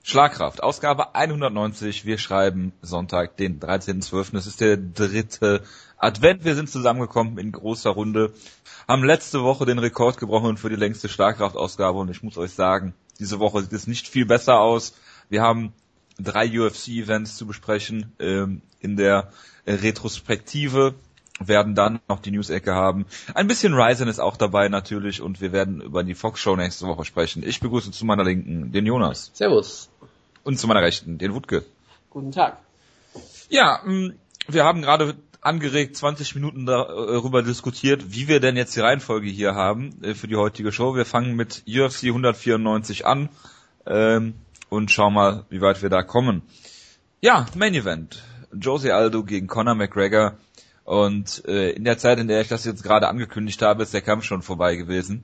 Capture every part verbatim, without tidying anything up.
Schlagkraft, Ausgabe hundertneunzig, wir schreiben Sonntag, den dreizehnten zwölften Es ist der dritte Advent, wir sind zusammengekommen in großer Runde, haben letzte Woche den Rekord gebrochen für die längste Schlagkraft-Ausgabe und ich muss euch sagen, diese Woche sieht es nicht viel besser aus. Wir haben drei U F C-Events zu besprechen, ähm, in der äh, Retrospektive werden dann noch die News-Ecke haben. Ein bisschen Ryzen ist auch dabei natürlich und wir werden über die Fox-Show nächste Woche sprechen. Ich begrüße zu meiner Linken den Jonas. Servus. Und zu meiner Rechten den Wutke. Guten Tag. Ja, wir haben gerade angeregt zwanzig Minuten darüber diskutiert, wie wir denn jetzt die Reihenfolge hier haben für die heutige Show. Wir fangen mit U F C hundertvierundneunzig an ähm, und schauen mal, wie weit wir da kommen. Ja, Main Event. Jose Aldo gegen Conor McGregor. Und äh, in der Zeit, in der ich das jetzt gerade angekündigt habe, ist der Kampf schon vorbei gewesen.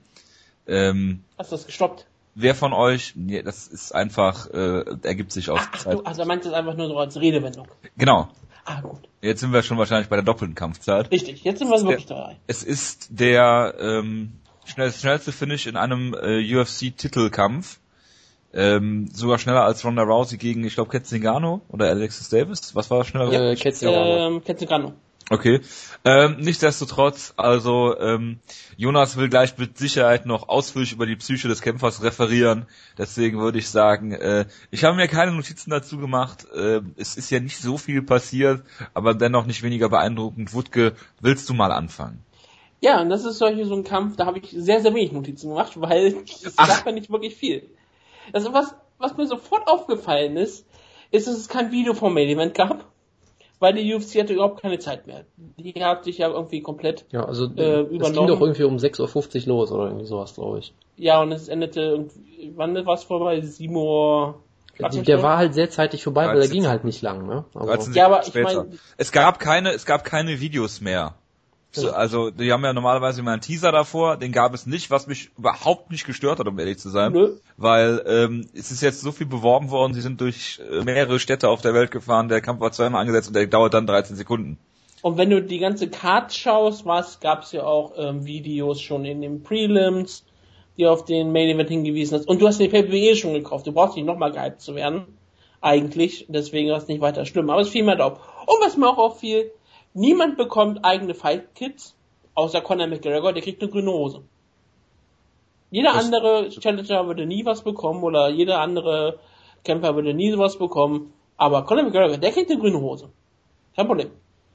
Ähm, Hast du das gestoppt? Wer von euch, nee, das ist einfach, äh, ergibt sich aus Ach, Zeit. du, also meinst du es einfach nur so als Redewendung? Genau. Ah, gut. Jetzt sind wir schon wahrscheinlich bei der doppelten Kampfzeit. Richtig, jetzt sind wir wirklich dabei. Es ist der ähm, schnell, schnellste Finish in einem äh, U F C-Titelkampf. Ähm, sogar schneller als Ronda Rousey gegen, ich glaube, Ketzingano oder Alexis Davis. Was war schneller? Ja, Ketzingano. Ähm, Ketzingano. Okay. Ähm, nichtsdestotrotz, also ähm, Jonas will gleich mit Sicherheit noch ausführlich über die Psyche des Kämpfers referieren. Deswegen würde ich sagen, äh, ich habe mir keine Notizen dazu gemacht. Äh, es ist ja nicht so viel passiert, aber dennoch nicht weniger beeindruckend. Wutke, willst du mal anfangen? Ja, und das ist solche so ein Kampf, da habe ich sehr, sehr wenig Notizen gemacht, weil es sagt mir nicht wirklich viel. Also was, was mir sofort aufgefallen ist, ist, dass es kein Video vom Main Event gab. Weil die U F C hatte überhaupt keine Zeit mehr. Die hat sich ja irgendwie komplett ja, also äh, übernommen. Es ging doch irgendwie um sechs Uhr fünfzig los oder irgendwie sowas, glaube ich. Ja, und es endete irgendwie, wann war es vorbei? sieben Uhr. Der, der war halt sehr zeitig vorbei, weil der ging halt nicht lang, ne? Also ja, aber ich meine, es gab keine, es gab keine Videos mehr. So, also, die haben ja normalerweise immer einen Teaser davor, den gab es nicht, was mich überhaupt nicht gestört hat, um ehrlich zu sein. Nö. Weil ähm, es ist jetzt so viel beworben worden, sie sind durch äh, mehrere Städte auf der Welt gefahren, der Kampf war zweimal angesetzt und der dauert dann dreizehn Sekunden. Und wenn du die ganze Card schaust, was gab's ja auch ähm, Videos schon in den Prelims, die auf den Main Event hingewiesen hast. Und du hast den Pay Per View schon gekauft, du brauchst nicht nochmal gehypt zu werden. Eigentlich, deswegen war es nicht weiter schlimm. Aber es fiel mir da auf. Und was mir auch auffiel, niemand bekommt eigene Fight-Kits, außer Conor McGregor, der kriegt eine grüne Hose. Jeder was? andere Challenger würde nie was bekommen, oder jeder andere Kämpfer würde nie sowas bekommen, aber Conor McGregor, der kriegt eine grüne Hose. Kein Problem.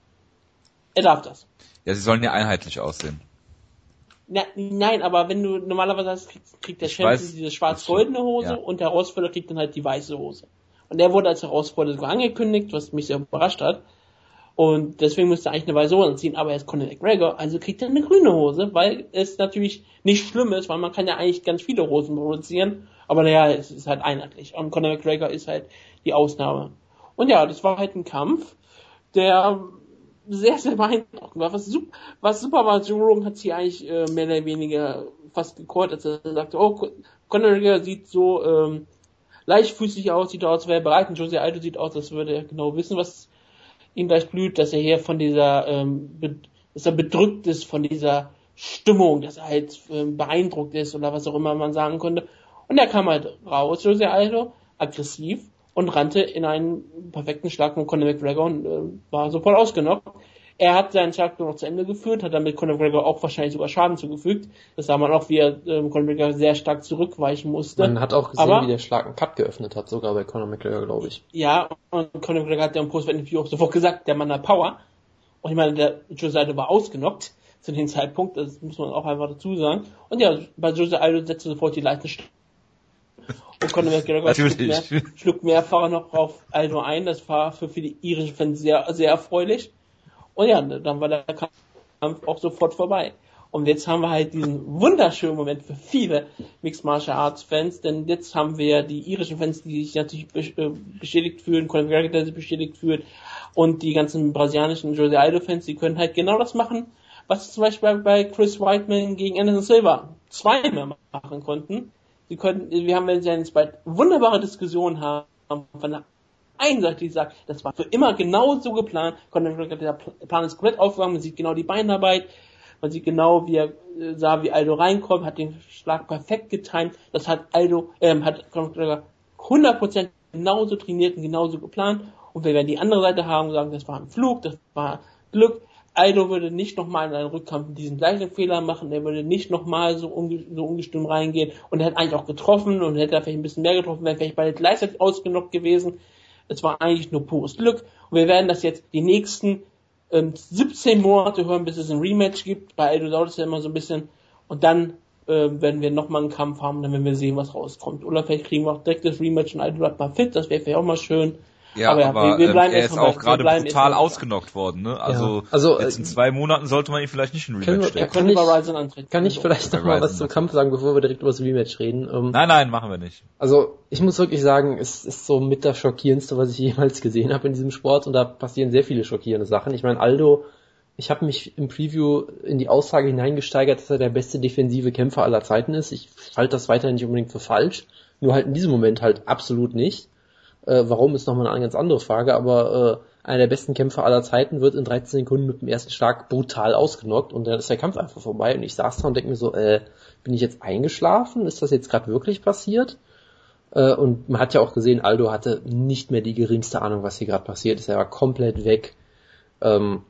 Er darf das. Ja, sie sollen ja einheitlich aussehen. Na, nein, aber wenn du normalerweise hast, kriegt, kriegt der Champion diese schwarz-goldene Hose, ja, und der Herausforderer kriegt dann halt die weiße Hose. Und der wurde als Herausforderer sogar angekündigt, was mich sehr überrascht hat. Und deswegen müsste er eigentlich eine weiße Hose anziehen, aber er ist Conor McGregor, also kriegt er eine grüne Hose, weil es natürlich nicht schlimm ist, weil man kann ja eigentlich ganz viele Hosen produzieren, aber naja, es ist halt einheitlich. Und Conor McGregor ist halt die Ausnahme. Und ja, das war halt ein Kampf, der sehr, sehr beeindruckend war. Was super, was super war, Joe Rogan hat sie eigentlich äh, mehr oder weniger fast gecallt, als er sagte, oh, Conor McGregor sieht so ähm, leichtfüßig aus, sieht aus, als wäre er bereit, und Jose Aldo sieht aus, als würde er genau wissen, was ihm gleich blüht, dass er hier von dieser, ähm, be- dass er bedrückt ist von dieser Stimmung, dass er halt ähm, beeindruckt ist oder was auch immer man sagen konnte. Und er kam halt raus, Jose Aldo, aggressiv, und rannte in einen perfekten Schlag von Conor McGregor und äh, war sofort ausgenockt. Er hat seinen Schlag noch zu Ende geführt, hat damit Conor McGregor auch wahrscheinlich sogar Schaden zugefügt. Das sah man auch, wie er ähm, Conor McGregor sehr stark zurückweichen musste. Man hat auch gesehen, Aber, wie der Schlag einen Cut geöffnet hat, sogar bei Conor McGregor, glaube ich. Ja, und Conor McGregor hat ja im Post-Interview auch sofort gesagt, der Mann hat Power. Und ich meine, der Jose Aldo war ausgenockt zu dem Zeitpunkt, das muss man auch einfach dazu sagen. Und ja, bei Jose Aldo setzte sofort die leichte St- Und Conor McGregor schlug, mehr, schlug mehrfach noch auf Aldo ein. Das war für viele irische Fans sehr, sehr erfreulich. Und ja, dann war der Kampf auch sofort vorbei. Und jetzt haben wir halt diesen wunderschönen Moment für viele Mixed Martial Arts Fans, denn jetzt haben wir die irischen Fans, die sich natürlich bestätigt fühlen, Conor McGregor, der sich bestätigt fühlt, und die ganzen brasilianischen Jose Aldo Fans, die können halt genau das machen, was sie zum Beispiel bei Chris Weidman gegen Anderson Silva zweimal machen konnten. Sie konnten, wir haben jetzt bald wunderbare Diskussionen haben von der einen Seite, die sagt, das war für immer genau so geplant, der Plan ist komplett aufgegangen, man sieht genau die Beinarbeit, man sieht genau, wie er äh, sah, wie Aldo reinkommt, hat den Schlag perfekt getimt, das hat Aldo, ähm, hat hundert Prozent genauso trainiert und genauso geplant. Und wir werden die andere Seite haben und sagen, das war ein Flug, das war Glück. Aldo würde nicht nochmal in einen Rückkampf diesen gleichen Fehler machen, er würde nicht nochmal so, unge- so ungestüm reingehen und er hat eigentlich auch getroffen und hätte da vielleicht ein bisschen mehr getroffen, wäre vielleicht beide gleichzeitig ausgenockt gewesen. Es war eigentlich nur pures Glück und wir werden das jetzt die nächsten ähm, siebzehn Monate hören, bis es ein Rematch gibt. Bei Aldo dauert es ja immer so ein bisschen und dann äh, werden wir nochmal einen Kampf haben, dann werden wir sehen, was rauskommt. Oder vielleicht kriegen wir auch direkt das Rematch und Aldo bleibt mal fit, das wäre vielleicht auch mal schön. Ja, aber, ja, aber wir, wir ähm, er ist auch gerade brutal ausgenockt worden, ne? Also, ja. also jetzt in zwei Monaten sollte man ihn vielleicht nicht in ein Rematch stellen. Kann, kann, ich, kann ich vielleicht noch mal was zum Kampf sagen, bevor wir direkt über das Rematch reden? Ähm, nein, nein, machen wir nicht. Also ich muss wirklich sagen, es ist so mit das Schockierendste, was ich jemals gesehen habe in diesem Sport und da passieren sehr viele schockierende Sachen. Ich meine, Aldo, ich habe mich im Preview in die Aussage hineingesteigert, dass er der beste defensive Kämpfer aller Zeiten ist. Ich halte das weiterhin nicht unbedingt für falsch, nur halt in diesem Moment halt absolut nicht. Äh, warum ist nochmal eine ganz andere Frage, aber äh, einer der besten Kämpfer aller Zeiten wird in dreizehn Sekunden mit dem ersten Schlag brutal ausgenockt und dann ist der Kampf einfach vorbei und ich saß da und denke mir so, äh, bin ich jetzt eingeschlafen? Ist das jetzt gerade wirklich passiert? Äh, und man hat ja auch gesehen, Aldo hatte nicht mehr die geringste Ahnung, was hier gerade passiert ist. Er war komplett weg. Ähm,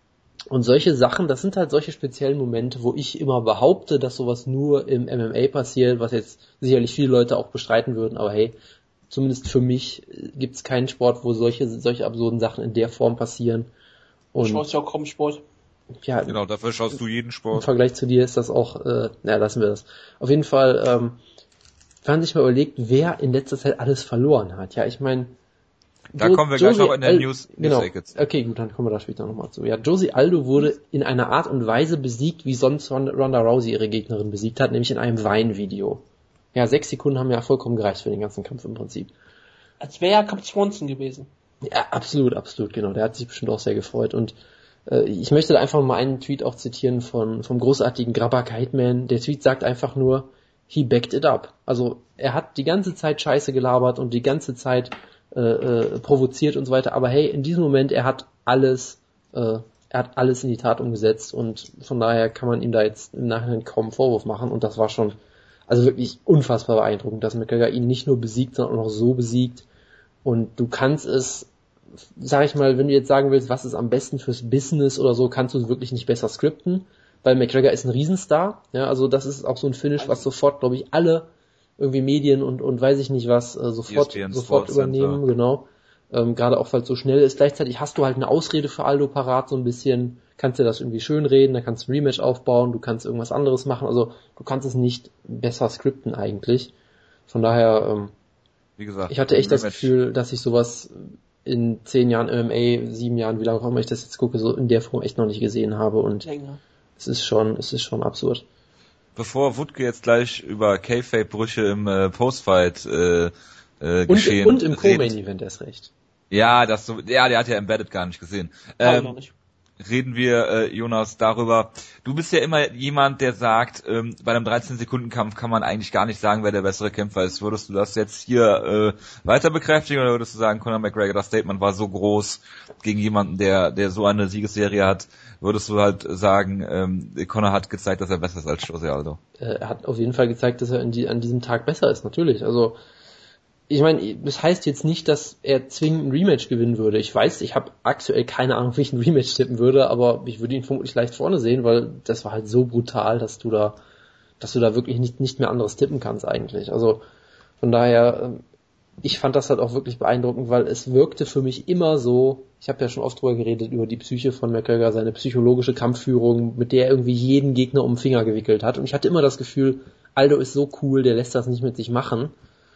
und solche Sachen, das sind halt solche speziellen Momente, wo ich immer behaupte, dass sowas nur im M M A passiert, was jetzt sicherlich viele Leute auch bestreiten würden, aber hey, zumindest für mich gibt es keinen Sport, wo solche solche absurden Sachen in der Form passieren. Und du schaust ja auch kaum Sport. Ja, genau, dafür schaust du jeden Sport. Im Vergleich zu dir ist das auch, äh, na, lassen wir das. Auf jeden Fall, ähm, wenn man sich mal überlegt, wer in letzter Zeit alles verloren hat. Ja, ich meine, da jo- kommen wir Josie gleich noch in der Al- News. Genau. News okay, gut, dann kommen wir da später nochmal zu. Ja, Josie Aldo wurde in einer Art und Weise besiegt, wie sonst Ronda Rousey ihre Gegnerin besiegt hat, nämlich in einem Wein-Video. Ja, sechs Sekunden haben ja vollkommen gereicht für den ganzen Kampf im Prinzip. Als wäre ja Cap Swanson gewesen. Ja, absolut, absolut, genau. Der hat sich bestimmt auch sehr gefreut. Und äh, ich möchte da einfach mal einen Tweet auch zitieren von vom großartigen Grabber Kiteman. Der Tweet sagt einfach nur, he backed it up. Also er hat die ganze Zeit Scheiße gelabert und die ganze Zeit äh, äh, provoziert und so weiter. Aber hey, in diesem Moment, er hat alles, äh, er hat alles in die Tat umgesetzt. Und von daher kann man ihm da jetzt im Nachhinein kaum einen Vorwurf machen. Und das war schon also wirklich unfassbar beeindruckend, dass McGregor ihn nicht nur besiegt, sondern auch noch so besiegt. Und du kannst es, sag ich mal, wenn du jetzt sagen willst, was ist am besten fürs Business oder so, kannst du es wirklich nicht besser skripten, weil McGregor ist ein Riesenstar. Ja, also das ist auch so ein Finish, was sofort, glaube ich, alle irgendwie Medien und und weiß ich nicht was äh, sofort sofort übernehmen, genau. Ähm, gerade auch, weil es so schnell ist. Gleichzeitig hast du halt eine Ausrede für Aldo parat, so ein bisschen, kannst dir das irgendwie schön reden, dann kannst du ein Rematch aufbauen, du kannst irgendwas anderes machen, also du kannst es nicht besser skripten eigentlich. Von daher, ähm, wie gesagt, ich hatte echt das Gefühl, dass ich sowas in zehn Jahren M M A, sieben Jahren, wie lange auch immer ich das jetzt gucke, so in der Form echt noch nicht gesehen habe und länger. es ist schon, es ist schon absurd. Bevor Wutke jetzt gleich über Kayfabe-Brüche im äh, Postfight äh, äh, geschehen und, und im Co-Main-Event erst recht. Ja, das so, ja, der hat ja Embedded gar nicht gesehen. Ähm, noch nicht. Reden wir, äh, Jonas, darüber. Du bist ja immer jemand, der sagt, ähm, bei einem dreizehn-Sekunden-Kampf kann man eigentlich gar nicht sagen, wer der bessere Kämpfer ist. Würdest du das jetzt hier äh, weiter bekräftigen oder würdest du sagen, Conor McGregor, das Statement war so groß gegen jemanden, der der so eine Siegesserie hat, würdest du halt sagen, ähm, Conor hat gezeigt, dass er besser ist als Jose Aldo? Er hat auf jeden Fall gezeigt, dass er in die, an diesem Tag besser ist, natürlich. Also ich meine, das heißt jetzt nicht, dass er zwingend ein Rematch gewinnen würde. Ich weiß, ich habe aktuell keine Ahnung, wie ich ein Rematch tippen würde, aber ich würde ihn vermutlich leicht vorne sehen, weil das war halt so brutal, dass du da, dass du da wirklich nicht nicht mehr anderes tippen kannst eigentlich. Also von daher, ich fand das halt auch wirklich beeindruckend, weil es wirkte für mich immer so. Ich habe ja schon oft drüber geredet über die Psyche von McGregor, seine psychologische Kampfführung, mit der er irgendwie jeden Gegner um den Finger gewickelt hat. Und ich hatte immer das Gefühl, Aldo ist so cool, der lässt das nicht mit sich machen.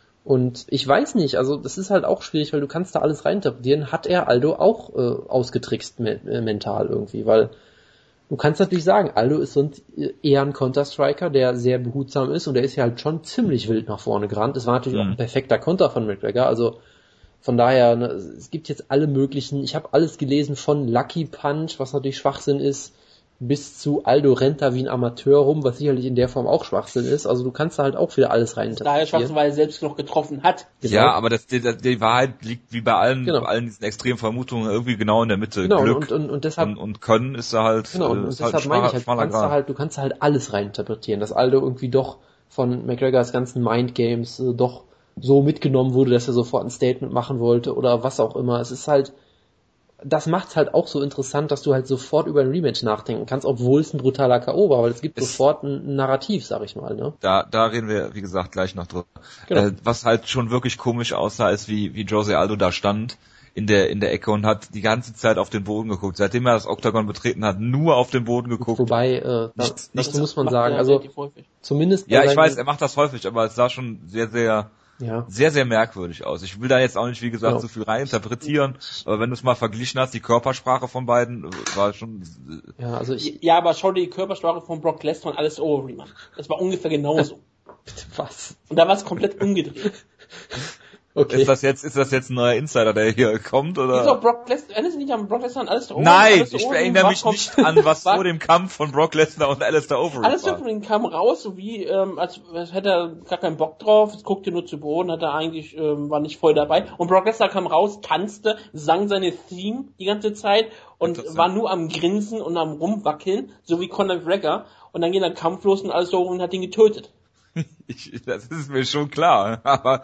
Und ich weiß nicht, also das ist halt auch schwierig, weil du kannst da alles reininterpretieren. Hat er Aldo auch äh, ausgetrickst me- äh, mental irgendwie? Weil du kannst natürlich sagen, Aldo ist so ein, eher ein Counter-Striker, der sehr behutsam ist und der ist ja halt schon ziemlich wild nach vorne gerannt. Es war natürlich mhm. auch ein perfekter Konter von McGregor, also von daher, ne, es gibt jetzt alle möglichen, ich habe alles gelesen von Lucky Punch, was natürlich Schwachsinn ist, bis zu Aldo rennt da wie ein Amateur rum, was sicherlich in der Form auch Schwachsinn ist. Also du kannst da halt auch wieder alles rein interpretieren. Daher Schwachsinn, weil er selbst noch getroffen hat. Genau. Ja, aber das, die, die Wahrheit liegt wie bei allen, genau. bei allen diesen extremen Vermutungen irgendwie genau in der Mitte. Genau, Glück und, und, und deshalb und, und Können ist da halt. Genau, und, und deshalb halt meine ich halt, du kannst da halt, du kannst da halt alles rein interpretieren, dass Aldo irgendwie doch von McGregors ganzen Mindgames äh, doch so mitgenommen wurde, dass er sofort ein Statement machen wollte oder was auch immer. Es ist halt, das macht's halt auch so interessant, dass du halt sofort über ein Rematch nachdenken kannst, obwohl es ein brutaler K O war, weil es gibt es sofort ein Narrativ, sag ich mal, ne? Da, da reden wir, wie gesagt, gleich noch drüber. Genau. Äh, was halt schon wirklich komisch aussah, ist, wie, wie Jose Aldo da stand in der, in der Ecke und hat die ganze Zeit auf den Boden geguckt. Seitdem er das Oktagon betreten hat, nur auf den Boden geguckt. Wobei, äh, das, das muss man sagen, also zumindest... Ja, ich weiß, er macht das häufig, aber es sah schon sehr, sehr... Ja. Sehr, sehr merkwürdig aus. Ich will da jetzt auch nicht, wie gesagt, genau. so viel reininterpretieren, aber wenn du es mal verglichen hast, die Körpersprache von beiden war schon... Ja, also ich, ja, aber schau dir die Körpersprache von Brock Lesnar und alles Overeem an. Das war ungefähr genauso. Was? Und da war es komplett umgedreht. Okay. Ist das jetzt, ist das jetzt ein neuer Insider, der hier kommt, oder? Ist auch Brock Lesnar, erinnerst du dich an Brock Lesnar und Alistair Overeem? Nein, Alistair ich erinnere mich nicht an, was vor dem Kampf von Brock Lesnar und Alistair Overeem Alistair Overeem kam raus, so wie, ähm, als, als hätte er gar keinen Bock drauf, es guckte nur zu Boden, hat er eigentlich, ähm, war nicht voll dabei. Und Brock Lesnar kam raus, tanzte, sang seine Theme die ganze Zeit und war nur am Grinsen und am Rumwackeln, so wie Conor McGregor. Und dann ging der Kampf los und Alistair Overeem hat ihn getötet. ich, das ist mir schon klar, aber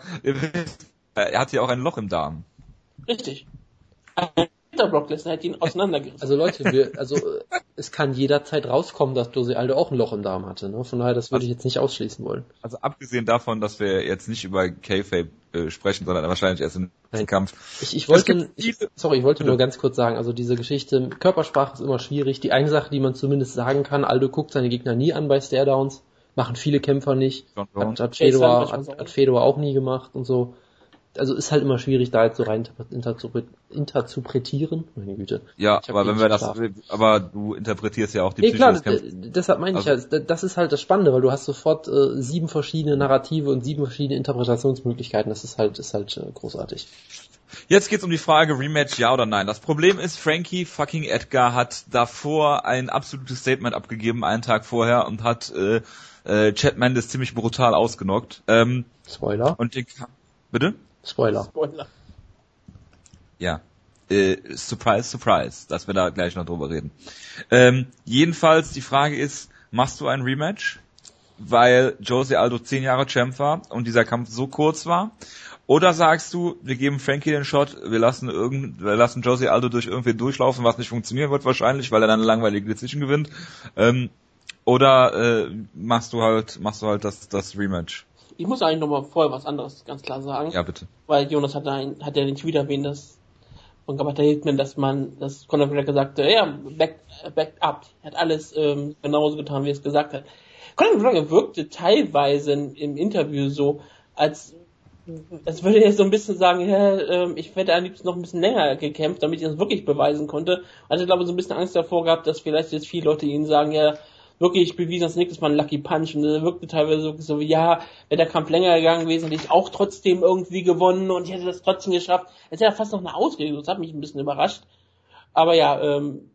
er hat ja auch ein Loch im Darm. Richtig. Der Brock Lesnar hat ihn auseinandergerissen. Also Leute, wir, also es kann jederzeit rauskommen, dass Jose Aldo auch ein Loch im Darm hatte. Ne? Von daher, das würde also, ich jetzt nicht ausschließen wollen. Also abgesehen davon, dass wir jetzt nicht über Kayfabe äh, sprechen, sondern wahrscheinlich erst im nächsten Kampf. Ich, ich wollte, ich, sorry, ich wollte nur ganz kurz sagen, also diese Geschichte, Körpersprache ist immer schwierig. Die eine Sache, die man zumindest sagen kann, Aldo guckt seine Gegner nie an bei Staredowns, machen viele Kämpfer nicht, hat, hat, Fedor, hat, hat Fedor auch nie gemacht und so. Also ist halt immer schwierig, da jetzt so rein interzupretieren. Meine Güte. Ja, aber wenn wir das, aber du interpretierst ja auch die nee, Psyche des Kämpfers. Deshalb meine ich also, ja, das ist halt das Spannende, weil du hast sofort äh, sieben verschiedene Narrative und sieben verschiedene Interpretationsmöglichkeiten. Das ist halt, ist halt äh, großartig. Jetzt geht's um die Frage Rematch, ja oder nein. Das Problem ist, Frankie fucking Edgar hat davor ein absolutes Statement abgegeben, einen Tag vorher, und hat äh, äh, Chad Mendes ziemlich brutal ausgenockt. Ähm, Spoiler. Und den Bitte? Spoiler. Spoiler. Ja. Äh, surprise, surprise, dass wir da gleich noch drüber reden. Ähm, jedenfalls, die Frage ist, machst du ein Rematch? Weil Jose Aldo zehn Jahre Champ war und dieser Kampf so kurz war? Oder sagst du, wir geben Frankie den Shot, wir lassen irgend, wir lassen Jose Aldo durch irgendwie durchlaufen, was nicht funktionieren wird wahrscheinlich, weil er dann eine langweilige Decision gewinnt? Ähm, oder äh, machst du halt, machst du halt das, das Rematch? Ich muss eigentlich nochmal vorher was anderes ganz klar sagen. Ja, bitte. Weil Jonas hat, ein, hat ja nicht wieder erwähnt, dass von Gabata Hitman, dass man, dass Conor McGregor sagte, ja, back, back up. Er hat alles ähm, genauso getan, wie er es gesagt hat. Conor McGregor wirkte teilweise in, im Interview so, als, als würde er so ein bisschen sagen, ja, ähm, ich hätte am liebsten noch ein bisschen länger gekämpft, damit ich das wirklich beweisen konnte. Also ich glaube, so ein bisschen Angst davor gehabt, dass vielleicht jetzt viele Leute ihnen sagen, ja, wirklich bewiesen, das nächstes Mal ein Lucky Punch, und er wirkte teilweise so, so wie, ja, wäre der Kampf länger gegangen gewesen, hätte ich auch trotzdem irgendwie gewonnen und ich hätte das trotzdem geschafft. Jetzt hätte er fast noch eine Ausrede, das hat mich ein bisschen überrascht. Aber ja, ähm,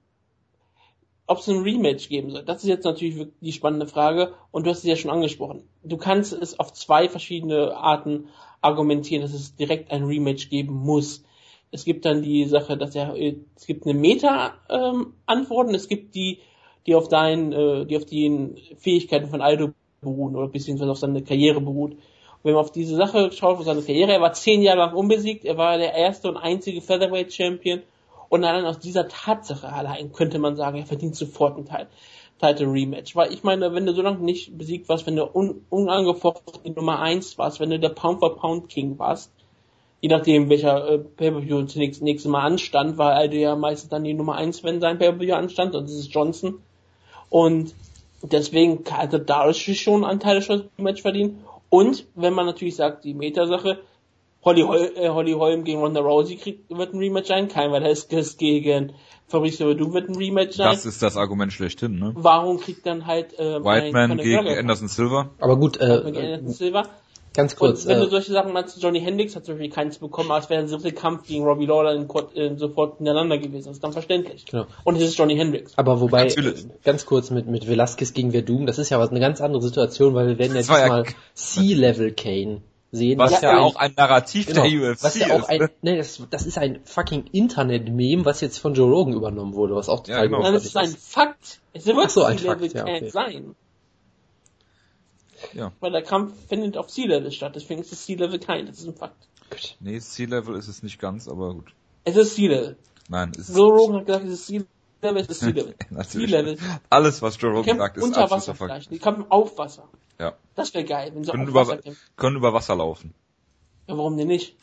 ob es ein Rematch geben soll, das ist jetzt natürlich die spannende Frage, und du hast es ja schon angesprochen. Du kannst es auf zwei verschiedene Arten argumentieren, dass es direkt ein Rematch geben muss. Es gibt dann die Sache, dass er, es gibt eine Meta-Antwort, ähm, und es gibt die, die auf deinen, äh, die auf den Fähigkeiten von Aldo beruhen oder beziehungsweise auf seine Karriere beruht. Und wenn man auf diese Sache schaut, auf seine Karriere, er war zehn Jahre lang unbesiegt, er war der erste und einzige Featherweight Champion, und allein aus dieser Tatsache allein könnte man sagen, er verdient sofort einen Teil, Title Rematch. Weil ich meine, wenn du so lange nicht besiegt warst, wenn du un, unangefochten die Nummer eins warst, wenn du der Pound for Pound King warst, je nachdem welcher äh, Pay-Per-View zunächst nächste Mal anstand, war Aldo ja meistens dann die Nummer eins, wenn sein Pay-Per-View anstand, und das ist Johnson. Und deswegen hatte dadurch schon einen Teil des Match verdient. Und wenn man natürlich sagt, die Meta-Sache, Holly, Hol- äh, Holly Holm gegen Ronda Rousey kriegt, wird ein Rematch sein, kein Velasquez gegen Fabricio Verdun wird ein Rematch sein. Das ist das Argument schlechthin, ne? Warum kriegt dann halt ähm, Whiteman gegen Anderson Silva? Aber gut, äh, Anderson Silva. Ganz kurz. Und wenn äh, du solche Sachen meinst, Johnny Hendricks hat zum Beispiel keins bekommen, als wäre ein dritter Kampf gegen Robbie Lawler in, in, sofort ineinander gewesen. Das ist dann verständlich. Genau. Und es ist Johnny Hendricks. Aber wobei, Natürlich. ganz kurz mit, mit Velasquez gegen Verdun, das ist ja was, eine ganz andere Situation, weil wir werden ja diesmal ja C-Level Kane sehen. Was ja, ja auch ein Narrativ genau, der U F C was ja auch ist. ein, ne, das, das ist ein fucking Internet-Meme, was jetzt von Joe Rogan übernommen wurde, was auch total ja, genau. Nein, das ist ein Fakt. Es wird so, ein C-Level Fakt, ja, Kane okay. sein. Ja. Weil der Kampf findet auf Sea-Level statt, deswegen ist es Sea-Level kein, das ist ein Fakt. Gut. Nee, Sea-Level ist es nicht ganz, aber gut. Es ist Sea-Level. Nein, es ist Joe Rogan hat gesagt, es ist Sea-Level, es ist Sea-Level. Sea-Level. Alles, was Joe Rogan sagt, ist unter Wasser vielleicht. Die kämpfen auf Wasser. Ja. Das wäre geil, wenn sie können auf über, Wasser kämpfen. Können über Wasser laufen. Ja, warum denn nicht?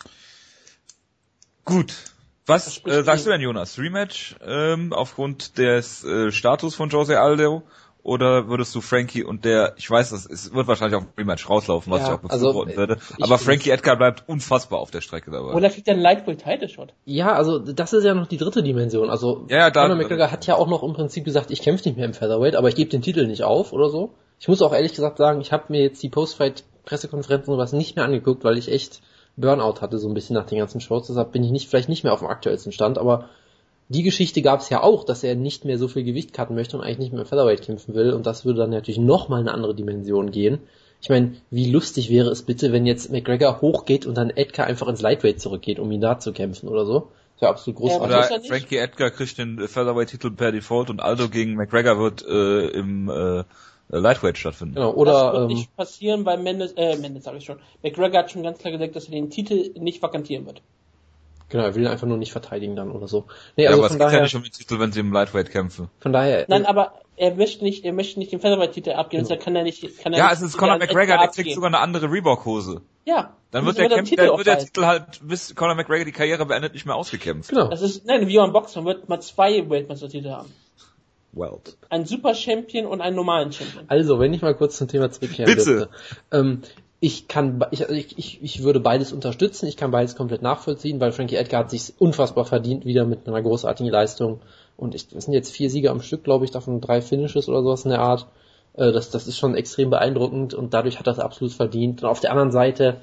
Gut. Was äh, sagst du denn, Jonas? Rematch ähm, aufgrund des äh, Status von Jose Aldo? Oder würdest du Frankie und der, ich weiß, das es wird wahrscheinlich auf Rematch rauslaufen, was ja, ich auch befürworten also, würde, aber Frankie Edgar bleibt unfassbar auf der Strecke dabei. Oder kriegt er einen Lightweight-Title-Shot? Ja, also das ist ja noch die dritte Dimension. Also ja, da, Conor McGregor hat ja auch noch im Prinzip gesagt, ich kämpfe nicht mehr im Featherweight, aber ich gebe den Titel nicht auf oder so. Ich muss auch ehrlich gesagt sagen, ich habe mir jetzt die Post-Fight-Pressekonferenzen und was nicht mehr angeguckt, weil ich echt Burnout hatte so ein bisschen nach den ganzen Shows. Deshalb bin ich nicht vielleicht nicht mehr auf dem aktuellsten Stand, aber die Geschichte gab es ja auch, dass er nicht mehr so viel Gewicht cutten möchte und eigentlich nicht mehr im Featherweight kämpfen will und das würde dann natürlich nochmal eine andere Dimension gehen. Ich meine, wie lustig wäre es bitte, wenn jetzt McGregor hochgeht und dann Edgar einfach ins Lightweight zurückgeht, um ihn da zu kämpfen oder so. Das wäre absolut großartig. Oder Frankie Edgar kriegt den Featherweight-Titel per Default und Aldo gegen McGregor wird äh, im äh, Lightweight stattfinden. Genau, oder, das wird ähm, nicht passieren, weil Mendes, äh, Mendes sag ich schon, McGregor hat schon ganz klar gesagt, dass er den Titel nicht vakantieren wird. Genau, er will ihn einfach nur nicht verteidigen dann oder so. Nee, ja, also aber von es geht daher, ja nicht um den Titel, wenn sie im Lightweight kämpfen. Von daher. Nein, aber er möchte nicht, er möchte nicht den Featherweight-Titel abgeben, deshalb kann er nicht, kann er Ja, nicht, es ist Conor McGregor, der kriegt sogar eine andere Reebok-Hose. Ja. Dann wird der, Kämpf, Titel dann wird der Titel halt, bis Conor McGregor die Karriere beendet, nicht mehr ausgekämpft. Genau. Das ist, nein, wie beim Boxen, man wird mal zwei Weltmeistertitel haben. Welt. Ein Super Champion und einen normalen Champion. Also, wenn ich mal kurz zum Thema zurückkehren Bitte. dürfte. Ähm, ich kann, ich, ich, ich würde beides unterstützen, ich kann beides komplett nachvollziehen, weil Frankie Edgar hat sich unfassbar verdient, wieder mit einer großartigen Leistung. Und ich, das sind jetzt vier Siege am Stück, glaube ich, davon drei Finishes oder sowas in der Art. Äh, das, das ist schon extrem beeindruckend und dadurch hat er es absolut verdient. Und auf der anderen Seite,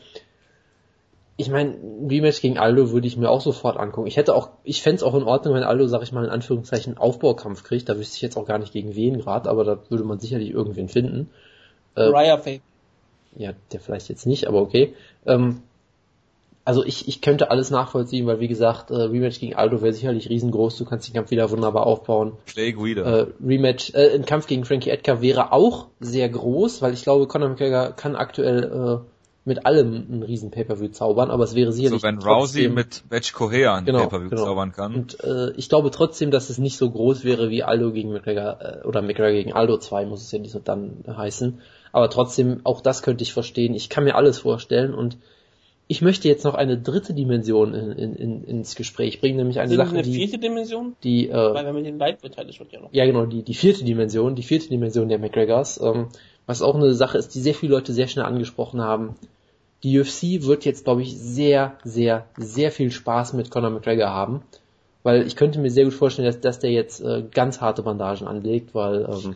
ich meine, ein Rematch gegen Aldo würde ich mir auch sofort angucken. Ich hätte auch, ich fände es auch in Ordnung, wenn Aldo, sag ich mal, in Anführungszeichen Aufbaukampf kriegt. Da wüsste ich jetzt auch gar nicht gegen wen gerade, aber da würde man sicherlich irgendwen finden. Äh, Raya Fake. Ja, der vielleicht jetzt nicht, aber okay. Ähm, also ich, ich könnte alles nachvollziehen, weil wie gesagt, äh, Rematch gegen Aldo wäre sicherlich riesengroß, du kannst den Kampf wieder wunderbar aufbauen. Clay Guida. Äh, Rematch, äh, ein Kampf gegen Frankie Edgar wäre auch sehr groß, weil ich glaube, Conor McGregor kann aktuell äh, mit allem einen riesen Pay-Per-View zaubern, aber es wäre sicherlich so, wenn Rousey mit Vetch Correa einen genau, Pay-Per-View genau. zaubern kann. Und äh, ich glaube trotzdem, dass es nicht so groß wäre wie Aldo gegen McGregor, äh, oder McGregor gegen Aldo zwei, muss es ja nicht so dann heißen. Aber trotzdem, auch das könnte ich verstehen. Ich kann mir alles vorstellen und ich möchte jetzt noch eine dritte Dimension in, in, in, ins Gespräch bringen, nämlich eine Sind Sache, eine die... vierte Dimension? Die, äh, Weil wenn man den Lightweight hat, ist ja noch. Ja, genau, die, die vierte Dimension, die vierte Dimension der McGregors, ähm, was auch eine Sache ist, die sehr viele Leute sehr schnell angesprochen haben. Die U F C wird jetzt, glaube ich, sehr, sehr, sehr viel Spaß mit Conor McGregor haben, weil ich könnte mir sehr gut vorstellen, dass, dass der jetzt äh, ganz harte Bandagen anlegt, weil ähm,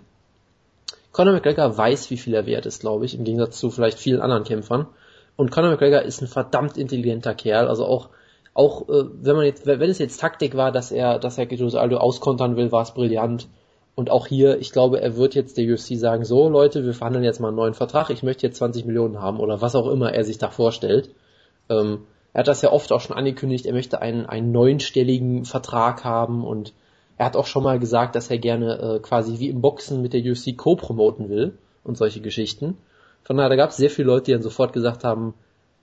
Conor McGregor weiß, wie viel er wert ist, glaube ich, im Gegensatz zu vielleicht vielen anderen Kämpfern. Und Conor McGregor ist ein verdammt intelligenter Kerl, also auch auch äh, wenn man jetzt, wenn es jetzt Taktik war, dass er, dass er Jose Aldo auskontern will, war es brillant. Und auch hier, ich glaube, er wird jetzt der U F C sagen, so Leute, wir verhandeln jetzt mal einen neuen Vertrag, ich möchte jetzt zwanzig Millionen haben oder was auch immer er sich da vorstellt. Ähm, er hat das ja oft auch schon angekündigt, er möchte einen, einen neunstelligen Vertrag haben und er hat auch schon mal gesagt, dass er gerne äh, quasi wie im Boxen mit der U F C co-promoten will und solche Geschichten. Von daher, da gab es sehr viele Leute, die dann sofort gesagt haben,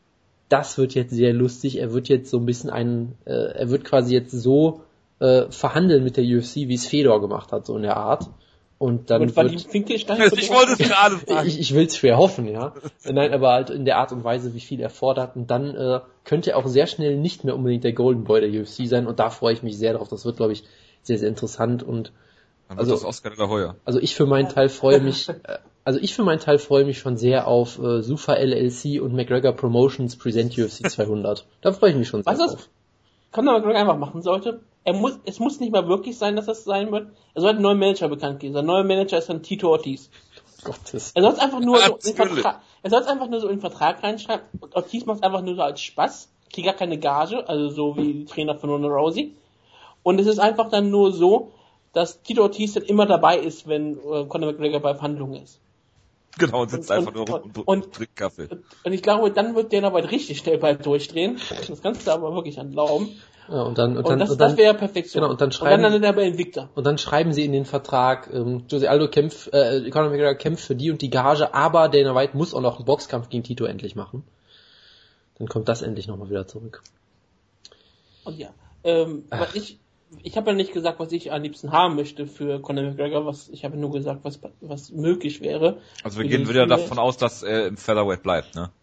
das wird jetzt sehr lustig, er wird jetzt so ein bisschen einen, äh, er wird quasi jetzt so äh, verhandeln mit der U F C, wie es Fedor gemacht hat, so in der Art. Und dann und wird, Finkelstein ich wollte es gerade sagen. Ich, ich will es schwer hoffen, ja. Nein, aber halt in der Art und Weise, wie viel er fordert. Und dann äh, könnte er auch sehr schnell nicht mehr unbedingt der Golden Boy der U F C sein. Und da freue ich mich sehr drauf. Das wird, glaube ich, sehr, sehr interessant. Und dann wird also, das Oscar de la Hoya. Also ich für meinen Teil freue mich, äh, also ich für meinen Teil freue mich schon sehr auf äh, Sufa L L C und McGregor Promotions Present U F C zweihundert. Da freue ich mich schon sehr Was drauf. Was Conor McGregor einfach machen sollte? Er muss, es muss nicht mal wirklich sein, dass das sein wird. Er soll einen neuen Manager bekannt geben. Sein neuer Manager ist dann Tito Ortiz. Gottes. Er soll es einfach nur so in Vertrag, er soll es einfach nur so in den Vertrag reinschreiben. Und Ortiz macht es einfach nur so als Spaß. Kriegt gar keine Gage, also so wie die Trainer von Ronda Rousey. Und es ist einfach dann nur so, dass Tito Ortiz dann immer dabei ist, wenn äh, Conor McGregor bei Verhandlungen ist. Genau, und sitzt und, einfach nur rum und, und, und trinkt Kaffee. Und ich glaube, dann wird der dabei richtig schnell bald durchdrehen. Das kannst du aber wirklich an glauben. Ja, und dann, und dann, und das, und dann, das wäre Perfektion. Genau, und dann schreiben, und dann landet er bei Invicta. Und dann schreiben sie in den Vertrag, ähm, Jose Aldo kämpft, äh, Conor McGregor kämpft für die und die Gage, aber Dana White muss auch noch einen Boxkampf gegen Tito endlich machen. Dann kommt das endlich nochmal wieder zurück. Und ja, ähm, was ich, ich habe ja nicht gesagt, was ich am liebsten haben möchte für Conor McGregor, was, ich habe nur gesagt, was, was möglich wäre. Also wir gehen wieder davon aus, dass er im Featherweight bleibt, ne?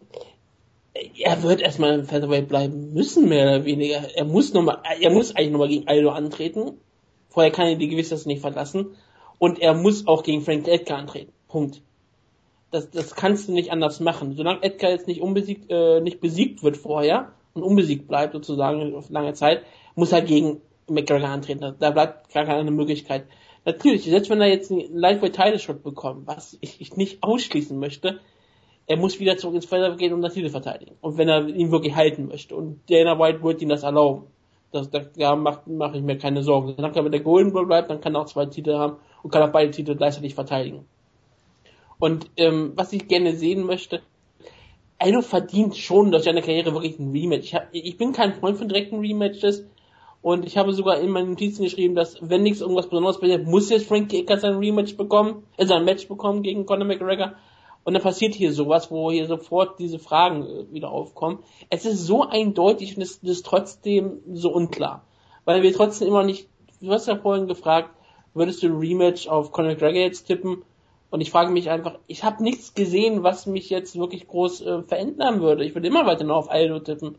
Er wird erstmal im Featherweight bleiben müssen, mehr oder weniger. Er muss noch mal, er muss eigentlich nochmal gegen Aldo antreten. Vorher kann er die Gewissheit nicht verlassen. Und er muss auch gegen Frank Edgar antreten. Punkt. Das, das kannst du nicht anders machen. Solange Edgar jetzt nicht unbesiegt, äh, nicht besiegt wird vorher und unbesiegt bleibt sozusagen auf lange Zeit, muss er gegen McGregor antreten. Da bleibt gar keine Möglichkeit. Natürlich, selbst wenn er jetzt einen Lightweight-Title-Shot bekommt, was ich, ich nicht ausschließen möchte, er muss wieder zurück ins Featherweight gehen und das Titel verteidigen. Und wenn er ihn wirklich halten möchte. Und Dana White wird ihm das erlauben. Das, da ja, mache mach ich mir keine Sorgen. Solange er mit der Golden Ball bleibt, dann kann er auch zwei Titel haben und kann auch beide Titel gleichzeitig verteidigen. Und ähm, was ich gerne sehen möchte, Aldo verdient schon durch seine Karriere wirklich ein Rematch. Ich, hab, ich bin kein Freund von direkten Rematches und ich habe sogar in meinen Notizen geschrieben, dass wenn nichts irgendwas Besonderes passiert, muss jetzt Frankie Edgar sein Rematch bekommen, äh, sein Match bekommen gegen Conor McGregor. Und dann passiert hier sowas, wo hier sofort diese Fragen äh, wieder aufkommen. Es ist so eindeutig und es ist trotzdem so unklar. Weil wir trotzdem immer nicht, du hast ja vorhin gefragt, würdest du ein Rematch auf Conor McGregor jetzt tippen? Und ich frage mich einfach, ich habe nichts gesehen, was mich jetzt wirklich groß äh, verändern würde. Ich würde immer weiter noch auf Aldo tippen.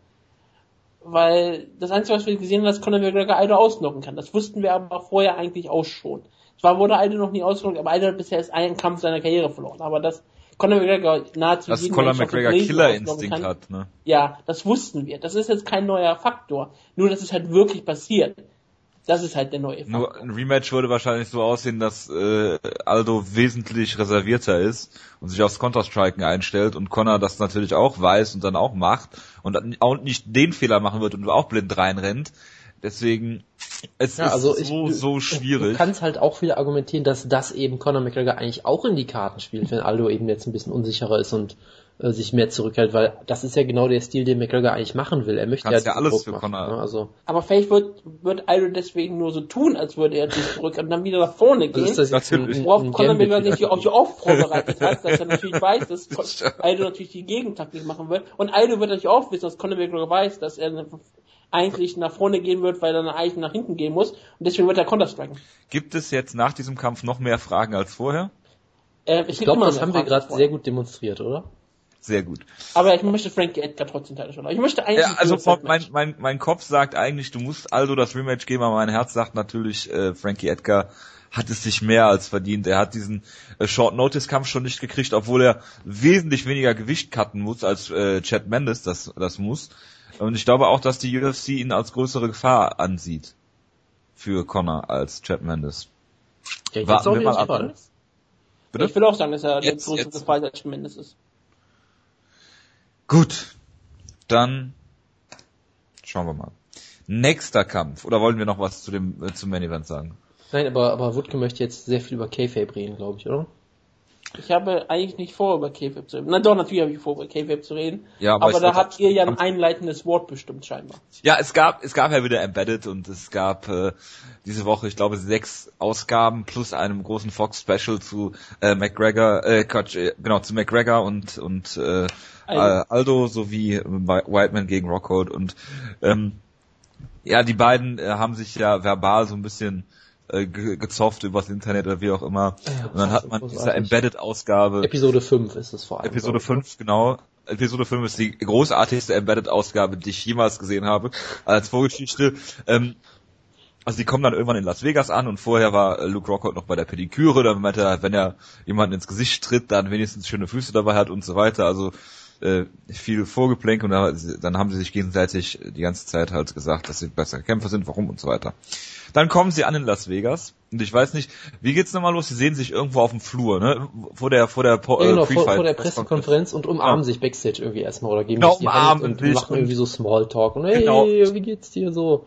Weil das Einzige, was wir gesehen haben, dass Conor McGregor Aldo ausnocken kann. Das wussten wir aber vorher eigentlich auch schon. Zwar wurde Aldo noch nie ausgenockt, aber Aldo hat bisher erst einen Kampf seiner Karriere verloren. Aber das Conor McGregor nahezu dass Conor McGregor Killerinstinkt hat, ne? Ja, das wussten wir. Das ist jetzt kein neuer Faktor. Nur, dass es halt wirklich passiert. Das ist halt der neue Faktor. Nur ein Rematch würde wahrscheinlich so aussehen, dass äh, Aldo wesentlich reservierter ist und sich aufs Counter-Striken einstellt und Conor das natürlich auch weiß und dann auch macht und auch nicht den Fehler machen wird und auch blind reinrennt. Deswegen, es ja, ist also so, ich, so schwierig. Du kannst halt auch wieder argumentieren, dass das eben Conor McGregor eigentlich auch in die Karten spielt, wenn Aldo eben jetzt ein bisschen unsicherer ist und äh, sich mehr zurückhält, weil das ist ja genau der Stil, den McGregor eigentlich machen will. Er möchte kannst ja, ja alles Druck für machen, Conor. Ne? Also, aber vielleicht wird, wird Aldo deswegen nur so tun, als würde er sich zurück und dann wieder nach vorne gehen. ist das jetzt ein, worauf Conor McGregor sich auch oft vorbereitet hat, dass er natürlich weiß, dass Aldo natürlich die Gegentaktik machen wird. Und Aldo wird natürlich auch wissen, dass Conor McGregor weiß, dass er eigentlich nach vorne gehen wird, weil er dann eigentlich nach hinten gehen muss. Und deswegen wird er Counter-Striken. Gibt es jetzt nach diesem Kampf noch mehr Fragen als vorher? Äh, ich glaube, das haben wir gerade sehr gut demonstriert, oder? Sehr gut. Aber ich möchte Frankie Edgar trotzdem Teile schon. Ich möchte eigentlich... Ja, also mein, mein, mein Kopf sagt eigentlich, du musst Aldo das Rematch geben, aber mein Herz sagt natürlich, äh, Frankie Edgar hat es sich mehr als verdient. Er hat diesen äh, Short-Notice-Kampf schon nicht gekriegt, obwohl er wesentlich weniger Gewicht cutten muss, als äh, Chad Mendes das, das muss. Und ich glaube auch, dass die U F C ihn als größere Gefahr ansieht für Conor als Chad Mendes. Ja, warten wir mal ab. Bitte? Ich will auch sagen, dass er jetzt, der größere Gefahr als Chad Mendes ist. Gut, dann schauen wir mal. Nächster Kampf. Oder wollen wir noch was zu dem äh, zum Main Event sagen? Nein, aber aber Wutke möchte jetzt sehr viel über Kayfabe reden, glaube ich, oder? Ich habe eigentlich nicht vor, über Kayfabe zu reden. Na doch, natürlich habe ich vor, über Kayfabe zu reden. Ja, aber aber da habt ihr ja ein einleitendes Wort bestimmt, scheinbar. Ja, es gab es gab ja wieder Embedded und es gab äh, diese Woche, ich glaube, sechs Ausgaben plus einem großen Fox-Special zu äh, McGregor, äh, Quatsch, äh, genau, zu McGregor und und äh, Aldo, Aldo sowie Whiteman gegen Rockhold und ähm, ja, die beiden äh, haben sich ja verbal so ein bisschen Ge- gezofft übers Internet oder wie auch immer. Ja, und dann hat man diese Embedded-Ausgabe. Episode fünf ist es vor allem. Episode fünf, genau. Episode fünf ist die großartigste Embedded-Ausgabe, die ich jemals gesehen habe, als Vorgeschichte. Ähm, also die kommen dann irgendwann in Las Vegas an und vorher war Luke Rockhold noch bei der Pediküre, dann meinte er, wenn er jemanden ins Gesicht tritt, dann wenigstens schöne Füße dabei hat und so weiter. Also äh, viel Vorgeplänk und dann haben sie sich gegenseitig die ganze Zeit halt gesagt, dass sie bessere Kämpfer sind, warum und so weiter. Dann kommen sie an in Las Vegas und ich weiß nicht, wie geht's nochmal los? Sie sehen sich irgendwo auf dem Flur, ne? Vor der vor der po- ja, genau, vor, vor der Pressekonferenz und umarmen ja. sich Backstage irgendwie erstmal oder geben genau, sich die Hand und machen irgendwie so Smalltalk und hey, genau. wie geht's dir so?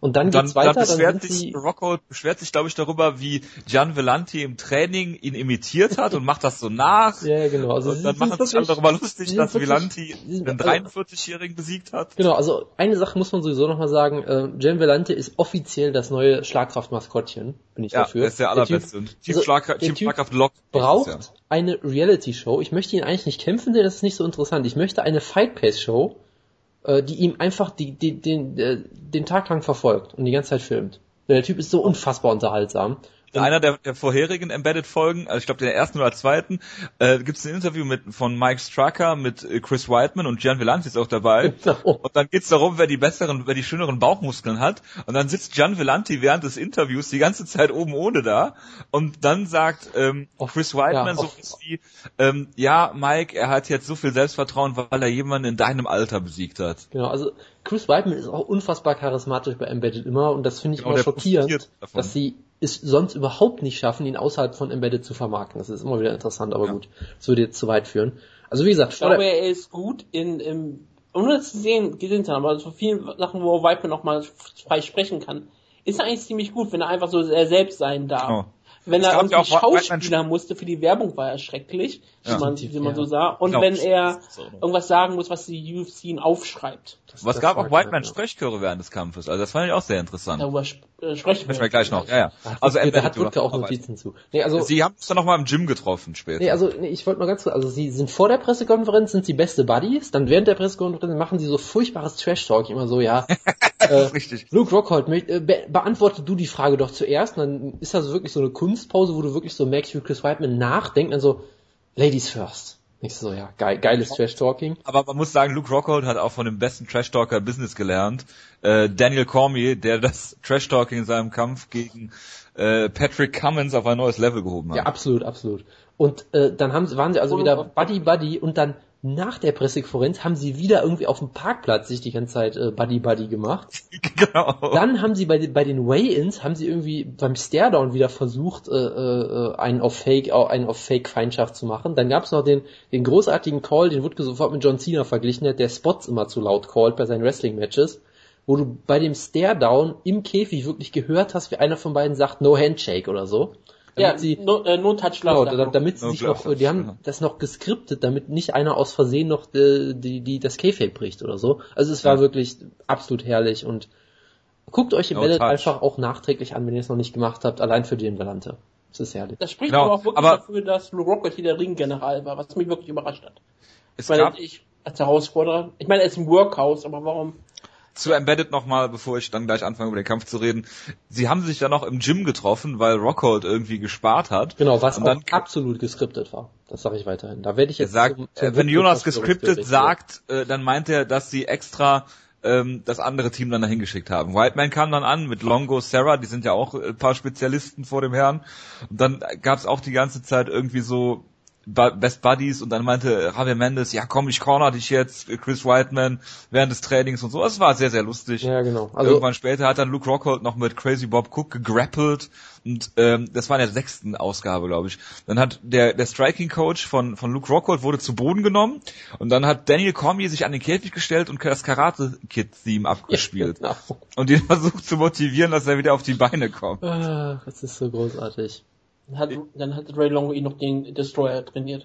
Und dann, und dann geht's weiter, dann beschwert dann sind sich, sie... Rockhold beschwert sich, glaube ich, darüber, wie Gian Vellanti im Training ihn imitiert hat und macht das so nach. Ja, genau. Also und dann machen sich alle darüber lustig, dass Vellanti einen dreiundvierzigjährigen besiegt hat. Genau, also eine Sache muss man sowieso nochmal sagen, äh, Gian Vellanti ist offiziell das neue Schlagkraft-Maskottchen, bin ich ja, dafür. Ja, er ist der allerbeste. Und Team also, Schlagkraft, Team Schlagkraft Lock braucht ja. eine Reality-Show. Ich möchte ihn eigentlich nicht kämpfen, denn das ist nicht so interessant. Ich möchte eine Fight-Pace-Show, äh, die ihm einfach die, die, den, den, den Tag lang verfolgt und die ganze Zeit filmt. Der Typ ist so unfassbar unterhaltsam. In einer der, der vorherigen Embedded-Folgen, also ich glaube der ersten oder zweiten, äh, gibt es ein Interview mit von Mike Strucker mit äh, Chris Weidman und Gian Vellanti ist auch dabei. Oh. Und dann geht's darum, wer die besseren, wer die schöneren Bauchmuskeln hat. Und dann sitzt Gian Vellanti während des Interviews die ganze Zeit oben ohne da. Und dann sagt ähm, Chris Weidman ja, so wie, ähm, ja, Mike, er hat jetzt so viel Selbstvertrauen, weil er jemanden in deinem Alter besiegt hat. Genau, also Chris Weidman ist auch unfassbar charismatisch bei Embedded immer und das finde ich genau, immer schockierend, dass sie es sonst überhaupt nicht schaffen, ihn außerhalb von Embedded zu vermarkten. Das ist immer wieder interessant, aber ja. gut, das würde jetzt zu weit führen. Also wie gesagt, ich glaube, er ist gut in, im, ohne das zu sehen, gesehen zu haben, aber so vielen Sachen, wo Weidman noch mal frei sprechen kann, ist er eigentlich ziemlich gut, wenn er einfach so er selbst sein darf. Oh. Wenn er irgendwie Schauspieler musste, für die Werbung war er schrecklich, ja. wie man, wie man so sah. Und genau. wenn er irgendwas sagen muss, was die U F C ihn aufschreibt. Das, Was das gab auch Weidman Sprechchöre während des Kampfes, also das fand ich auch sehr interessant. Darüber äh, sprechen wir gleich noch, ja, ja. Also er da hat Wutke auch Notizen zu. Nee, also Sie haben es dann noch mal im Gym getroffen später. Nee, also nee, ich wollte mal ganz kurz, also Sie sind vor der Pressekonferenz, sind Sie beste Buddies, dann während der Pressekonferenz machen Sie so furchtbares Trash-Talk, immer so, ja. äh, richtig. Luke Rockhold, äh, be- beantworte du die Frage doch zuerst, und dann ist das wirklich so eine Kunstpause, wo du wirklich so merkst, wie Chris Weidman nachdenkt, dann so, Ladies first. Nicht so, ja, geil, geiles Trash-Talking. Aber man muss sagen, Luke Rockhold hat auch von dem besten Trash-Talker Business gelernt. Äh, Daniel Cormier, der das Trash-Talking in seinem Kampf gegen äh, Patrick Cummins auf ein neues Level gehoben hat. Ja, absolut, absolut. Und äh, dann haben, waren sie also wieder Buddy-Buddy und dann nach der Pressekonferenz haben sie wieder irgendwie auf dem Parkplatz sich die ganze Zeit äh, Buddy-Buddy gemacht. Genau. Dann haben sie bei, bei den Weigh-Ins, haben sie irgendwie beim Staredown wieder versucht, äh, äh, einen auf Fake, einen auf Fake-Feindschaft zu machen. Dann gab es noch den, den großartigen Call, den Wutke sofort mit John Cena verglichen hat, der Spots immer zu laut callt bei seinen Wrestling-Matches, wo du bei dem Staredown im Käfig wirklich gehört hast, wie einer von beiden sagt, no handshake oder so. Damit ja, sie, no, äh, no touch love. Genau, damit sie no sich noch, die haben das noch geskriptet, damit nicht einer aus Versehen noch die, die, die das Käfig bricht oder so. Also es war ja. wirklich absolut herrlich und guckt euch Embedded no einfach auch nachträglich an, wenn ihr es noch nicht gemacht habt, allein für Gian Vellanti. Das ist herrlich. Das spricht genau, aber auch wirklich aber dafür, dass Luke Rockhold hier der Ringgeneral war, was mich wirklich überrascht hat. Es ich meine, gab ich als Herausforderer, ich meine, er ist im Workhouse, aber warum? Zu Embedded nochmal, bevor ich dann gleich anfange, über den Kampf zu reden. Sie haben sich dann noch im Gym getroffen, weil Rockhold irgendwie gespart hat. Genau, was dann auch absolut geskriptet war. Das sage ich weiterhin. Da werde ich jetzt sagt, zum, zum wenn Jonas geskriptet sagt, äh, dann meint er, dass sie extra ähm, das andere Team dann dahin geschickt haben. Whiteman kam dann an mit Longo, Sarah, die sind ja auch ein paar Spezialisten vor dem Herrn. Und dann gab es auch die ganze Zeit irgendwie so Best Buddies und dann meinte Javier Mendes, ja komm, ich corner dich jetzt, Chris Weidman, während des Trainings und so. Es war sehr, sehr lustig. Ja, genau. Also irgendwann später hat dann Luke Rockhold noch mit Crazy Bob Cook gegrappelt und ähm, das war in der sechsten Ausgabe, glaube ich. Dann hat der der Striking Coach von von Luke Rockhold wurde zu Boden genommen und dann hat Daniel Cormier sich an den Käfig gestellt und das Karate Kid Theme abgespielt. Ja, genau. Und ihn versucht zu motivieren, dass er wieder auf die Beine kommt. Ach, das ist so großartig. Dann hat, dann hat Ray Longo ihn noch den Destroyer trainiert.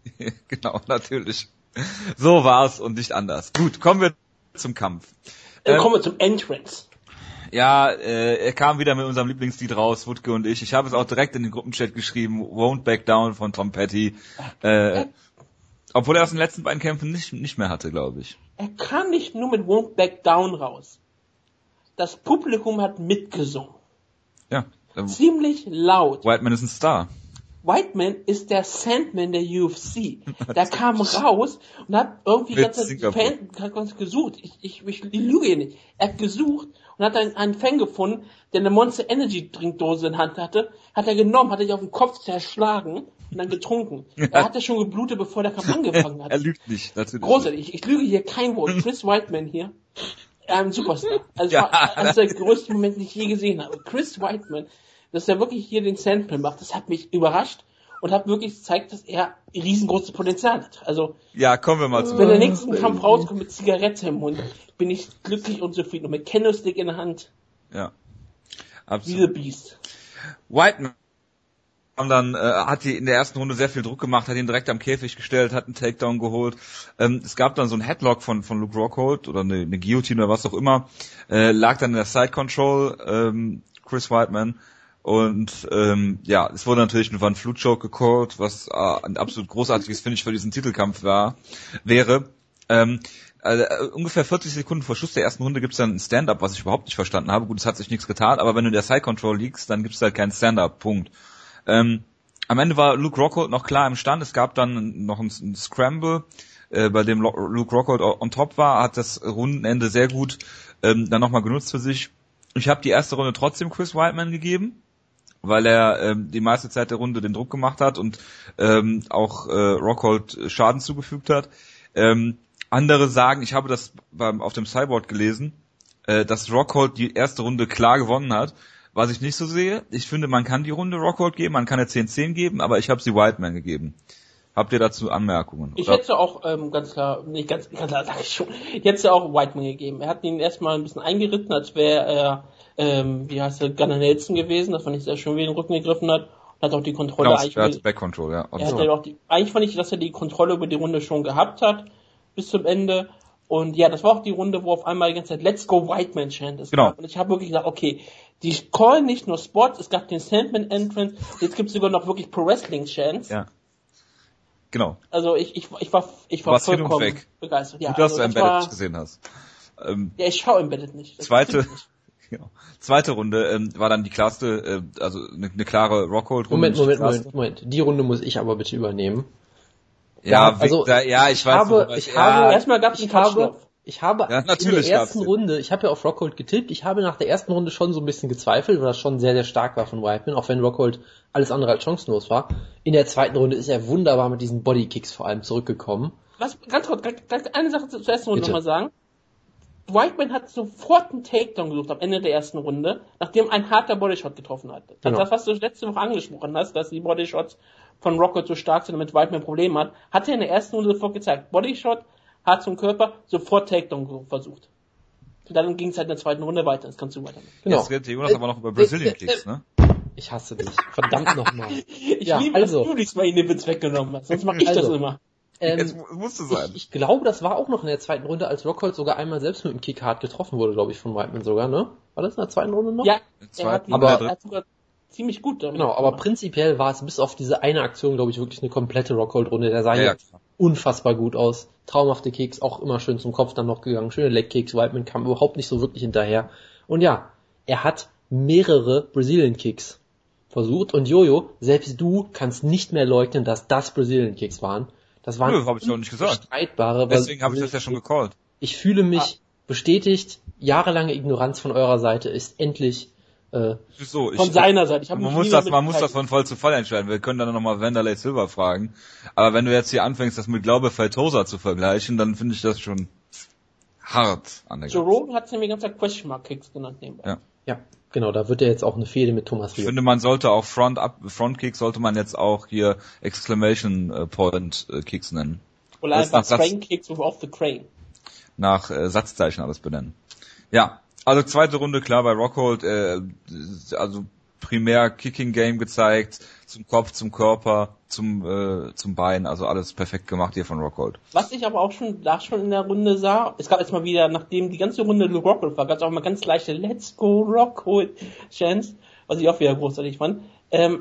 Genau, natürlich. So war's und nicht anders. Gut, kommen wir zum Kampf. Dann ähm, kommen wir zum Entrance. Ja, äh, er kam wieder mit unserem Lieblingslied raus, Wutke und ich. Ich habe es auch direkt in den Gruppenchat geschrieben, Won't Back Down von Tom Petty. Äh, obwohl er aus den letzten beiden Kämpfen nicht, nicht mehr hatte, glaube ich. Er kam nicht nur mit Won't Back Down raus. Das Publikum hat mitgesungen. Ja. Ziemlich laut. Weidman ist ein Star. Weidman ist der Sandman der U F C. Der kam raus und hat irgendwie ganz Fan gesucht. Ich, ich, ich, ich lüge hier nicht. Er hat gesucht und hat einen, einen Fan gefunden, der eine Monster Energy Trinkdose in der Hand hatte. Hat er genommen, hat er sich auf den Kopf zerschlagen und dann getrunken. Er hatte schon geblutet, bevor der Kampf angefangen hat. Er lügt nicht, natürlich. Großartig. Ich, ich lüge hier kein Wort. Chris Weidman hier. Ein Superstar. Also ja, war eines der größten Momente, die ich je gesehen habe. Chris Weidman, dass er wirklich hier den Sandman macht, das hat mich überrascht und hat wirklich gezeigt, dass er riesengroßes Potenzial hat. Also ja, kommen wir mal zu. Wenn der nächste Kampf rauskommt mit Zigarette im Mund, bin ich glücklich und zufrieden und mit Candlestick in der Hand. Ja. Absolut. Diese Beast. Whiteman Und dann äh, hat die in der ersten Runde sehr viel Druck gemacht, hat ihn direkt am Käfig gestellt, hat einen Takedown geholt. Ähm, es gab dann so einen Headlock von von Luke Rockhold oder eine, eine Guillotine oder was auch immer, äh, lag dann in der Side Control, ähm, Chris Weidman. Und ähm, ja, es wurde natürlich ein Van Fleet Choke gecallt, was äh, ein absolut großartiges Finish für diesen Titelkampf war, wäre. Ähm, Also, äh, ungefähr vierzig Sekunden vor Schluss der ersten Runde gibt's dann ein Stand-Up, was ich überhaupt nicht verstanden habe. Gut, es hat sich nichts getan, aber wenn du in der Side-Control liegst, dann gibt's halt keinen Stand-Up, Punkt. Ähm, am Ende war Luke Rockhold noch klar im Stand. Es gab dann noch ein, ein Scramble, äh, bei dem Luke Rockhold on top war, hat das Rundenende sehr gut ähm, dann nochmal genutzt für sich. Ich habe die erste Runde trotzdem Chris Weidman gegeben, weil er ähm, die meiste Zeit der Runde den Druck gemacht hat und ähm, auch äh, Rockhold Schaden zugefügt hat. Ähm, Andere sagen, ich habe das beim, auf dem Cyborg gelesen, äh, dass Rockhold die erste Runde klar gewonnen hat, was ich nicht so sehe. Ich finde, man kann die Runde Rockhold geben, man kann ja zehn zehn geben, aber ich habe sie Weidman gegeben. Habt ihr dazu Anmerkungen? Ich oder? hätte auch ähm, ganz klar, nicht ganz, ganz klar sag ich schon, ich hätte auch Weidman gegeben. Er hat ihn erstmal ein bisschen eingeritten, als wäre er, ähm, wie heißt er, Gunnar Nelson gewesen, dass man nicht sehr schön wie den Rücken gegriffen hat. Hat auch die Kontrolle genau, eigentlich. Er hat Back Control, ja. Er hat auch die, eigentlich fand ich, dass er die Kontrolle über die Runde schon gehabt hat bis zum Ende. Und ja, das war auch die Runde, wo auf einmal die ganze Zeit Let's Go Weidman chant ist. Genau. Und ich habe wirklich gesagt, okay, die callen nicht nur Spots, es gab den Sandman Entrance, jetzt gibt es sogar noch wirklich Pro Wrestling Chants. Ja. Genau. Also ich, ich, ich war, ich war vollkommen weg. begeistert. Ja, Gut, dass also du Embedded war, nicht gesehen hast. Ähm, ja, ich schaue Embedded nicht. Das zweite, nicht. Genau. Zweite Runde ähm, war dann die klarste, äh, also eine ne klare Rockhold-Runde. Moment, Moment, Moment, Moment. Die Runde muss ich aber bitte übernehmen. Ja, ja, also da, ja, ich, ich weiß. Habe, ich ja, habe, erstmal gab es einen habe, ich habe ja, in der ersten Runde, ich habe ja auf Rockhold getippt, ich habe nach der ersten Runde schon so ein bisschen gezweifelt, weil das schon sehr, sehr stark war von Weidman, auch wenn Rockhold alles andere als chancenlos war. In der zweiten Runde ist er wunderbar mit diesen Bodykicks vor allem zurückgekommen. Was, ganz kurz, ganz eine Sache zur ersten Runde nochmal sagen. Weidman hat sofort einen Takedown gesucht am Ende der ersten Runde, nachdem ein harter Bodyshot getroffen hat. Genau. Das, was du letzte Woche angesprochen hast, dass die Bodyshots von Rockhold so stark sind, damit Weidman ein Problem hat, hat er in der ersten Runde sofort gezeigt. Bodyshot, hart zum Körper, sofort Takedown versucht. Und dann ging es halt in der zweiten Runde weiter. Das kannst du weitermachen. Genau. Jetzt redet Jonas äh, aber noch über Brazilian äh, Kicks, ne? Ich hasse dich. Verdammt nochmal. Ich ja, liebe, also, dass du nichts bei Nippets weggenommen hast. Sonst mache ich also, das immer. Ähm, Jetzt musste sein. Ich, ich glaube, das war auch noch in der zweiten Runde, als Rockhold sogar einmal selbst mit dem Kick hart getroffen wurde, glaube ich, von Weidman sogar, ne? War das in der zweiten Runde noch? Ja, er hat, aber, er hat sogar ziemlich gut damit Genau, aber prinzipiell war es bis auf diese eine Aktion, glaube ich, wirklich eine komplette Rockhold-Runde. Der sah ja, ja ja unfassbar gut aus. Traumhafte Kicks, auch immer schön zum Kopf dann noch gegangen. Schöne Leg-Kicks, Weidman kam überhaupt nicht so wirklich hinterher. Und ja, er hat mehrere Brazilian Kicks versucht. Und Jojo, selbst du kannst nicht mehr leugnen, dass das Brazilian Kicks waren. Das waren Nö, hab ich doch nicht gesagt. Streitbare. Deswegen habe ich das ja schon gecallt. Ich fühle mich ah. bestätigt. Jahrelange Ignoranz von eurer Seite ist endlich äh, so, ich, von seiner Seite. Ich hab man muss das, man muss das von Fall zu Fall entscheiden. Wir können dann nochmal Wanderlei Silver fragen. Aber wenn du jetzt hier anfängst, das mit Glaube Feitosa zu vergleichen, dann finde ich das schon hart an der Joe Rogan hat es nämlich ganz Zeit Question Mark Kicks genannt nebenbei. Ja. ja, genau. Da wird ja jetzt auch eine Fehde mit Thomas Rio. Ich finde, man sollte auch Front Up, Front Kicks sollte man jetzt auch hier Exclamation Point Kicks nennen. Oder einfach Crane Kicks off the Crane. Nach äh, Satzzeichen alles benennen. Ja, also zweite Runde klar bei Rockhold, äh, also primär Kicking Game gezeigt, zum Kopf, zum Körper, zum äh, zum Bein, also alles perfekt gemacht hier von Rockhold. Was ich aber auch schon da schon in der Runde sah, es gab jetzt mal wieder, nachdem die ganze Runde Rockhold war, gab es auch mal ganz leichte Let's Go Rockhold Chance, was ich auch wieder großartig fand. Ähm,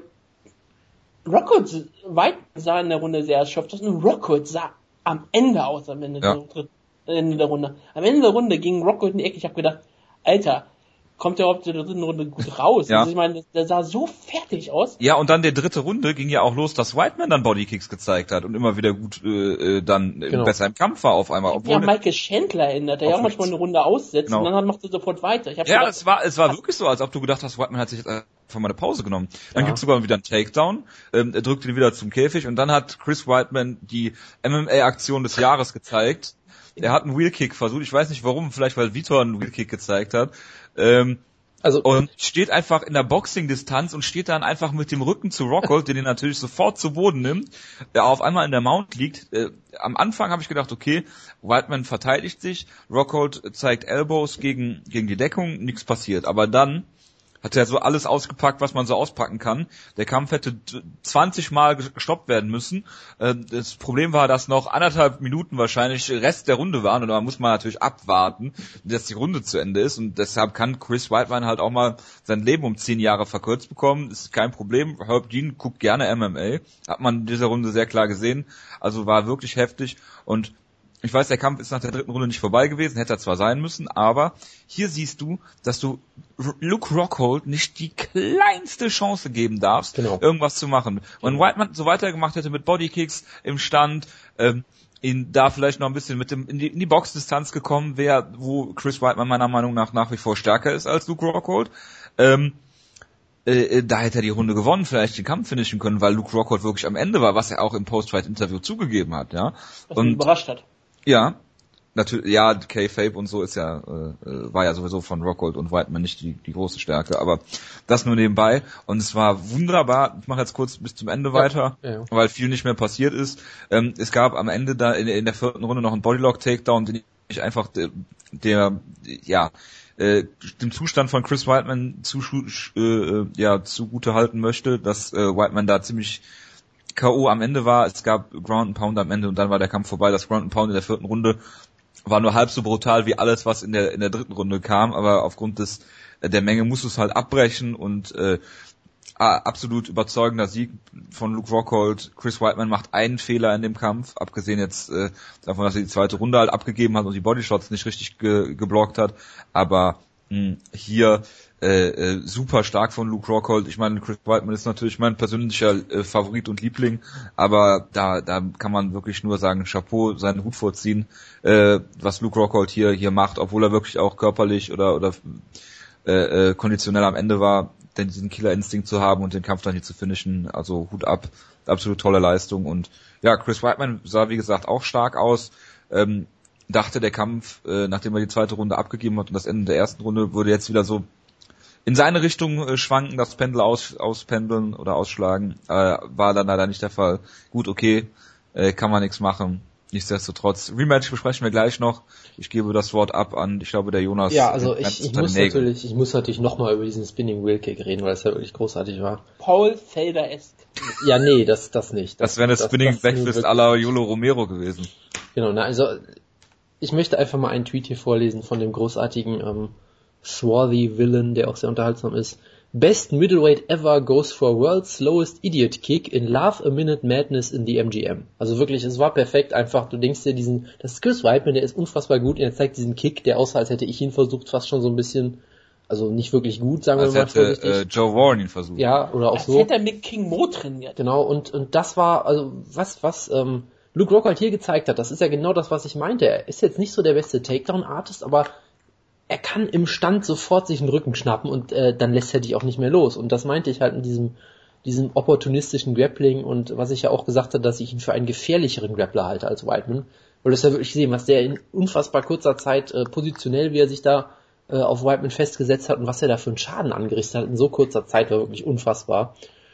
Rockhold weit sah in der Runde sehr erschöpft aus und Rockhold sah am Ende aus, am Ende, ja. der, Ende der Runde. Am Ende der Runde ging Rockhold in die Ecke. Ich habe gedacht, Alter, kommt der überhaupt in der dritten Runde gut raus? Ja. Also ich meine, der sah so fertig aus. Ja, und dann der dritte Runde ging ja auch los, dass Weidman dann Bodykicks gezeigt hat und immer wieder gut äh, dann genau. besser im Kampf war auf einmal. Obwohl ja, Michael Chandler erinnert, der ja auch manchmal eine Runde aussetzt genau. und dann macht er sofort weiter. Ich hab ja, gedacht, es war es war wirklich so, als ob du gedacht hast, Weidman hat sich jetzt einfach mal eine Pause genommen. Dann ja. gibt's sogar wieder einen Takedown, ähm, er drückt ihn wieder zum Käfig und dann hat Chris Weidman die M M A-Aktion des Jahres gezeigt. Er hat einen Wheelkick versucht, ich weiß nicht warum, vielleicht weil Vitor einen Wheelkick gezeigt hat. Ähm, Also, und steht einfach in der Boxing-Distanz und steht dann einfach mit dem Rücken zu Rockhold, den ihn natürlich sofort zu Boden nimmt, der auf einmal in der Mount liegt. Äh, am Anfang habe ich gedacht, okay, Weidman verteidigt sich, Rockhold zeigt Elbows gegen gegen die Deckung, nichts passiert. Aber dann hat er so alles ausgepackt, was man so auspacken kann. Der Kampf hätte zwanzig Mal gestoppt werden müssen. Das Problem war, dass noch anderthalb Minuten wahrscheinlich Rest der Runde waren und da muss man natürlich abwarten, dass die Runde zu Ende ist und deshalb kann Chris Weidman halt auch mal sein Leben um zehn Jahre verkürzt bekommen. Das ist kein Problem. Herb Dean guckt gerne M M A. Hat man in dieser Runde sehr klar gesehen. Also war wirklich heftig und ich weiß, der Kampf ist nach der dritten Runde nicht vorbei gewesen, hätte er zwar sein müssen, aber hier siehst du, dass du Luke Rockhold nicht die kleinste Chance geben darfst, genau. irgendwas zu machen. Wenn Weidman so weitergemacht hätte mit Bodykicks im Stand, ähm, ihn da vielleicht noch ein bisschen mit dem in die, in die Boxdistanz gekommen wäre, wo Chris Weidman meiner Meinung nach nach wie vor stärker ist als Luke Rockhold, ähm, äh, da hätte er die Runde gewonnen, vielleicht den Kampf finishen können, weil Luke Rockhold wirklich am Ende war, was er auch im Post-Fight-Interview zugegeben hat, ja. Was ihn überrascht hat. Ja, natürlich, ja, K-Fape und so ist ja, äh, war ja sowieso von Rockhold und Weidman nicht die, die große Stärke, aber das nur nebenbei und es war wunderbar, ich mache jetzt kurz bis zum Ende ja, weiter, ja. weil viel nicht mehr passiert ist. Ähm, es gab am Ende da in, in der vierten Runde noch einen Bodylock-Takedown, den ich einfach der, der ja, äh, dem Zustand von Chris Weidman zu, äh, ja, zugute halten möchte, dass äh, Weidman da ziemlich K O am Ende war, es gab Ground and Pound am Ende und dann war der Kampf vorbei. Das Ground and Pound in der vierten Runde war nur halb so brutal wie alles, was in der in der dritten Runde kam, aber aufgrund des der Menge musst du es halt abbrechen und äh, absolut überzeugender Sieg von Luke Rockhold. Chris Weidman macht einen Fehler in dem Kampf, abgesehen jetzt äh, davon, dass er die zweite Runde halt abgegeben hat und die Bodyshots nicht richtig ge- geblockt hat, aber mh, hier Äh, äh, super stark von Luke Rockhold. Ich meine, Chris Weidman ist natürlich mein persönlicher äh, Favorit und Liebling, aber da da kann man wirklich nur sagen, Chapeau, seinen Hut vorziehen, äh, was Luke Rockhold hier hier macht, obwohl er wirklich auch körperlich oder oder äh, äh, konditionell am Ende war, denn diesen Killerinstinkt zu haben und den Kampf dann hier zu finishen, also Hut ab, absolut tolle Leistung und ja, Chris Weidman sah wie gesagt auch stark aus. Ähm, dachte der Kampf, äh, nachdem er die zweite Runde abgegeben hat und das Ende der ersten Runde, würde jetzt wieder so in seine Richtung äh, schwanken, das Pendel aus, auspendeln oder ausschlagen, äh, war dann leider nicht der Fall. Gut, okay, äh, kann man nichts machen. Nichtsdestotrotz, Rematch besprechen wir gleich noch. Ich gebe das Wort ab an, ich glaube, der Jonas. Ja, also ich, ich muss natürlich, ich muss natürlich nochmal über diesen Spinning Wheel Kick reden, weil es ja wirklich großartig war. Paul Felder-esque. Ja, nee, das, das nicht. Das, das wäre eine Spinning Backfist à la Yolo Romero gewesen. Genau, na, also, ich möchte einfach mal einen Tweet hier vorlesen von dem großartigen, ähm, Swarthy Villain, der auch sehr unterhaltsam ist. Best middleweight ever goes for world's slowest idiot kick in Love a Minute Madness in the M G M. Also wirklich, es war perfekt einfach. Du denkst dir diesen, das ist Chris Weidman, der ist unfassbar gut und er zeigt diesen Kick, der aussah, als hätte ich ihn versucht, fast schon so ein bisschen, also nicht wirklich gut, sagen als wir mal vorsichtig. Äh, Joe Warren ihn versucht. Ja, oder auch als so. Als hätte er mit King Mo trainiert. Genau, und, und das war, also, was, was, ähm, Luke Rockhold hier gezeigt hat, das ist ja genau das, was ich meinte. Er ist jetzt nicht so der beste Takedown-Artist, aber er kann im Stand sofort sich einen Rücken schnappen und äh, dann lässt er dich auch nicht mehr los. Und das meinte ich halt in diesem diesem opportunistischen Grappling und was ich ja auch gesagt habe, dass ich ihn für einen gefährlicheren Grappler halte als Weidman. Weil das ja wirklich sehen, was der in unfassbar kurzer Zeit äh, positionell, wie er sich da äh, auf Weidman festgesetzt hat und was er da für einen Schaden angerichtet hat in so kurzer Zeit, war wirklich unfassbar.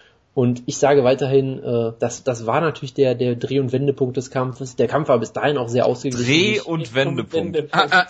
Und ich sage weiterhin, äh, das, das war natürlich der, der Dreh- und Wendepunkt des Kampfes. Der Kampf war bis dahin auch sehr ausgeglichen. Dreh- und Wendepunkt.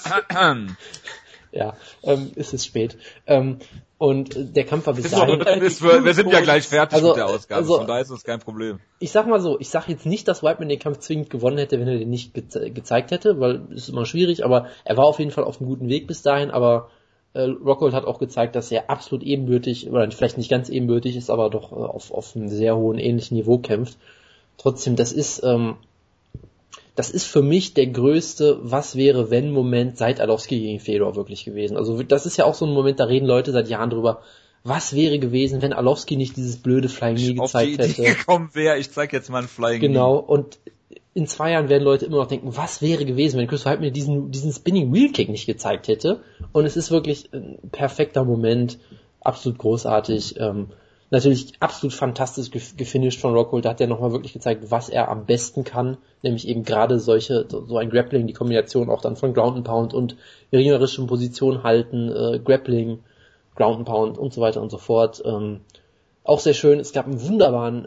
Ja, ähm, ist es spät. Ähm, und der Kampf war bis dahin... Ist, wir sind ja gleich fertig also, mit der Ausgabe, also, von daher ist das kein Problem. Ich sag mal so, ich sag jetzt nicht, dass Weidman den Kampf zwingend gewonnen hätte, wenn er den nicht ge- gezeigt hätte, weil es ist immer schwierig, aber er war auf jeden Fall auf einem guten Weg bis dahin, aber äh, Rockhold hat auch gezeigt, dass er absolut ebenbürtig, oder vielleicht nicht ganz ebenbürtig ist, aber doch äh, auf, auf einem sehr hohen ähnlichen Niveau kämpft. Trotzdem, das ist... Ähm, Das ist für mich der größte Was-wäre-wenn-Moment seit Arlovski gegen Fedor wirklich gewesen. Also das ist ja auch so ein Moment, da reden Leute seit Jahren drüber, was wäre gewesen, wenn Arlovski nicht dieses blöde Flying Knee gezeigt hätte. Auf die Idee gekommen wäre, ich zeig jetzt mal ein Flying Knee. Genau, und in zwei Jahren werden Leute immer noch denken, was wäre gewesen, wenn Chris Weidman diesen, diesen Spinning Wheel Kick nicht gezeigt hätte. Und es ist wirklich ein perfekter Moment, absolut großartig. Ähm, Natürlich absolut fantastisch gefinisht von Rockhold, da hat er nochmal wirklich gezeigt, was er am besten kann, nämlich eben gerade solche, so ein Grappling, die Kombination auch dann von Ground and Pound und ringerischen Position halten, äh, Grappling, Ground and Pound und so weiter und so fort. Ähm, auch sehr schön. Es gab einen wunderbaren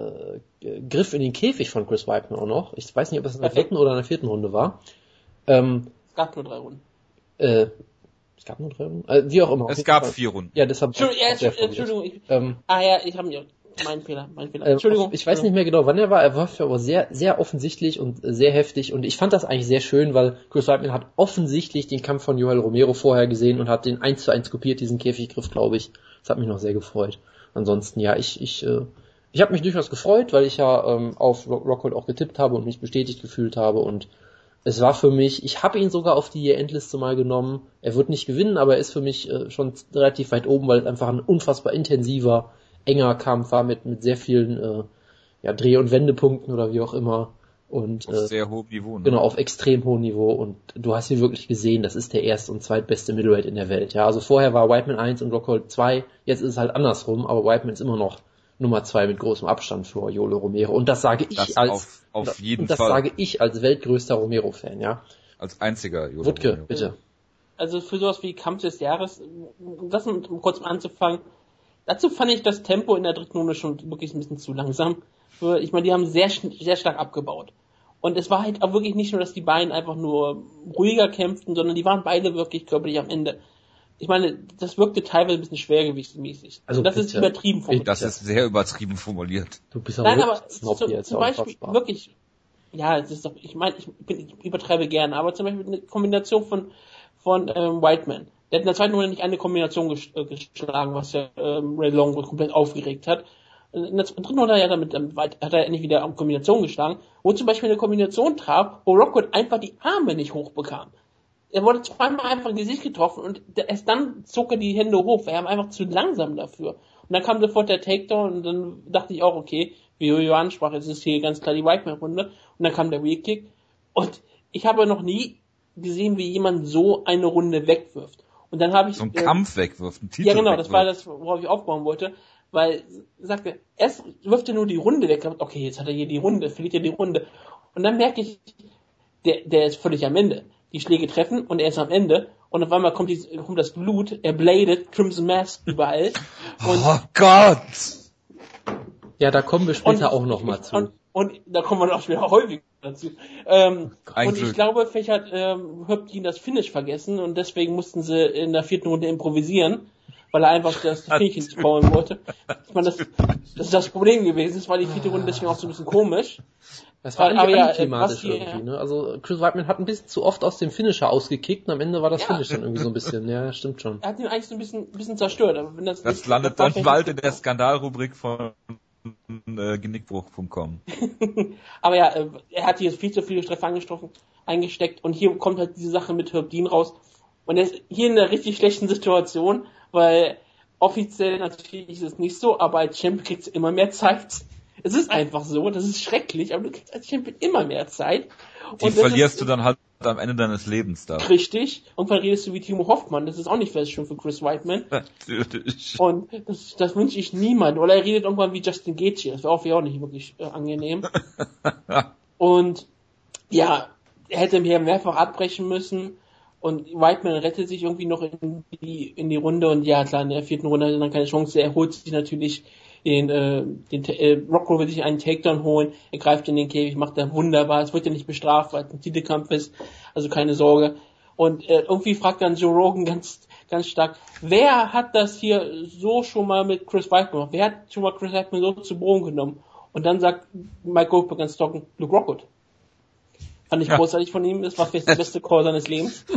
äh, äh, Griff in den Käfig von Chris Weidman auch noch. Ich weiß nicht, ob das in der dritten oder in der vierten Runde war. Ähm, es gab nur drei Runden. Äh, es gab nur drei Runden? Äh, wie auch immer. Es gab Fall. vier Runden. Ja, deshalb. Entschuldigung, ja, Entschuldigung ich, ähm, ah ja, ich habe mir mein Fehler, mein Fehler. Entschuldigung. Äh, ich weiß nicht mehr genau, wann er war. Er war aber sehr, sehr offensichtlich und sehr heftig. Und ich fand das eigentlich sehr schön, weil Chris Weidman hat offensichtlich den Kampf von Yoel Romero vorher gesehen und hat den eins zu eins kopiert, diesen Käfiggriff, glaube ich. Das hat mich noch sehr gefreut. Ansonsten, ja, ich, ich, äh, ich habe mich durchaus gefreut, weil ich ja ähm, auf Rockhold auch getippt habe und mich bestätigt gefühlt habe und es war für mich, ich habe ihn sogar auf die Endliste mal genommen. Er wird nicht gewinnen, aber er ist für mich äh, schon relativ weit oben, weil es einfach ein unfassbar intensiver, enger Kampf war mit mit sehr vielen äh, ja, Dreh- und Wendepunkten oder wie auch immer. Und, auf äh, sehr hohem Niveau. Ne? Genau, auf extrem hohem Niveau. Und du hast hier wirklich gesehen, das ist der erste und zweitbeste Middleweight in der Welt. Ja, also vorher war Weidman eins und Rockhold zwei, jetzt ist es halt andersrum, aber Weidman ist immer noch Nummer zwei mit großem Abstand vor Yoel Romero. Und das sage ich das als auf, auf jeden und das Fall. sage ich als weltgrößter Romero-Fan, ja. Als einziger Yoel Wutke, Romero. Bitte. Also für sowas wie Kampf des Jahres, das um kurz mal anzufangen, dazu fand ich das Tempo in der dritten Runde schon wirklich ein bisschen zu langsam. Für, ich meine, die haben sehr sehr stark abgebaut. Und es war halt auch wirklich nicht nur, dass die beiden einfach nur ruhiger kämpften, sondern die waren beide wirklich körperlich am Ende. Ich meine, das wirkte teilweise ein bisschen schwergewichtsmäßig. Also das bitte, ist übertrieben formuliert. Das ist sehr übertrieben formuliert. Du bist Nein, aber so, zum Beispiel wirklich, ja, es ist doch, ich meine, ich, bin, ich übertreibe gerne, aber zum Beispiel eine Kombination von von ähm, Weidman. Der hat in der zweiten Runde nicht eine Kombination ges- äh, geschlagen, was ja ähm, Ray Long komplett aufgeregt hat. In der dritten Runde hat er damit ähm, hat er endlich wieder eine Kombination geschlagen, wo zum Beispiel eine Kombination traf, wo Rockwood einfach die Arme nicht hochbekam. Er wurde zweimal einfach im Gesicht getroffen und erst dann zog er die Hände hoch. Er war einfach zu langsam dafür. Und dann kam sofort der Takedown und dann dachte ich auch, okay, wie Johann sprach, jetzt ist hier ganz klar die Weidman-Runde. Und dann kam der Wheel-Kick. Und ich habe noch nie gesehen, wie jemand so eine Runde wegwirft. Und dann habe ich... So einen äh, Kampf wegwirft, einen Titel Ja genau, wegwirft. Das war das, worauf ich aufbauen wollte. Weil, sagte, erst wirft er nur die Runde weg. Okay, jetzt hat er hier die Runde, verliert er die Runde. Und dann merke ich, der, der ist völlig am Ende. Die Schläge treffen und er ist am Ende und auf einmal kommt, die, kommt das Blut, er bladet, Crimson Mask überall. Und oh Gott! Ja, da kommen wir später und, auch nochmal zu. Und, und da kommen wir auch später häufig dazu. Ähm, und ich glaube, vielleicht hat ähm, Höptin das Finish vergessen und deswegen mussten sie in der vierten Runde improvisieren, weil er einfach das Finish nicht bauen wollte. Ich meine, das, das ist das Problem gewesen. Das war die vierte Runde deswegen auch so ein bisschen komisch. Das war eigentlich unklimatisch ja, irgendwie, ne? Also Chris Weidman hat ein bisschen zu oft aus dem Finisher ausgekickt und am Ende war das ja. Finish dann irgendwie so ein bisschen, ja, stimmt schon. Er hat ihn eigentlich so ein bisschen, ein bisschen zerstört. Aber wenn das das nicht, landet dann bald in der Skandalrubrik von äh, Genickbruch punkt com. Aber ja, er hat hier viel zu viele Treffer angestochen, eingesteckt und hier kommt halt diese Sache mit Höptin raus und er ist hier in einer richtig schlechten Situation, weil offiziell natürlich ist es nicht so, aber als Champ kriegst du immer mehr Zeit. Es ist einfach so, das ist schrecklich, aber du kriegst als Champion immer mehr Zeit. Die verlierst ist, du dann halt am Ende deines Lebens da. Richtig. Irgendwann redest du wie Timo Hoffmann, das ist auch nicht sehr schön für Chris Weidman. Natürlich. Und das, das wünsche ich niemandem. Oder er redet irgendwann wie Justin Gaethje, das wäre auch, auch nicht wirklich äh, angenehm. Und ja, er hätte hier mehrfach abbrechen müssen und Weidman rettet sich irgendwie noch in die, in die Runde und ja, klar, in der vierten Runde hat er dann keine Chance, er holt sich natürlich den, äh, den äh, Rockhold will sich einen Takedown holen, er greift in den Käfig, macht er wunderbar, es wird ja nicht bestraft, weil es ein Titelkampf ist, also keine Sorge. Und äh, irgendwie fragt dann Joe Rogan ganz ganz stark, wer hat das hier so schon mal mit Chris Weidman gemacht? Wer hat schon mal Chris Weidman so zu Boden genommen? Und dann sagt Mike Goldberg ganz trocken, Luke Rockhold. Fand ich ja. großartig von ihm, das war vielleicht der beste Call seines Lebens.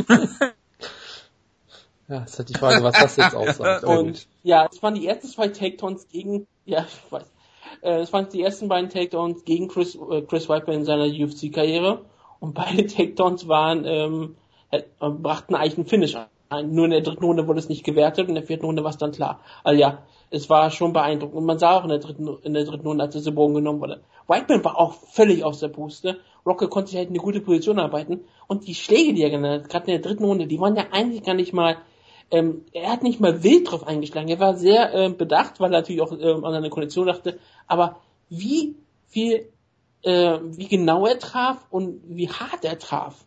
Ja, ist halt die Frage, was das jetzt aussagt. Und ja, es waren die ersten zwei Takedowns gegen, ja, ich weiß, äh, es waren die ersten beiden Takedowns gegen Chris, äh, Chris Weidman in seiner U F C-Karriere und beide Takedowns waren, ähm, äh, brachten eigentlich einen Finish ein. Nur in der dritten Runde wurde es nicht gewertet und in der vierten Runde war es dann klar. Also ja, es war schon beeindruckend und man sah auch in der dritten, in der dritten Runde, als er zu Boden genommen wurde. Weidman war auch völlig aus der Puste. Rocker konnte sich halt in eine gute Position arbeiten und die Schläge, die er genannt hat, gerade in der dritten Runde, die waren ja eigentlich gar nicht mal Ähm, er hat nicht mal wild drauf eingeschlagen. Er war sehr äh, bedacht, weil er natürlich auch ähm, an seine Kondition dachte. Aber wie viel, äh, wie genau er traf und wie hart er traf,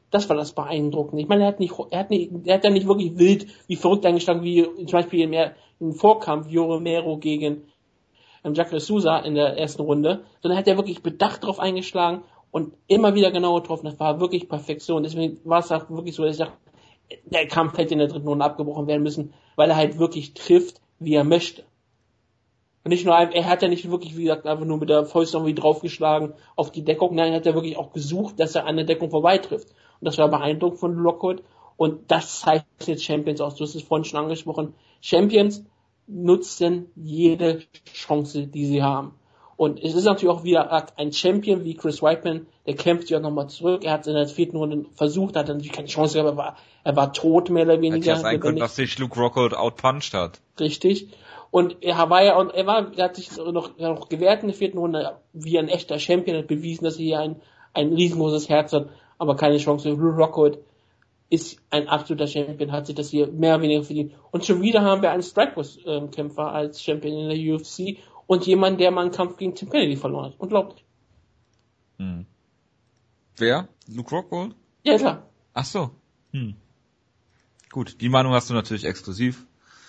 Das war das Beeindruckende. Ich meine, er hat nicht, er hat nicht, er hat ja nicht wirklich wild, wie verrückt eingeschlagen, wie zum Beispiel im, im Vorkampf Yoel Romero gegen ähm, Jacare Souza in der ersten Runde, sondern er hat ja wirklich bedacht drauf eingeschlagen und immer wieder genau getroffen. Das war wirklich Perfektion. Deswegen war es auch wirklich so, dass ich dachte, der Kampf hätte in der dritten Runde abgebrochen werden müssen, weil er halt wirklich trifft, wie er möchte. Und nicht nur, er hat ja nicht wirklich, wie gesagt, einfach nur mit der Faust irgendwie draufgeschlagen auf die Deckung, nein, er hat ja wirklich auch gesucht, dass er an der Deckung vorbeitrifft. Und das war beeindruckend von Lockwood. Und das zeichnet Champions aus. Du hast es vorhin schon angesprochen. Champions nutzen jede Chance, die sie haben. Und es ist natürlich auch wieder ein Champion wie Chris Weidman, der kämpft ja nochmal zurück. Er hat es in der vierten Runde versucht, hat natürlich keine Chance gehabt, aber er war, er war tot, mehr oder weniger. Hätte ja sein können, dass sich Luke Rockhold outpunched hat. Richtig. Und er war ja, und er war, er hat sich noch, noch gewehrt in der vierten Runde, wie ein echter Champion, hat bewiesen, dass er hier ein, ein riesengroßes Herz hat, aber keine Chance. Luke Rockhold ist ein absoluter Champion, hat sich das hier mehr oder weniger verdient. Und schon wieder haben wir einen Strikeforce-Kämpfer als Champion in der U F C und jemand, der mal einen Kampf gegen Tim Kennedy verloren hat. Unglaublich. Hm. Wer? Luke Rockhold? Ja, klar. Ach so. Hm. Gut, die Meinung hast du natürlich exklusiv.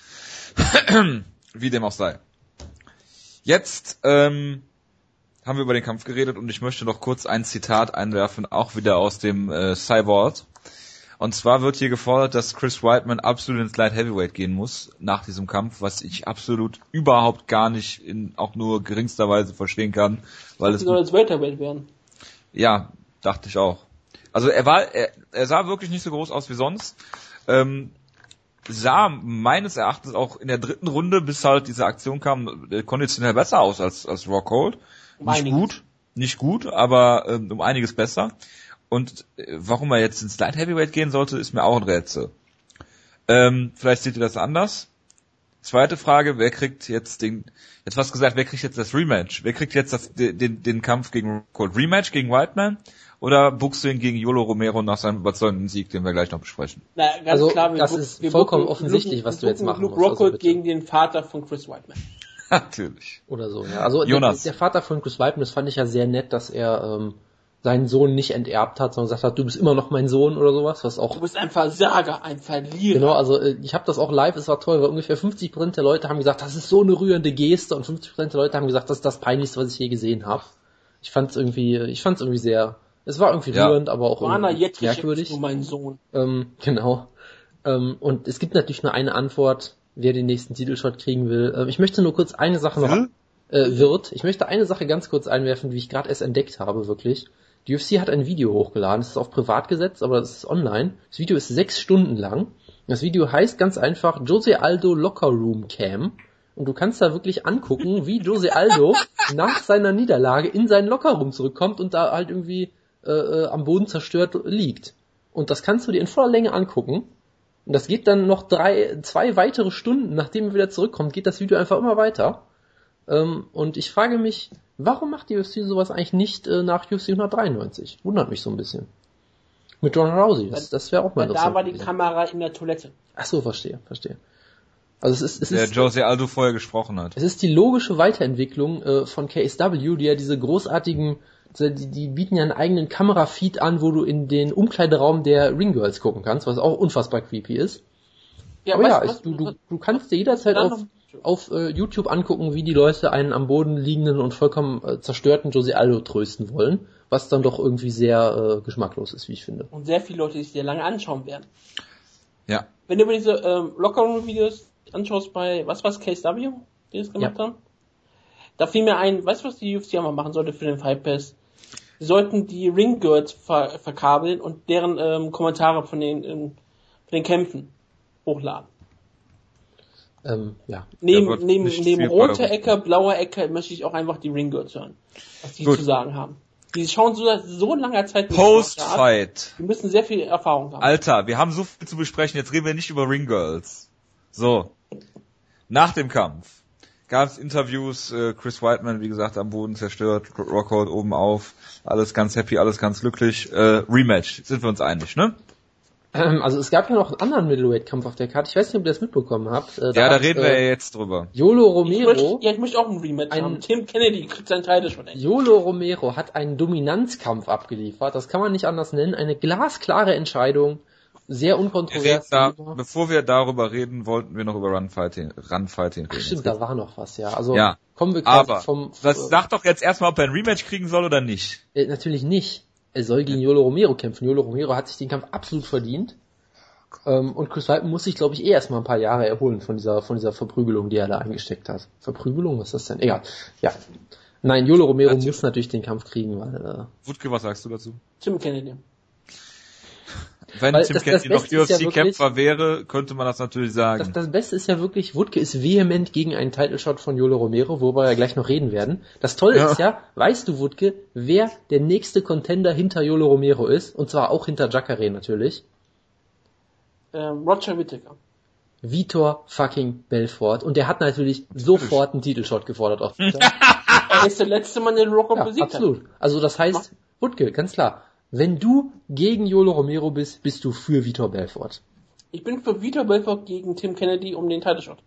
Wie dem auch sei. Jetzt ähm, haben wir über den Kampf geredet und ich möchte noch kurz ein Zitat einwerfen, auch wieder aus dem äh, Cyborg. Und zwar wird hier gefordert, dass Chris Weidman absolut ins Light Heavyweight gehen muss nach diesem Kampf, was ich absolut überhaupt gar nicht in auch nur geringster Weise verstehen kann, weil es soll als Welterweight werden. Ja, dachte ich auch. Also er war, er, er sah wirklich nicht so groß aus wie sonst. Ähm, sah meines Erachtens auch in der dritten Runde, bis halt diese Aktion kam, konditionell besser aus als als Rockhold. Um nicht einiges. gut, nicht gut, aber ähm, um einiges besser. Und äh, warum er jetzt ins Light Heavyweight gehen sollte, ist mir auch ein Rätsel. Ähm, vielleicht seht ihr das anders. Zweite Frage, wer kriegt jetzt den, jetzt was gesagt, wer kriegt jetzt das Rematch? Wer kriegt jetzt das, den, den Kampf gegen Rockhold? Rematch gegen Weidman? Oder buchst du ihn gegen Yoel Romero nach seinem überzeugenden Sieg, den wir gleich noch besprechen? Na, ganz also, klar, wir das buchen, ist wir vollkommen buchen, offensichtlich, Luke, was du jetzt machen Luke musst. Rockhold Also gegen den Vater von Chris Weidman. Natürlich. Oder so, ja. Also Jonas. Der, der Vater von Chris Weidman, das fand ich ja sehr nett, dass er ähm, seinen Sohn nicht enterbt hat, sondern gesagt hat, du bist immer noch mein Sohn oder sowas, was auch... Du bist ein Versager, ein Verlierer. Genau, also ich habe das auch live, es war toll, weil ungefähr fünfzig Prozent der Leute haben gesagt, das ist so eine rührende Geste und fünfzig Prozent der Leute haben gesagt, das ist das Peinlichste, was ich je gesehen habe. Ich fand's irgendwie, ich fand's irgendwie sehr... Es war irgendwie ja. rührend, aber auch Joanna irgendwie Jetrich merkwürdig. ist nur mein Sohn. Ähm, genau. Ähm, und es gibt natürlich nur eine Antwort, wer den nächsten Titelshot kriegen will. Ähm, ich möchte nur kurz eine Sache noch... Will? Äh, wird. Ich möchte eine Sache ganz kurz einwerfen, wie ich gerade erst entdeckt habe, wirklich. Die U F C hat ein Video hochgeladen, es ist auf privat gesetzt, aber das ist online. Das Video ist sechs Stunden lang. Das Video heißt ganz einfach Jose Aldo Locker Room Cam. Und du kannst da wirklich angucken, wie Jose Aldo nach seiner Niederlage in seinen Lockerroom zurückkommt und da halt irgendwie äh, äh, am Boden zerstört liegt. Und das kannst du dir in voller Länge angucken. Und das geht dann noch drei, zwei weitere Stunden, nachdem er wieder zurückkommt, geht das Video einfach immer weiter. Ähm, und ich frage mich, warum macht die U F C sowas eigentlich nicht äh, nach U F C hundertdreiundneunzig? Wundert mich so ein bisschen. Mit Ronda Rousey, das, das wäre auch mal interessant. Da war die gewesen. Kamera in der Toilette. Ach so, verstehe, verstehe. Also es ist, es der ist, Jose Aldo vorher gesprochen hat. Es ist die logische Weiterentwicklung äh, von K S W, die ja diese großartigen, die, die bieten ja einen eigenen Kamerafeed an, wo du in den Umkleideraum der Ringgirls gucken kannst, was auch unfassbar creepy ist. Ja, aber was, ja, was, du, du, du kannst dir jederzeit auf, auf uh, YouTube angucken, wie die Leute einen am Boden liegenden und vollkommen äh, zerstörten Jose Aldo trösten wollen, was dann doch irgendwie sehr äh, geschmacklos ist, wie ich finde. Und sehr viele Leute, die es dir lange anschauen werden. Ja. Wenn du über diese ähm, Lockerroom-Videos anschaust bei, was war's, K S W, die das gemacht ja. haben? Da fiel mir ein, weißt du, was die U F C mal machen sollte für den Fight Pass? Sie sollten die Ringgirls ver- verkabeln und deren ähm, Kommentare von den, ähm, von den Kämpfen hochladen. Ähm, ja. Neben, neben, neben roter Ecke, blauer Ecke möchte ich auch einfach die Ringgirls hören, was die Gut. zu sagen haben. Die schauen so, so langer Zeit nicht Post-Fight. Die müssen sehr viel Erfahrung haben. Alter, wir haben so viel zu besprechen, jetzt reden wir nicht über Ringgirls. So. Nach dem Kampf gab es Interviews, äh, Chris Weidman, wie gesagt, am Boden zerstört, Rockhold oben auf, alles ganz happy, alles ganz glücklich. Äh, Rematch, sind wir uns einig, ne? Also es gab ja noch einen anderen Middleweight-Kampf auf der Karte. Ich weiß nicht, ob ihr das mitbekommen habt. Da ja, da reden äh, wir ja jetzt drüber. Yolo Romero. Ich möchte, ja, ich möchte auch ein Rematch ein, haben. Tim Kennedy kriegt seinen Titel schon endlich. Yolo Romero hat einen Dominanzkampf abgeliefert. Das kann man nicht anders nennen. Eine glasklare Entscheidung. Sehr unkontrovers. Da, bevor wir darüber reden, wollten wir noch über Runfighting, Runfighting reden. Ach stimmt, da war noch was, ja. Also ja, kommen wir quasi aber vom... Das äh, sagt doch jetzt erstmal, ob er ein Rematch kriegen soll oder nicht. Äh, natürlich nicht. Er soll gegen Yolo Romero kämpfen. Yolo Romero hat sich den Kampf absolut verdient. Ähm, und Chris Weidman muss sich, glaube ich, eh erstmal ein paar Jahre erholen von dieser von dieser Verprügelung, die er da eingesteckt hat. Verprügelung, was ist das denn? Egal. Ja. Nein, Yolo Romero natürlich. muss natürlich den Kampf kriegen, weil... Äh, Wutke, was sagst du dazu? Tim Kennedy. Wenn Weil Tim das, Kennedy das noch U F C-Kämpfer ja wäre, könnte man das natürlich sagen. Das, das Beste ist ja wirklich, Wutke ist vehement gegen einen Title-Shot von Yolo Romero, worüber wir ja gleich noch reden werden. Das Tolle ja. ist ja, weißt du, Wutke, wer der nächste Contender hinter Yolo Romero ist? Und zwar auch hinter Jacare natürlich. Ähm, Roger Whittaker. Vitor fucking Belfort. Und der hat natürlich sofort einen Titelshot gefordert auf Twitter. Er ist der letzte Mann, den Rocker ja, besiegt hat. Absolut. Also das heißt, Wutke, ganz klar, wenn du gegen Yolo Romero bist, bist du für Vitor Belfort. Ich bin für Vitor Belfort gegen Tim Kennedy um den Title-Shot.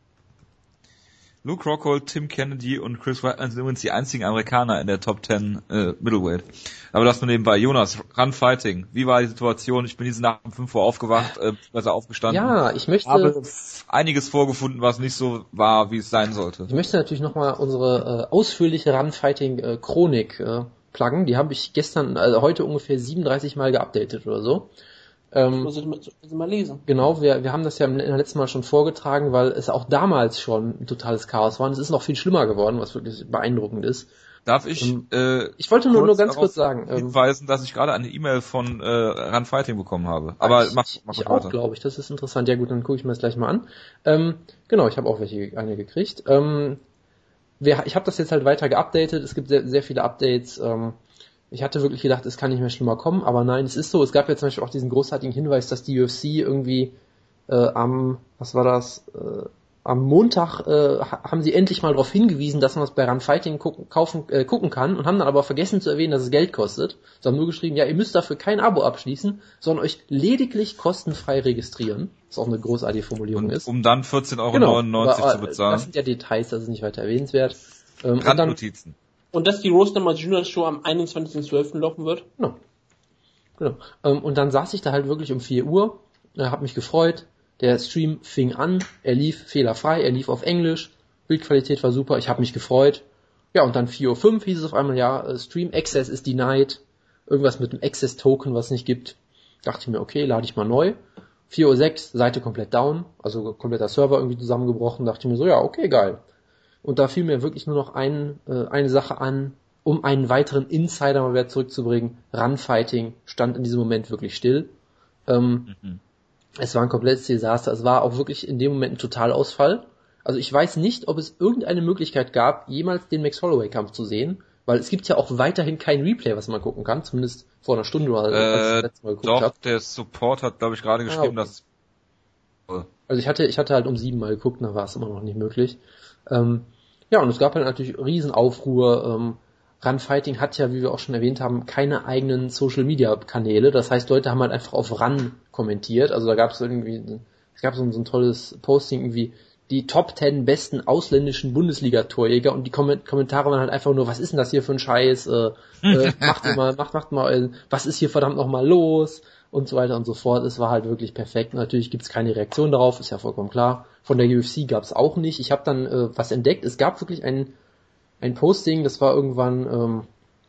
Luke Rockhold, Tim Kennedy und Chris Weidman sind übrigens die einzigen Amerikaner in der Top zehn äh, Middleweight. Aber das nur nebenbei. Jonas, Runfighting. Wie war die Situation? Ich bin diese Nacht um fünf Uhr aufgewacht, äh, also aufgestanden. Ja, ich möchte... habe einiges vorgefunden, was nicht so war, wie es sein sollte. Ich möchte natürlich nochmal unsere äh, ausführliche Runfighting-Chronik äh, pluggen. Die habe ich gestern, also heute ungefähr siebenunddreißig Mal geupdatet oder so. Ähm, muss ich mal, mal lesen. Genau, wir, wir haben das ja im letzten Mal schon vorgetragen, weil es auch damals schon ein totales Chaos war und es ist noch viel schlimmer geworden, was wirklich beeindruckend ist. Darf ich ähm, äh, Ich wollte nur, nur ganz kurz sagen, hinweisen, dass ich gerade eine E-Mail von äh, Runfighting bekommen habe. Aber ich, mach, mach ich auch, glaube ich, das ist interessant. Ja gut, dann gucke ich mir das gleich mal an. Ähm, genau, ich habe auch welche eine gekriegt. Ähm, wir, ich habe das jetzt halt weiter geupdatet, es gibt sehr, sehr viele Updates. Ähm, Ich hatte wirklich gedacht, es kann nicht mehr schlimmer kommen, aber nein, es ist so. Es gab ja zum Beispiel auch diesen großartigen Hinweis, dass die U F C irgendwie äh, am, was war das, äh, am Montag äh, haben sie endlich mal darauf hingewiesen, dass man das bei Runfighting gucken, kaufen, äh, gucken kann und haben dann aber vergessen zu erwähnen, dass es Geld kostet. Sie haben nur geschrieben, ja, ihr müsst dafür kein Abo abschließen, sondern euch lediglich kostenfrei registrieren. Was auch eine großartige Formulierung und, ist. Um dann vierzehn Euro neunundneunzig genau, zu bezahlen. Das sind ja Details, das ist nicht weiter erwähnenswert. Ähm, Randnotizen. Und dass die Roster Junior Show am einundzwanzigsten zwölften laufen wird? Genau. Genau. Und dann saß ich da halt wirklich um vier Uhr, hab mich gefreut, der Stream fing an, er lief fehlerfrei, er lief auf Englisch, Bildqualität war super, ich habe mich gefreut. Ja, und dann vier Uhr fünf hieß es auf einmal, ja, Stream Access ist denied, irgendwas mit einem Access Token, was es nicht gibt. Dachte ich mir, okay, lade ich mal neu. vier Uhr sechs, Seite komplett down, also kompletter Server irgendwie zusammengebrochen, dachte ich mir so, ja, okay, geil. Und da fiel mir wirklich nur noch ein, äh, eine Sache an, um einen weiteren Insider mal wieder zurückzubringen. Runfighting stand in diesem Moment wirklich still. Ähm, mhm. Es war ein komplettes Desaster. Es war auch wirklich in dem Moment ein Totalausfall. Also ich weiß nicht, ob es irgendeine Möglichkeit gab, jemals den Max Holloway-Kampf zu sehen, weil es gibt ja auch weiterhin kein Replay, was man gucken kann, zumindest vor einer Stunde oder äh, als ich das letzte Mal geguckt habe. Doch, hab. Der Support hat, glaube ich, gerade geschrieben, ah, okay. dass... Also ich hatte, ich hatte halt um sieben Mal geguckt, da war es immer noch nicht möglich. Ähm, ja, und es gab halt natürlich Riesenaufruhr. Ähm, Runfighting hat ja, wie wir auch schon erwähnt haben, keine eigenen Social-Media-Kanäle. Das heißt, Leute haben halt einfach auf Run kommentiert. Also da gab es irgendwie, es gab so, so ein tolles Posting irgendwie, die Top zehn besten ausländischen Bundesliga-Torjäger und die Kom- Kommentare waren halt einfach nur, was ist denn das hier für ein Scheiß? Äh, äh, macht mal, macht, macht mal, äh, was ist hier verdammt nochmal los? Und so weiter und so fort. Es war halt wirklich perfekt. Natürlich gibt's keine Reaktion darauf, ist ja vollkommen klar. Von der U F C gab's auch nicht. Ich habe dann äh, was entdeckt. Es gab wirklich ein ein Posting, das war irgendwann ähm,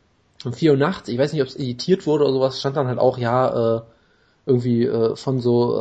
um vier Uhr nachts. Ich weiß nicht, ob es editiert wurde oder sowas. Stand dann halt auch, ja, äh, irgendwie äh, von so,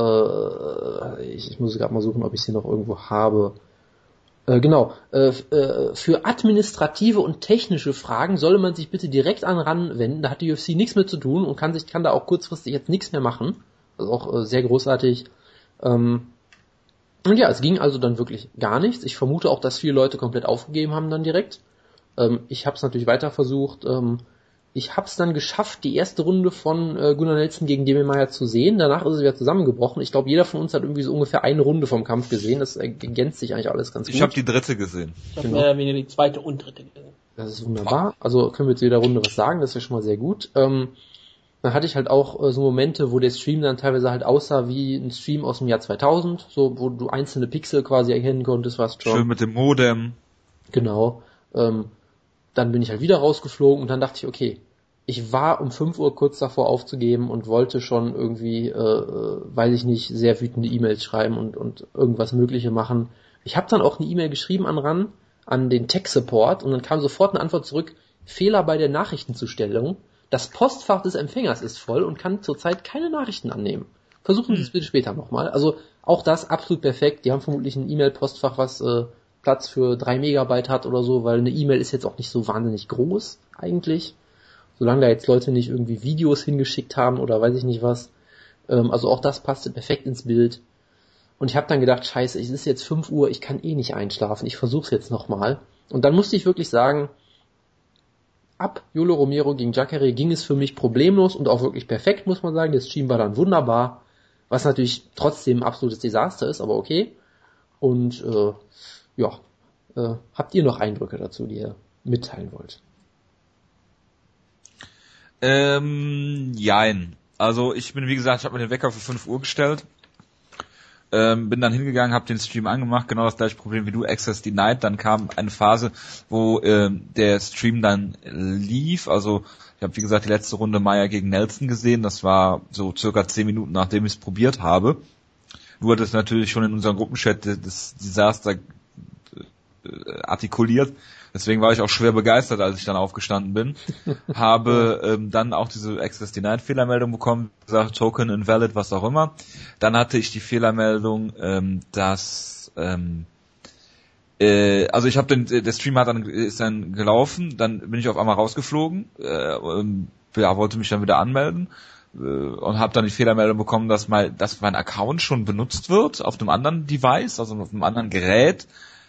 äh, ich, ich muss gerade mal suchen, ob ich es hier noch irgendwo habe. Äh, genau, äh, äh, für administrative und technische Fragen solle man sich bitte direkt an RAN wenden. Da hat die U F C nichts mit zu tun und kann sich kann da auch kurzfristig jetzt nichts mehr machen. Das ist auch äh, sehr großartig. Ähm, und ja, es ging also dann wirklich gar nichts. Ich vermute auch, dass viele Leute komplett aufgegeben haben dann direkt. Ähm, ich habe es natürlich weiter versucht. Ähm, ich habe es dann geschafft, die erste Runde von äh, Gunnar Nelson gegen Demian Maia zu sehen. Danach ist es wieder zusammengebrochen. Ich glaube, jeder von uns hat irgendwie so ungefähr eine Runde vom Kampf gesehen. Das ergänzt sich eigentlich alles ganz ich gut. Ich habe die dritte gesehen. Ich habe genau. mehr oder weniger die zweite und dritte gesehen. Das ist wunderbar. Also können wir zu jeder Runde was sagen. Das ist ja schon mal sehr gut. Ähm, Dann hatte ich halt auch äh, so Momente, wo der Stream dann teilweise halt aussah wie ein Stream aus dem Jahr zweitausend, so wo du einzelne Pixel quasi erkennen konntest, was schon. Schön mit dem Modem. Genau. Ähm, dann bin ich halt wieder rausgeflogen und dann dachte ich, okay, ich war um fünf Uhr kurz davor aufzugeben und wollte schon irgendwie, äh, weiß ich nicht, sehr wütende E-Mails schreiben und, und irgendwas Mögliche machen. Ich habe dann auch eine E-Mail geschrieben an RAN, an den Tech-Support und dann kam sofort eine Antwort zurück, Fehler bei der Nachrichtenzustellung. Das Postfach des Empfängers ist voll und kann zurzeit keine Nachrichten annehmen. Versuchen Sie es bitte später nochmal. Also auch das absolut perfekt. Die haben vermutlich ein E-Mail-Postfach, was äh, Platz für drei Megabyte hat oder so, weil eine E-Mail ist jetzt auch nicht so wahnsinnig groß eigentlich. Solange da jetzt Leute nicht irgendwie Videos hingeschickt haben oder weiß ich nicht was. Ähm, also auch das passte perfekt ins Bild. Und ich habe dann gedacht, scheiße, es ist jetzt fünf Uhr, ich kann eh nicht einschlafen. Ich versuch's jetzt nochmal. Und dann musste ich wirklich sagen, ab Yolo Romero gegen Jacare ging es für mich problemlos und auch wirklich perfekt, muss man sagen. Das Stream war dann wunderbar, was natürlich trotzdem ein absolutes Desaster ist, aber okay. Und äh, ja, äh, habt ihr noch Eindrücke dazu, die ihr mitteilen wollt? Ähm, jein. Also ich bin, wie gesagt, ich habe mir den Wecker für fünf Uhr gestellt. Ähm, bin dann hingegangen, habe den Stream angemacht, genau das gleiche Problem wie du, Access Denied. Dann kam eine Phase, wo ähm, der Stream dann lief. Also ich habe, wie gesagt, die letzte Runde Meyer gegen Nelson gesehen. Das war so circa zehn Minuten, nachdem ich es probiert habe. Du hattest natürlich schon in unserem Gruppenchat das Desaster äh, artikuliert. Deswegen war ich auch schwer begeistert, als ich dann aufgestanden bin. Habe ähm, dann auch diese Access Denied Fehlermeldung bekommen, gesagt Token invalid, was auch immer. Dann hatte ich die Fehlermeldung, ähm, dass ähm, äh, also ich habe den der Stream hat dann ist dann gelaufen, dann bin ich auf einmal rausgeflogen, äh, und, ja, wollte mich dann wieder anmelden äh, und habe dann die Fehlermeldung bekommen, dass mal dass mein Account schon benutzt wird auf einem anderen Device, also auf einem anderen Gerät.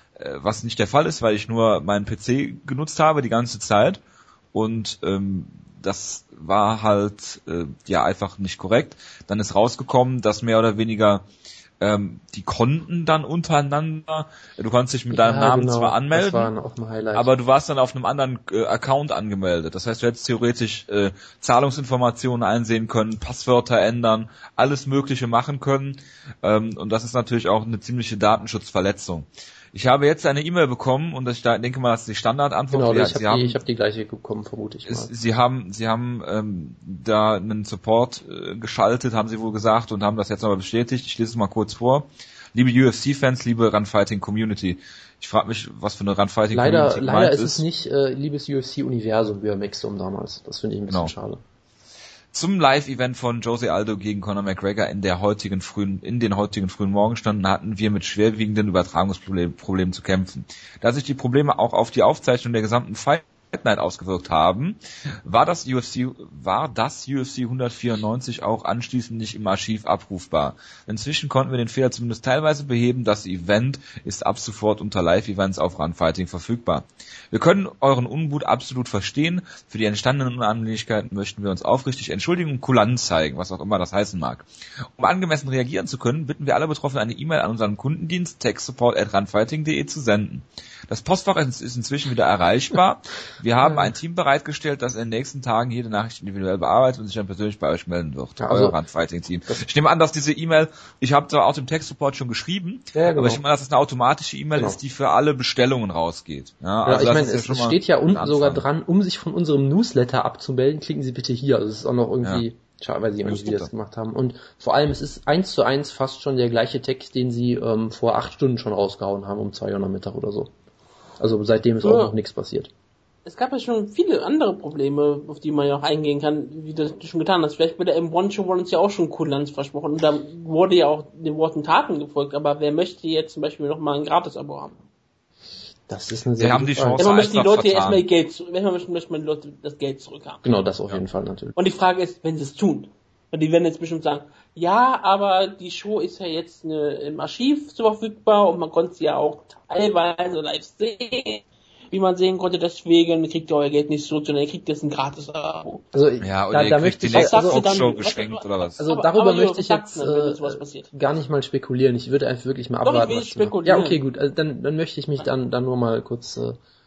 Was nicht der Fall ist, weil ich nur meinen P C genutzt habe die ganze Zeit und ähm, das war halt äh, ja einfach nicht korrekt. Dann ist rausgekommen, dass mehr oder weniger ähm, die Konten dann untereinander, du konntest dich mit deinem ja, Namen genau, zwar anmelden, das war auch ein Highlight. Aber du warst dann auf einem anderen äh, Account angemeldet. Das heißt, du hättest theoretisch äh, Zahlungsinformationen einsehen können, Passwörter ändern, alles Mögliche machen können ähm, und das ist natürlich auch eine ziemliche Datenschutzverletzung. Ich habe jetzt eine E-Mail bekommen und ich denke mal, das ist die Standardantwort. Genau, ja, ich habe die, hab die gleiche bekommen, vermute ich mal. Sie haben, Sie haben ähm, da einen Support äh, geschaltet, haben Sie wohl gesagt und haben das jetzt nochmal bestätigt. Ich lese es mal kurz vor. Liebe U F C-Fans, liebe Runfighting Community. Ich frage mich, was für eine Runfighting Community leider, leider ist. Leider ist es nicht äh, liebes U F C-Universum wie beim Maxdome damals. Das finde ich ein bisschen genau. schade. Zum Live-Event von Jose Aldo gegen Conor McGregor in der heutigen frühen, in den heutigen frühen Morgenstunden hatten wir mit schwerwiegenden Übertragungsproblemen zu kämpfen. Da sich die Probleme auch auf die Aufzeichnung der gesamten Fight Night ausgewirkt haben, war das U F C, war das U F C hundertvierundneunzig auch anschließend nicht im Archiv abrufbar. Inzwischen konnten wir den Fehler zumindest teilweise beheben. Das Event ist ab sofort unter Live-Events auf Runfighting verfügbar. Wir können euren Unmut absolut verstehen. Für die entstandenen Unannehmlichkeiten möchten wir uns aufrichtig entschuldigen und Kulanz zeigen, was auch immer das heißen mag. Um angemessen reagieren zu können, bitten wir alle Betroffenen, eine E-Mail an unseren Kundendienst techsupport at runfighting punkt de zu senden. Das Postfach ist inzwischen wieder erreichbar. Wir haben ein Team bereitgestellt, das in den nächsten Tagen jede Nachricht individuell bearbeitet und sich dann persönlich bei euch melden wird. Ja, also, euer Runfighting-Team. Ich nehme an, dass diese E-Mail, ich habe zwar auch dem Tech-Support schon geschrieben, ja, genau. aber ich nehme an, dass es eine automatische E-Mail genau. ist, die für alle Bestellungen rausgeht. Ja, also ja, ich meine, es ja steht ja unten sogar dran, um sich von unserem Newsletter abzumelden, klicken Sie bitte hier. Also es ist auch noch irgendwie... Ja. Schade, weiß ich auch nicht, wie die das gemacht haben. Und vor allem, es ist eins zu eins fast schon der gleiche Text, den sie ähm, vor acht Stunden schon rausgehauen haben, um zwei Uhr Nachmittag oder so. Also seitdem ist ja. auch noch nichts passiert. Es gab ja schon viele andere Probleme, auf die man ja auch eingehen kann, wie das du schon getan hast. Vielleicht bei der M eins Show wurde uns ja auch schon Kulanz versprochen und da wurde ja auch den Worten Taten gefolgt, aber wer möchte jetzt zum Beispiel noch mal ein Gratis-Abo haben? Das ist eine sehr Wir haben die Chance. Man möchte die Leute ja erstmal Geld zurück, wenn man möchte, möchte man die Leute das Geld zurückhaben. Genau, das auf ja. jeden Fall natürlich. Und die Frage ist, wenn sie es tun. Und die werden jetzt bestimmt sagen, ja, aber die Show ist ja jetzt eine, im Archiv so verfügbar und man konnte sie ja auch teilweise live sehen, wie man sehen konnte, deswegen kriegt ihr euer Geld nicht zurück, sondern ihr kriegt jetzt ein Gratis-Abo. Also, ja, oder da, ihr da kriegt möchte die ich nächste also, Talkshow geschenkt oder was? Also aber, darüber aber möchte ich jetzt dann, äh, gar nicht mal spekulieren. Ich würde einfach wirklich mal Doch, abwarten. ich will was spekulieren. Ja, okay, gut. Also dann, dann möchte ich mich dann, dann nur mal kurz äh,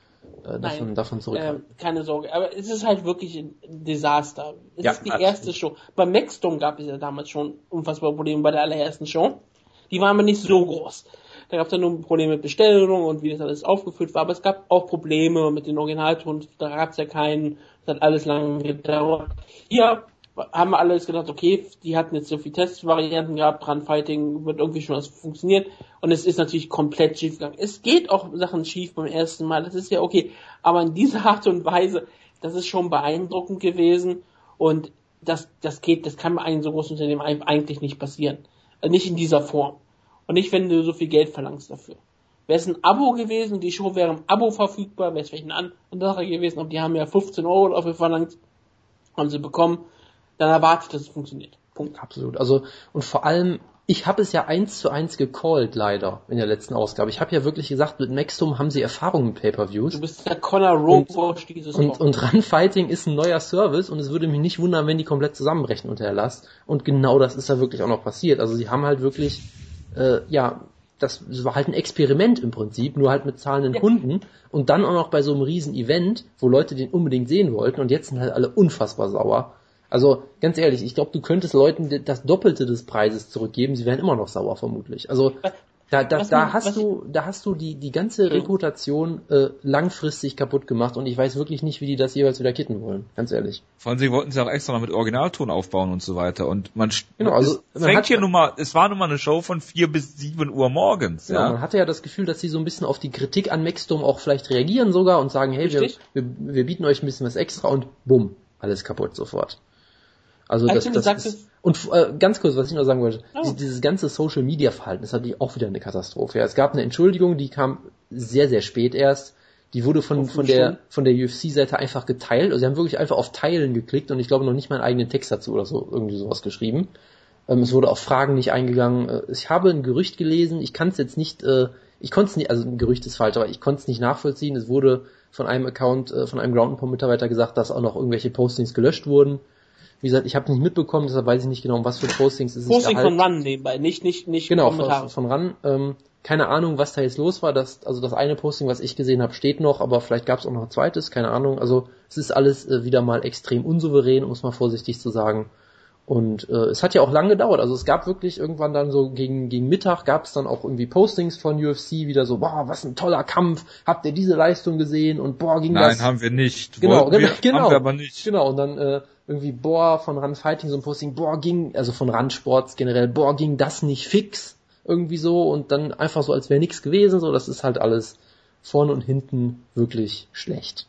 äh, davon, davon zurückhalten. Äh, keine Sorge, aber es ist halt wirklich ein Desaster. Es ja, ist die absolut. erste Show. Beim Maxdome gab es ja damals schon unfassbare Probleme bei der allerersten Show. Die waren aber nicht so groß. Da gab es ja nur Probleme mit Bestellungen und wie das alles aufgefüllt war, aber es gab auch Probleme mit den Originalton, da gab es ja keinen, das hat alles lange gedauert. Hier haben wir alles gedacht, okay, die hatten jetzt so viele Testvarianten gehabt, Run-Fighting wird irgendwie schon was funktioniert und es ist natürlich komplett schief gegangen. Es geht auch Sachen schief beim ersten Mal, das ist ja okay, aber in dieser Art und Weise, das ist schon beeindruckend gewesen und das, das geht, das kann bei einem so großen Unternehmen eigentlich nicht passieren. Also nicht in dieser Form. Und nicht, wenn du so viel Geld verlangst dafür. Wäre es ein Abo gewesen und die Show wäre im Abo verfügbar, wäre es vielleicht eine andere Sache gewesen, aber die haben ja fünfzehn Euro dafür verlangt, haben sie bekommen, dann erwartet, dass es funktioniert. Punkt. Absolut. Also, und vor allem, ich habe es ja eins zu eins gecallt, leider, in der letzten Ausgabe. Ich habe ja wirklich gesagt, mit Maxdome haben sie Erfahrung mit Pay-Per-Views. Du bist der Conor Roach dieses Und, und Run-Fighting ist ein neuer Service und es würde mich nicht wundern, wenn die komplett zusammenbrechen unter Erlass. Und genau das ist da wirklich auch noch passiert. Also sie haben halt wirklich, äh, ja, das war halt ein Experiment im Prinzip, nur halt mit zahlenden ja. Kunden und dann auch noch bei so einem riesen Event, wo Leute den unbedingt sehen wollten und jetzt sind halt alle unfassbar sauer. Also, ganz ehrlich, ich glaube, du könntest Leuten das Doppelte des Preises zurückgeben, sie wären immer noch sauer vermutlich. Also, da, da, was, da hast du, da hast du die, die ganze Reputation äh, langfristig kaputt gemacht und ich weiß wirklich nicht, wie die das jeweils wieder kitten wollen, ganz ehrlich. Vor allem, sie wollten sie auch extra noch mit Originalton aufbauen und so weiter und man, genau, also, es man fängt hier nun mal, es war nun mal eine Show von vier bis sieben Uhr morgens, genau, ja. Man hatte ja das Gefühl, dass sie so ein bisschen auf die Kritik an Maxdome auch vielleicht reagieren sogar und sagen, hey, wir, wir, wir bieten euch ein bisschen was extra und bumm, alles kaputt sofort. Also das, das ist, und äh, ganz kurz, was ich noch sagen wollte, oh. dieses ganze Social Media Verhalten ist natürlich auch wieder eine Katastrophe. Ja, es gab eine Entschuldigung, die kam sehr, sehr spät erst. Die wurde von, von der, von der U F C-Seite einfach geteilt. Also sie haben wirklich einfach auf Teilen geklickt und ich glaube noch nicht mal einen eigenen Text dazu oder so, irgendwie sowas geschrieben. Ähm, es wurde auf Fragen nicht eingegangen. Ich habe ein Gerücht gelesen, ich kann es jetzt nicht, äh, ich konnte es nicht, also ein Gerücht ist falsch, aber ich konnte es nicht nachvollziehen. Es wurde von einem Account, äh, von einem Ground and Pound Mitarbeiter gesagt, dass auch noch irgendwelche Postings gelöscht wurden. Wie gesagt, ich habe nicht mitbekommen, deshalb weiß ich nicht genau, um was für Postings es sich Posting von Run nebenbei, nicht nicht nicht genau von, von Run. Ähm, keine Ahnung, was da jetzt los war. Das, also das eine Posting, was ich gesehen habe, steht noch, aber vielleicht gab es auch noch ein zweites, keine Ahnung. Also es ist alles äh, wieder mal extrem unsouverän, um es mal vorsichtig zu sagen. Und äh, es hat ja auch lange gedauert. Also es gab wirklich irgendwann dann so gegen gegen Mittag gab es dann auch irgendwie Postings von U F C wieder so, boah, was ein toller Kampf, habt ihr diese Leistung gesehen? Und boah, ging Nein, das... Nein, haben wir nicht. Genau, wir, genau, genau. Haben wir aber nicht. Genau, und dann äh, irgendwie, boah, von Run Fighting so ein Posting, boah, ging, also von Run Sports generell, boah, ging das nicht fix, irgendwie so, und dann einfach so, als wäre nichts gewesen, so, das ist halt alles vorne und hinten wirklich schlecht.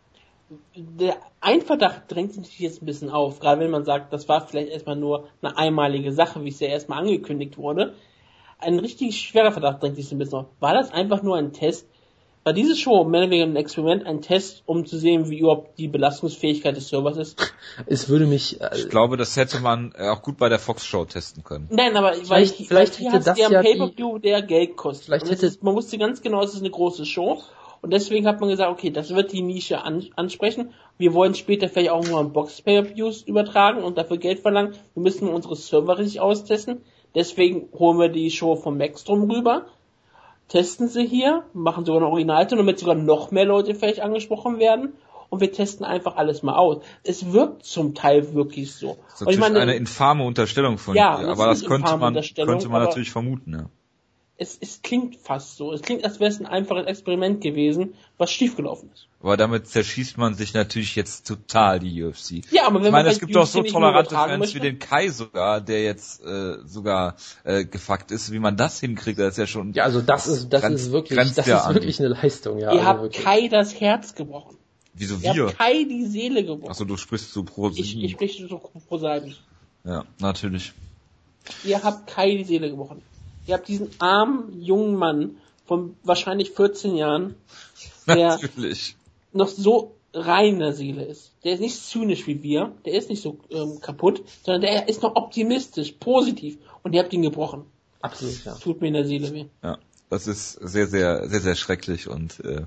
Der Einverdacht drängt sich jetzt ein bisschen auf, gerade wenn man sagt, das war vielleicht erstmal nur eine einmalige Sache, wie es ja erstmal angekündigt wurde. Ein richtig schwerer Verdacht drängt sich ein bisschen auf. War das einfach nur ein Test? War diese Show mehr oder weniger ein Experiment, ein Test, um zu sehen, wie überhaupt die Belastungsfähigkeit des Servers ist? Es würde mich... Äh, ich glaube, das hätte man auch gut bei der Fox-Show testen können. Nein, aber vielleicht, weil vielleicht hier hätte das ja ein Pay-Per-View, der Geld kostet. Vielleicht hätte ist, man wusste ganz genau, es ist eine große Show. Und deswegen hat man gesagt, okay, das wird die Nische an, ansprechen. Wir wollen später vielleicht auch mal Box-Pay-Per-Views übertragen und dafür Geld verlangen. Wir müssen unsere Server richtig austesten. Deswegen holen wir die Show vom Maxdome rüber, testen sie hier, machen sogar eine Originalton, damit sogar noch mehr Leute vielleicht angesprochen werden. Und wir testen einfach alles mal aus. Es wirkt zum Teil wirklich so. Das ist natürlich ich meine, eine infame Unterstellung von ja, dir, aber das könnte man, könnte man natürlich vermuten, ja. Es, es klingt fast so. Es klingt, als wäre es ein einfaches Experiment gewesen, was schiefgelaufen ist. Aber damit zerschießt man sich natürlich jetzt total die U F C. Ja, aber wenn ich meine, man es gibt doch so tolerante Fans möchte, wie den Kai sogar, der jetzt äh, sogar äh, gefuckt ist, wie man das hinkriegt, das ist ja schon. Ja, also das ist das grenzt, ist wirklich das ist wirklich eine Leistung, ja. Ihr also habt wirklich. Kai das Herz gebrochen. Wieso wir? Ihr wir? habt Kai die Seele gebrochen. Achso, du sprichst so pro Ich, ich spreche so pro Seiten. Ja, natürlich. Ihr habt Kai die Seele gebrochen. Ihr habt diesen armen, jungen Mann von wahrscheinlich vierzehn Jahren, der natürlich. noch so rein in der Seele ist. Der ist nicht zynisch wie wir, der ist nicht so ähm, kaputt, sondern der ist noch optimistisch, positiv. Und ihr habt ihn gebrochen. Absolut, ja. Tut mir in der Seele weh. Ja, das ist sehr, sehr, sehr, sehr schrecklich und äh,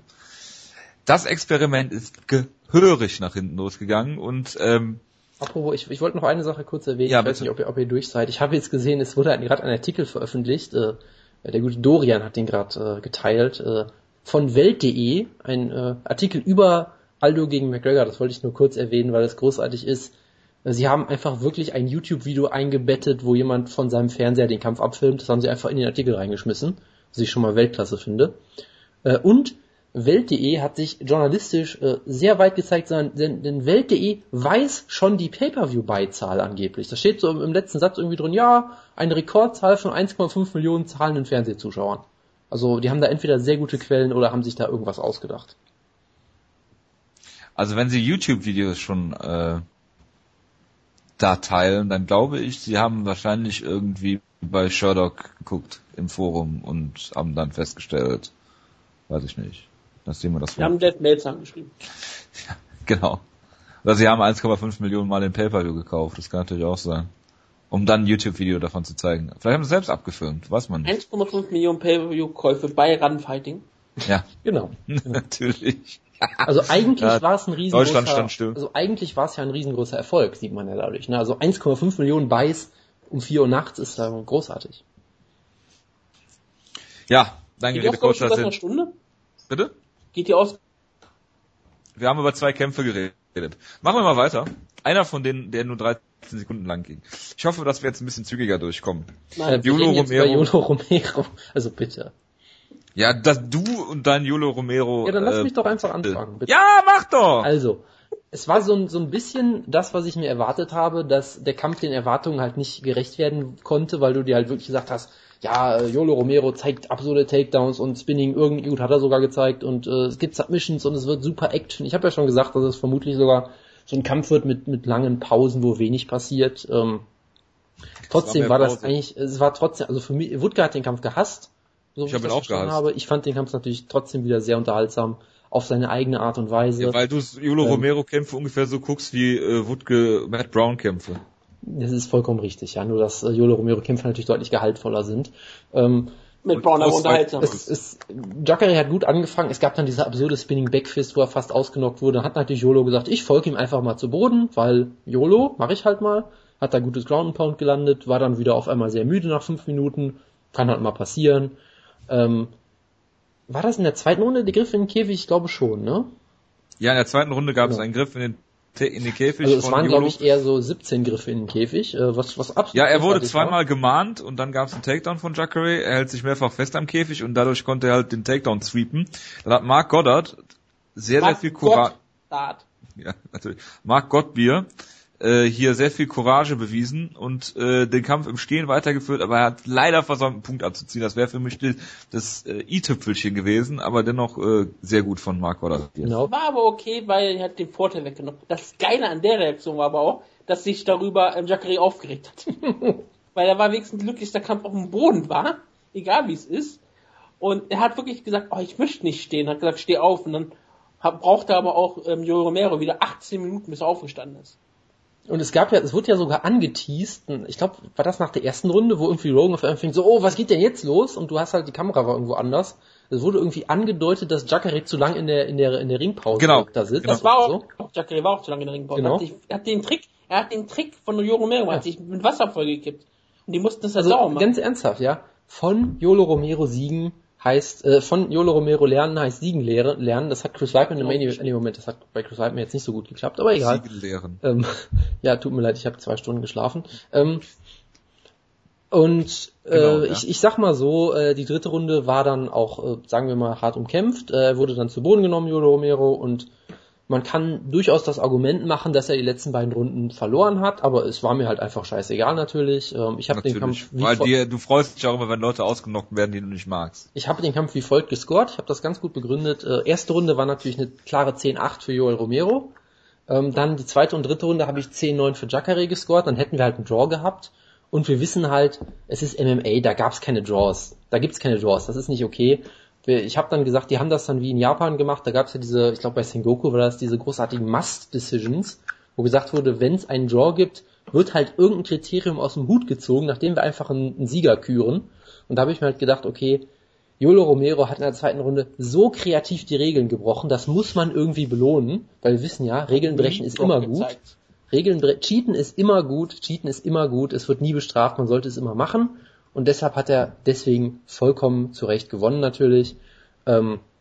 das Experiment ist gehörig nach hinten losgegangen und ähm, Apropos, ich, ich wollte noch eine Sache kurz erwähnen, ja, ich weiß bitte. nicht, ob ihr, ob ihr durch seid. Ich habe jetzt gesehen, es wurde gerade ein Artikel veröffentlicht, äh, der gute Dorian hat den gerade äh, geteilt, äh, von Welt punkt de, ein äh, Artikel über Aldo gegen McGregor, das wollte ich nur kurz erwähnen, weil es großartig ist. Sie haben einfach wirklich ein YouTube-Video eingebettet, wo jemand von seinem Fernseher den Kampf abfilmt. Das haben sie einfach in den Artikel reingeschmissen, was ich schon mal Weltklasse finde. Und Welt punkt de hat sich journalistisch sehr weit gezeigt, denn Welt punkt de weiß schon die Pay-Per-View-Beizahl angeblich. Da steht so im letzten Satz irgendwie drin, ja, eine Rekordzahl von eins Komma fünf Millionen zahlenden Fernsehzuschauern. Also die haben da entweder sehr gute Quellen oder haben sich da irgendwas ausgedacht. Also wenn sie YouTube-Videos schon äh, da teilen, dann glaube ich, sie haben wahrscheinlich irgendwie bei Sherlock geguckt im Forum und haben dann festgestellt, weiß ich nicht, dass jemand das... Wir haben Dead Mails angeschrieben. Ja, genau. Oder sie haben eins Komma fünf Millionen Mal den Pay-Per-View gekauft, das kann natürlich auch sein. Um dann ein YouTube-Video davon zu zeigen. Vielleicht haben sie selbst abgefilmt, weiß man nicht. eins Komma fünf Millionen Pay-Per-View-Käufe bei Runfighting. Ja. Genau. Natürlich. Also eigentlich ja, war es ein riesengroßer, Deutschland stand still. Also eigentlich war es ja ein riesengroßer Erfolg, sieht man ja dadurch. Ne? Also eins Komma fünf Millionen Buys um vier Uhr nachts ist da großartig. Ja, danke, liebe Coach. Geht die Ausgabe Stunde? Bitte? Geht die aus? Wir haben über zwei Kämpfe geredet. Machen wir mal weiter. Einer von denen, der nur dreizehn Sekunden lang ging. Ich hoffe, dass wir jetzt ein bisschen zügiger durchkommen. Nein, Yolo Romero. Yolo Romero. Also bitte. Ja, dass du und dein Yolo Romero... Ja, dann lass äh, mich doch einfach anfangen, bitte. Ja, mach doch! Also, es war so ein, so ein bisschen das, was ich mir erwartet habe, dass der Kampf den Erwartungen halt nicht gerecht werden konnte, weil du dir halt wirklich gesagt hast, ja, Yolo Romero zeigt absurde Takedowns und Spinning, irgendwie gut hat er sogar gezeigt und äh, es gibt Submissions und es wird super Action. Ich habe ja schon gesagt, dass es vermutlich sogar so ein Kampf wird mit mit langen Pausen, wo wenig passiert. Ähm, trotzdem war, war das eigentlich, es war trotzdem, also für mich, Wutke hat den Kampf gehasst, so ich habe ihn auch gehasst. Habe. Ich fand den Kampf natürlich trotzdem wieder sehr unterhaltsam auf seine eigene Art und Weise. Ja, weil du Yolo ähm, Romero Kämpfe ungefähr so guckst wie äh, Wutke Matt Brown Kämpfe. Das ist vollkommen richtig, ja, nur dass äh, Yolo Romero Kämpfe natürlich deutlich gehaltvoller sind. Ähm, mit Brown aber unterhaltsam. Es, es, Jacare hat gut angefangen, es gab dann diese absurde Spinning Backfist, wo er fast ausgenockt wurde. Dann hat natürlich Yolo gesagt, ich folge ihm einfach mal zu Boden, weil Yolo, mach ich halt mal. Hat da gutes Ground and Pound gelandet, war dann wieder auf einmal sehr müde nach fünf Minuten. Kann halt mal passieren. Ähm, war das in der zweiten Runde der Griff in den Käfig? Ich glaube schon, ne? Ja, in der zweiten Runde gab genau. es einen Griff in den in den Käfig. Also es waren, glaube ich, eher so siebzehn Griffe in den Käfig, äh, was, was absolut... Ja, er wurde zweimal war. gemahnt und dann gab es einen Takedown von Jacare. Er hält sich mehrfach fest am Käfig und dadurch konnte er halt den Takedown sweepen. Dann hat Mark Goddard sehr, Mark sehr viel Courage... Goddard. Ja, natürlich. Mark Gottbier äh, hier sehr viel Courage bewiesen und äh, den Kampf im Stehen weitergeführt, aber er hat leider versäumt, einen Punkt abzuziehen. Das wäre für mich das äh, i-Tüpfelchen gewesen, aber dennoch äh, sehr gut von Mark Goddard. Genau. War aber okay, weil er hat den Vorteil weggenommen. Das Geile an der Reaktion war aber auch, dass sich darüber ähm, Jacare aufgeregt hat. Weil er war wenigstens glücklich, dass der Kampf auf dem Boden war, egal wie es ist. Und er hat wirklich gesagt, oh, ich möchte nicht stehen. Er hat gesagt, steh auf. Und dann hat, brauchte aber auch ähm, Yolo Romero wieder achtzehn Minuten, bis er aufgestanden ist. Und es gab ja, es wurde ja sogar angeteased, ich glaube, war das nach der ersten Runde, wo irgendwie Rogan auf einmal fing, so, oh, was geht denn jetzt los? Und du hast halt, die Kamera war irgendwo anders. Es wurde irgendwie angedeutet, dass Jacare zu lang in der, in der, in der Ringpause genau. da sitzt. Das war auch, so. Jacare war auch zu lange in der Ringpause. Genau. Er, hat sich, er hat den Trick, er hat den Trick von Yolo Romero, ja. hat sich mit Wasser vollgekippt. Und die mussten das halt also, sauber machen. Ganz ernsthaft, ja. Von Yolo Romero siegen heißt, äh, von Yolo Romero lernen heißt Siegen lernen. Das hat Chris Weidman im Main Event, nee, Moment, das hat bei Chris Weidman jetzt nicht so gut geklappt, aber egal. Siegen lehren. Ähm, ja, tut mir leid, ich habe zwei Stunden geschlafen. Ähm, und äh, genau, ja. ich, ich sag mal so, äh, die dritte Runde war dann auch, äh, sagen wir mal, hart umkämpft. Er äh, wurde dann zu Boden genommen, Yolo Romero, und man kann durchaus das Argument machen, dass er die letzten beiden Runden verloren hat, aber es war mir halt einfach scheißegal natürlich. Ähm, ich habe den Kampf wie weil dir, du freust dich auch immer, wenn Leute ausgenockt werden, die du nicht magst. Ich habe den Kampf wie folgt gescored, ich habe das ganz gut begründet. Äh, erste Runde war natürlich eine klare zehn acht für Yoel Romero. Ähm, dann die zweite und dritte Runde habe ich zehn neun für Jacare gescored, dann hätten wir halt einen Draw gehabt. Und wir wissen halt, es ist M M A, da gab's keine Draws. Da gibt's keine Draws, das ist nicht okay. Ich habe dann gesagt, die haben das dann wie in Japan gemacht, da gab's ja diese, ich glaube bei Sengoku war das diese großartigen Must-Decisions, wo gesagt wurde, wenn es einen Draw gibt, wird halt irgendein Kriterium aus dem Hut gezogen, nachdem wir einfach einen, einen Sieger küren. Und da habe ich mir halt gedacht, okay, Yolo Romero hat in der zweiten Runde so kreativ die Regeln gebrochen, das muss man irgendwie belohnen, weil wir wissen ja, Regeln brechen ist immer gut. Regeln bre- Cheaten ist immer gut, Cheaten ist immer gut, es wird nie bestraft, man sollte es immer machen. Und deshalb hat er deswegen vollkommen zu Recht gewonnen natürlich. Ähm,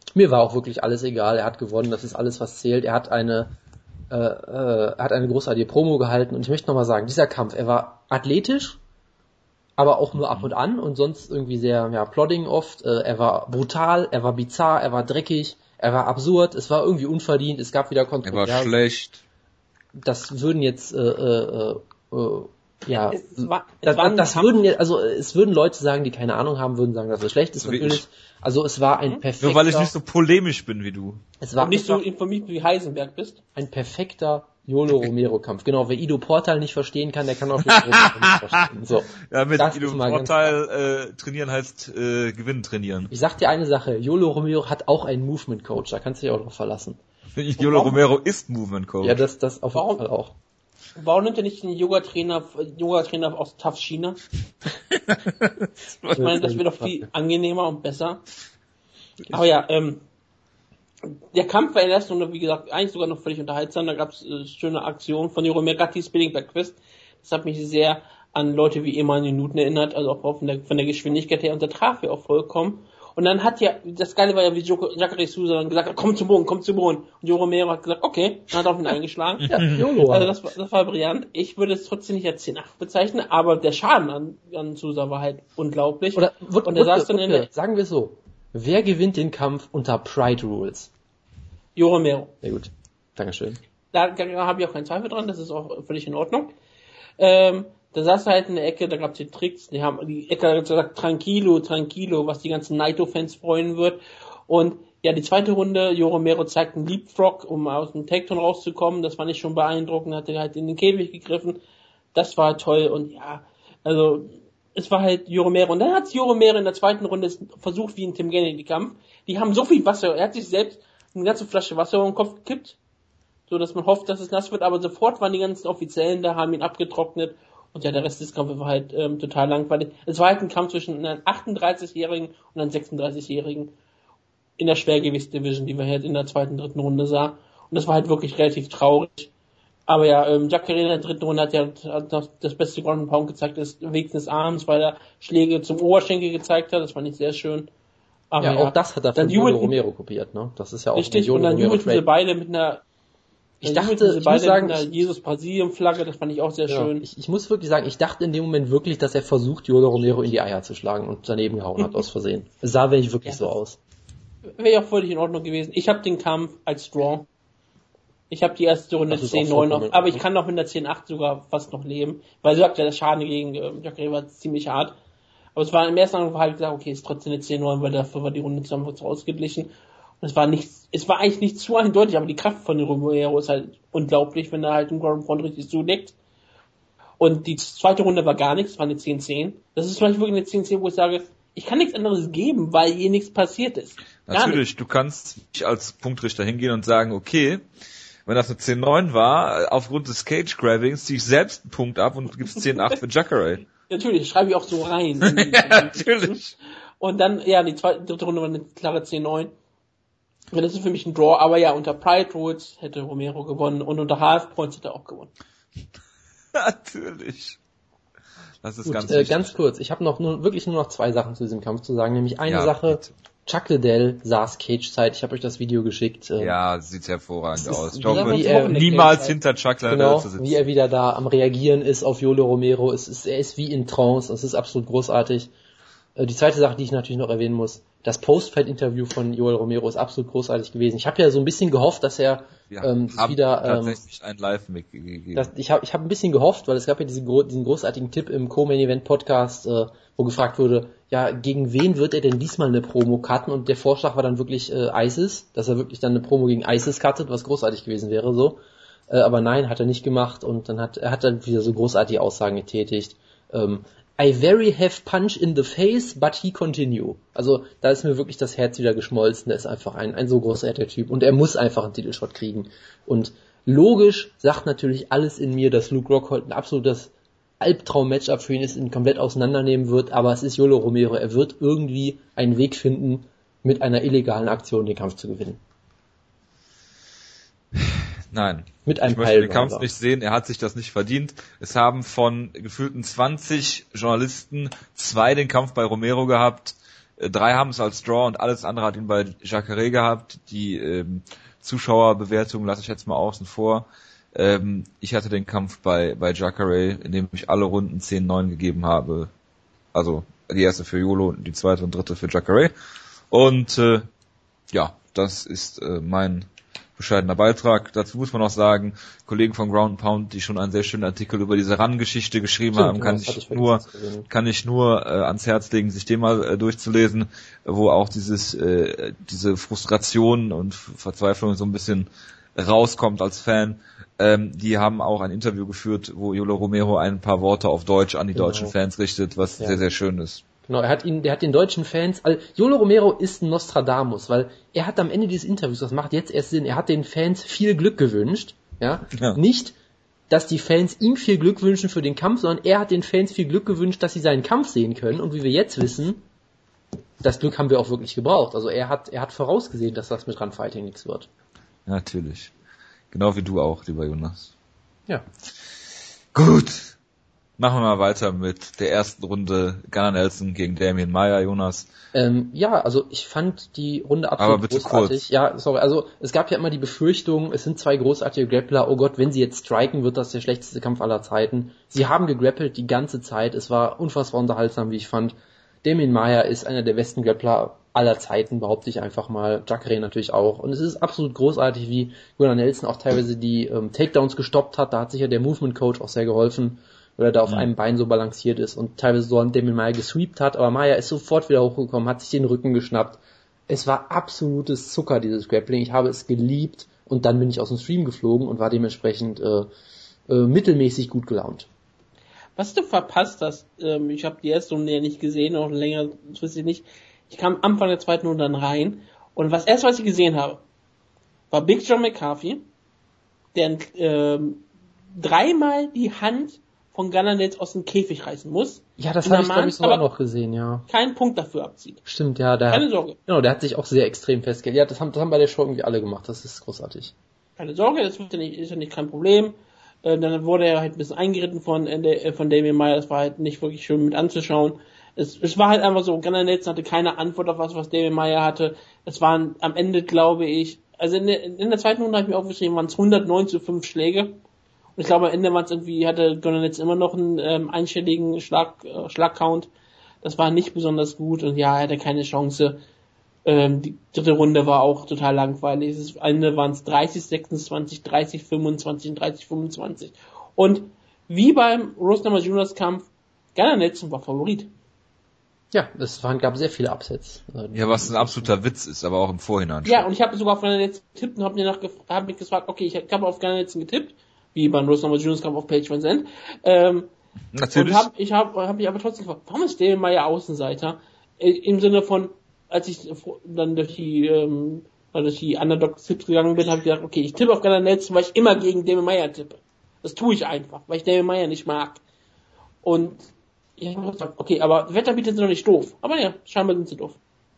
Mir war auch wirklich alles egal. Er hat gewonnen. Das ist alles, was zählt. Er hat eine, äh, äh, er hat eine großartige Promo gehalten. Und ich möchte nochmal sagen, dieser Kampf, er war athletisch, aber auch nur ab und an und sonst irgendwie sehr, ja, plodding oft. Äh, er war brutal, er war bizarr, er war dreckig, er war absurd. Es war irgendwie unverdient. Es gab wieder Kontroversen. Er war schlecht. Das würden jetzt, äh, äh, äh, ja, Es war, es das, war ein das Kampf- würden jetzt, also es würden Leute sagen, die keine Ahnung haben, würden sagen, dass es schlecht ist, So wie natürlich. ich. Also es war ein perfekter, Nur weil ich nicht so polemisch bin wie du. es war und nicht so einfach informiert wie Heisenberg bist. ein perfekter Yolo Romero Kampf. Genau, wer Ido Portal nicht verstehen kann, der kann auch Yolo Romero nicht verstehen. So. Ja, mit Das Ido ist mal ganz Vorteil äh, trainieren heißt äh, Gewinnen trainieren. Ich sag dir eine Sache, Yolo Romero hat auch einen Movement Coach, da kannst du dich auch drauf verlassen. Yolo Romero ist Movement Coach. Ja, das, das auf jeden Warum? Fall auch. Warum nimmt er nicht den Yoga-Trainer, Yoga-Trainer aus Tough China? Ich meine, das wäre doch viel angenehmer und besser. Aber ja, ähm, der Kampf war in der ersten Runde, wie gesagt, eigentlich sogar noch völlig unterhaltsam. Da gab es äh, schöne Aktionen von Jiro Megatti, Spinning Back Twist. Das hat mich sehr an Leute wie Emanuel Newton erinnert, also auch von der, von der Geschwindigkeit her. Und da traf er auch vollkommen. Und dann hat ja, das Geile war ja, wie Jacare Souza dann gesagt hat, komm zum Boden, komm zum Boden. Und Jiro Romero hat gesagt, okay, dann hat er auf ihn eingeschlagen. Ja, Yolo. Also das war, das war brillant. Ich würde es trotzdem nicht als zehn acht bezeichnen, aber der Schaden an, an Souza war halt unglaublich. Oder, wird, und er saß wird, dann in der, sagen wir so, wer gewinnt den Kampf unter Pride Rules? Jiro Romero. Sehr gut. Dankeschön. Da, da habe ich auch keinen Zweifel dran, das ist auch völlig in Ordnung. Ähm, da saß er halt in der Ecke, da gab es die Tricks, die haben die Ecke hat gesagt, tranquilo, tranquilo, was die ganzen Naito-Fans freuen wird. Und ja, die zweite Runde, Jiro Romero zeigt einen Leapfrog, um aus dem Takedown rauszukommen, das fand ich schon beeindruckend, hat er halt in den Käfig gegriffen, das war toll und ja, also es war halt Jiro Romero. Und dann hat Jiro Romero in der zweiten Runde versucht, wie in Tim Kennedy-Kampf, die haben so viel Wasser, er hat sich selbst eine ganze Flasche Wasser über den Kopf gekippt, so dass man hofft, dass es nass wird, aber sofort waren die ganzen Offiziellen da, haben ihn abgetrocknet und ja, der Rest des Kampfes war halt ähm, total langweilig. Es war halt ein Kampf zwischen einem achtunddreißigjährigen und einem sechsunddreißigjährigen in der Schwergewichtsdivision, die wir halt in der zweiten, dritten Runde sahen. Und das war halt wirklich relativ traurig. Aber ja, ähm, Jacare in der dritten Runde hat ja hat noch das beste Ground and Pound gezeigt, das Weg des Arms, weil er Schläge zum Oberschenkel gezeigt hat, das fand ich sehr schön. Aber Ja, ja, auch das hat er von dann Yolo jubelten- Romero kopiert, ne? Das ist ja auch Richtig, ein und dann Romero jubelten sie Trade. beide mit einer Ich dann dachte, jubelten sie ich beide muss sagen, mit einer ich- Jesus-Brasilien-Flagge, das fand ich auch sehr Ja, schön. ich, ich muss wirklich sagen, ich dachte in dem Moment wirklich, dass er versucht, Yolo Romero in die Eier zu schlagen und daneben gehauen hat aus Versehen. Es sah wirklich wirklich Ja, so das- aus. Wäre ja auch völlig in Ordnung gewesen. Ich habe den Kampf als Draw. Ich habe die erste Runde Das ist zehn auch neun, vollkommen in aber ich Ordnung. kann auch mit der zehn acht sogar fast noch leben, weil du sagst ja, der Schaden gegen äh, Jacare war ziemlich hart. Aber es war im ersten Anruf halt gesagt, okay, ist trotzdem eine zehn neun, weil dafür war die Runde zusammen so ausgeglichen. Und es war nicht, es war eigentlich nicht zu eindeutig, aber die Kraft von Romero ist halt unglaublich, wenn er halt einen Ground Pound richtig zulegt. Und die zweite Runde war gar nichts, war eine zehn zehn. Das ist vielleicht wirklich eine zehn zehn, wo ich sage, ich kann nichts anderes geben, weil hier nichts passiert ist. Gar Natürlich, du kannst nicht als Punktrichter hingehen und sagen, okay, wenn das eine zehn neun war, aufgrund des Cage-Grabbings ziehe ich selbst einen Punkt ab und gibst zehn acht für Jacare. Natürlich, schreibe ich auch so rein. Ja, natürlich. Und dann, ja, die zweite, dritte Runde war eine klare zehn neun. Und das ist für mich ein Draw, aber ja, unter Pride Rules hätte Romero gewonnen und unter Half Points hätte er auch gewonnen. Natürlich. Das ist Gut, ganz äh, wichtig. ganz kurz, ich habe noch nur, wirklich nur noch zwei Sachen zu diesem Kampf zu sagen, nämlich eine Ja, Sache, bitte. Chuck Liddell saß Cage-Zeit, ich habe euch das Video geschickt. äh, Ja, sieht hervorragend Das ist aus. Ich wieder hoffe, wie er- niemals hinter Chuck Liddell Genau, zu sitzen. wie er wieder da am Reagieren ist auf Yolo Romero. Es ist, er ist wie in Trance, es ist absolut großartig. Äh, Die zweite Sache, die ich natürlich noch erwähnen muss, das Post-Fight-Interview von Joel Romero ist absolut großartig gewesen. Ich habe ja so ein bisschen gehofft, dass er Wir ähm, haben wieder... Ähm, tatsächlich ein Live-Mic gegeben. das, ich habe ich hab ein bisschen gehofft, weil es gab ja diesen, gro- diesen großartigen Tipp im Co-Main-Event-Podcast, äh, wo gefragt wurde, ja, gegen wen wird er denn diesmal eine Promo cutten? Und der Vorschlag war dann wirklich äh, ISIS, dass er wirklich dann eine Promo gegen ISIS cuttet, was großartig gewesen wäre so. Äh, aber nein, hat er nicht gemacht und dann hat er hat dann wieder so großartige Aussagen getätigt. Ähm, I very have punch in the face, but he continue. Also da ist mir wirklich das Herz wieder geschmolzen. Der ist einfach ein, ein so großartiger Typ und er muss einfach einen Titelshot kriegen. Und logisch sagt natürlich alles in mir, dass Luke Rockhold ein absolutes Albtraum-Matchup für ihn ist, ihn komplett auseinandernehmen wird, aber es ist Yolo Romero. Er wird irgendwie einen Weg finden, mit einer illegalen Aktion den Kampf zu gewinnen. Nein. Mit einem Ich möchte den Piledriver. Kampf nicht sehen, er hat sich das nicht verdient. Es haben von gefühlten zwanzig Journalisten zwei den Kampf bei Romero gehabt. Äh, drei haben es als Draw und alles andere hat ihn bei Jacare gehabt. Die ähm, Zuschauerbewertung lasse ich jetzt mal außen vor. Ähm, ich hatte den Kampf bei bei Jacare, in dem ich alle Runden zehn neun gegeben habe. Also die erste für Yolo, die zweite und dritte für Jacare. Und äh, ja, das ist äh, mein bescheidener Beitrag. Dazu muss man auch sagen, Kollegen von Ground and Pound, die schon einen sehr schönen Artikel über diese Run-Geschichte geschrieben Stimmt, haben, kann ich, ich nur kann ich nur äh, ans Herz legen, sich den mal äh, durchzulesen, wo auch dieses äh, diese Frustration und Verzweiflung so ein bisschen rauskommt als Fan. Ähm, die haben auch ein Interview geführt, wo Yolo Romero ein paar Worte auf Deutsch an die genau. deutschen Fans richtet, was ja. sehr, sehr schön ist. Genau, er hat ihn, der hat den deutschen Fans, also Yolo Romero ist ein Nostradamus, weil er hat am Ende dieses Interviews, das macht jetzt erst Sinn, er hat den Fans viel Glück gewünscht, ja, ja. Nicht, dass die Fans ihm viel Glück wünschen für den Kampf, sondern er hat den Fans viel Glück gewünscht, dass sie seinen Kampf sehen können und wie wir jetzt wissen, das Glück haben wir auch wirklich gebraucht, also er hat, er hat vorausgesehen, dass das mit Runfighting nichts wird. Ja, natürlich. Genau wie du auch, lieber Jonas. Ja. Gut. Machen wir mal weiter mit der ersten Runde Gunnar Nelson gegen Damian Maia, Jonas. Ähm, ja, also ich fand die Runde absolut Aber bitte großartig. Kurz. Ja, sorry, also es gab ja immer die Befürchtung, es sind zwei großartige Grappler, oh Gott, wenn sie jetzt striken, wird das der schlechteste Kampf aller Zeiten. Sie haben gegrappelt die ganze Zeit, es war unfassbar unterhaltsam, wie ich fand. Damian Maia ist einer der besten Grappler aller Zeiten, behaupte ich einfach mal. Jacare natürlich auch. Und es ist absolut großartig, wie Gunnar Nelson auch teilweise die ähm, Takedowns gestoppt hat. Da hat sicher der Movement Coach auch sehr geholfen, weil er da auf mhm. einem Bein so balanciert ist und teilweise so an Damian Maia gesweept hat. Aber Maia ist sofort wieder hochgekommen, hat sich den Rücken geschnappt. Es war absolutes Zucker, dieses Grappling. Ich habe es geliebt und dann bin ich aus dem Stream geflogen und war dementsprechend äh, äh, mittelmäßig gut gelaunt. Was du verpasst hast, ähm, ich habe die erste Runde ja nicht gesehen, auch länger, das weiß ich nicht. Ich kam Anfang der zweiten Runde dann rein und was erst, was ich gesehen habe, war Big John McCarthy, der ähm, dreimal die Hand von Gunnar Nelson aus dem Käfig reißen muss. Ja, das habe ich, glaube ich, so auch noch gesehen, ja. Keinen Punkt dafür abzieht. Stimmt, ja. Der Keine hat, Sorge. Genau, der hat sich auch sehr extrem festgelegt. Ja, das haben, das haben bei der Show irgendwie alle gemacht. Das ist großartig. Keine Sorge, das ist ja nicht, ist ja nicht kein Problem. Äh, dann wurde er halt ein bisschen eingeritten von, äh, von Damian Maia. Das war halt nicht wirklich schön mit anzuschauen. Es, es war halt einfach so, Gunnar Nelson hatte keine Antwort auf was, was Damian Maia hatte. Es waren am Ende, glaube ich, also in der, in der zweiten Runde habe ich mir aufgeschrieben, waren es hundertneun zu fünf Schläge. Und ich glaube, am Ende waren es irgendwie, hatte Gunnar Nelson immer noch einen ähm, einstelligen Schlag, äh, Schlagcount. Das war nicht besonders gut und ja, er hatte keine Chance. Ähm, die dritte Runde war auch total langweilig. Das Ende waren es dreißig sechsundzwanzig, dreißig fünfundzwanzig und dreißig fünfundzwanzig. Und wie beim Rose Namajunas Kampf, Gunnar Nelson war Favorit. Ja, es waren, gab sehr viele Upsets. Ja, was ein absoluter Witz ist, aber auch im Vorhinein. Ja, und ich habe sogar auf Gunnar Nelson getippt und habe mir nach hab mich gefragt, okay, ich habe auf Gunnar Nelson getippt, wie beim Rose Namajunas Kampf auf Page Van Zandt. Ähm, Natürlich. Und hab, ich habe hab mich aber trotzdem gefragt, warum ist Damian Maia Außenseiter? Im Sinne von, als ich dann durch die ähm, durch die Underdog-Tipps gegangen bin, habe ich gedacht, okay, ich tippe auf Gunnar Nelson, weil ich immer gegen Damian Maia tippe. Das tue ich einfach, weil ich Damian Maia nicht mag. Und ich habe gesagt, okay, aber Wetterbieter sind doch nicht doof. Aber ja, scheinbar sind sie doof.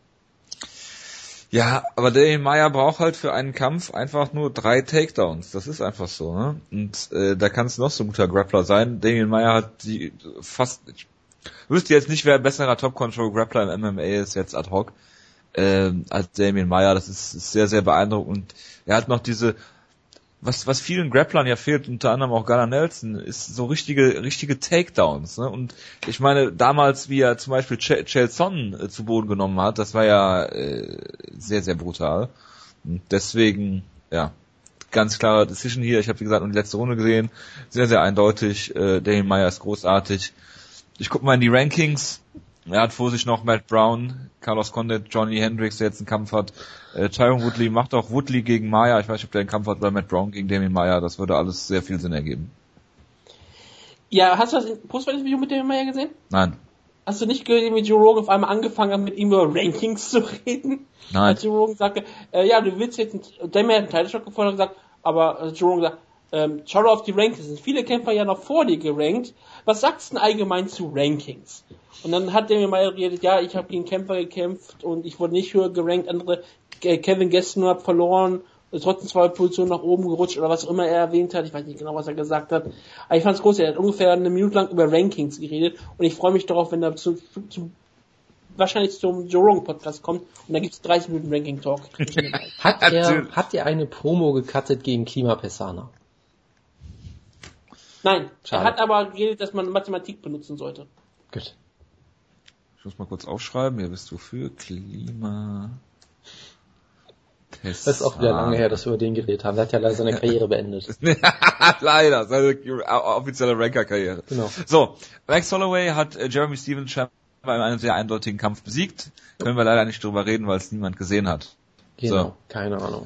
Ja, aber Damian Maia braucht halt für einen Kampf einfach nur drei Takedowns. Das ist einfach so, ne? Und äh, da kann es noch so ein guter Grappler sein. Damian Maia hat die fast... Ich wüsste jetzt nicht, wer ein besserer Top-Control-Grappler im M M A ist jetzt ad hoc ähm, als Damian Maia. Das ist, ist sehr, sehr beeindruckend. Und er hat noch diese... Was, was vielen Grapplern ja fehlt, unter anderem auch Gunnar Nelson, ist so richtige, richtige Takedowns, ne? Und ich meine, damals, wie er zum Beispiel Ch- Chael Sonnen äh, zu Boden genommen hat, das war ja äh, sehr, sehr brutal. Und deswegen, ja, ganz klare Decision hier. Ich habe, wie gesagt, nur die letzte Runde gesehen. Sehr, sehr eindeutig. Äh, Damian Maia ist großartig. Ich gucke mal in die Rankings. Er hat vor sich noch Matt Brown, Carlos Condit, Johnny Hendricks, der jetzt einen Kampf hat. Äh, Tyron Woodley macht auch Woodley gegen Maia. Ich weiß nicht, ob der einen Kampf hat bei Matt Brown gegen Damian Maia. Das würde alles sehr viel Sinn ergeben. Ja, hast du das Postfight-Video mit Damian Maia gesehen? Nein. Hast du nicht gesehen, wie Joe Rogan auf einmal angefangen hat, mit ihm über Rankings zu reden? Nein. Als Joe Rogan sagte, äh, ja, du willst jetzt, einen, Damian hat einen Title-Shot gefordert und gesagt, aber äh, Joe Rogan sagt, ähm, schau doch auf die Rankings. Es sind viele Kämpfer ja noch vor dir gerankt. Was sagst du denn allgemein zu Rankings? Und dann hat der mir mal geredet, ja, ich habe gegen Kämpfer gekämpft und ich wurde nicht höher gerankt, andere, äh, Kevin Gaston hat verloren, trotzdem zwei Positionen nach oben gerutscht oder was auch immer er erwähnt hat, ich weiß nicht genau, was er gesagt hat, aber ich fand's groß, er hat ungefähr eine Minute lang über Rankings geredet und ich freue mich darauf, wenn dazu, zu, wahrscheinlich zum Joe Rogan Podcast kommt und da gibt's dreißig Minuten Ranking Talk. hat er, hat er eine Promo gecuttet gegen Klimapessana? Nein, Schade. Er hat aber geredet, dass man Mathematik benutzen sollte. Gut. Ich muss mal kurz aufschreiben, ihr wisst wofür. Klima. Das ist auch wieder lange her, dass wir über den geredet haben. Er hat ja leider seine Karriere beendet. Leider, seine offizielle Ranker-Karriere. Genau. So, Max Holloway hat äh, Jeremy Stephens scheinbar in einem sehr eindeutigen Kampf besiegt. Können wir leider nicht drüber reden, weil es niemand gesehen hat. Genau, so. Keine Ahnung.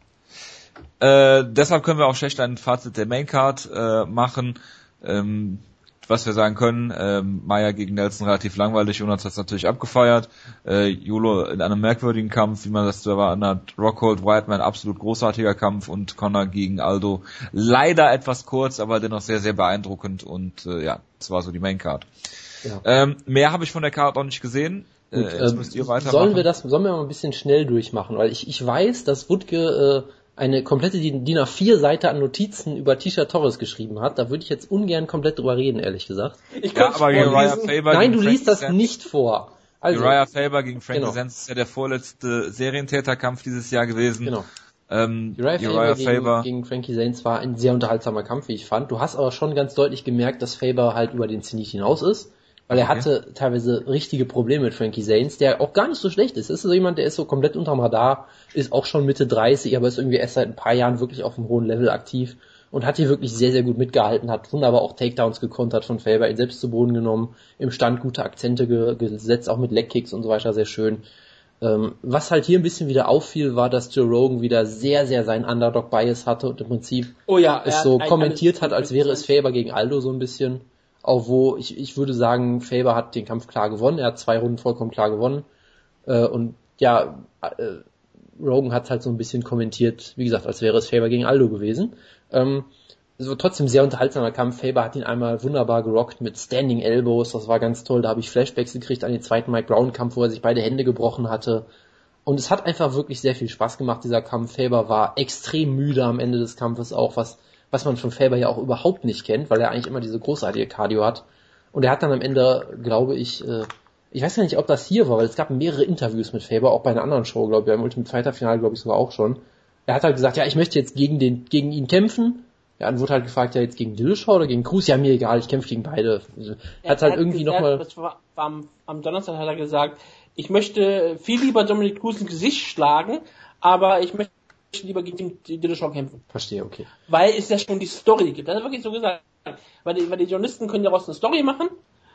Äh, deshalb können wir auch schlecht ein Fazit der Maincard äh, machen. Ähm, was wir sagen können, ähm, Maya gegen Nelson relativ langweilig, Jonas hat es natürlich abgefeiert. Äh, Yulo in einem merkwürdigen Kampf, wie man das zu erwarten hat. Rockhold, Whiteman, absolut großartiger Kampf und Conor gegen Aldo leider etwas kurz, aber dennoch sehr, sehr beeindruckend und äh, ja, das war so die Maincard. Ja. Ähm, mehr habe ich von der Card auch nicht gesehen. Gut, äh, jetzt müsst ihr weitermachen. Sollen wir das, sollen wir mal ein bisschen schnell durchmachen, weil ich, ich weiß, dass Wutke äh, eine komplette D I N A vier Seite an Notizen über Tisha Torres geschrieben hat. Da würde ich jetzt ungern komplett drüber reden, ehrlich gesagt. Ich ja, aber Uriah Faber Nein, du liest das Sands. Nicht vor. Also, Uriah Faber gegen Frankie genau. Sands ist ja der vorletzte Serientäterkampf dieses Jahr gewesen. Genau. Ähm, Uriah, Uriah Faber, Faber gegen, gegen Frankie Sands war ein sehr unterhaltsamer Kampf, wie ich fand. Du hast aber schon ganz deutlich gemerkt, dass Faber halt über den Zenit hinaus ist. Weil er okay. hatte teilweise richtige Probleme mit Frankie Zanes, der auch gar nicht so schlecht ist. Das ist so jemand, der ist so komplett unterm Radar, ist auch schon Mitte dreißig, aber ist irgendwie erst seit ein paar Jahren wirklich auf einem hohen Level aktiv und hat hier wirklich sehr, sehr gut mitgehalten, hat wunderbar auch Takedowns gekontert von Faber, ihn selbst zu Boden genommen, im Stand gute Akzente ge- gesetzt, auch mit Legkicks und so weiter, sehr schön. Ähm, was halt hier ein bisschen wieder auffiel, war, dass Joe Rogan wieder sehr, sehr seinen Underdog-Bias hatte und im Prinzip oh ja, es so kommentiert hat, als wäre es Faber gegen Aldo so ein bisschen. Auch wo, ich, ich würde sagen, Faber hat den Kampf klar gewonnen, er hat zwei Runden vollkommen klar gewonnen. Äh, und ja, äh, Rogan hat halt so ein bisschen kommentiert, wie gesagt, als wäre es Faber gegen Aldo gewesen. Ähm, es war trotzdem sehr unterhaltsamer Kampf. Faber hat ihn einmal wunderbar gerockt mit Standing Elbows, das war ganz toll. Da habe ich Flashbacks gekriegt an den zweiten Mike Brown Kampf, wo er sich beide Hände gebrochen hatte. Und es hat einfach wirklich sehr viel Spaß gemacht, dieser Kampf. Faber war extrem müde am Ende des Kampfes auch, was was man von Faber ja auch überhaupt nicht kennt, weil er eigentlich immer diese großartige Cardio hat. Und er hat dann am Ende, glaube ich, äh, ich weiß ja nicht, ob das hier war, weil es gab mehrere Interviews mit Faber, auch bei einer anderen Show, glaube ich, beim Ultimate Fighter Finale, glaube ich, sogar auch schon. Er hat halt gesagt, ja, ich möchte jetzt gegen den, gegen ihn kämpfen. Ja, dann wurde halt gefragt, ja, jetzt gegen Dillashaw oder gegen Cruz? Ja, mir egal, ich kämpfe gegen beide. Also, er hat halt irgendwie nochmal... Am, am Donnerstag hat er gesagt, ich möchte viel lieber Dominic Cruz ins Gesicht schlagen, aber ich möchte lieber gegen die Dillashaw kämpfen. Verstehe, okay. Weil es ja schon die Story gibt. Das hat er wirklich so gesagt. Weil die, weil die Journalisten können daraus eine Story machen,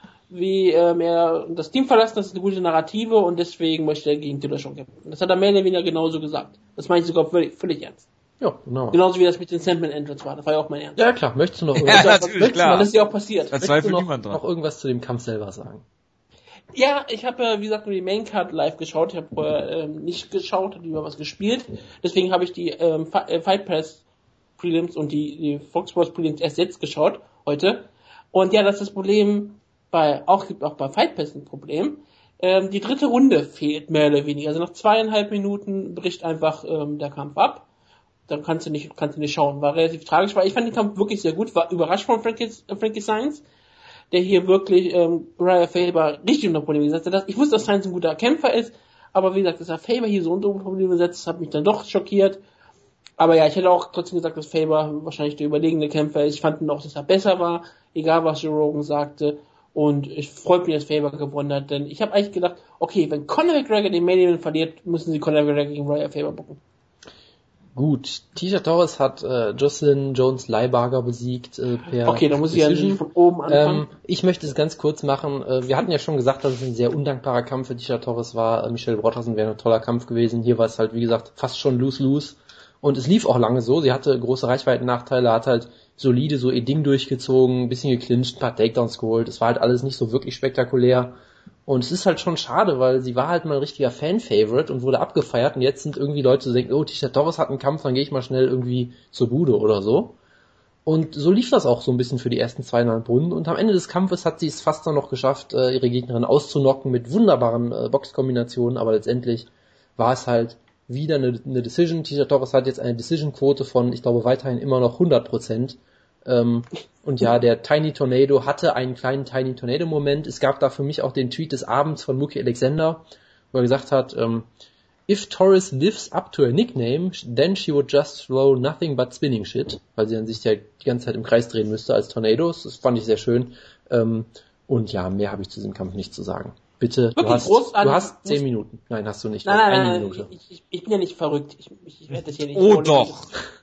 wie ähm, er das Team verlassen, das ist eine gute Narrative und deswegen möchte er gegen Dillashaw kämpfen. Das hat er mehr oder weniger genauso gesagt. Das meine ich sogar völlig, völlig ernst. Ja, genau. Genauso wie das mit den Sandman Entrance war. Das war ja auch mein Ernst. Ja, klar. Möchtest du noch irgendwas, ja, natürlich, klar. Das ist ja auch passiert. Da zweifelt niemand dran. Noch irgendwas zu dem Kampf selber sagen? Ja, ich habe ja, wie gesagt, nur die Maincard live geschaut. Ich habe vorher ähm, nicht geschaut, habe lieber was gespielt. Deswegen habe ich die ähm, Fight Pass Prelims und die, die Fox Sports Prelims erst jetzt geschaut, heute. Und ja, das ist das Problem bei, auch gibt auch bei Fight Pass ein Problem. Ähm, die dritte Runde fehlt mehr oder weniger. Also nach zweieinhalb Minuten bricht einfach ähm, der Kampf ab. Dann kannst du nicht, kannst du nicht schauen. War relativ tragisch, weil ich fand den Kampf wirklich sehr gut. War überrascht von Frankie, äh, Frankie Sainz, der hier wirklich ähm, Uriah Faber richtig unter Probleme gesetzt hat. Ich wusste, dass Sainz ein guter Kämpfer ist, aber wie gesagt, dass er Faber hier so unter Probleme setzt, hat mich dann doch schockiert. Aber ja, ich hätte auch trotzdem gesagt, dass Faber wahrscheinlich der überlegene Kämpfer ist. Ich fand ihn auch, dass er besser war, egal was Joe Rogan sagte. Und ich freut mich, dass Faber gewonnen hat, denn ich habe eigentlich gedacht, okay, wenn Conor McGregor den Main Event verliert, müssen sie Conor McGregor gegen Uriah Faber bucken. Gut, Tisha Torres hat äh, Jocelyn Jones-Leibarger besiegt äh, per Okay, da muss ich ja von oben anfangen. Ähm, ich möchte es ganz kurz machen. Äh, wir hatten ja schon gesagt, dass es ein sehr undankbarer Kampf für Tisha Torres war. Äh, Michelle Brodersen wäre ein toller Kampf gewesen. Hier war es halt, wie gesagt, fast schon lose-lose. Und es lief auch lange so. Sie hatte große Reichweiten-Nachteile, hat halt solide so ihr Ding durchgezogen, ein bisschen geclincht, ein paar Takedowns geholt. Es war halt alles nicht so wirklich spektakulär. Und es ist halt schon schade, weil sie war halt mal ein richtiger Fan-Favorite und wurde abgefeiert und jetzt sind irgendwie Leute, die denken, oh, Tisha Torres hat einen Kampf, dann gehe ich mal schnell irgendwie zur Bude oder so. Und so lief das auch so ein bisschen für die ersten zweieinhalb Runden und am Ende des Kampfes hat sie es fast dann noch geschafft, ihre Gegnerin auszunocken mit wunderbaren äh, Boxkombinationen, aber letztendlich war es halt wieder eine, eine Decision. Tisha Torres hat jetzt eine Decision-Quote von, ich glaube, weiterhin immer noch hundert Prozent Ähm, und ja, der Tiny Tornado hatte einen kleinen Tiny Tornado-Moment. Es gab da für mich auch den Tweet des Abends von Mookie Alexander, wo er gesagt hat, ähm, if Torres lives up to her nickname, then she would just throw nothing but spinning shit, weil sie dann sich ja die ganze Zeit im Kreis drehen müsste als Tornados. Das fand ich sehr schön. Ähm, und ja, mehr habe ich zu diesem Kampf nicht zu sagen. Bitte, du hast, du hast zehn Minuten. Nein, hast du nicht. Nein, nein, eine nein, Minute. Ich, ich, ich bin ja nicht verrückt. Ich, ich, ich werde das hier nicht. Oh doch.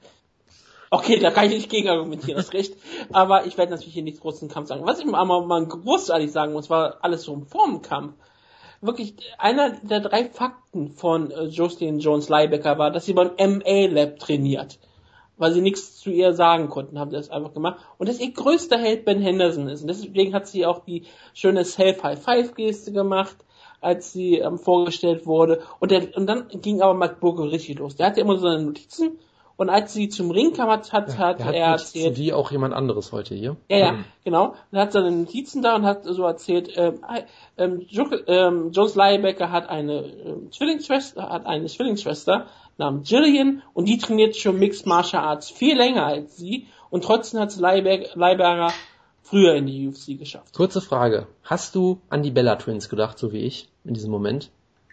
Okay, da kann ich nicht gegen argumentieren, das recht. Aber ich werde natürlich hier nichts großen Kampf sagen. Was ich aber mal großartig sagen muss, war alles so vor dem Kampf. Wirklich, einer der drei Fakten von äh, Jocelyn Jones Leibecker war, dass sie beim M A Lab trainiert. Weil sie nichts zu ihr sagen konnten, haben sie das einfach gemacht. Und dass ihr größter Held Ben Henderson ist. Und deswegen hat sie auch die schöne Self-High-Five-Geste gemacht, als sie ähm, vorgestellt wurde. Und, der, und dann ging aber Mark Burger richtig los. Der hatte immer so seine Notizen. Und als sie zum Ring kam, hat, hat, ja, hat er, hat er erzählt... wie auch jemand anderes heute hier. Ja, ja, mhm. genau. Und hat seine Notizen da und hat so erzählt, ähm, ähm, ähm, Jones Leibecker hat eine ähm, Zwillingsschwester, hat eine Zwillingsschwester namens Jillian und die trainiert schon Mixed Martial Arts viel länger als sie und trotzdem hat Leibecker, Leibecker früher in die U F C geschafft. Kurze Frage. Hast du an die Bella Twins gedacht, so wie ich, in diesem Moment?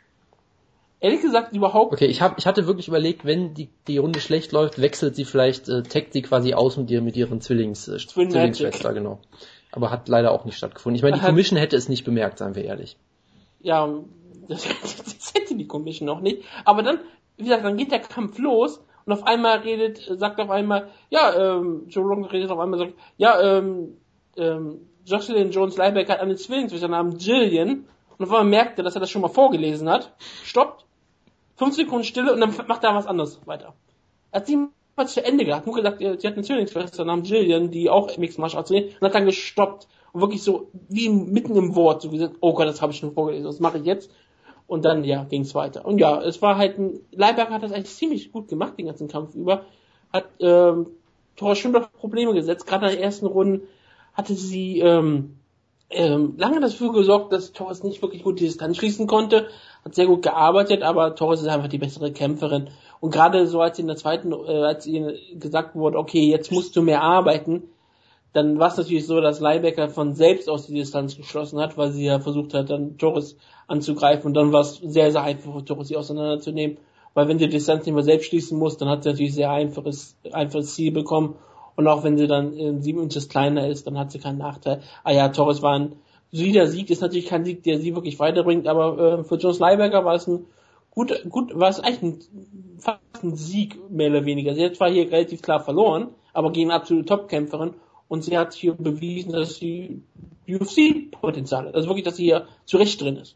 Ehrlich gesagt überhaupt. Okay, ich hab, ich hatte wirklich überlegt, wenn die, die Runde schlecht läuft, wechselt sie vielleicht, äh, taggt sie quasi aus mit ihr, mit ihren Zwillings, äh, Zwillingsschwester, genau. Aber hat leider auch nicht stattgefunden. Ich meine, die Commission hätte es nicht bemerkt, seien wir ehrlich. Ja, das, das hätte die Commission noch nicht. Aber dann, wie gesagt, dann geht der Kampf los und auf einmal redet, sagt auf einmal, ja, ähm, Joe Rogan redet auf einmal, sagt, ja, ähm, ähm, Jocelyn Jones Leibecker hat eine Zwillingsschwester namens Jillian und auf einmal merkt er, dass er das schon mal vorgelesen hat, stoppt, fünf Sekunden Stille und dann macht er was anderes weiter. Er hat sie mal zu Ende gehabt, nur gesagt, sie hat eine Zwillingsschwester namens Jillian, die auch Mixed Martial Arts trainiert, und hat dann gestoppt und wirklich so, wie mitten im Wort, so wie gesagt, oh Gott, das habe ich schon vorgelesen, was mache ich jetzt? Und dann, ja, ging's weiter. Und ja, es war halt ein, Leibecker hat das eigentlich ziemlich gut gemacht, den ganzen Kampf über, hat, ähm, Torres schon noch Probleme gesetzt, gerade in den ersten Runden hatte sie, ähm, ähm, lange dafür gesorgt, dass Torres nicht wirklich gut die Distanz schließen konnte, hat sehr gut gearbeitet, aber Torres ist einfach die bessere Kämpferin. Und gerade so, als sie in der zweiten, äh, als ihnen gesagt wurde, okay, jetzt musst du mehr arbeiten, dann war es natürlich so, dass Leibecker von selbst aus die Distanz geschlossen hat, weil sie ja versucht hat, dann Torres anzugreifen, und dann war es sehr, sehr einfach für Torres, sie auseinanderzunehmen, weil wenn sie die Distanz nicht mehr selbst schließen muss, dann hat sie natürlich sehr einfaches, einfaches Ziel bekommen, und auch wenn sie dann äh, sieben Inches kleiner ist, dann hat sie keinen Nachteil. Ah ja, Torres war ein solider Sieg, ist natürlich kein Sieg, der sie wirklich weiterbringt, aber äh, für Jones Leibecker war es ein gut, gut, war es eigentlich ein, fast ein Sieg, mehr oder weniger. Sie hat zwar hier relativ klar verloren, aber gegen eine absolute Topkämpferin, und sie hat hier bewiesen, dass sie U F C-Potenzial hat. Also wirklich, dass sie hier zurecht drin ist.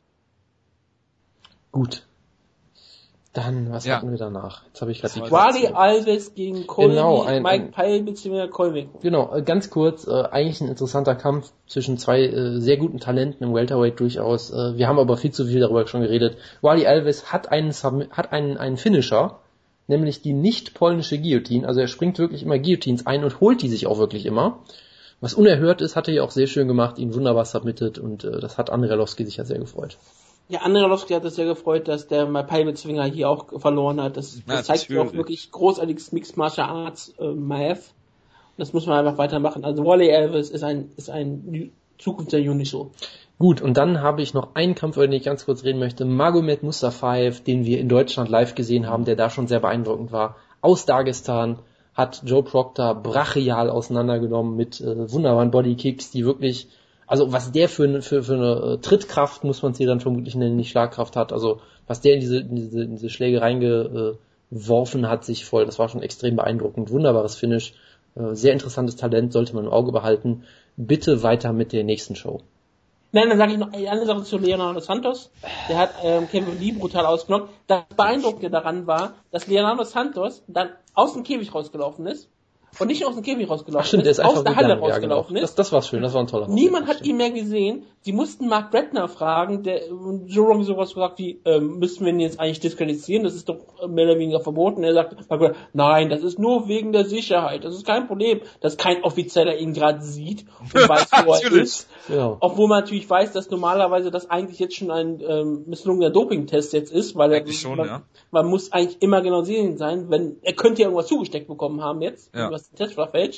Gut. Dann, was ja. hatten wir danach? Jetzt habe ich gerade die Wally Alves gegen Colby, genau, ein, Mike Pyle bzw. Colby. Genau, ganz kurz, äh, eigentlich ein interessanter Kampf zwischen zwei äh, sehr guten Talenten im Welterweight durchaus. Äh, wir haben aber viel zu viel darüber schon geredet. Wally Alves hat einen hat einen einen Finisher, nämlich die nicht polnische Guillotine. Also er springt wirklich immer Guillotines ein und holt die sich auch wirklich immer. Was unerhört ist, hat er ja auch sehr schön gemacht, ihn wunderbar submitted, und äh, das hat Andrei Arlovski sich ja sehr gefreut. Ja, Andrei Arlovski hat es sehr gefreut, dass der Palme-Zwinger hier auch verloren hat. Das, das zeigt ja auch wirklich großartiges Mixed Martial Arts äh, Math. Und das muss man einfach weitermachen. Also Wally Alves ist ein ist ein Zukunft der Uniso. Gut, und dann habe ich noch einen Kampf, über den ich ganz kurz reden möchte. Magomed Mustafaev, den wir in Deutschland live gesehen haben, der da schon sehr beeindruckend war. Aus Dagestan hat Joe Proctor brachial auseinandergenommen mit äh, wunderbaren Bodykicks, die wirklich... Also was der für eine, für, für eine Trittkraft, muss man es hier dann vermutlich nennen, nicht Schlagkraft hat. Also was der in diese, in diese, in diese Schläge reingeworfen hat, sich voll, das war schon extrem beeindruckend. Wunderbares Finish, sehr interessantes Talent, sollte man im Auge behalten. Bitte weiter mit der nächsten Show. Nein, dann sage ich noch eine Sache zu Leonardo Santos. Der hat ähm, Kevin Lee brutal ausgenockt. Das Beeindruckende daran war, dass Leonardo Santos dann aus dem Käfig rausgelaufen ist. Und nicht aus dem Käfig rausgelaufen Ach, stimmt, ist, ist aus der Halle gegangen, rausgelaufen ja, genau. ist. Das, das war schön, das war ein toller Niemand hat ihn mehr gesehen. Sie mussten Mark Bretner fragen, der Joe Rogan sowas gesagt wie, ähm, müssen wir ihn jetzt eigentlich disqualifizieren? Das ist doch mehr oder weniger verboten. Er sagt, nein, das ist nur wegen der Sicherheit. Das ist kein Problem, dass kein Offizieller ihn gerade sieht und weiß, wo er ist. Ja. Obwohl man natürlich weiß, dass normalerweise das eigentlich jetzt schon ein ähm, misslungener Dopingtest jetzt ist, weil er, schon, man, ja. man muss eigentlich immer genau sehen sein, wenn er könnte ja irgendwas zugesteckt bekommen haben jetzt, ja. was der Test war falsch.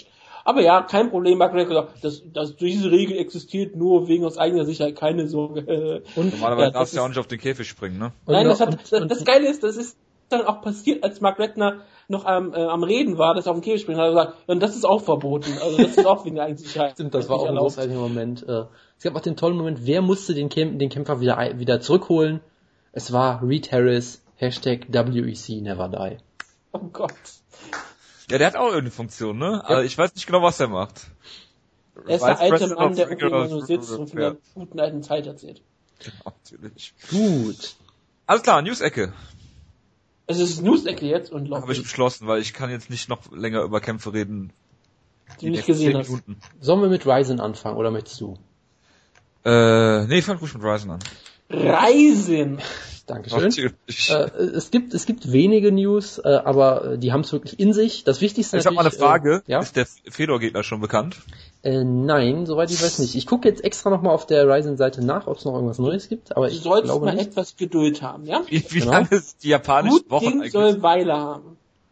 Aber ja, kein Problem, Mark hat gesagt, dass, dass diese Regel existiert nur wegen aus eigener Sicherheit, keine Sorge. Und normalerweise ja, darfst du ja auch nicht auf den Käfig springen, ne? Nein, und das, hat, und, das, und, das Geile ist, das ist dann auch passiert, als Mark Redner noch am, äh, am Reden war, dass er auf den Käfig springen hat, hat er gesagt, und das ist auch verboten. Also das ist auch wegen der eigenen Sicherheit. Stimmt, das war auch ein großartiger Moment. Es gab auch den tollen Moment, wer musste den, Kämp- den Kämpfer wieder, wieder zurückholen? Es war Reed Harris, Hashtag W E C Never Die. Oh Gott. Ja, der hat auch irgendeine Funktion, ne? Ja. Also ich weiß nicht genau, was er macht. Er ist der alte Mann, der irgendwo nur sitzt und von der guten alten Zeit erzählt. Genau, natürlich. Gut. Alles klar, News-Ecke. Es ist News-Ecke jetzt und Habe ich beschlossen, weil ich kann jetzt nicht noch länger über Kämpfe reden, die du nicht gesehen hast. Minuten. Sollen wir mit Ryzen anfangen, oder möchtest du? Äh, nee, fang ruhig mit Ryzen an. Ryzen! Dankeschön. Äh, es gibt es gibt wenige News, äh, aber die haben es wirklich in sich. Das Wichtigste ich natürlich... Ich habe mal eine Frage. Äh, ja? Ist der Fedor-Gegner schon bekannt? Äh, nein, soweit ich weiß nicht. Ich gucke jetzt extra nochmal auf der Ryzen-Seite nach, ob es noch irgendwas Neues gibt, aber ich glaube nicht. Du solltest mal etwas Geduld haben, ja? Wie, wie genau. lange ist die japanische Gut Woche Ding eigentlich? Soll Weile haben.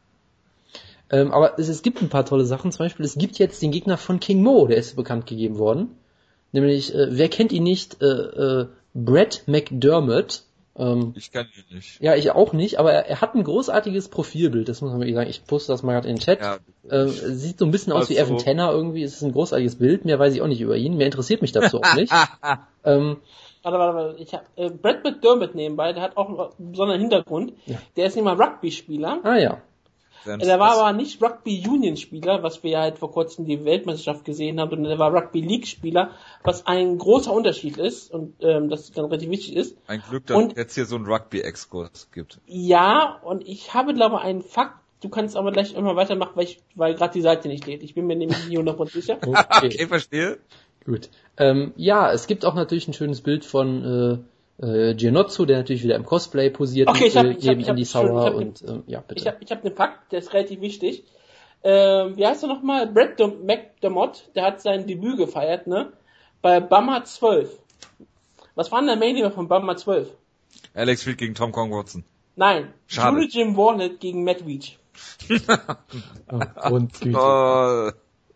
Ähm, aber es, es gibt ein paar tolle Sachen. Zum Beispiel, es gibt jetzt den Gegner von King Mo, der ist bekannt gegeben worden. Nämlich, äh, wer kennt ihn nicht? Äh, äh, Brett McDermott. Ähm, ich kann ihn nicht. Ja, ich auch nicht, aber er, er hat ein großartiges Profilbild, das muss man wirklich sagen. Ich poste das mal gerade in den Chat. Ja, äh, sieht so ein bisschen aus also. wie Evan Tanner irgendwie. Es ist ein großartiges Bild, mehr weiß ich auch nicht über ihn. Mehr interessiert mich dazu auch nicht. ähm, Warte, warte, warte. Ich hab, äh, Brett McDermott nebenbei, der hat auch einen besonderen Hintergrund. Ja. Der ist nicht mal Rugby-Spieler. Ah ja. Der war aber nicht Rugby-Union-Spieler, was wir halt vor kurzem die Weltmeisterschaft gesehen haben, sondern der war Rugby-League-Spieler, was ein großer Unterschied ist und ähm, das dann relativ wichtig ist. Ein Glück, dass es jetzt hier so einen Rugby-Exkurs gibt. Ja, und ich habe, glaube ich, einen Fakt, du kannst aber gleich immer weitermachen, weil ich, weil gerade die Seite nicht lädt. Ich bin mir nämlich nicht hundert Prozent sicher. Okay, okay, verstehe. Gut. Ähm, ja, es gibt auch natürlich ein schönes Bild von äh, Äh, Gianozzo, der natürlich wieder im Cosplay posiert, okay, ich hab, ich gegen hab, Andy ich Sauer hab, und ähm, ja, bitte. Ich habe ich hab einen Fakt, der ist relativ wichtig. Ähm, wie heißt er nochmal? Brett McDermott, der hat sein Debüt gefeiert, ne? Bei Bama zwölf. Was war denn der Main Event von Bama zwölf? Alex Reed gegen Tom Kong Watson. Nein, Schade. Julie Jim Warnett gegen Matt Weech. oh, und Güte. Oh.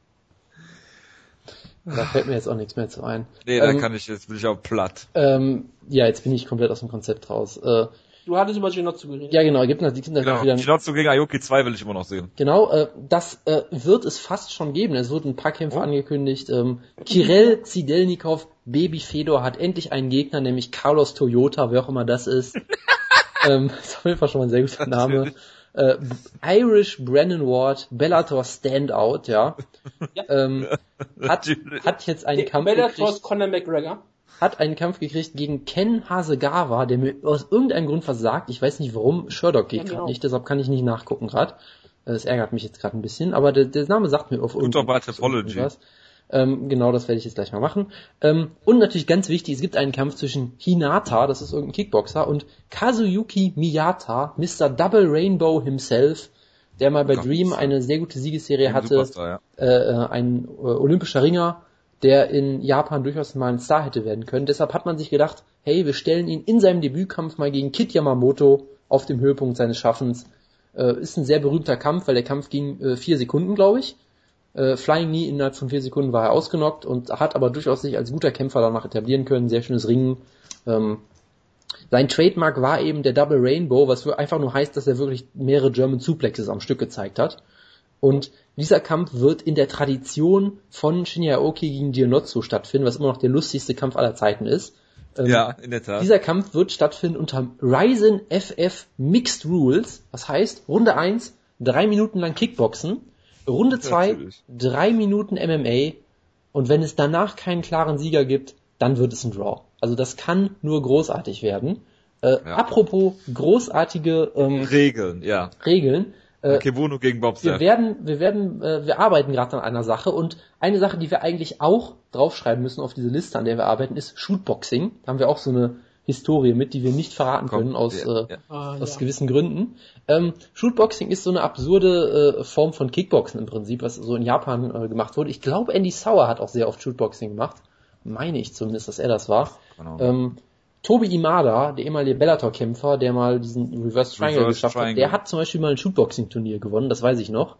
Da fällt mir jetzt auch nichts mehr zu ein. Nee, da ähm, kann ich, jetzt bin ich auch platt. Ähm, ja, jetzt bin ich komplett aus dem Konzept raus. Äh, du hattest über Gianozzo geredet. Ja, genau, gibt natürlich genau. wieder... Gianozzo gegen Aoki zwei will ich immer noch sehen. Genau, äh, das äh, wird es fast schon geben. Es wurden ein paar Kämpfe oh. angekündigt. Ähm, Kirell Zidelnikov, Baby Fedor hat endlich einen Gegner, nämlich Carlos Toyota, wer auch immer das ist. ähm, das ist auf jeden Fall schon mal ein sehr guter Name. Äh, Irish Brennan Ward, Bellator Standout, ja. ja. Ähm, hat, hat jetzt einen Kampf Bellator gekriegt. Conor McGregor. Hat einen Kampf gekriegt gegen Ken Hasegawa, der mir aus irgendeinem Grund versagt. Ich weiß nicht warum. Sherlock geht gerade nicht, deshalb kann ich nicht nachgucken gerade. Das ärgert mich jetzt gerade ein bisschen, aber der, der Name sagt mir auf irgendwas. Ähm, genau, das werde ich jetzt gleich mal machen. Ähm, und natürlich ganz wichtig, es gibt einen Kampf zwischen Hinata, das ist irgendein Kickboxer, und Kazuyuki Miyata, Mister Double Rainbow himself, der mal bei oh Dream eine sehr gute Siegesserie hatte. Superstar, ja. äh, ein äh, olympischer Ringer, der in Japan durchaus mal ein Star hätte werden können. Deshalb hat man sich gedacht, hey, wir stellen ihn in seinem Debütkampf mal gegen Kid Yamamoto auf dem Höhepunkt seines Schaffens. Äh, ist ein sehr berühmter Kampf, weil der Kampf ging äh, vier Sekunden, glaube ich. Äh, Flying Knee, innerhalb von vier Sekunden war er ausgenockt und hat aber durchaus sich als guter Kämpfer danach etablieren können. Sehr schönes Ringen. Ähm, sein Trademark war eben der Double Rainbow, was einfach nur heißt, dass er wirklich mehrere German Suplexes am Stück gezeigt hat. Und dieser Kampf wird in der Tradition von Shinya Aoki gegen Gianozzo stattfinden, was immer noch der lustigste Kampf aller Zeiten ist. Ähm, ja, in der Tat. Dieser Kampf wird stattfinden unter Ryzen F F Mixed Rules. Was heißt, Runde eins, drei Minuten lang Kickboxen. Runde zwei, drei Minuten M M A, und wenn es danach keinen klaren Sieger gibt, dann wird es ein Draw. Also das kann nur großartig werden. Äh, ja. Apropos großartige ähm, Regeln, ja. Regeln. Äh, Kebuno gegen Bob wir werden, wir werden, äh, wir arbeiten gerade an einer Sache, und eine Sache, die wir eigentlich auch draufschreiben müssen auf diese Liste, an der wir arbeiten, ist Shootboxing. Da haben wir auch so eine Historie mit, die wir nicht verraten Komm, können aus, ja, äh, ja. aus ja. gewissen Gründen. Ähm, Shootboxing ist so eine absurde äh, Form von Kickboxen im Prinzip, was so in Japan äh, gemacht wurde. Ich glaube, Andy Sauer hat auch sehr oft Shootboxing gemacht. Meine ich zumindest, dass er das war. Genau. Ähm, Tobi Imada, der ehemalige Bellator-Kämpfer, der mal diesen Reverse Triangle Reverse geschafft Triangle. hat, der hat zum Beispiel mal ein Shootboxing-Turnier gewonnen, das weiß ich noch.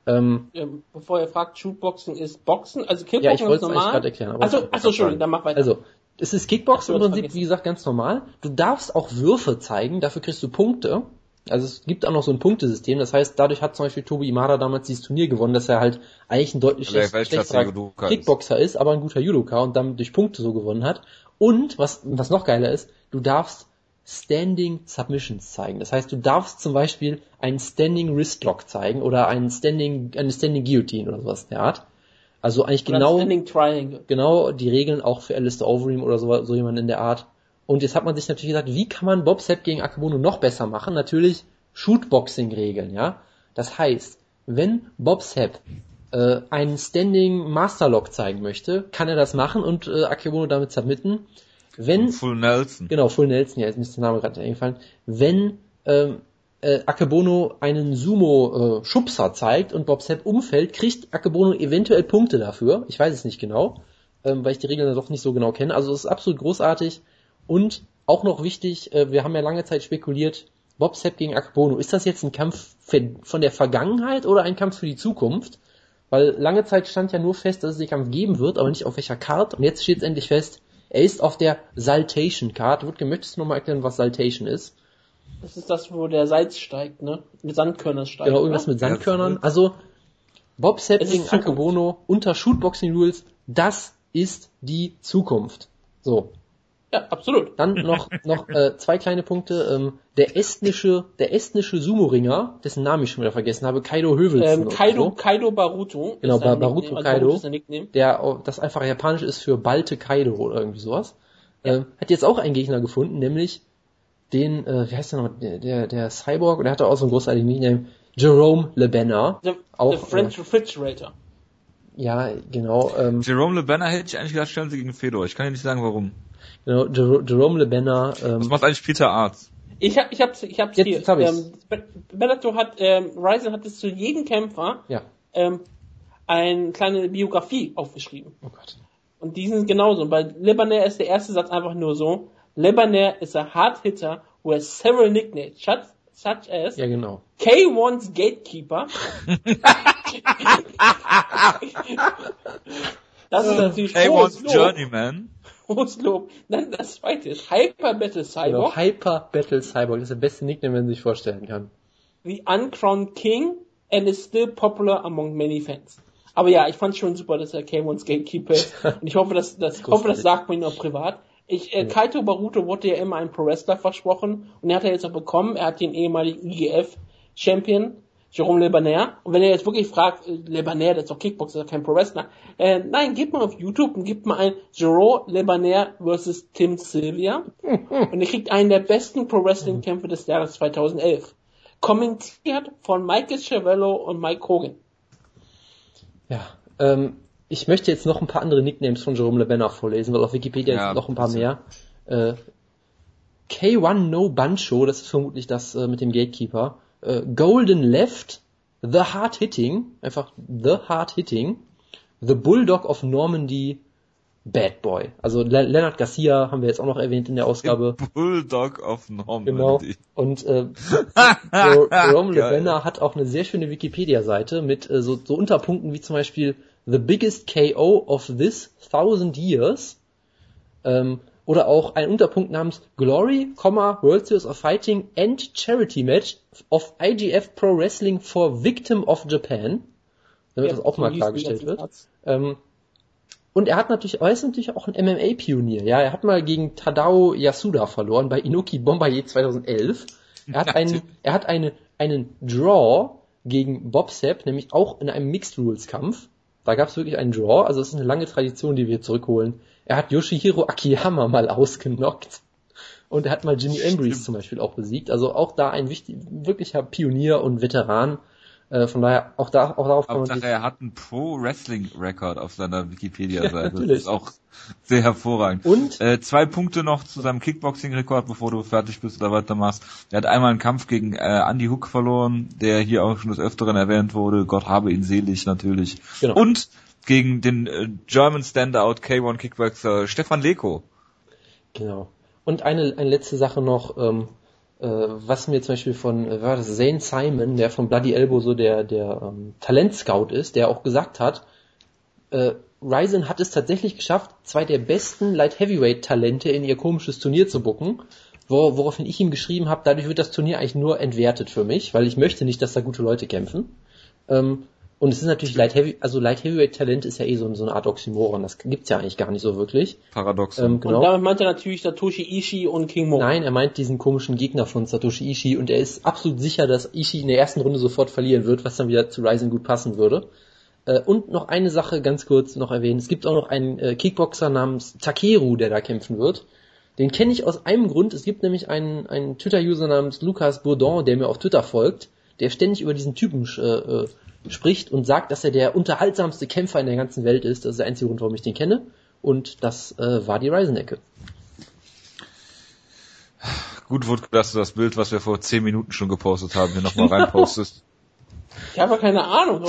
Ähm, ähm, bevor ihr fragt, Shootboxen ist Boxen, also Kickboxen ja, ich wollte ist es normal. gerade erklären. Aber also, achso, Entschuldigung, dann mach weiter. Also, es ist Kickboxen im Prinzip, vergessen. wie gesagt, ganz normal. Du darfst auch Würfe zeigen, dafür kriegst du Punkte. Also es gibt auch noch so ein Punktesystem, das heißt, dadurch hat zum Beispiel Tobi Imada damals dieses Turnier gewonnen, dass er halt eigentlich ein deutlich schlechterer Kickboxer ist, aber ein guter Judoka und dann durch Punkte so gewonnen hat. Und, was, was noch geiler ist, du darfst Standing Submissions zeigen. Das heißt, du darfst zum Beispiel einen Standing Wristlock zeigen oder einen Standing, eine Standing Guillotine oder sowas der Art. Also eigentlich oder genau, Standing Triangle. Genau die Regeln auch für Alistair Overeem oder so, so jemand in der Art. Und jetzt hat man sich natürlich gesagt, wie kann man Bob Sapp gegen Akebono noch besser machen? Natürlich Shootboxing-Regeln, ja. Das heißt, wenn Bob Sapp äh, einen Standing Masterlock zeigen möchte, kann er das machen und äh, Akebono damit submitten. Wenn Full Nelson. Genau, Full Nelson, ja, ist mir der Name gerade eingefallen. Wenn ähm, äh, Akebono einen Sumo-Schubser äh, zeigt und Bob Sapp umfällt, kriegt Akebono eventuell Punkte dafür. Ich weiß es nicht genau, ähm, weil ich die Regeln dann doch nicht so genau kenne. Also es ist absolut großartig. Und auch noch wichtig, äh, wir haben ja lange Zeit spekuliert, Bob Sapp gegen Akebono, ist das jetzt ein Kampf für, von der Vergangenheit oder ein Kampf für die Zukunft? Weil lange Zeit stand ja nur fest, dass es den Kampf geben wird, aber nicht auf welcher Card. Und jetzt steht es endlich fest, er ist auf der Saltation Card. Wutke, möchtest du nochmal erklären, was Saltation ist? Das ist das, wo der Salz steigt, ne? Mit Sandkörnern steigt. Genau, irgendwas mit Sandkörnern. Also, Bob Sapp gegen Akebono unter Shootboxing Rules, das ist die Zukunft. So. Ja, absolut. Dann noch noch äh, zwei kleine Punkte. Ähm, der estnische der estnische Sumo-Ringer, dessen Namen ich schon wieder vergessen habe, Kaido Hövelsen. Ähm, Kaido, so. Kaido Baruto. Genau, Bar- Baruto Kaido. Also der das einfach japanisch ist für Balte Kaido oder irgendwie sowas. Ja. Ähm, hat jetzt auch einen Gegner gefunden, nämlich den, äh, wie heißt der noch, der, der, der Cyborg, der hatte auch so einen großartigen Nickname, Jerome LeBenna. The, auch, the French äh, Refrigerator. Ja, genau. Ähm, Jerome LeBenna hätte ich eigentlich gedacht, stellen sie gegen Fedor. Ich kann dir nicht sagen, warum. Genau, Jer- Jerome LeBenna. Ähm, Was macht eigentlich Peter Arz? Ich hab, ich hab's, ich hab's jetzt, hier. Jetzt hab ähm, Bellator hat, ähm, Ryzen hat es zu jedem Kämpfer ja. ähm, eine kleine Biografie aufgeschrieben. Oh Gott. Und die sind genauso. Bei Lebaner ist der erste Satz einfach nur so: Lebaner is a hard hitter who has several nicknames, such, such as ja, genau. K eins Gatekeeper. Das ist natürlich K eins Journeyman. Großes Lob. Dann das zweite ist Hyper Battle Cyborg. Genau, Hyper Battle Cyborg. Das ist der beste Nickname, den man sich vorstellen kann. The Uncrowned King and is still popular among many fans. Aber ja, ich fand schon super, dass er K eins Gatekeeper ist. Und ich hoffe, dass, das, ich hoffe, das sagt man ihm auch privat. Ich, äh, Kaito Baruto wurde ja immer ein Pro-Wrestler versprochen. Und er hat er jetzt auch bekommen. Er hat den ehemaligen I G F-Champion, Jerome LeBenna. Und wenn er jetzt wirklich fragt, LeBenna, das ist doch Kickboxer, das ist doch kein Pro-Wrestler. Äh, nein, gebt mal auf YouTube und gebt mal ein Jerome LeBenna versus Tim Sylvia. Und er kriegt einen der besten Pro-Wrestling-Kämpfe des Jahres zweitausendelf. Kommentiert von Michael Chiavello und Mike Hogan. Ja, ähm, ich möchte jetzt noch ein paar andere Nicknames von Jerome LeBenna vorlesen, weil auf Wikipedia ja, ist noch ein paar mehr. Äh, K eins No Bancho, das ist vermutlich das äh, mit dem Gatekeeper. Äh, Golden Left, The Hard Hitting, einfach The Hard Hitting. The Bulldog of Normandy, Bad Boy. Also Le- Leonard Garcia haben wir jetzt auch noch erwähnt in der Ausgabe. The Bulldog of Normandy. Genau. Und äh, Jerome LeBenna hat auch eine sehr schöne Wikipedia-Seite mit äh, so, so Unterpunkten wie zum Beispiel The Biggest K O of This Thousand Years. Ähm, oder auch ein Unterpunkt namens Glory, World Series of Fighting and Charity Match of I G F Pro Wrestling for Victim of Japan. Damit ja, das auch mal klargestellt wird. Ähm, und er hat natürlich, er ist natürlich auch ein M M A-Pionier. Ja, er hat mal gegen Tadao Yasuda verloren bei Inoki Bombardier zweitausendelf. Er hat einen, er hat eine, einen Draw gegen Bob Sapp, nämlich auch in einem Mixed Rules Kampf. Da gab es wirklich einen Draw, also es ist eine lange Tradition, die wir zurückholen. Er hat Yoshihiro Akiyama mal ausgenockt. Und er hat mal Jimmy Ambrose zum Beispiel auch besiegt. Also auch da ein wichtig, wirklicher Pionier und Veteran. Äh, von daher, auch da, auch darauf kann man sich... Er hat einen Pro-Wrestling-Record auf seiner Wikipedia-Seite. Ja, das ist auch sehr hervorragend. Und? Äh, zwei Punkte noch zu seinem Kickboxing-Rekord, bevor du fertig bist oder weitermachst. Er hat einmal einen Kampf gegen äh, Andy Hook verloren, der hier auch schon des Öfteren erwähnt wurde. Gott habe ihn selig, natürlich. Genau. Und gegen den äh, German Standout K eins Kickboxer Stefan Leko. Genau. Und eine, eine letzte Sache noch, ähm, Äh, was mir zum Beispiel von, äh, war das Zane Simon, der von Bloody Elbow so der, der ähm, Talentscout ist, der auch gesagt hat, äh, Ryzen hat es tatsächlich geschafft, zwei der besten Light Heavyweight Talente in ihr komisches Turnier zu booken, wo, woraufhin ich ihm geschrieben habe, dadurch wird das Turnier eigentlich nur entwertet für mich, weil ich möchte nicht, dass da gute Leute kämpfen. Ähm, und es ist natürlich Light Heavy, also Light Heavyweight Talent ist ja eh so, so eine Art Oxymoron, das gibt's ja eigentlich gar nicht so wirklich. Paradox. Ähm, genau. Und damit meint er natürlich Satoshi Ishii und King Mo. Nein, er meint diesen komischen Gegner von Satoshi Ishii und er ist absolut sicher, dass Ishii in der ersten Runde sofort verlieren wird, was dann wieder zu Ryzen gut passen würde. Äh, und noch eine Sache ganz kurz noch erwähnen, es gibt auch noch einen äh, Kickboxer namens Takeru, der da kämpfen wird. Den kenne ich aus einem Grund, es gibt nämlich einen, einen Twitter-User namens Lucas Bourdon, der mir auf Twitter folgt, der ständig über diesen Typen äh, äh, spricht und sagt, dass er der unterhaltsamste Kämpfer in der ganzen Welt ist. Das ist der einzige Grund, warum ich den kenne. Und das äh, war die Ryzen-Ecke. Gut, dass du das Bild, was wir vor zehn Minuten schon gepostet haben, hier nochmal reinpostest. Ich habe keine Ahnung.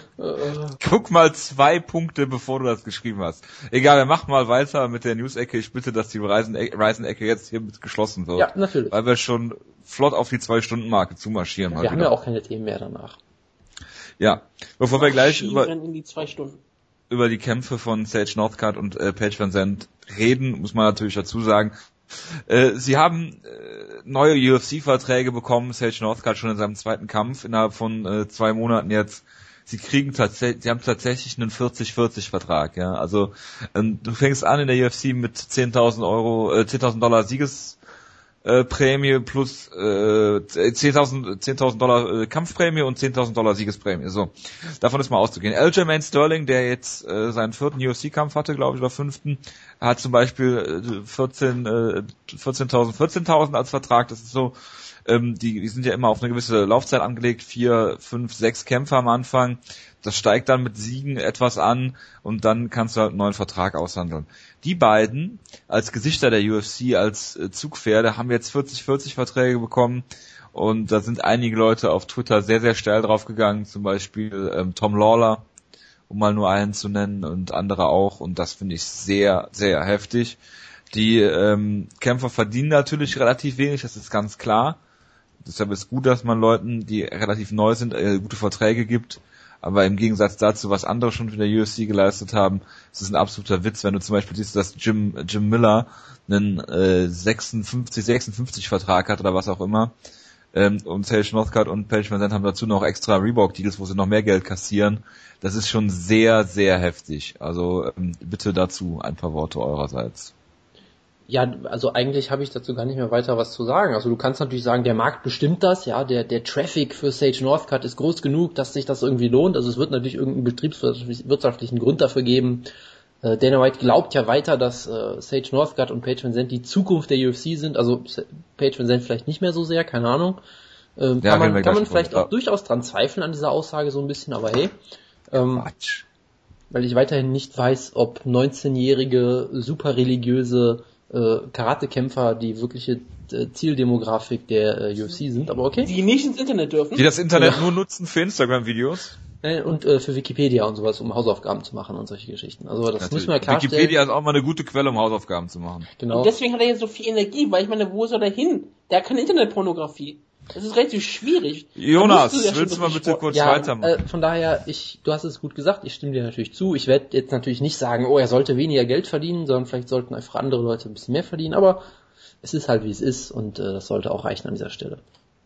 Guck mal zwei Punkte, bevor du das geschrieben hast. Egal, wir machen mal weiter mit der News-Ecke. Ich bitte, dass die Ryzen-Ecke jetzt hier mit geschlossen wird. Ja, natürlich. Weil wir schon flott auf die Zwei-Stunden-Marke zumarschieren. Ja, wir haben wieder. ja auch keine Themen mehr danach. Ja, bevor wir gleich über, in die zwei Stunden. über die Kämpfe von Sage Northcutt und äh, Paige VanZant reden, muss man natürlich dazu sagen, äh, sie haben äh, neue U F C-Verträge bekommen, Sage Northcutt schon in seinem zweiten Kampf innerhalb von äh, zwei Monaten jetzt. Sie kriegen tatsächlich, sie haben tatsächlich einen vierzig vierzig Vertrag, ja. Also ähm, du fängst an in der U F C mit zehntausend Euro, äh, zehntausend Dollar Sieges Äh, Prämie plus äh, zehntausend Dollar äh, Kampfprämie und zehntausend Dollar Siegesprämie. So, davon ist mal auszugehen. Aljamain Sterling, der jetzt äh, seinen vierten U F C-Kampf hatte, glaube ich, oder fünften, hat zum Beispiel äh, vierzehn, äh, vierzehntausend, vierzehntausend als Vertrag. Das ist so, ähm, die, die sind ja immer auf eine gewisse Laufzeit angelegt, vier, fünf, sechs Kämpfe am Anfang. Das steigt dann mit Siegen etwas an und dann kannst du halt einen neuen Vertrag aushandeln. Die beiden als Gesichter der U F C, als äh, Zugpferde, haben jetzt vierzig vierzig Verträge bekommen und da sind einige Leute auf Twitter sehr, sehr steil drauf gegangen, zum Beispiel ähm, Tom Lawler, um mal nur einen zu nennen und andere auch, und das finde ich sehr, sehr heftig. Die ähm, Kämpfer verdienen natürlich relativ wenig, das ist ganz klar. Deshalb ist gut, dass man Leuten, die relativ neu sind, äh, gute Verträge gibt. Aber im Gegensatz dazu, was andere schon für der U F C geleistet haben, ist es ein absoluter Witz, wenn du zum Beispiel siehst, dass Jim, Jim Miller einen äh, sechsundfünfzig, sechsundfünfzig Vertrag hat oder was auch immer. Ähm, und Sage Northcutt und Paige VanZant haben dazu noch extra Reebok-Deals, wo sie noch mehr Geld kassieren. Das ist schon sehr, sehr heftig. Also ähm, bitte dazu ein paar Worte eurerseits. Ja, also eigentlich habe ich dazu gar nicht mehr weiter was zu sagen. Also du kannst natürlich sagen, der Markt bestimmt das, ja, der der Traffic für Sage Northcutt ist groß genug, dass sich das irgendwie lohnt. Also es wird natürlich irgendeinen betriebswirtschaftlichen Grund dafür geben. Äh, Dana White glaubt ja weiter, dass äh, Sage Northcutt und Paige VanZant die Zukunft der U F C sind. Also Paige VanZant vielleicht nicht mehr so sehr, keine Ahnung. Ähm, ja, kann man, kann man vielleicht auch durchaus dran zweifeln an dieser Aussage so ein bisschen, aber hey. Ähm, Quatsch. Weil ich weiterhin nicht weiß, ob neunzehnjährige, super religiöse Karatekämpfer die wirkliche äh, Zieldemografik der äh, U F C sind, aber okay. Die nicht ins Internet dürfen. Die das Internet ja. nur nutzen für Instagram-Videos. Äh, und äh, für Wikipedia und sowas, um Hausaufgaben zu machen und solche Geschichten. Also das Natürlich. müssen wir klarstellen. Wikipedia ist auch mal eine gute Quelle, um Hausaufgaben zu machen. Genau. Und deswegen hat er jetzt so viel Energie, weil ich meine, wo soll er hin? Der hat keine Internetpornografie. Das ist relativ schwierig. Jonas, du ja willst du mal bitte Sport. kurz ja, weitermachen? Äh, von daher, ich, du hast es gut gesagt, ich stimme dir natürlich zu. Ich werde jetzt natürlich nicht sagen, oh, er sollte weniger Geld verdienen, sondern vielleicht sollten einfach andere Leute ein bisschen mehr verdienen, aber es ist halt wie es ist und äh, das sollte auch reichen an dieser Stelle.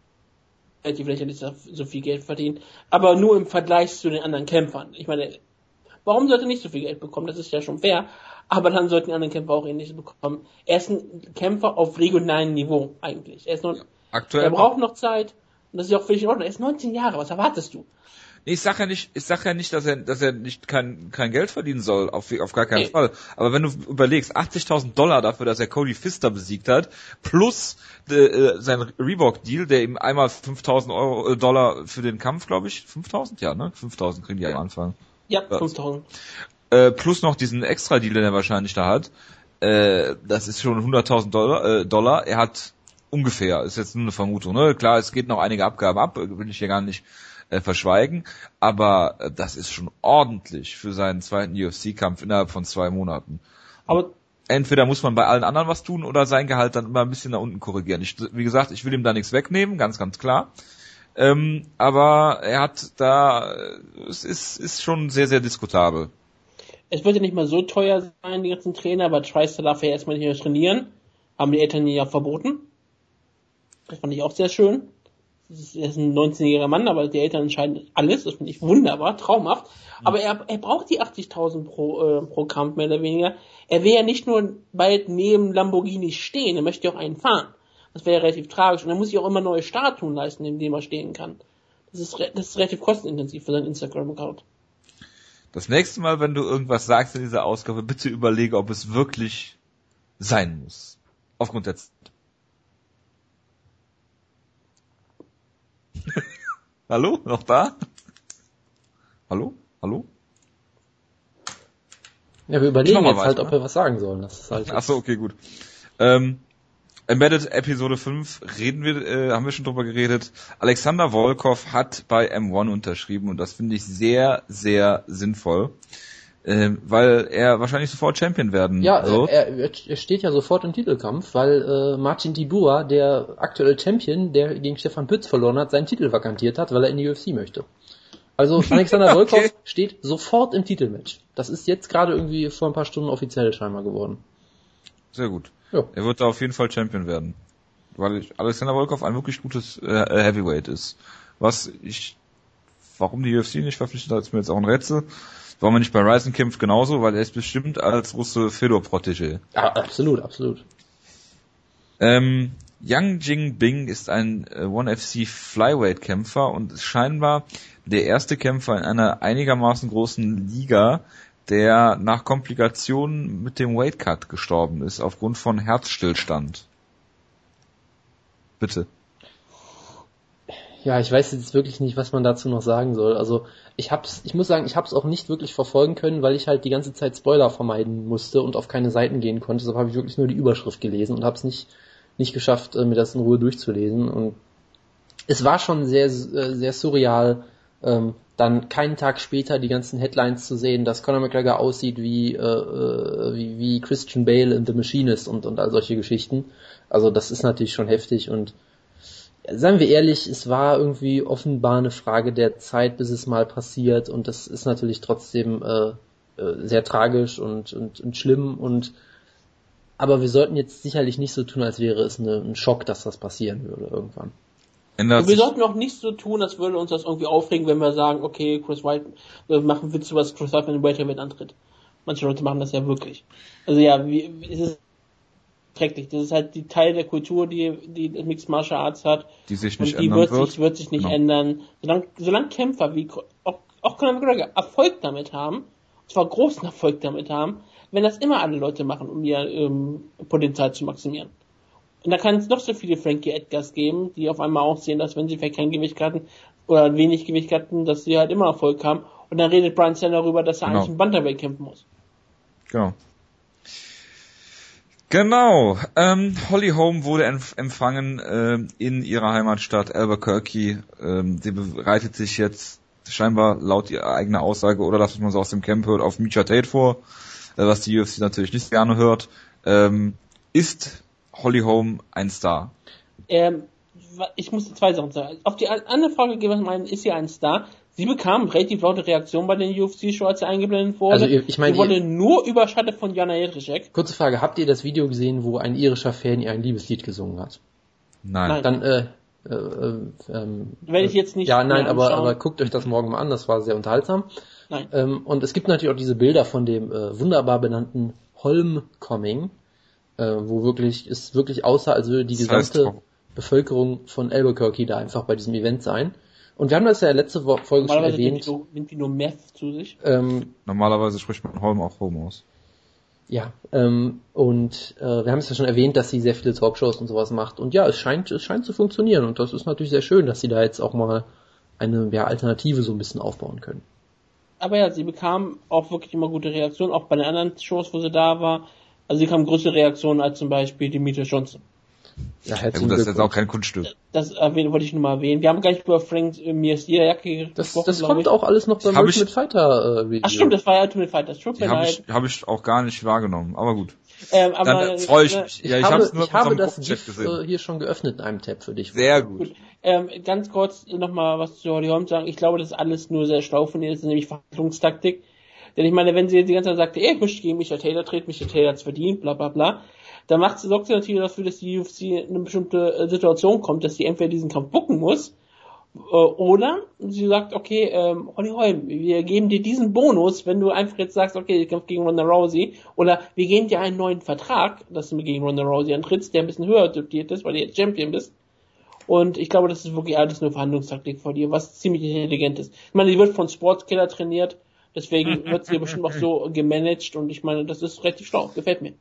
Hätte vielleicht nicht so viel Geld verdient, aber nur im Vergleich zu den anderen Kämpfern. Ich meine, warum sollte er nicht so viel Geld bekommen? Das ist ja schon fair, aber dann sollten die anderen Kämpfer auch ähnliches bekommen. Er ist ein Kämpfer auf regionalem Niveau eigentlich. Er ist noch Aktuell er braucht noch Zeit und das ist ja auch völlig in Ordnung. Er ist neunzehn Jahre, was erwartest du? Nee, ich sag ja nicht, ich sag ja nicht, dass er, dass er nicht kein, kein Geld verdienen soll, auf, auf gar keinen nee. Fall. Aber wenn du überlegst, achtzigtausend Dollar dafür, dass er Cody Pfister besiegt hat, plus äh, sein Reebok-Deal, der ihm einmal fünftausend Euro, äh, Dollar für den Kampf, glaube ich, fünftausend? Ja, ne? fünftausend kriegen die ja. am Anfang. Ja, fünftausend. Äh, plus noch diesen Extra-Deal, den er wahrscheinlich da hat. Äh, das ist schon hunderttausend Dollar, äh, Dollar. Er hat ungefähr, ist jetzt nur eine Vermutung, ne? Klar, es geht noch einige Abgaben ab, will ich hier gar nicht äh, verschweigen, aber äh, das ist schon ordentlich für seinen zweiten U F C-Kampf innerhalb von zwei Monaten. Aber entweder muss man bei allen anderen was tun oder sein Gehalt dann immer ein bisschen nach unten korrigieren. Ich, wie gesagt, ich will ihm da nichts wegnehmen, ganz, ganz klar. Ähm, aber er hat da, es ist, ist schon sehr, sehr diskutabel. Es wird ja nicht mal so teuer sein, die ganzen Trainer, aber Tristar darf ja erstmal nicht mehr trainieren. Haben die Eltern ja verboten. Das fand ich auch sehr schön. Das ist, er ist ein neunzehnjähriger Mann, aber die Eltern entscheiden alles. Das finde ich wunderbar, traumhaft. Mhm. Aber er, er braucht die achtzigtausend pro, äh, pro Kampf, mehr oder weniger. Er will ja nicht nur bald neben Lamborghini stehen, er möchte ja auch einen fahren. Das wäre ja relativ tragisch. Und er muss sich auch immer neue Statuen leisten, in denen er stehen kann. Das ist, das ist relativ kostenintensiv für seinen Instagram-Account. Das nächste Mal, wenn du irgendwas sagst in dieser Ausgabe, bitte überlege, ob es wirklich sein muss. Aufgrund der Zeit. Hallo? Noch da? Hallo? Hallo? Ja, wir überlegen jetzt halt, ob wir was sagen sollen. Das ist halt Ach so, okay, gut. Ähm, Embedded Episode fünf reden wir, äh, haben wir schon drüber geredet. Alexander Volkov hat bei M eins unterschrieben und das finde ich sehr, sehr sinnvoll, äh, weil er wahrscheinlich sofort Champion werden ja, wird. Ja, er, er steht ja sofort im Titelkampf, weil äh, Marcin Tybura, der aktuelle Champion, der gegen Stefan Pütz verloren hat, seinen Titel vakantiert hat, weil er in die U F C möchte. Also Alexander Volkov okay. steht sofort im Titelmatch. Das ist jetzt gerade irgendwie vor ein paar Stunden offiziell scheinbar geworden. Sehr gut. Ja. Er wird da auf jeden Fall Champion werden. Weil Alexander Volkov ein wirklich gutes äh, Heavyweight ist. Was ich, warum die U F C nicht verpflichtet hat, ist mir jetzt auch ein Rätsel. Warum er nicht bei Ryzen kämpft genauso, weil er ist bestimmt als Russe Fedor-Protégé. Ja, absolut, absolut. Ähm, Yang Jingbing ist ein äh, ONE F C Flyweight-Kämpfer und ist scheinbar der erste Kämpfer in einer einigermaßen großen Liga, der nach Komplikationen mit dem Weightcut gestorben ist, aufgrund von Herzstillstand. Bitte. Ja, ich weiß jetzt wirklich nicht, was man dazu noch sagen soll. Also ich hab's, ich muss sagen, ich hab's auch nicht wirklich verfolgen können, weil ich halt die ganze Zeit Spoiler vermeiden musste und auf keine Seiten gehen konnte. Deshalb habe ich wirklich nur die Überschrift gelesen und hab's nicht nicht geschafft, mir das in Ruhe durchzulesen. Und es war schon sehr sehr surreal, ähm, dann keinen Tag später die ganzen Headlines zu sehen, dass Conor McGregor aussieht wie äh, wie, wie Christian Bale in The Machinist und und all solche Geschichten. Also das ist natürlich schon heftig und seien wir ehrlich, es war irgendwie offenbar eine Frage der Zeit, bis es mal passiert und das ist natürlich trotzdem äh, sehr tragisch und, und, und schlimm und aber wir sollten jetzt sicherlich nicht so tun, als wäre es eine, ein Schock, dass das passieren würde irgendwann. Und wir sollten auch nicht so tun, als würde uns das irgendwie aufregen, wenn wir sagen, okay, Chris White, wir machen Witze, was Chris White in Welterweight antritt. Manche Leute machen das ja wirklich. Also ja, wie, es ist schrecklich. Das ist halt die Teil der Kultur, die die Mixed Martial Arts hat. Die sich nicht und die ändern wird. wird. Sich, wird sich nicht genau. ändern. Solange, solange Kämpfer wie auch, auch Conor McGregor Erfolg damit haben, und zwar großen Erfolg damit haben, wenn das immer alle Leute machen, um ihr ähm, Potenzial zu maximieren. Und da kann es noch so viele Frankie Edgars geben, die auf einmal auch sehen, dass wenn sie vielleicht kein Gewicht hatten oder wenig Gewicht hatten, dass sie halt immer Erfolg haben. Und dann redet Brian Stann darüber, dass er genau. eigentlich im Bantamweight kämpfen muss. Genau. Genau. Ähm, Holly Holm wurde empf- empfangen äh, in ihrer Heimatstadt Albuquerque. Ähm, sie bereitet sich jetzt scheinbar laut ihrer eigenen Aussage oder das, was man so aus dem Camp hört, auf Miesha Tate vor, äh, was die U F C natürlich nicht gerne hört. Ähm, ist Holly Holm ein Star? Ähm, ich muss zwei Sachen sagen. Auf die andere Frage gehen wir meinen, ist sie ein Star? Sie bekam relativ laute Reaktion bei den U F C-Show, als sie eingeblendet wurde. Also ich meine, sie wurde nur überschattet von Jana Jedrzejczyk. Kurze Frage, habt ihr das Video gesehen, wo ein irischer Fan ihr ein Liebeslied gesungen hat? Nein. Nein. Dann, äh, äh, äh, ähm, Werde ich jetzt nicht Ja, nein, aber, aber guckt euch das morgen mal an, das war sehr unterhaltsam. Nein. Ähm, und es gibt natürlich auch diese Bilder von dem äh, wunderbar benannten Homecoming, äh, wo wirklich es wirklich aussah, als würde die das gesamte heißt, Bevölkerung von Albuquerque da einfach bei diesem Event sein. Und wir haben das ja letzte Wo- Folge schon erwähnt. Normalerweise nimmt die nur Meth zu sich. Ähm, Normalerweise spricht man Holm auch Holm aus. Ja, ähm, und äh, wir haben es ja schon erwähnt, dass sie sehr viele Talkshows und sowas macht. Und ja, es scheint, es scheint zu funktionieren. Und das ist natürlich sehr schön, dass sie da jetzt auch mal eine ja, Alternative so ein bisschen aufbauen können. Aber ja, sie bekam auch wirklich immer gute Reaktionen, auch bei den anderen Shows, wo sie da war. Also sie kam größere Reaktionen als zum Beispiel Demetrius Johnson. Ja, ja gut, das ist jetzt auch kein Kunststück. Das erwähne, wollte ich nur mal erwähnen. Wir haben gar nicht über Frank Mir-Jacke Das, gesprochen, das kommt ich. auch alles noch beim Hab Ultimate ich- Fighter äh, Video. Ach stimmt, das war ja Ultimate Fighter. Das tut Die mir habe leid. ich, hab ich auch gar nicht wahrgenommen, aber gut. Ähm, aber dann freue ich mich. Ich ja, ich habe, nur ich habe das GIF äh, hier schon geöffnet in einem Tab für dich. Sehr gut. gut. Ähm, ganz kurz nochmal was zu Holly Holm sagen. Ich glaube, das ist alles nur sehr schlau von ihr. Das ist nämlich Verhandlungstaktik. Denn ich meine, wenn sie jetzt die ganze Zeit sagt, ey, ich möchte gegen Michael Taylor treten, Michael Taylor hat's verdient, bla bla bla, dann macht sie, sorgt sie natürlich dafür, dass die U F C in eine bestimmte äh, Situation kommt, dass sie entweder diesen Kampf bucken muss, äh, oder sie sagt, okay, ähm, Holly Holm, wir geben dir diesen Bonus, wenn du einfach jetzt sagst, okay, ich kämpfe gegen Ronda Rousey, oder wir geben dir einen neuen Vertrag, dass du gegen Ronda Rousey antrittst, der ein bisschen höher dotiert ist, weil du jetzt Champion bist. Und ich glaube, das ist wirklich alles nur Verhandlungstaktik vor dir, was ziemlich intelligent ist. Ich meine, die wird von Sportskiller trainiert, deswegen wird sie bestimmt auch so gemanagt und ich meine, das ist relativ schlau, gefällt mir.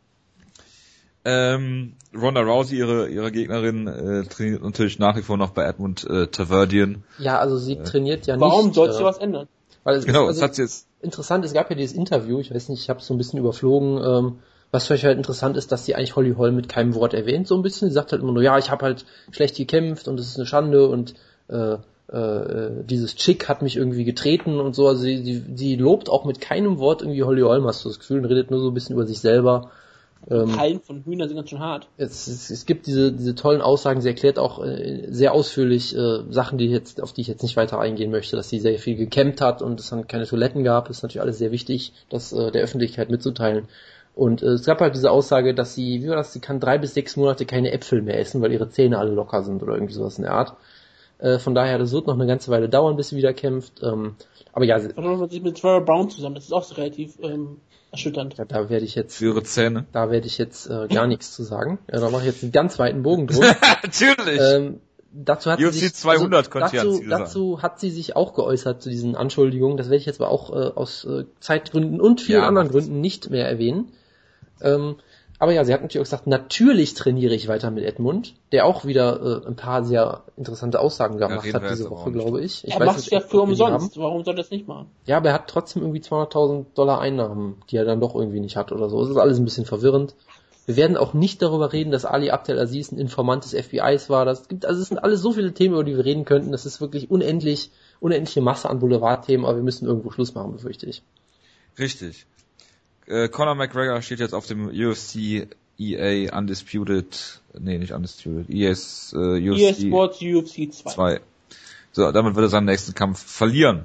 Ähm, Ronda Rousey, ihre ihre Gegnerin, äh, trainiert natürlich nach wie vor noch bei Edmund äh, Taverdian. Ja, also sie äh, trainiert ja warum nicht. Warum sollst du äh, was ändern? Weil es genau, ist, also das hat sie jetzt. Interessant, es gab ja dieses Interview, ich weiß nicht, ich habe es so ein bisschen überflogen, ähm, was für euch halt interessant ist, dass sie eigentlich Holly Holm mit keinem Wort erwähnt, so ein bisschen. Sie sagt halt immer nur, ja, ich habe halt schlecht gekämpft und es ist eine Schande und äh, äh, dieses Chick hat mich irgendwie getreten und so. Also sie, sie, sie lobt auch mit keinem Wort irgendwie Holly Holm, hast du das Gefühl, und redet nur so ein bisschen über sich selber. Ähm, Teilen von Hühnern sind ganz schön hart. Es, es, es gibt diese diese tollen Aussagen, sie erklärt auch äh, sehr ausführlich äh, Sachen, die jetzt auf die ich jetzt nicht weiter eingehen möchte, dass sie sehr viel gecampt hat und es dann keine Toiletten gab. Das ist natürlich alles sehr wichtig, das äh, der Öffentlichkeit mitzuteilen. Und äh, es gab halt diese Aussage, dass sie, wie war das, sie kann drei bis sechs Monate keine Äpfel mehr essen, weil ihre Zähne alle locker sind oder irgendwie sowas in der Art. Äh, von daher, das wird noch eine ganze Weile dauern, bis sie wieder kämpft. Ähm, aber ja, sie, oder mit, mit Trevor Brown zusammen, das ist auch relativ ähm, erschütternd. Ja, da werde ich jetzt für ihre Zähne. Da werde ich jetzt äh, gar nichts zu sagen. Ja, da mache ich jetzt einen ganz weiten Bogen drum. Natürlich. Ähm, dazu hat U F C sie sich, zweihundert also, dazu, dazu hat sie sich auch geäußert zu diesen Anschuldigungen. Das werde ich jetzt aber auch äh, aus äh, Zeitgründen und vielen ja, anderen Gründen nicht mehr erwähnen. Ähm, aber ja, sie hat natürlich auch gesagt, natürlich trainiere ich weiter mit Edmund, der auch wieder äh, ein paar sehr interessante Aussagen gemacht ja, hat diese Woche, glaube ich. ich er macht es ja für umsonst, warum soll er das nicht machen? Ja, aber er hat trotzdem irgendwie zweihunderttausend Dollar Einnahmen, die er dann doch irgendwie nicht hat oder so. Es ist alles ein bisschen verwirrend. Wir werden auch nicht darüber reden, dass Ali Abdelaziz ein Informant des F B Is war. Das gibt, also es sind alles so viele Themen, über die wir reden könnten. Das ist wirklich unendlich, unendliche Masse an Boulevardthemen, aber wir müssen irgendwo Schluss machen, befürchte ich. Richtig. Äh, Conor McGregor steht jetzt auf dem U F C E A Undisputed, nee, nicht Undisputed, E S, äh, U F C E A Sports U F C zwei. So, damit wird er seinen nächsten Kampf verlieren.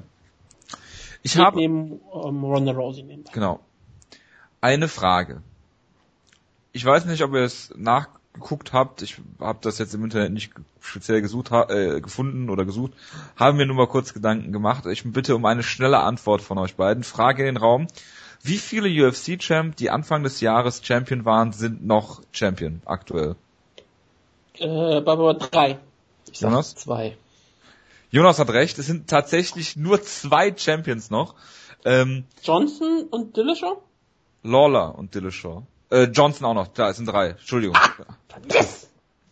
Ich habe neben um, Ronda Rousey nebenbei. Genau. Eine Frage. Ich weiß nicht, ob ihr es nachgeguckt habt. Ich habe das jetzt im Internet nicht speziell gesucht, äh, gefunden oder gesucht. Haben mir nur mal kurz Gedanken gemacht. Ich bitte um eine schnelle Antwort von euch beiden. Frage in den Raum. Wie viele U F C-Champ, die Anfang des Jahres Champion waren, sind noch Champion aktuell? Äh, Barbara drei. Ich sag Jonas? Zwei. Jonas hat recht. Es sind tatsächlich nur zwei Champions noch. Ähm, Johnson und Dillashaw? Lawler und Dillashaw. Äh, Johnson auch noch. Da, es sind drei. Entschuldigung. Ah, yes!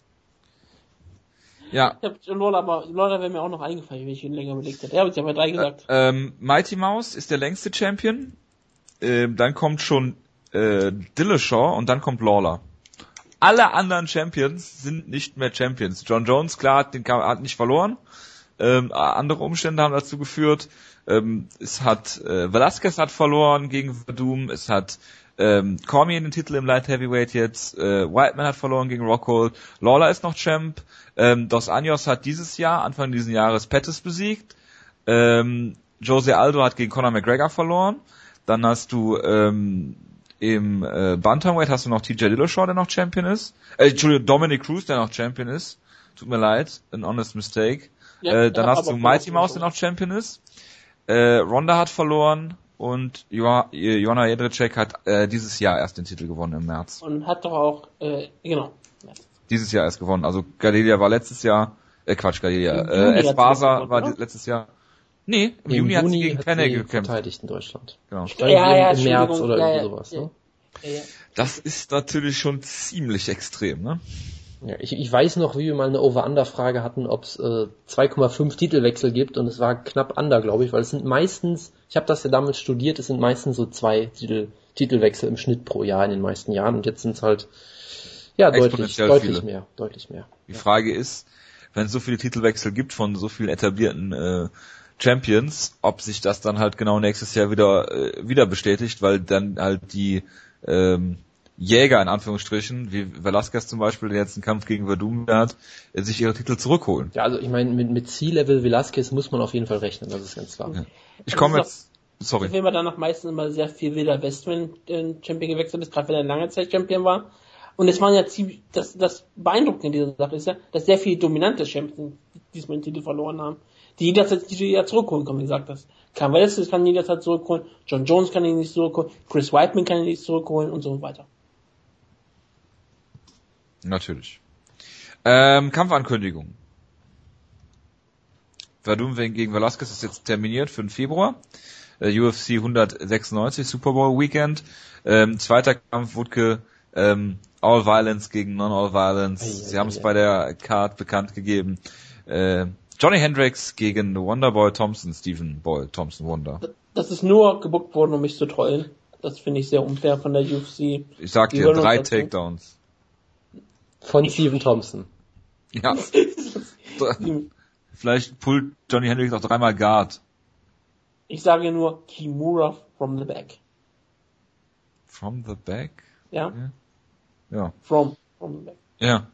Ja. Ich hab Lawler, aber Lawler wäre mir auch noch eingefallen, wenn ich ihn länger überlegt hätte. Ja, ich habe ja drei gesagt. Äh, ähm, Mighty Mouse ist der längste Champion. Ähm, dann kommt schon äh, Dillashaw und dann kommt Lawler. Alle anderen Champions sind nicht mehr Champions. John Jones, klar, hat den hat nicht verloren. Ähm, andere Umstände haben dazu geführt. Ähm, es hat äh, Velasquez hat verloren gegen Verdum. Es hat ähm, Cormier den Titel im Light Heavyweight jetzt. Äh, Whiteman hat verloren gegen Rockhold. Lawler ist noch Champ. Ähm, Dos Anjos hat dieses Jahr, Anfang dieses Jahres, Pettis besiegt. Ähm, Jose Aldo hat gegen Conor McGregor verloren. Dann hast du ähm, im äh, Bantamweight hast du noch T J Dillashaw, der noch Champion ist. Äh, Entschuldigung, Dominic Cruz, der noch Champion ist. Tut mir leid, an honest mistake. Ja, äh, dann hast du Mighty Mouse, der noch Champion ist. Äh, Ronda hat verloren und jo- Joanna Jędrzejczyk hat äh, dieses Jahr erst den Titel gewonnen im März. Und hat doch auch, äh, genau. Dieses Jahr erst gewonnen. Also Gadelia war letztes Jahr, äh Quatsch, Gadelia. Äh, Esparza war die, letztes Jahr. Nee, im, Im Juni, Juni hat sie gegen Penne gekämpft. Verteidigt in Deutschland. Genau. Ja, ja, ja, im März oder ja, irgendwie sowas. Ja, ne? ja, ja. Das ist natürlich schon ziemlich extrem, ne? Ja, ich, ich weiß noch, wie wir mal eine Over-Under-Frage hatten, ob es äh, zwei Komma fünf Titelwechsel gibt und es war knapp under, glaube ich, weil es sind meistens, ich habe das ja damals studiert, es sind meistens so zwei Titel, Titelwechsel im Schnitt pro Jahr in den meisten Jahren und jetzt sind es halt ja deutlich, deutlich viele. mehr, deutlich mehr. Die ja. Frage ist, wenn es so viele Titelwechsel gibt von so vielen etablierten äh, Champions, ob sich das dann halt genau nächstes Jahr wieder äh, wieder bestätigt, weil dann halt die ähm, Jäger in Anführungsstrichen, wie Velasquez zum Beispiel, der jetzt einen Kampf gegen Verdum hat, sich ihre Titel zurückholen. Ja, also ich meine, mit, mit C-Level Velasquez muss man auf jeden Fall rechnen, das ist ganz klar. Ja. Ich komme jetzt, sorry. Ich will man danach meistens immer sehr viel Wilder West, wenn der Champion gewechselt ist, gerade wenn er lange Zeit Champion war. Und es waren ja ziemlich, das, das Beeindruckende in dieser Sache ist ja, dass sehr viele dominante Champions diesmal den Titel verloren haben, die jederzeit die ja zurückholen können, wie gesagt das. Cam Velasquez kann jederzeit zurückholen, John Jones kann ihn nicht zurückholen, Chris Weidman kann ihn nicht zurückholen und so weiter. Natürlich. Ähm, Kampfankündigung. Verdum gegen Velasquez ist jetzt terminiert für den Februar. Äh, U F C hundertsechsundneunzig, Super Bowl Weekend. Ähm, zweiter Kampf, Wutke, ähm, All Violence gegen Non-All Violence. Ei, Sie haben es bei der Card bekannt gegeben. Äh, Johnny Hendricks gegen Wonderboy Thompson, Stephen Boy Thompson Wonder. Das ist nur gebuckt worden, um mich zu trollen. Das finde ich sehr unfair von der U F C. Ich sag dir, drei Takedowns. Von Stephen Thompson. Ja. Vielleicht pullt Johnny Hendricks auch dreimal Guard. Ich sage nur Kimura from the back. From the back? Ja. Ja. From, from the back. Ja.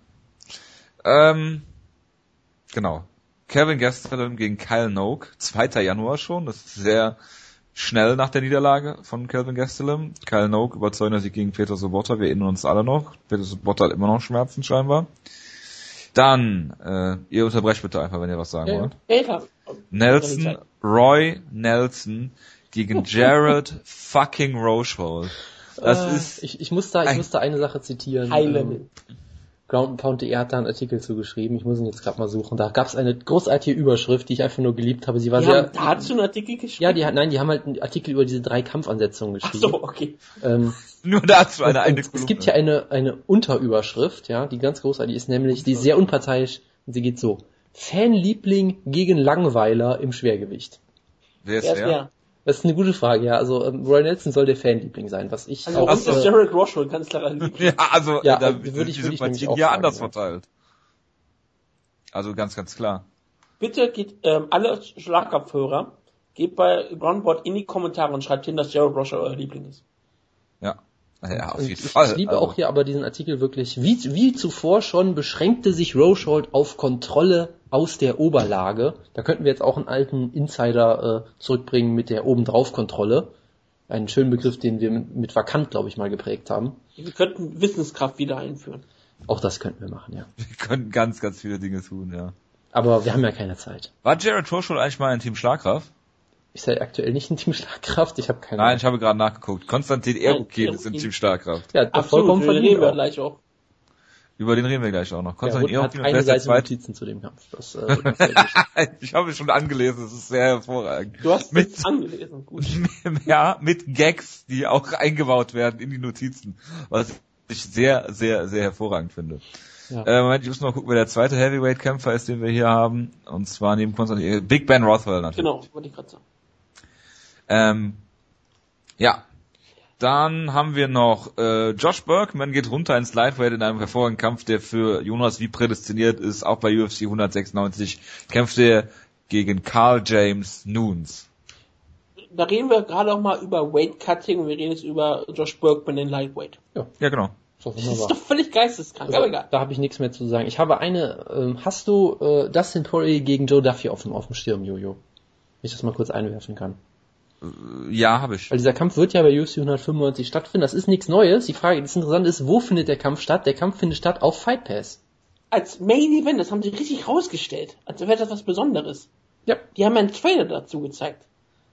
Ähm, genau. Kelvin Gastelum gegen Kyle Noke, zweiter Januar schon. Das ist sehr schnell nach der Niederlage von Kelvin Gastelum. Kyle Noke überzeugender Sieg gegen Peter Sobotta. Wir erinnern uns alle noch. Peter Sobotta hat immer noch Schmerzen scheinbar. Dann, äh, ihr unterbrecht bitte einfach, wenn ihr was sagen ja, wollt. Ja, klar. Nelson, Roy Nelson gegen Jared fucking Rochold. Das äh, ist... Ich, ich muss da, ich muss da eine Sache zitieren. High Level. Ground and Pound, er hat da einen Artikel zugeschrieben, ich muss ihn jetzt gerade mal suchen. Da gab es eine großartige Überschrift, die ich einfach nur geliebt habe. Sie war die sehr. Haben, da hast du einen Artikel geschrieben? Ja, die hat, nein, die haben halt einen Artikel über diese drei Kampfansetzungen geschrieben. Ach so, okay. Ähm, nur dazu eine eigene Es gibt hier eine eine Unterüberschrift, ja, die ganz großartig ist, nämlich die ist sehr unparteiisch und sie geht so: Fanliebling gegen Langweiler im Schwergewicht. Wer ist wer? Das ist eine gute Frage, ja. Also ähm, Roy Nelson soll der Fanliebling sein, was ich also auch... Also ist Jared Rochold ganz klar Liebling. Ja, also ja, da würde ich, die würde ich nämlich auch hier sagen, anders ja. verteilt. Also ganz, ganz klar. Bitte geht ähm, alle Schlagkopfhörer, geht bei Groundboard in die Kommentare und schreibt hin, dass Jared Rochold euer Liebling ist. Ja. Ja, auf und jeden ich, Fall. Ich liebe also. auch hier aber diesen Artikel wirklich, wie, wie zuvor schon beschränkte sich Rochold auf Kontrolle aus der Oberlage. Da könnten wir jetzt auch einen alten Insider äh, zurückbringen mit der Obendrauf-Kontrolle. Einen schönen Begriff, den wir mit, mit Vakant, glaube ich, mal geprägt haben. Wir könnten Wissenskraft wieder einführen. Auch das könnten wir machen, ja. Wir könnten ganz, ganz viele Dinge tun, ja. Aber wir haben ja keine Zeit. War Jared Rochold eigentlich mal ein Team Schlagkraft? Ich sei aktuell nicht in Team Schlagkraft, ich habe keine Nein, Ahnung. Ich habe gerade nachgeguckt. Konstantin Erokin ist in Team Schlagkraft. Ja, absolut, vollkommen verdient. Reden wir gleich auch. Über den reden wir gleich auch noch. Konstantin ja, Erokin hat eine Seite Notizen zu dem Kampf. Das, äh, ich habe es schon angelesen, das ist sehr hervorragend. Du hast es angelesen, gut. Ja, mit Gags, die auch eingebaut werden in die Notizen. Was ich sehr, sehr, sehr hervorragend finde. Ja. Äh, Moment, ich muss noch gucken, wer der zweite Heavyweight-Kämpfer ist, den wir hier haben. Und zwar neben Konstantin, Big Ben Rothwell natürlich. Genau, wollte ich gerade sagen. Ähm, ja. Dann haben wir noch äh, Josh Burkman geht runter ins Lightweight in einem hervorragenden Kampf, der für Jonas wie prädestiniert ist. Auch bei U F C hundertsechsundneunzig kämpft er gegen Carl James Nunes. Da reden wir gerade auch mal über Weight Cutting und wir reden jetzt über Josh Burkman in Lightweight. Ja, ja genau. Das ist, das ist doch völlig geisteskrank, also, aber egal. Da habe ich nichts mehr zu sagen. Ich habe eine, ähm, hast du äh, Dustin Poirier gegen Joe Duffy auf dem, auf dem Schirm, Jojo? Wenn ich das mal kurz einwerfen kann. Ja, habe ich. Weil dieser Kampf wird ja bei U F C hundertfünfundneunzig stattfinden. Das ist nichts Neues. Die Frage, das Interessante ist, wo findet der Kampf statt? Der Kampf findet statt auf Fight Pass. Als Main Event, das haben sie richtig rausgestellt. Als wäre das was Besonderes. Ja. Die haben einen Trailer dazu gezeigt.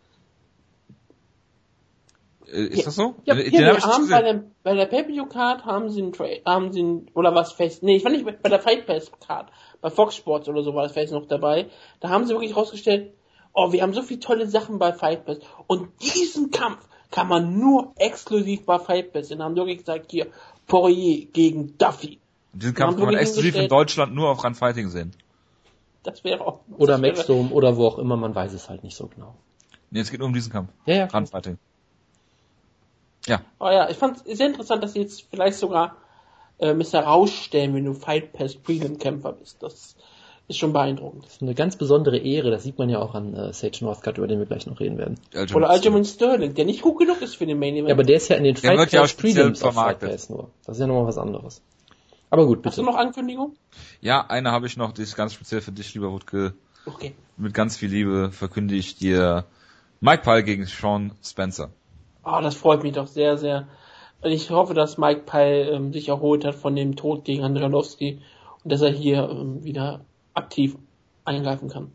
Ist ja, das so? Ja, den, den hab haben bei der, bei der Pay-Per-View-Card haben sie einen Trailer, haben sie einen, oder was fest, nee, ich war nicht bei der Fight Pass-Card, bei Fox Sports oder so war das vielleicht noch dabei. Da haben sie wirklich rausgestellt, oh, wir haben so viele tolle Sachen bei Fight Pass. Und diesen Kampf kann man nur exklusiv bei Fight Pass. Den haben sie wirklich gesagt, hier, Poirier gegen Duffy. Und diesen Kampf kann man exklusiv in Deutschland nur auf Run Fighting sehen. Das wäre auch... Oder Maxdome oder wo auch immer, man weiß es halt nicht so genau. Nee, es geht nur um diesen Kampf. Ja, ja. Run Fighting. Ja. Oh ja, ich fand es sehr interessant, dass sie jetzt vielleicht sogar äh, es herausstellen, wenn du Fight Pass Prelim Kämpfer bist. Das ist schon beeindruckend. Das ist eine ganz besondere Ehre, das sieht man ja auch an äh, Sage Northcutt, über den wir gleich noch reden werden. Aljamain Oder Aljamain Sterling, der nicht gut genug ist für den Main Event. Ja, aber der ist ja in den Fight Pass Prelims auf Fight Pass nur. Das ist ja nochmal was anderes. Aber gut, bitte. Hast du noch Ankündigung? Ja, eine habe ich noch, die ist ganz speziell für dich, lieber Wutke. Okay. Mit ganz viel Liebe verkünde ich dir Mike Pyle gegen Sean Spencer. Ah, oh, das freut mich doch sehr, sehr. Und ich hoffe, dass Mike Pyle ähm, sich erholt hat von dem Tod gegen Andrzejowski und dass er hier ähm, wieder aktiv eingreifen kann.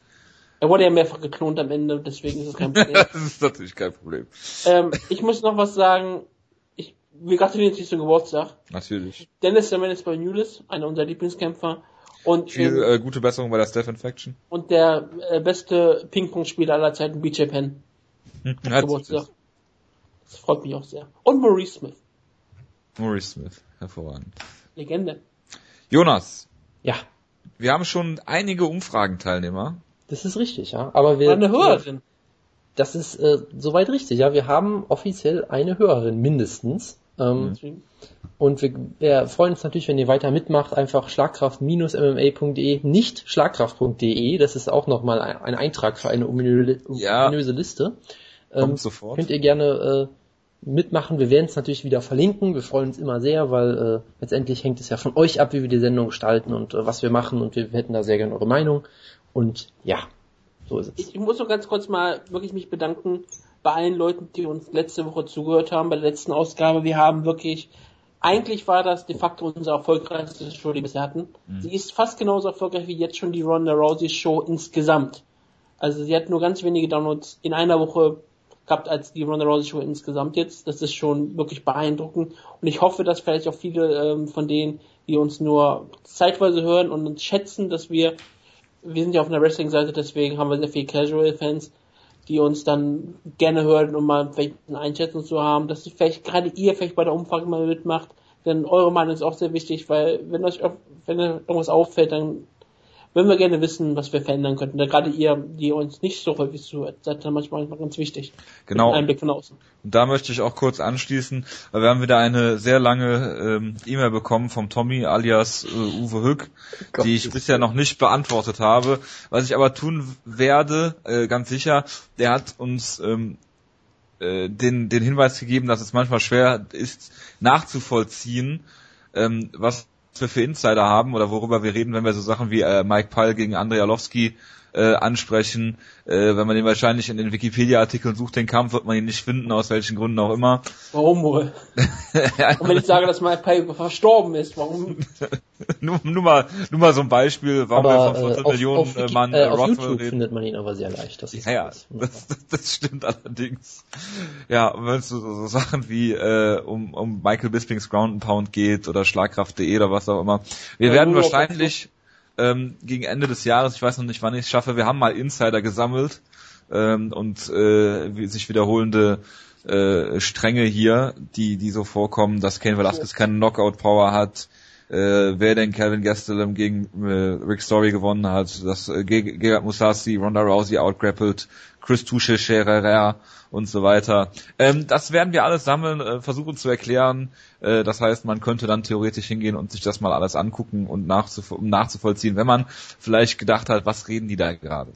Er wurde ja mehrfach geklont am Ende, deswegen ist es kein Problem. Das ist natürlich kein Problem. Ähm, ich muss noch was sagen. Ich, wir gratulieren dir zum Geburtstag. Natürlich. Dennis der Menace bei Newless, einer unserer Lieblingskämpfer. Und viel äh, gute Besserung bei der Steph Infection. Und der äh, beste Ping-Pong-Spieler aller Zeiten, B J Penn. Hm, Geburtstag. Das freut mich auch sehr. Und Maurice Smith. Maurice Smith, hervorragend. Legende. Jonas. Ja. Wir haben schon einige Umfragenteilnehmer. Das ist richtig, ja. Aber wir. Eine Hörerin. Das ist äh, soweit richtig, ja. Wir haben offiziell eine Hörerin mindestens. Ähm, mhm. Und wir, wir freuen uns natürlich, wenn ihr weiter mitmacht. Einfach schlagkraft M M A punkt de, nicht schlagkraft punkt de. Das ist auch nochmal ein, ein Eintrag für eine ominöse, ja. ominöse Liste. Kommt ähm, sofort. Könnt ihr gerne äh, mitmachen. Wir werden es natürlich wieder verlinken. Wir freuen uns immer sehr, weil äh, letztendlich hängt es ja von euch ab, wie wir die Sendung gestalten und äh, was wir machen. Und wir, wir hätten da sehr gerne eure Meinung. Und ja, so ist es. Ich, ich muss noch ganz kurz mal wirklich mich bedanken bei allen Leuten, die uns letzte Woche zugehört haben, bei der letzten Ausgabe. Wir haben wirklich, eigentlich war das de facto unsere erfolgreichste Show, die wir bisher hatten. Mhm. Sie ist fast genauso erfolgreich wie jetzt schon die Ronda Rousey Show insgesamt. Also sie hat nur ganz wenige Downloads in einer Woche gehabt als die Ronda Rousey Show insgesamt jetzt. Das ist schon wirklich beeindruckend. Und ich hoffe, dass vielleicht auch viele ähm, von denen, die uns nur zeitweise hören und uns schätzen, dass wir, wir sind ja auf einer Wrestling-Seite, deswegen haben wir sehr viele Casual-Fans, die uns dann gerne hören, um mal vielleicht eine Einschätzung zu haben, dass vielleicht gerade ihr vielleicht bei der Umfrage mal mitmacht, denn eure Meinung ist auch sehr wichtig, weil wenn euch wenn irgendwas auffällt, dann würden wir gerne wissen, was wir verändern könnten. Da gerade ihr, die uns nicht so häufig zuhört, seid dann manchmal ganz wichtig. Genau. Mit einem Blick von außen. Und da möchte ich auch kurz anschließen, weil wir haben wieder eine sehr lange ähm, E-Mail bekommen vom Tommy alias äh, Uwe Hück, Gott, die ich bisher noch nicht beantwortet habe. Was ich aber tun werde, äh, ganz sicher, der hat uns ähm, äh, den, den Hinweis gegeben, dass es manchmal schwer ist, nachzuvollziehen, ähm, was wir für Insider haben oder worüber wir reden, wenn wir so Sachen wie äh, Mike Pyle gegen Andrei Arlovski äh, ansprechen. Äh, wenn man den wahrscheinlich in den Wikipedia-Artikeln sucht, den Kampf, wird man ihn nicht finden, aus welchen Gründen auch immer. Warum wohl? ja. Und wenn ich sage, dass Mike Pyle verstorben ist, warum? nur, nur, mal, nur mal so ein Beispiel, warum aber, wir von vierzehn äh, Millionen auf, auf, Mann äh, äh, auf Rothwell YouTube reden. findet man ihn aber sehr leicht. Das ist ja, ja das, das, das stimmt allerdings. Ja, und wenn es so, so Sachen wie äh, um, um Michael Bispings Ground and Pound geht oder Schlagkraft punkt de oder was auch immer. Wir ja, werden wahrscheinlich ähm, gegen Ende des Jahres, ich weiß noch nicht, wann ich es schaffe, wir haben mal Insider gesammelt ähm, und äh, sich wiederholende äh, Stränge hier, die die so vorkommen, dass Cain Velasquez keine Knockout-Power hat, äh, wer denn Kelvin Gastelum gegen äh, Rick Story gewonnen hat, dass äh, Gegard Mousasi Ronda Rousey outgrappelt, Chris Tuche, Herrera und so weiter. Ähm, das werden wir alles sammeln, äh, versuchen zu erklären. Äh, das heißt, man könnte dann theoretisch hingehen und sich das mal alles angucken und nachzuf- um nachzuvollziehen, wenn man vielleicht gedacht hat, was reden die da gerade.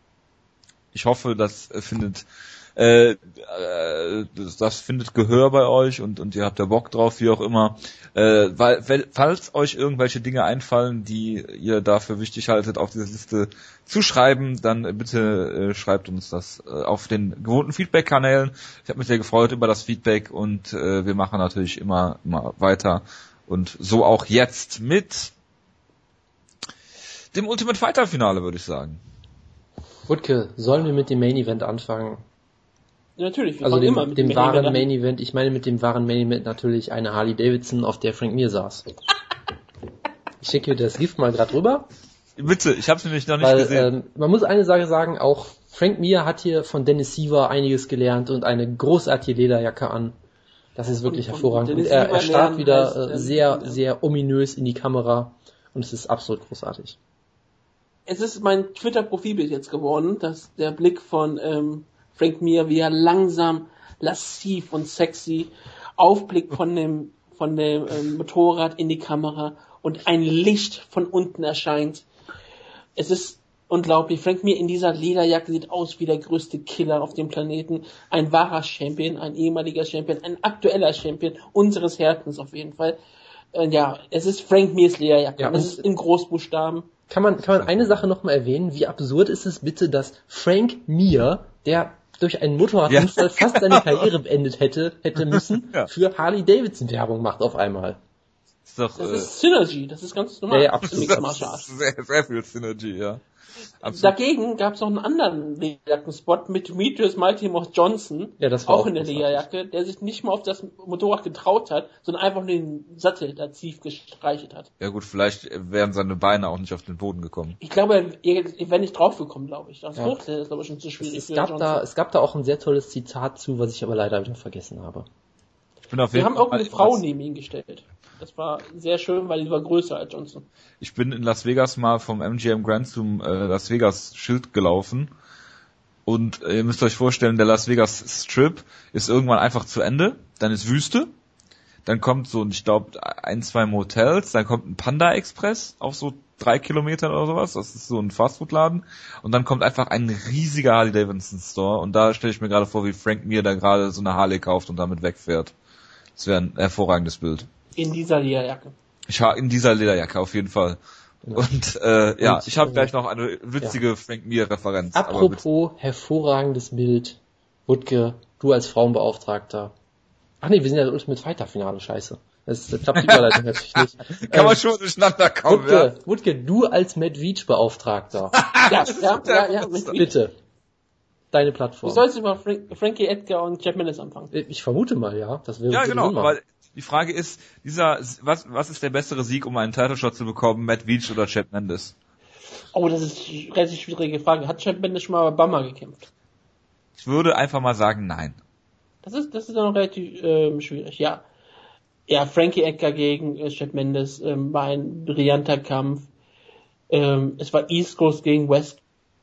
Ich hoffe, das äh, findet äh, äh, das, das findet Gehör bei euch und und ihr habt da Bock drauf, wie auch immer. Äh, weil, weil, falls euch irgendwelche Dinge einfallen, die ihr dafür wichtig haltet, auf diese Liste zu schreiben, dann bitte äh, schreibt uns das äh, auf den gewohnten Feedback-Kanälen. Ich habe mich sehr gefreut über das Feedback und äh, wir machen natürlich immer, immer weiter und so auch jetzt mit dem Ultimate Fighter Finale, würde ich sagen. Wutke, sollen wir mit dem Main Event anfangen? Ja, natürlich. Wir also dem, immer mit dem dem wahren Main Main Event. Ich meine mit dem wahren Main Event natürlich eine Harley Davidson, auf der Frank Mir saß. Ich schicke dir das Gift mal gerade rüber. Bitte, ich habe es nämlich noch nicht weil, gesehen. Ähm, man muss eine Sache sagen, auch Frank Mir hat hier von Dennis Siever einiges gelernt und eine großartige Lederjacke an. Das ist wirklich und, hervorragend. Und er, er starrt wieder äh, sehr, ja. sehr ominös in die Kamera und es ist absolut großartig. Es ist mein Twitter-Profilbild jetzt geworden, dass der Blick von ähm, Frank Mir, wie er langsam, lassiv und sexy aufblickt von dem von dem ähm, Motorrad in die Kamera und ein Licht von unten erscheint. es ist unglaublich. Frank Mir in dieser Lederjacke sieht aus wie der größte Killer auf dem Planeten. Ein wahrer Champion, ein ehemaliger Champion, ein aktueller Champion unseres Herzens auf jeden Fall. Äh, ja, es ist Frank Mirs Lederjacke. Ja, es ist in Großbuchstaben. Kann man, kann man eine Sache nochmal erwähnen? Wie absurd ist es bitte, dass Frank Mir, der durch einen Motorradunfall ja. fast seine Karriere beendet hätte, hätte müssen, ja. für Harley Davidson Werbung macht auf einmal. Ist doch, das äh, ist Synergy, das ist ganz normal. Ja, ja, absolut. Das ist sehr, sehr viel Synergy, ja. Absolut. Dagegen gab es noch einen anderen Lederjackenspot mit Demetrius Mighty Mouse Johnson, ja, das war auch auch in der Lederjacke, der sich nicht mal auf das Motorrad getraut hat, sondern einfach nur den Sattel da tief gestreichelt hat. Ja gut, vielleicht wären seine Beine auch nicht auf den Boden gekommen. Ich glaube, er wäre nicht draufgekommen, glaube ich. Das ja. Hochseil ist, glaube ich, schon zu schwierig. Es, es, gab da, es gab da auch ein sehr tolles Zitat zu, was ich aber leider wieder vergessen habe. Ich bin auf Wir jeden haben auch eine Frau neben ihn gestellt. Das war sehr schön, weil die war größer als Johnson. Ich bin in Las Vegas mal vom M G M Grand zum äh, Las Vegas Schild gelaufen und äh, ihr müsst euch vorstellen, der Las Vegas Strip ist irgendwann einfach zu Ende, dann ist Wüste, dann kommt so, ich glaube, ein, zwei Motels, dann kommt ein Panda Express auf so drei Kilometern oder sowas, das ist so ein Fastfood-Laden und dann kommt einfach ein riesiger Harley Davidson Store und da stelle ich mir gerade vor, wie Frank Mir da gerade so eine Harley kauft und damit wegfährt. Das wäre ein hervorragendes Bild. In dieser Lederjacke. Ich habe in dieser Lederjacke auf jeden Fall. Genau. Und äh, ja, und, ich habe äh, gleich noch eine witzige ja. Frank Mir-Referenz. Apropos hervorragendes Bild, Wutke, du als Frauenbeauftragter. Ach nee, wir sind ja das Ultimate Fighter Finale, scheiße. Das, das klappt die Überleitung natürlich nicht. Kann ähm, man schon durcheinander kommen, Wutke, ja. Wutke, du als Matt Veach-Beauftragter. ja, ja, ja, ja, bitte. Deine Plattform. Du sollst über Frank, Frankie Edgar und Chad Mendes anfangen. Ich vermute mal, ja. Das wäre ja, genau, aber die Frage ist, dieser, was, was ist der bessere Sieg, um einen Title-Shot zu bekommen, Matt Veach oder Chad Mendes? Oh, das ist eine relativ schwierige Frage. Hat Chad Mendes schon mal bei Bama gekämpft? Ich würde einfach mal sagen, nein. Das ist, das ist dann noch relativ ähm, schwierig, ja. Ja, Frankie Edgar gegen äh, Chad Mendes ähm, war ein brillanter Kampf. Ähm, es war East Coast gegen West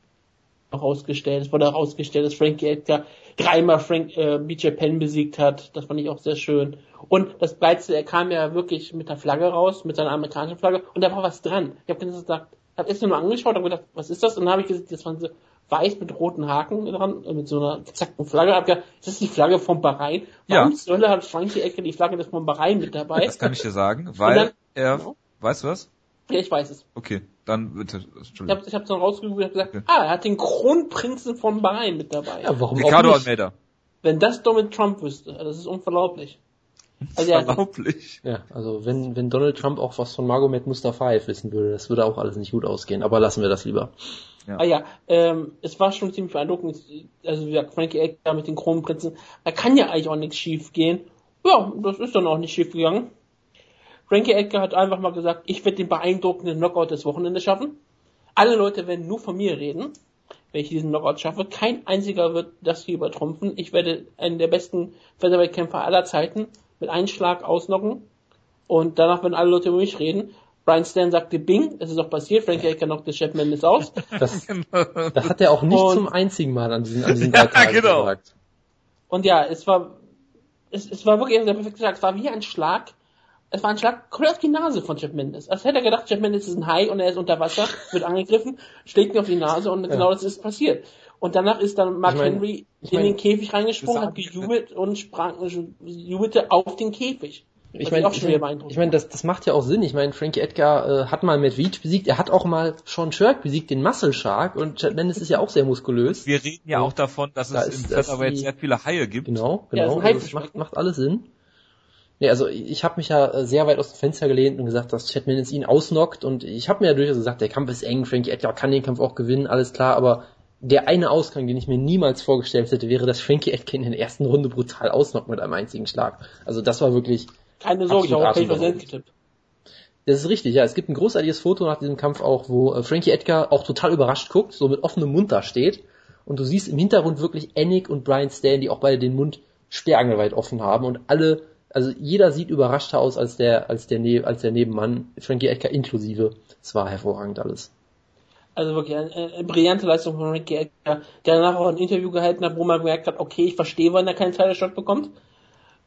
auch ausgestellt. Es wurde auch ausgestellt, dass Frankie Edgar dreimal Frank, äh, B J Penn besiegt hat. Das fand ich auch sehr schön. Und das Geilste, er kam ja wirklich mit der Flagge raus, mit seiner amerikanischen Flagge, und da war was dran. Ich habe gesagt, ich habe erst nur angeschaut und gedacht, was ist das? Und dann habe ich gesagt, das waren so weiß mit roten Haken dran, mit so einer gezackten Flagge. Hab gedacht, ist das die Flagge von Bahrain? Warum ja. zur Hölle hat Frankie Edgar die Flagge des von Bahrain mit dabei? Das kann ich dir sagen, weil dann, er, genau. Weißt du was? Ja, ich weiß es. Okay, dann bitte, Entschuldigung. Ich habe ich hab dann rausgeguckt und hab gesagt, okay. ah, er hat den Kronprinzen von Bahrain mit dabei. Ja, warum Ricardo auch nicht? Almeida. Wenn das Donald Trump wüsste, das ist unverlaublich. Also, Unverlaublich. Ja, also wenn wenn Donald Trump auch was von Magomed Mustafayev wissen würde, das würde auch alles nicht gut ausgehen, aber lassen wir das lieber. Ja. Ah ja, ähm, es war schon ziemlich beeindruckend, also wie gesagt, Frankie Edgar mit den Kronprinzen, da kann ja eigentlich auch nichts schief gehen. Ja, das ist dann auch nicht schief gegangen. Frankie Edgar hat einfach mal gesagt, ich werde den beeindruckenden Knockout des Wochenendes schaffen. Alle Leute werden nur von mir reden, wenn ich diesen Knockout schaffe. Kein einziger wird das hier übertrumpfen. Ich werde einen der besten Featherweight-Kämpfer aller Zeiten mit einem Schlag ausnocken. Und danach werden alle Leute über mich reden. Brian Stann sagte Bing, es ist auch passiert. Frankie Edgar knockte Chad Mendes aus. Das, das hat er auch nicht und, zum einzigen Mal an diesen, an diesen drei Tagen ja, genau. gesagt. Und ja, es war, es, es war wirklich der perfekte Schlag. Es war wie ein Schlag. Es war ein Schlag komplett auf die Nase von Chad Mendes. Als hätte er gedacht, Chad Mendes ist ein Hai und er ist unter Wasser, wird angegriffen, schlägt ihn auf die Nase und ja. genau das ist passiert. Und danach ist dann Mark ich mein, Henry in mein, den Käfig reingesprungen, hat gejubelt und sprang, jubelte auf den Käfig. Ich meine, ich meine, ich mein, das, das macht ja auch Sinn. Ich meine, Frankie Edgar äh, hat mal Matt Veach besiegt, er hat auch mal Sean Sherk besiegt, den Muscle Shark, und Chad Mendes ist ja auch sehr muskulös. Wir reden ja, ja. auch davon, dass da es ist, im Featherweight sehr viele Haie gibt. Genau, genau. Ja, also das macht, macht alles Sinn. Nee, also ich habe mich ja sehr weit aus dem Fenster gelehnt und gesagt, dass Chad Mendes ihn ausnockt, und ich habe mir ja durchaus gesagt, der Kampf ist eng, Frankie Edgar kann den Kampf auch gewinnen, alles klar, aber der eine Ausgang, den ich mir niemals vorgestellt hätte, wäre, dass Frankie Edgar in der ersten Runde brutal ausnockt mit einem einzigen Schlag. Also das war wirklich... Keine Sorge, ich habe auch kein Versend getippt. Das ist richtig, ja. Es gibt ein großartiges Foto nach diesem Kampf auch, wo äh, Frankie Edgar auch total überrascht guckt, so mit offenem Mund da steht, und du siehst im Hintergrund wirklich Anik und Brian Stann, die auch beide den Mund sperrangelweit offen haben, und alle... Also jeder sieht überraschter aus als der als der ne- als der Nebenmann, Frankie Edgar inklusive. Es war hervorragend alles. Also wirklich eine, eine brillante Leistung von Frankie Edgar, der danach auch ein Interview gehalten hat, wo man gemerkt hat, okay, ich verstehe, wann er keinen Title-Shot bekommt.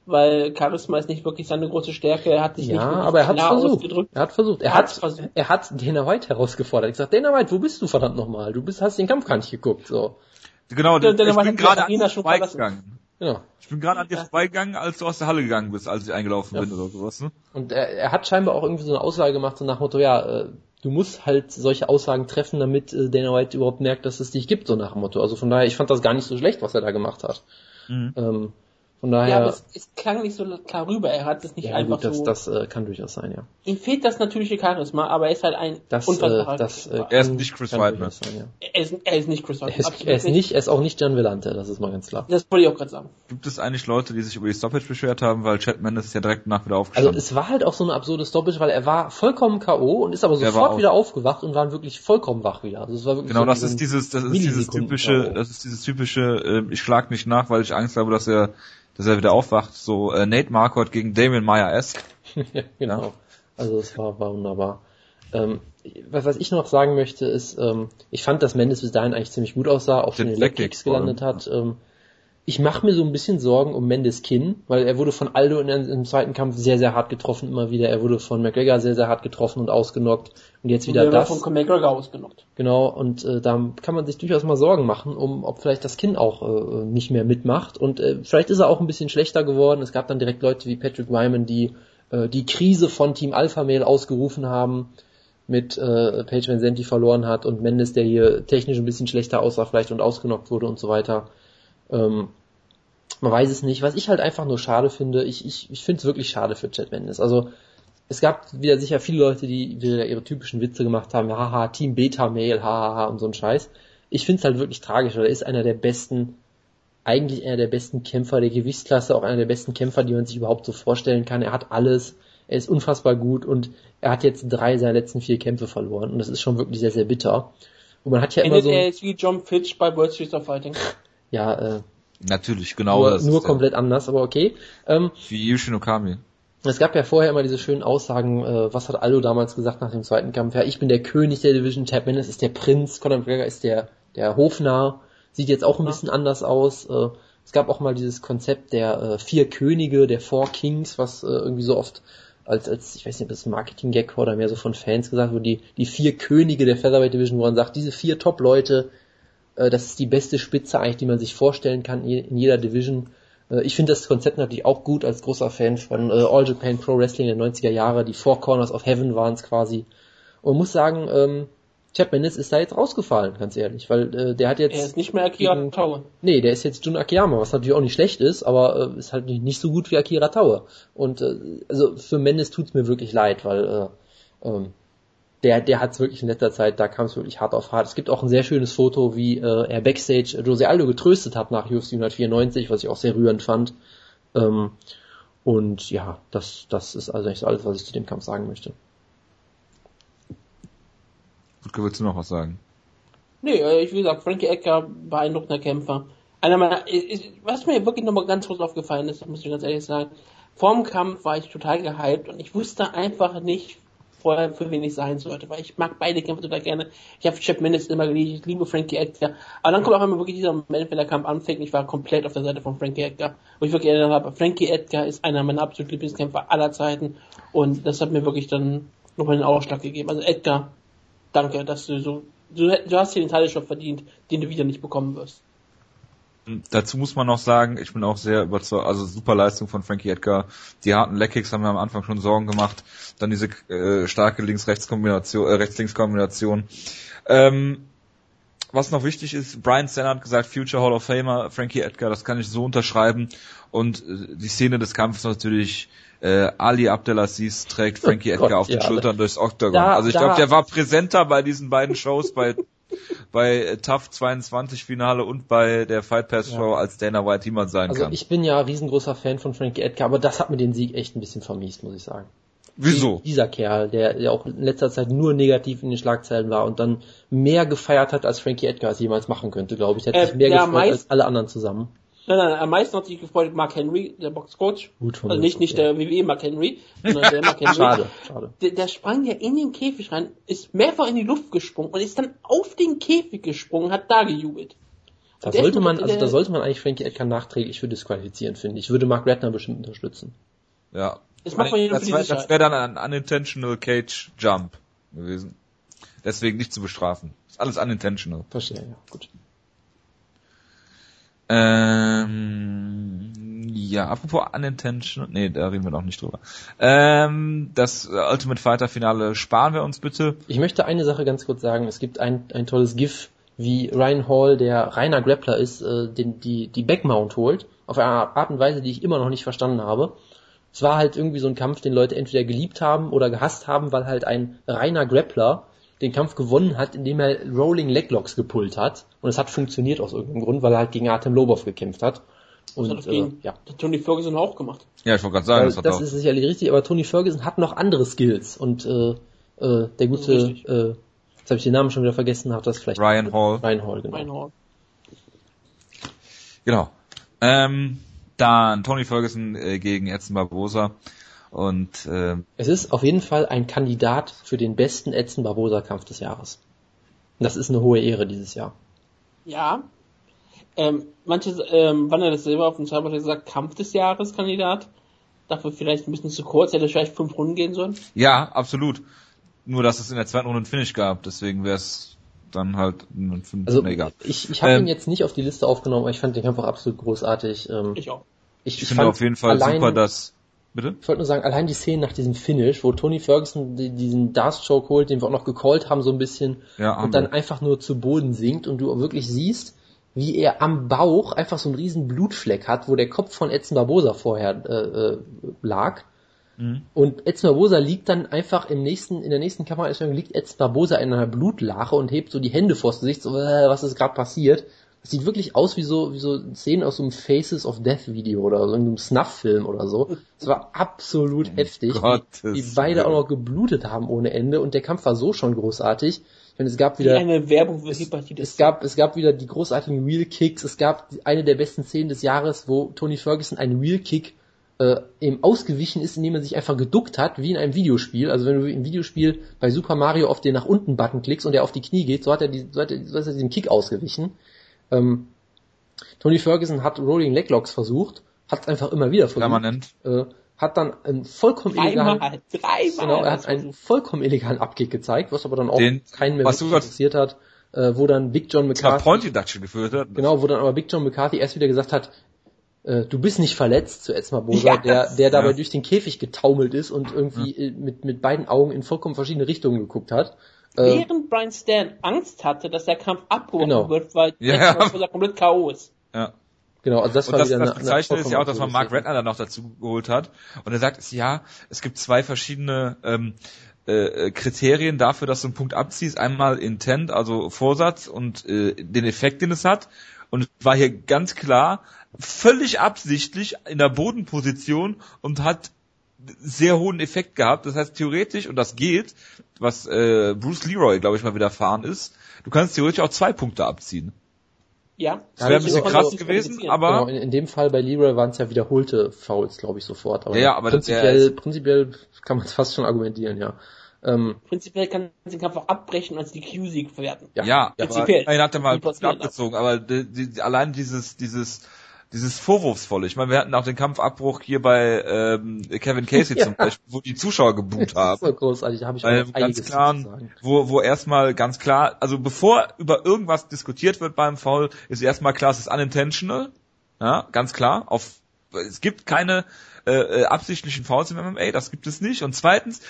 weil Charisma ist nicht wirklich seine große Stärke. Er hat sich ja, nicht wirklich aber er hat klar versucht. ausgedrückt. Er hat versucht. Er, er hat, versucht. Er hat Dana White herausgefordert. Er hat gesagt, Dana White, wo bist du verdammt nochmal? Du bist, hast den Kampf gar nicht geguckt, so. Genau, ja, ich bin gerade an dir vorbeigegangen. Genau. Ich bin gerade an dir vorbeigegangen, als du aus der Halle gegangen bist, als ich eingelaufen ja. bin oder sowas, ne? Und er, er hat scheinbar auch irgendwie so eine Aussage gemacht, so nach dem Motto, ja, äh, du musst halt solche Aussagen treffen, damit äh, Dana White überhaupt merkt, dass es dich gibt, so nach dem Motto. Also von daher, ich fand das gar nicht so schlecht, was er da gemacht hat. Mhm. Ähm, von daher. Ja, aber es, es klang nicht so klar rüber. Er hat es nicht ja, einfach gut, das, so. Das äh, kann durchaus sein, ja. Ihm fehlt das natürliche Charisma, aber er ist halt ein das, äh, das, äh, Er ist nicht Chris Weidman. Ja. Er, ist, er ist nicht Chris Weidman. Er ist, er ist nicht, er ist auch nicht Gian Vellante, das ist mal ganz klar. Das wollte ich auch gerade sagen. Gibt es eigentlich Leute, die sich über die Stoppage beschwert haben, weil Chad Mendes ja direkt nach wieder aufgestanden ist? Also es war halt auch so eine absurde Stoppage, weil er war vollkommen K O und ist aber sofort wieder aufgewacht und war wirklich vollkommen wach wieder. Also es war wirklich genau, so das ist dieses, das ist dieses typische, das ist dieses typische, äh, ich schlag nicht nach, weil ich Angst habe, dass er dass er wieder aufwacht, so äh, Nate Marquardt gegen Damian Maia-esque. Ja, genau. Also es war, war wunderbar. Ähm, was, was ich noch sagen möchte, ist, ähm, ich fand, dass Mendes bis dahin eigentlich ziemlich gut aussah, auch schon in den Leg Kicks gelandet hat. Ähm, ich mache mir so ein bisschen Sorgen um Mendes Kinn, weil er wurde von Aldo in, im zweiten Kampf sehr, sehr hart getroffen, immer wieder. Er wurde von McGregor sehr, sehr hart getroffen und ausgenockt. Und jetzt wieder und das. von McGregor ausgenockt. Genau, und äh, da kann man sich durchaus mal Sorgen machen, um ob vielleicht das Kinn auch äh, nicht mehr mitmacht. Und äh, vielleicht ist er auch ein bisschen schlechter geworden. Es gab dann direkt Leute wie Patrick Wyman, die äh, die Krise von Team Alpha Male ausgerufen haben, mit äh, Paige VanZant, die verloren hat, und Mendes, der hier technisch ein bisschen schlechter aussah vielleicht und ausgenockt wurde und so weiter. Ähm, man weiß es nicht. Was ich halt einfach nur schade finde, ich, ich, ich finde es wirklich schade für Chad Mendes. Also es gab wieder sicher viele Leute, die wieder ihre typischen Witze gemacht haben, haha, Team Beta Male, hahaha und so ein Scheiß. Ich finde es halt wirklich tragisch, weil er ist einer der besten, eigentlich einer der besten Kämpfer der Gewichtsklasse, auch einer der besten Kämpfer, die man sich überhaupt so vorstellen kann. Er hat alles, er ist unfassbar gut und er hat jetzt drei seiner letzten vier Kämpfe verloren und das ist schon wirklich sehr, sehr bitter. Und man hat ja Endet immer so... er jetzt wie John Fitch bei World Series of Fighting? Ja, äh... Natürlich, genau. Nur, das nur ist komplett anders, aber okay. Ähm, wie Yushin Okami. Es gab ja vorher immer diese schönen Aussagen, äh, was hat Aldo damals gesagt nach dem zweiten Kampf? Ja, ich bin der König der Division, Chad Mendes ist der Prinz, Conor McGregor ist der der Hofnarr, sieht jetzt auch ein bisschen ja. anders aus. Äh, es gab auch mal dieses Konzept der äh, vier Könige, der Four Kings, was äh, irgendwie so oft als, als ich weiß nicht, ob das ein Marketing-Gag war oder mehr so von Fans gesagt wurde, die, die vier Könige der Featherweight Division, wo man sagt, diese vier Top-Leute, äh, das ist die beste Spitze eigentlich, die man sich vorstellen kann in jeder Division. Äh, ich finde das Konzept natürlich auch gut als großer Fan von äh, All Japan Pro Wrestling der neunziger Jahre, die Four Corners of Heaven waren es quasi. Und man muss sagen, ähm, Chad Mendes ist da jetzt rausgefallen, ganz ehrlich, weil äh, der hat jetzt... Er ist nicht mehr Akira gegen, Taue. Nee, der ist jetzt Jun Akiyama, was natürlich auch nicht schlecht ist, aber äh, ist halt nicht, nicht so gut wie Akira Taue. Und äh, also für Mendes tut's mir wirklich leid, weil äh, ähm, der der hat's wirklich in letzter Zeit, da kam es wirklich hart auf hart. Es gibt auch ein sehr schönes Foto, wie äh, er Backstage Jose Aldo getröstet hat nach U F C hundertvierundneunzig, was ich auch sehr rührend fand. Ähm, und ja, das das ist also nicht so alles, was ich zu dem Kampf sagen möchte. Gut, willst du noch was sagen? Nee, ich, wie gesagt, Frankie Edgar, beeindruckender Kämpfer. Einer meiner, was mir wirklich nochmal ganz groß aufgefallen ist, das muss ich ganz ehrlich sagen, vorm Kampf war ich total gehypt und ich wusste einfach nicht vorher, für wen ich sein sollte, weil ich mag beide Kämpfer total gerne. Ich habe Chad Mendes immer geliebt, ich liebe Frankie Edgar, aber dann kommt auch immer wirklich dieser Moment, wenn der Kampf anfängt, und ich war komplett auf der Seite von Frankie Edgar, wo ich wirklich erinnert habe, Frankie Edgar ist einer meiner absoluten Lieblingskämpfer aller Zeiten und das hat mir wirklich dann nochmal einen Ausschlag gegeben. Also Edgar, danke, dass du so, du, du hast hier den Title-Shot verdient, den du wieder nicht bekommen wirst. Dazu muss man noch sagen, ich bin auch sehr überzeugt, also super Leistung von Frankie Edgar. Die harten Leg-Kicks haben mir am Anfang schon Sorgen gemacht. Dann diese äh, starke Links-Rechts-Kombination, äh, Rechts-Links-Kombination. Ähm, was noch wichtig ist, Brian Stanner hat gesagt, Future Hall of Famer, Frankie Edgar, das kann ich so unterschreiben. Und äh, die Szene des Kampfes natürlich, äh, Ali Abdelaziz trägt Frankie oh Edgar Gott, auf den ja, Schultern durchs Octagon. Da, also ich glaube, der war präsenter bei diesen beiden Shows, bei bei TUF zweiundzwanzig Finale und bei der Fight Pass Show, ja, als Dana White jemand sein also kann. Also ich bin ja riesengroßer Fan von Frankie Edgar, aber das hat mir den Sieg echt ein bisschen vermiest, muss ich sagen. Wieso? Die, dieser Kerl, der, der auch in letzter Zeit nur negativ in den Schlagzeilen war und dann mehr gefeiert hat, als Frankie Edgar es jemals machen könnte, glaube ich. Der hat äh, sich mehr gefreut meist, als alle anderen zusammen. Nein, nein, am meisten hat sich gefreut Mark Henry, der Boxcoach. Gut von also nicht, nicht der W W E Mark Henry, sondern der Mark Henry. Schade, schade. Der, der sprang ja in den Käfig rein, ist mehrfach in die Luft gesprungen und ist dann auf den Käfig gesprungen, hat da gejubelt. Da sollte man, also da sollte man eigentlich Frankie Edgar nachträglich für disqualifizieren, finde ich. Ich würde Mark Ratner bestimmt unterstützen. Ja. Das macht man ja das wäre wär dann ein unintentional Cage Jump gewesen. Deswegen nicht zu bestrafen. Ist alles unintentional. Verstehe, ja, gut. Ähm, ja, apropos unintentional, nee, da reden wir noch nicht drüber. Ähm, das Ultimate Fighter Finale sparen wir uns bitte. Ich möchte eine Sache ganz kurz sagen. Es gibt ein, ein tolles GIF, wie Ryan Hall, der reiner Grappler ist, äh, den, die, die Backmount holt. Auf eine Art und Weise, die ich immer noch nicht verstanden habe. Es war halt irgendwie so ein Kampf, den Leute entweder geliebt haben oder gehasst haben, weil halt ein reiner Grappler den Kampf gewonnen hat, indem er Rolling Leglocks gepullt hat. Und es hat funktioniert aus irgendeinem Grund, weil er halt gegen Artem Lobov gekämpft hat. Und, das hat das gegen, äh, ja. hat Tony Ferguson auch gemacht. Ja, ich wollte gerade sagen, das, hat das auch. ist sicherlich richtig, aber Tony Ferguson hat noch andere Skills. Und äh, äh, der gute, äh, jetzt habe ich den Namen schon wieder vergessen, hat das vielleicht... Ryan Hall. Ryan Hall, genau. Ryan Hall. Genau. Ähm... Dann Tony Ferguson äh, gegen Edson Barboza und äh, es ist auf jeden Fall ein Kandidat für den besten Edson Barboza Kampf des Jahres. Und das ist eine hohe Ehre dieses Jahr. Ja. Ähm, manche, ähm, wann er das selber auf dem Cyber hat gesagt, Kampf des Jahres Kandidat. Dafür vielleicht ein bisschen zu kurz, hätte vielleicht fünf Runden gehen sollen. Ja, absolut. Nur dass es in der zweiten Runde einen Finish gab, deswegen wäre es dann halt ein fünf. Also nee, egal. ich, ich habe ähm, ihn jetzt nicht auf die Liste aufgenommen, aber ich fand den Kampf auch absolut großartig. Ähm, ich auch. Ich, ich, ich finde auf jeden Fall allein, super, dass... Bitte? Ich wollte nur sagen, allein die Szenen nach diesem Finish, wo Tony Ferguson die, diesen Darce-Choke holt, den wir auch noch gecallt haben so ein bisschen, ja, und dann einfach nur zu Boden sinkt und du wirklich siehst, wie er am Bauch einfach so einen riesen Blutfleck hat, wo der Kopf von Edson Barboza vorher äh, äh, lag. Mhm. Und Edson Barboza liegt dann einfach im nächsten, in der nächsten Kameraeinstellung liegt Edson Barboza in einer Blutlache und hebt so die Hände vors Gesicht, so, äh, was ist gerade passiert? Das sieht wirklich aus wie so, wie so Szenen aus so einem Faces of Death Video oder so einem Snuff-Film oder so. Es war absolut oh heftig, wie, wie beide auch noch geblutet haben ohne Ende, und der Kampf war so schon großartig. Ich meine, es gab wieder, eine Werbung für es, es gab, es gab wieder die großartigen Wheel Kicks. Es gab eine der besten Szenen des Jahres, wo Tony Ferguson einen Wheel Kick äh, eben ausgewichen ist, indem er sich einfach geduckt hat, wie in einem Videospiel. Also wenn du im Videospiel bei Super Mario auf den nach unten Button klickst und der auf die Knie geht, so hat er, die, so hat er, so hat er diesen Kick ausgewichen. Ähm, Tony Ferguson hat Rolling Leglocks versucht, hat es einfach immer wieder versucht. Permanent. Äh, hat dann einen vollkommen dreimal, illegalen, dreimal genau, er hat einen vollkommen illegalen Abkick gezeigt, was aber dann auch Den, keinen mehr interessiert hat, äh, wo dann Big John McCarthy Point Deduction geführt hat. Genau, wo dann aber Big John McCarthy erst wieder gesagt hat, äh, du bist nicht verletzt, zu Edson Barboza, ja, der, der dabei ja. durch den Käfig getaumelt ist und irgendwie ja. mit, mit beiden Augen in vollkommen verschiedene Richtungen geguckt hat. Während Brian Stan Angst hatte, dass der Kampf abgebrochen genau. wird, weil ja. Edson komplett K O ist. Ja. Genau, also das und war das, wieder das eine, Bezeichnende ist ja auch, dass man Mark Ratner dann noch dazu geholt hat. Und er sagt, ja, es gibt zwei verschiedene ähm, äh, Kriterien dafür, dass du einen Punkt abziehst. Einmal Intent, also Vorsatz, und äh, den Effekt, den es hat. Und es war hier ganz klar, völlig absichtlich in der Bodenposition und hat sehr hohen Effekt gehabt. Das heißt, theoretisch, und das geht, was äh, Bruce Leroy, glaube ich, mal widerfahren ist, du kannst theoretisch auch zwei Punkte abziehen. Ja. Das wäre ein bisschen krass gewesen, aber... Genau, in, in dem Fall bei Leroy waren es ja wiederholte Fouls, glaube ich, sofort. Aber, ja, aber prinzipiell, prinzipiell kann man es fast schon argumentieren, ja. Ähm, Prinzipiell kann man den Kampf auch abbrechen und als die Q-Sieg verwerten. Ja, ja, prinzipiell. Aber, hat er mal abgezogen, aber die, die, allein dieses, dieses, dieses Vorwurfsvolle. Ich meine, wir hatten auch den Kampfabbruch hier bei ähm, Kevin Casey ja. zum Beispiel, wo die Zuschauer geboot haben. Das ist so großartig, da habe ich auch ähm, ganz klar, zu sagen. Wo, wo erstmal ganz klar, also bevor über irgendwas diskutiert wird beim Foul, ist erstmal klar, es ist unintentional. Ja, ganz klar. Auf, es gibt keine äh, absichtlichen Fouls im M M A, das gibt es nicht. Und zweitens,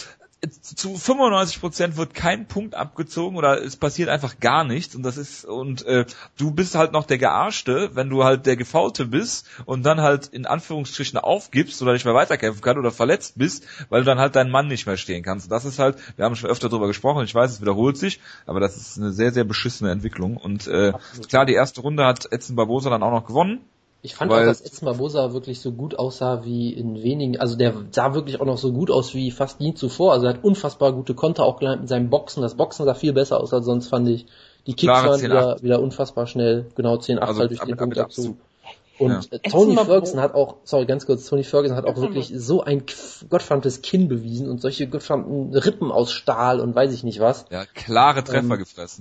zu fünfundneunzig Prozent wird kein Punkt abgezogen oder es passiert einfach gar nichts, und das ist, und äh, du bist halt noch der Gearschte, wenn du halt der Gefaulte bist und dann halt in Anführungsstrichen aufgibst oder nicht mehr weiterkämpfen kannst oder verletzt bist, weil du dann halt deinen Mann nicht mehr stehen kannst. Und das ist halt, wir haben schon öfter drüber gesprochen, ich weiß, es wiederholt sich, aber das ist eine sehr, sehr beschissene Entwicklung. Und äh, klar, die erste Runde hat Edson Barboza dann auch noch gewonnen. Ich fand auch, dass Edson Barboza wirklich so gut aussah wie in wenigen, also der sah wirklich auch noch so gut aus wie fast nie zuvor. Also er hat unfassbar gute Konter auch gelernt mit seinem Boxen. Das Boxen sah viel besser aus als sonst, fand ich. Die Kicks Klare waren wieder, wieder unfassbar schnell. Genau, zehn acht also, halt durch den Punkt dazu. Und ja. Tony Ferguson hat auch, sorry, ganz kurz, Tony Ferguson hat auch wirklich so ein gottverdammtes Kinn bewiesen und solche gottverdammten Rippen aus Stahl und weiß ich nicht was. Ja, klare Treffer ähm, gefressen.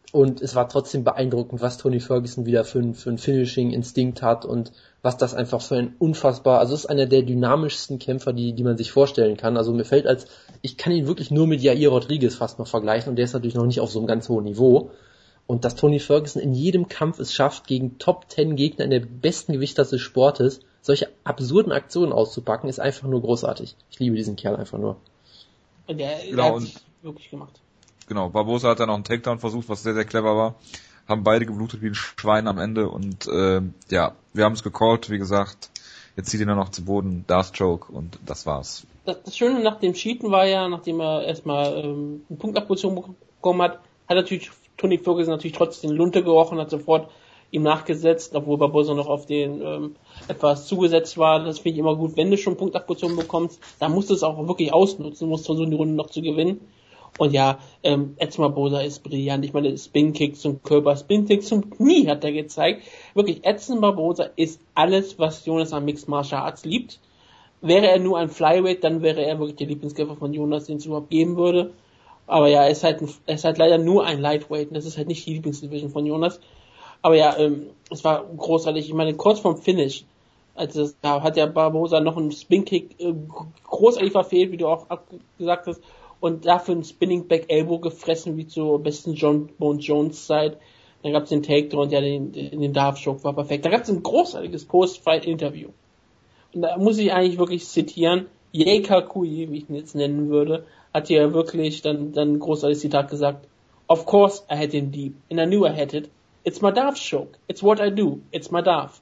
Und es war trotzdem beeindruckend, was Tony Ferguson wieder für ein, für ein Finishing-Instinkt hat und was das einfach für ein unfassbar, also es ist einer der dynamischsten Kämpfer, die, die man sich vorstellen kann. Also mir fällt als, ich kann ihn wirklich nur mit Jair Rodriguez fast noch vergleichen und der ist natürlich noch nicht auf so einem ganz hohen Niveau. Und dass Tony Ferguson in jedem Kampf es schafft, gegen Top Ten Gegner in der besten Gewichtsklasse des Sportes solche absurden Aktionen auszupacken, ist einfach nur großartig. Ich liebe diesen Kerl einfach nur. Und der, der genau, hat es wirklich gemacht. Genau, Barbosa hat dann auch einen Takedown versucht, was sehr, sehr clever war. Haben beide geblutet wie ein Schwein am Ende und äh, ja, wir haben es gecallt, wie gesagt, jetzt zieht ihn dann noch zu Boden, Darth Choke und das war's. Das, das Schöne nach dem Cheaten war ja, nachdem er erstmal ähm, eine Punktabposition bekommen hat, hat natürlich Tony Ferguson natürlich trotzdem Lunte gerochen, hat sofort ihm nachgesetzt, obwohl Barbosa noch auf den ähm, etwas zugesetzt war. Das finde ich immer gut, wenn du schon Punktabposition bekommst, dann musst du es auch wirklich ausnutzen, musst versuchen, die Runde noch zu gewinnen. Und ja, ähm, Edson Barbosa ist brillant. Ich meine, Spin-Kick zum Körper, Spin-Kick zum Knie hat er gezeigt. Wirklich, Edson Barbosa ist alles, was Jonas an Mixed Martial Arts liebt. Wäre er nur ein Flyweight, dann wäre er wirklich der Lieblingskämpfer von Jonas, den es überhaupt geben würde. Aber ja, er ist halt, ein, er ist halt leider nur ein Lightweight und das ist halt nicht die Lieblingsdivision von Jonas. Aber ja, ähm, es war großartig. Ich meine, kurz vorm Finish, also da hat ja Barbosa noch einen Spin-Kick äh, großartig verfehlt, wie du auch gesagt hast. Und dafür ein Spinning Back Elbow gefressen, wie zur besten John Bone Jones Zeit. Dann gab es den Takedown und ja, den, den, den Darth Choke war perfekt. Da gab es ein großartiges Post-Fight-Interview. Und da muss ich eigentlich wirklich zitieren, Jay Kakui, wie ich ihn jetzt nennen würde, hat hier wirklich dann, dann ein großartiges Zitat gesagt. Of course I had him deep, and I knew I had it. It's my Darth Choke. It's what I do. It's my Darth.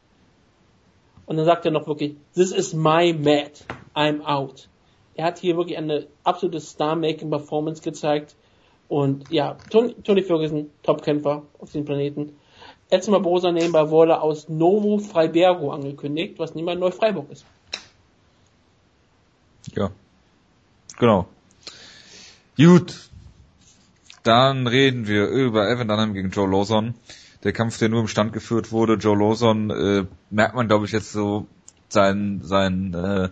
Und dann sagt er noch wirklich, this is my mat. I'm out. Er hat hier wirklich eine absolute Star-Making-Performance gezeigt. Und ja, Tony, Tony Ferguson, Top-Kämpfer auf dem Planeten. Edson Barbosa nebenbei wurde aus Novo Freibergo angekündigt, was nicht mal Neu-Freiburg ist. Ja, genau. Gut, dann reden wir über Evan Dunham gegen Joe Lawson. Der Kampf, der nur im Stand geführt wurde. Joe Lawson, äh, merkt man, glaube ich, jetzt so sein, sein, äh,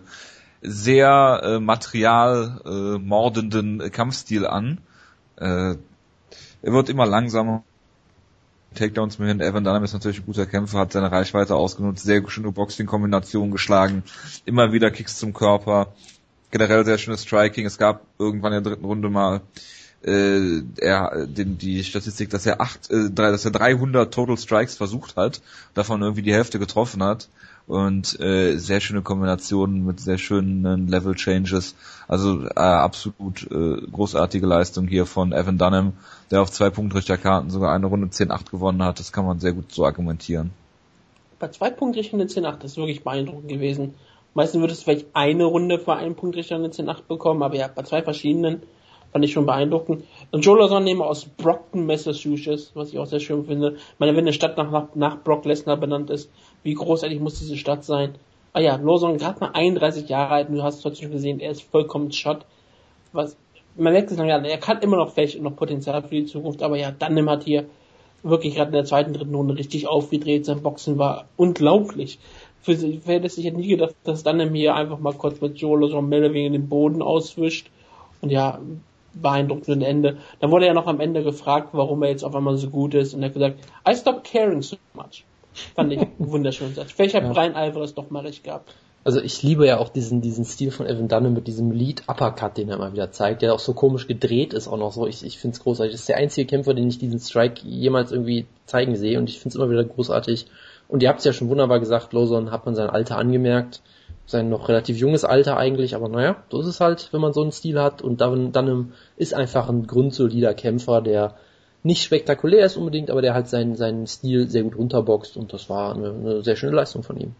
sehr äh, material äh, mordenden Kampfstil an. Äh, er wird immer langsamer. Takedowns mehr hin. Evan Dunham ist natürlich ein guter Kämpfer, hat seine Reichweite ausgenutzt, sehr schöne Boxing-Kombinationen geschlagen, immer wieder Kicks zum Körper, generell sehr schönes Striking. Es gab irgendwann in der dritten Runde mal äh, er, den, die Statistik, dass er acht, äh, drei, dass er dreihundert Total Strikes versucht hat, davon irgendwie die Hälfte getroffen hat. Und äh, sehr schöne Kombinationen mit sehr schönen Level Changes. Also äh, absolut äh, großartige Leistung hier von Evan Dunham, der auf zwei Punktrichterkarten sogar eine Runde zehn acht gewonnen hat. Das kann man sehr gut so argumentieren. Bei zwei Punktrichtern in zehn acht, das ist wirklich beeindruckend gewesen. Meistens würdest du vielleicht eine Runde für einen Punktrichter in zehn acht bekommen, aber ja, bei zwei verschiedenen fand ich schon beeindruckend. Und Joe Lawson nehmen wir aus Brockton, Massachusetts, was ich auch sehr schön finde. Ich meine, wenn eine Stadt nach, nach Brock Lesnar benannt ist, wie großartig muss diese Stadt sein? Ah ja, Lawson gerade mal einunddreißig Jahre alt und du hast trotzdem gesehen, er ist vollkommen shot. Was, man merkt es lange, er kann immer noch vielleicht noch Potenzial für die Zukunft, aber ja, Dunham hat hier wirklich gerade in der zweiten, dritten Runde richtig aufgedreht. Sein Boxen war unglaublich. Für sich, ich hätte nie gedacht, dass Dunham hier einfach mal kurz mit Joe Lawson mehr oder weniger den Boden auswischt. Und ja, beeindruckend Ende. Dann wurde er noch am Ende gefragt, warum er jetzt auf einmal so gut ist, und er hat gesagt, I stopped caring so much. Fand ich einen wunderschönen Satz. Vielleicht hat ja. Brian Alvarez doch mal recht gehabt. Also ich liebe ja auch diesen diesen Stil von Evan Dunham mit diesem Lead Uppercut, den er immer wieder zeigt, der auch so komisch gedreht ist auch noch so. Ich, ich finde es großartig. Das ist der einzige Kämpfer, den ich diesen Strike jemals irgendwie zeigen sehe, und ich finde es immer wieder großartig. Und ihr habt es ja schon wunderbar gesagt, Lawson hat man sein Alter angemerkt. Sein noch relativ junges Alter eigentlich, aber naja, so ist es halt, wenn man so einen Stil hat. Und Dunham ist einfach ein grundsolider Kämpfer, der nicht spektakulär ist unbedingt, aber der halt seinen, seinen Stil sehr gut runterboxt, und das war eine, eine sehr schöne Leistung von ihm.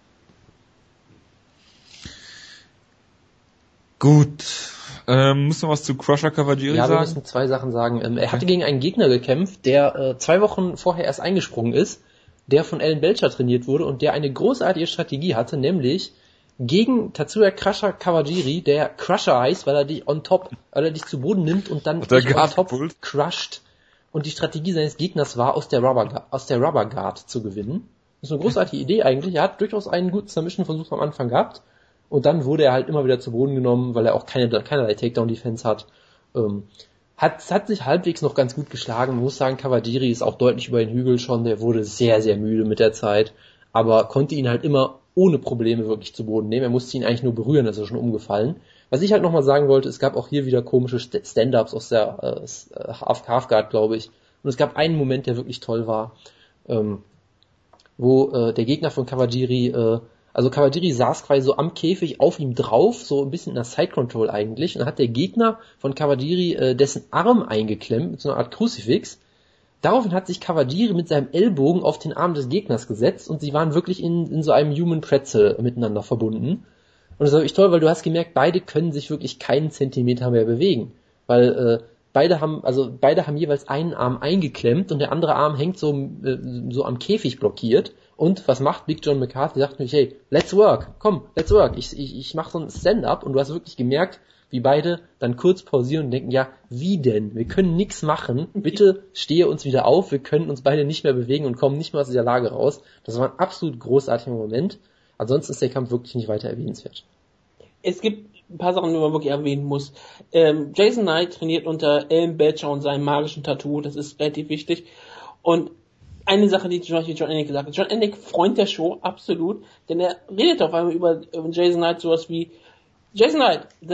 Gut. Ähm, müssen wir was zu Crusher Cavalieri ja, sagen? Ja, wir müssen zwei Sachen sagen. Ähm, er okay. hatte gegen einen Gegner gekämpft, der äh, zwei Wochen vorher erst eingesprungen ist, der von Alan Belcher trainiert wurde und der eine großartige Strategie hatte, nämlich gegen Tatsuya Crusher Kawajiri, der Crusher heißt, weil er dich on top, weil er dich zu Boden nimmt und dann dich on top crusht. Und die Strategie seines Gegners war, aus der Rubber, aus der Rubber Guard zu gewinnen. Das ist eine großartige Idee eigentlich. Er hat durchaus einen guten Submission-Versuch am Anfang gehabt. Und dann wurde er halt immer wieder zu Boden genommen, weil er auch keine, keinerlei Takedown-Defense hat. Ähm, hat, hat sich halbwegs noch ganz gut geschlagen. Man muss sagen, Kawajiri ist auch deutlich über den Hügel schon. Der wurde sehr, sehr müde mit der Zeit, aber konnte ihn halt immer ohne Probleme wirklich zu Boden nehmen. Er musste ihn eigentlich nur berühren, da ist er schon umgefallen. Was ich halt nochmal sagen wollte, es gab auch hier wieder komische Stand-Ups aus der äh, Half-Guard, glaube ich. Und es gab einen Moment, der wirklich toll war, ähm, wo äh, der Gegner von Kawajiri, äh, also Kawajiri saß quasi so am Käfig auf ihm drauf, so ein bisschen in der Side-Control eigentlich, und dann hat der Gegner von Kawajiri äh, dessen Arm eingeklemmt mit so einer Art Kruzifix. Daraufhin hat sich Kawajiri mit seinem Ellbogen auf den Arm des Gegners gesetzt und sie waren wirklich in, in so einem Human Pretzel miteinander verbunden. Und das war wirklich toll, weil du hast gemerkt, beide können sich wirklich keinen Zentimeter mehr bewegen. Weil äh, beide haben, also beide haben jeweils einen Arm eingeklemmt und der andere Arm hängt so, äh, so am Käfig blockiert. Und was macht Big John McCarthy? Sagt nämlich, hey, let's work, komm, let's work. Ich, ich, ich mache so ein Stand-up und du hast wirklich gemerkt, wie beide dann kurz pausieren und denken, ja, wie denn? Wir können nichts machen. Bitte stehe uns wieder auf. Wir können uns beide nicht mehr bewegen und kommen nicht mehr aus dieser Lage raus. Das war ein absolut großartiger Moment. Ansonsten ist der Kampf wirklich nicht weiter erwähnenswert. Es gibt ein paar Sachen, die man wirklich erwähnen muss. Ähm, Jason Knight trainiert unter Alan Belcher und seinem magischen Tattoo. Das ist relativ wichtig. Und eine Sache, die zum Beispiel John Anik gesagt hat. John Anik, Freund der Show, absolut. Denn er redet auf einmal über Jason Knight sowas wie Jason Knight, the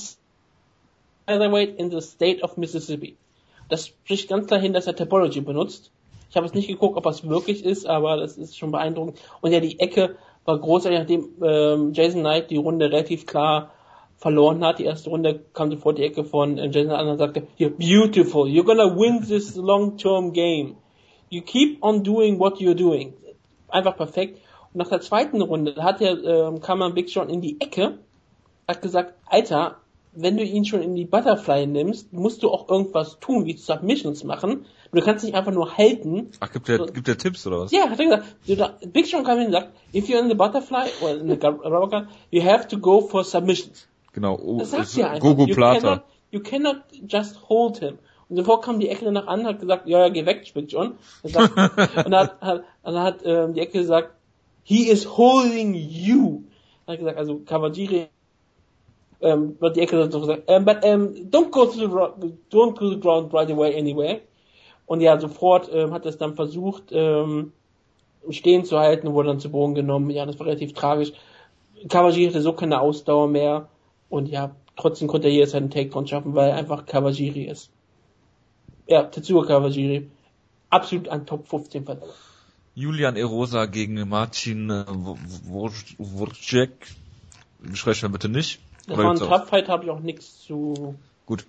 Featherweight in the state of Mississippi. Das spricht ganz klar hin, dass er Topology benutzt. Ich habe jetzt nicht geguckt, ob es wirklich ist, aber das ist schon beeindruckend. Und ja, die Ecke war großartig, nachdem ähm, Jason Knight die Runde relativ klar verloren hat. Die erste Runde kam sofort die Ecke von äh, Jason Knight und sagte, you're beautiful, you're gonna win this long-term game. You keep on doing what you're doing. Einfach perfekt. Und nach der zweiten Runde hat er, ähm, kam man Big John in die Ecke, hat gesagt, Alter, wenn du ihn schon in die Butterfly nimmst, musst du auch irgendwas tun, wie Submissions machen. Du kannst nicht einfach nur halten. Ach, gibt der, so, gibt der Tipps oder was? Ja, hat er gesagt. Big John kam hin und sagt, if you're in the Butterfly, or in the rubber gun, you have to go for submissions. Genau, oh, das sagt ja einfach. Gogo you Plata. Cannot, you cannot just hold him. Und sofort kam die Ecke danach an, hat gesagt, ja, ja, geh weg, Big John. Und dann hat, hat, dann hat ähm, die Ecke gesagt, he is holding you. Dann hat gesagt, also Kawajiri, ähm, wird die Ecke dann so gesagt, um, but um, don't go to the don't go to the ground right away anyway. Und ja, sofort ähm, hat er es dann versucht, ähm, stehen zu halten und wurde dann zu Boden genommen. Ja, das war relativ tragisch. Kawajiri hatte so keine Ausdauer mehr und ja, trotzdem konnte er hier seinen Takedown schaffen, weil er einfach Kawajiri ist. Ja, Tetsuya Kawajiri. Absolut ein Top fünfzehn Verteidiger. Julian Erosa gegen Marcin Wurczek. Sprechen wir bitte nicht. Das war ein Tough-Fight, habe ich auch nichts zu... Gut.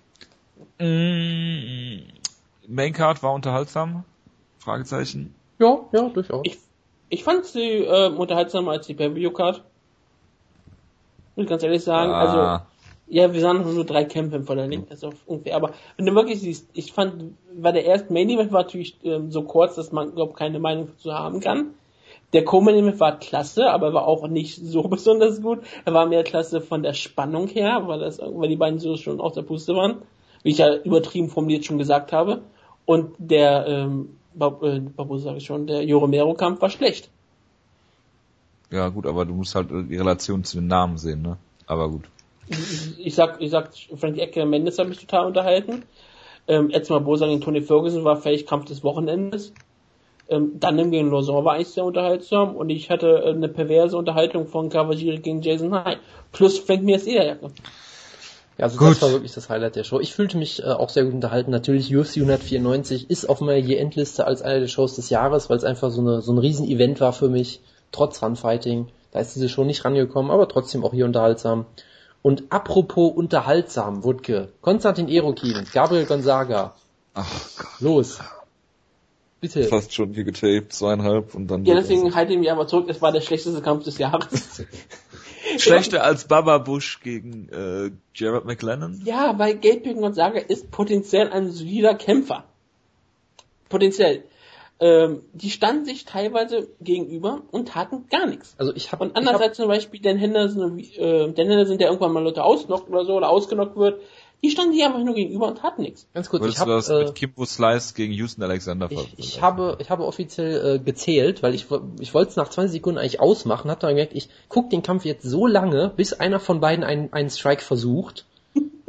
Mm, Maincard war unterhaltsam? Fragezeichen. Ja, ja, durchaus. Ich, ich fand sie äh, unterhaltsamer als die Pay-Per-View-Card. Muss ich ganz ehrlich sagen. Ah. Also, ja, wir sahen nur drei Kämpfe von der Link, das ist auch ungefähr. Aber wenn du wirklich siehst, ich fand, war der erste Main-Event war natürlich ähm, so kurz, dass man, glaube keine Meinung dazu haben kann. Der Co-Main-Event war klasse, aber er war auch nicht so besonders gut. Er war mehr klasse von der Spannung her, weil das, weil die beiden so schon aus der Puste waren, wie ich ja übertrieben formuliert schon gesagt habe. Und der, ähm, Bab, äh, Babu sage ich schon, der Joromero-Kampf war schlecht. Ja, gut, aber du musst halt die Relation zu den Namen sehen, ne? Aber gut. Ich, ich sag, ich sag, Frank Edgar Mendes hat mich total unterhalten. Ähm, Etzma Bosa gegen Tony Ferguson war vielleicht Kampf des Wochenendes. Ähm, dann gegen Lozon war eigentlich sehr unterhaltsam und ich hatte äh, eine perverse Unterhaltung von Kawajiri gegen Jason Knight. Plus Frank Mirs Ederjacke. Ja, also gut. Das war wirklich das Highlight der Show. Ich fühlte mich äh, auch sehr gut unterhalten. Natürlich, U F C hundertvierundneunzig ist auf meiner Je-Endliste als eine der Shows des Jahres, weil es einfach so eine so ein Riesen-Event war für mich, trotz Runfighting. Da ist diese Show nicht rangekommen, aber trotzdem auch hier unterhaltsam. Und apropos unterhaltsam, Wutke, Konstantin Erokin, Gabriel Gonzaga. Ach Gott. Los. Bitte. Fast schon hier getaped, zweieinhalb und dann... Ja, deswegen halte ich mich aber zurück, es war der schlechteste Kampf des Jahres. Schlechter als Baba Bush gegen äh, Jared McLennan? Ja, weil Gabriel Gonzaga ist potenziell ein solider Kämpfer. Potenziell. Ähm, die standen sich teilweise gegenüber und taten gar nichts. Also ich hab, und andererseits hab, zum Beispiel Dan Henderson, äh, Dan Henderson, der irgendwann mal Leute ausnockt oder so oder ausgenockt wird, die standen die einfach nur gegenüber und taten nichts. Ganz kurz, Würdest ich habe das äh, mit Kimbo Slice gegen Houston Alexander ich, ich habe ich habe offiziell äh, gezählt, weil ich ich wollte es nach zwanzig Sekunden eigentlich ausmachen, habe dann gemerkt, ich guck den Kampf jetzt so lange, bis einer von beiden einen einen Strike versucht.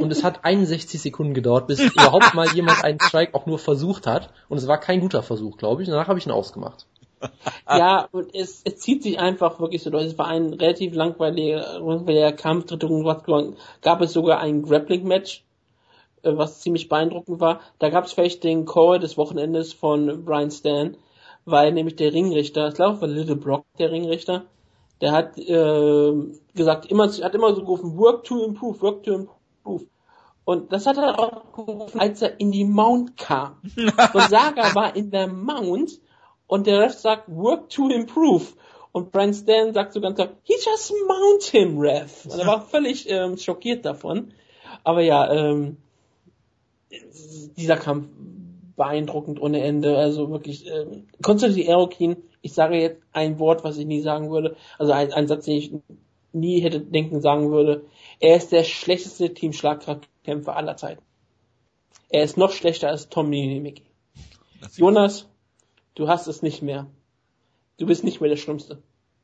und es hat einundsechzig Sekunden gedauert, bis überhaupt mal jemand einen Strike auch nur versucht hat. Und es war kein guter Versuch, glaube ich. Danach habe ich ihn ausgemacht. Ja, und es, es zieht sich einfach wirklich so durch. Es war ein relativ langweiliger, langweiliger Kampf. Dritte Runde gab es sogar ein Grappling-Match, was ziemlich beeindruckend war. Da gab es vielleicht den Call des Wochenendes von Brian Stan, weil nämlich der Ringrichter, ich glaube, war Little Brock der Ringrichter, der hat äh, gesagt, immer, hat immer so gerufen, work to improve, work to improve. Und das hat er auch gerufen, als er in die Mount kam. Und Saga war in der Mount und der Ref sagt, work to improve. Und Brian Stan sagt so ganz klar, he just mount him, Ref. Und er war völlig ähm, schockiert davon. Aber ja, ähm, dieser Kampf beeindruckend ohne Ende, also wirklich, ähm, Konstantin Aerokin, ich sage jetzt ein Wort, was ich nie sagen würde, also ein, ein Satz, den ich nie hätte denken sagen würde, er ist der schlechteste Team-Schlagkraftkämpfer aller Zeiten. Er ist noch schlechter als Tom Nimicki. Jonas, du hast es nicht mehr. Du bist nicht mehr der Schlimmste.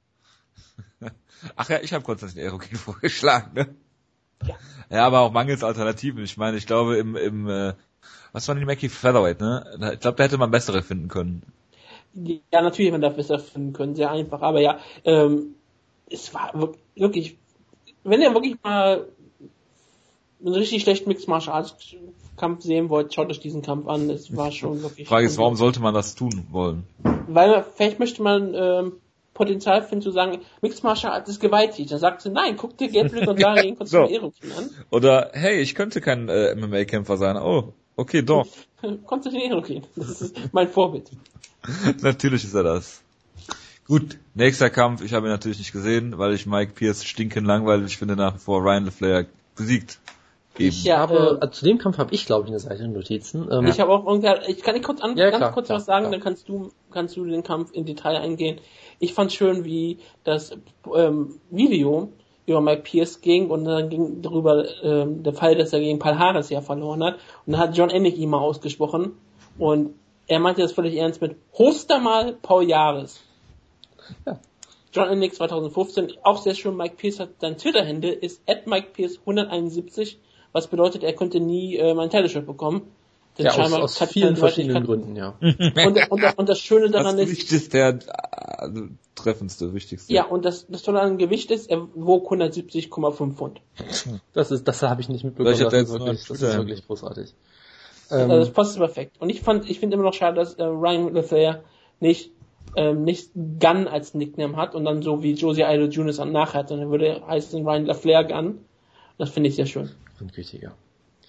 Ach ja, ich habe Konstantin Aerokin vorgeschlagen, ne? Ja. Ja, aber auch mangels Alternativen. Ich meine, ich glaube im, im äh, was war denn die Mackie Featherweight, ne? Ich glaube, da hätte man bessere finden können. Ja, natürlich, man darf besser finden können, sehr einfach. Aber ja, ähm, es war wirklich, wenn ihr wirklich mal einen richtig schlechten Mixed Martial Arts Kampf sehen wollt, schaut euch diesen Kampf an. Es war schon wirklich. Frage ist, warum sollte man das tun wollen? Weil vielleicht möchte man ähm, Potenzial finden zu sagen, Mixed Martial Arts ist gewaltig. Dann sagt sie, nein, guck dir Gabriel Gonzalez gegen Konstantin Aerokin an. Oder, hey, ich könnte kein äh, M M A-Kämpfer sein. Oh, okay, doch. Konstantin Aerokin, das ist mein Vorbild. Natürlich ist er das. Gut, nächster Kampf. Ich habe ihn natürlich nicht gesehen, weil ich Mike Pierce stinkend langweilig finde, nach wie vor Ryan LeFlair besiegt. Eben. Ich habe, äh, zu dem Kampf habe ich, glaube ich, eine Seite Notizen. Ähm, ich habe auch irgendwie, ich kann nicht kurz an, ja, ganz klar, kurz klar, was sagen, klar. dann kannst du, kannst du den Kampf in Detail eingehen. Ich fand schön, wie das ähm, Video über Mike Pierce ging und dann ging darüber ähm, der Fall, dass er gegen Paul Harris ja verloren hat. Und dann hat John Ennick ihn mal ausgesprochen und er meinte das völlig ernst mit Hoster mal Paul Harris. Ja. John Ennick zwanzig fünfzehn, auch sehr schön. Mike Pierce hat, sein Twitter-Handle ist at Mike Pierce hunderteinundsiebzig, was bedeutet, er könnte nie äh, mein Title-Shot bekommen. Denn ja, aus, aus vielen verschiedenen Gründen, ja. Und, und, und das Schöne daran das ist... Das ist der also, treffendste, wichtigste. Ja, und das, das Tolle an Gewicht ist, er wog hundertsiebzig Komma fünf Pfund. Das ist, das habe ich nicht mitbekommen. Das, das, ist wirklich, das ist wirklich großartig. Also das passt perfekt. Und ich fand, ich finde immer noch schade, dass äh, Ryan LeFlair nicht ähm, nicht Gunn als Nickname hat und dann so wie Josie Aldo Junior nachher hat, sondern würde heißen Ryan LeFlair Gunn. Das finde ich sehr schön. Richtig, ja.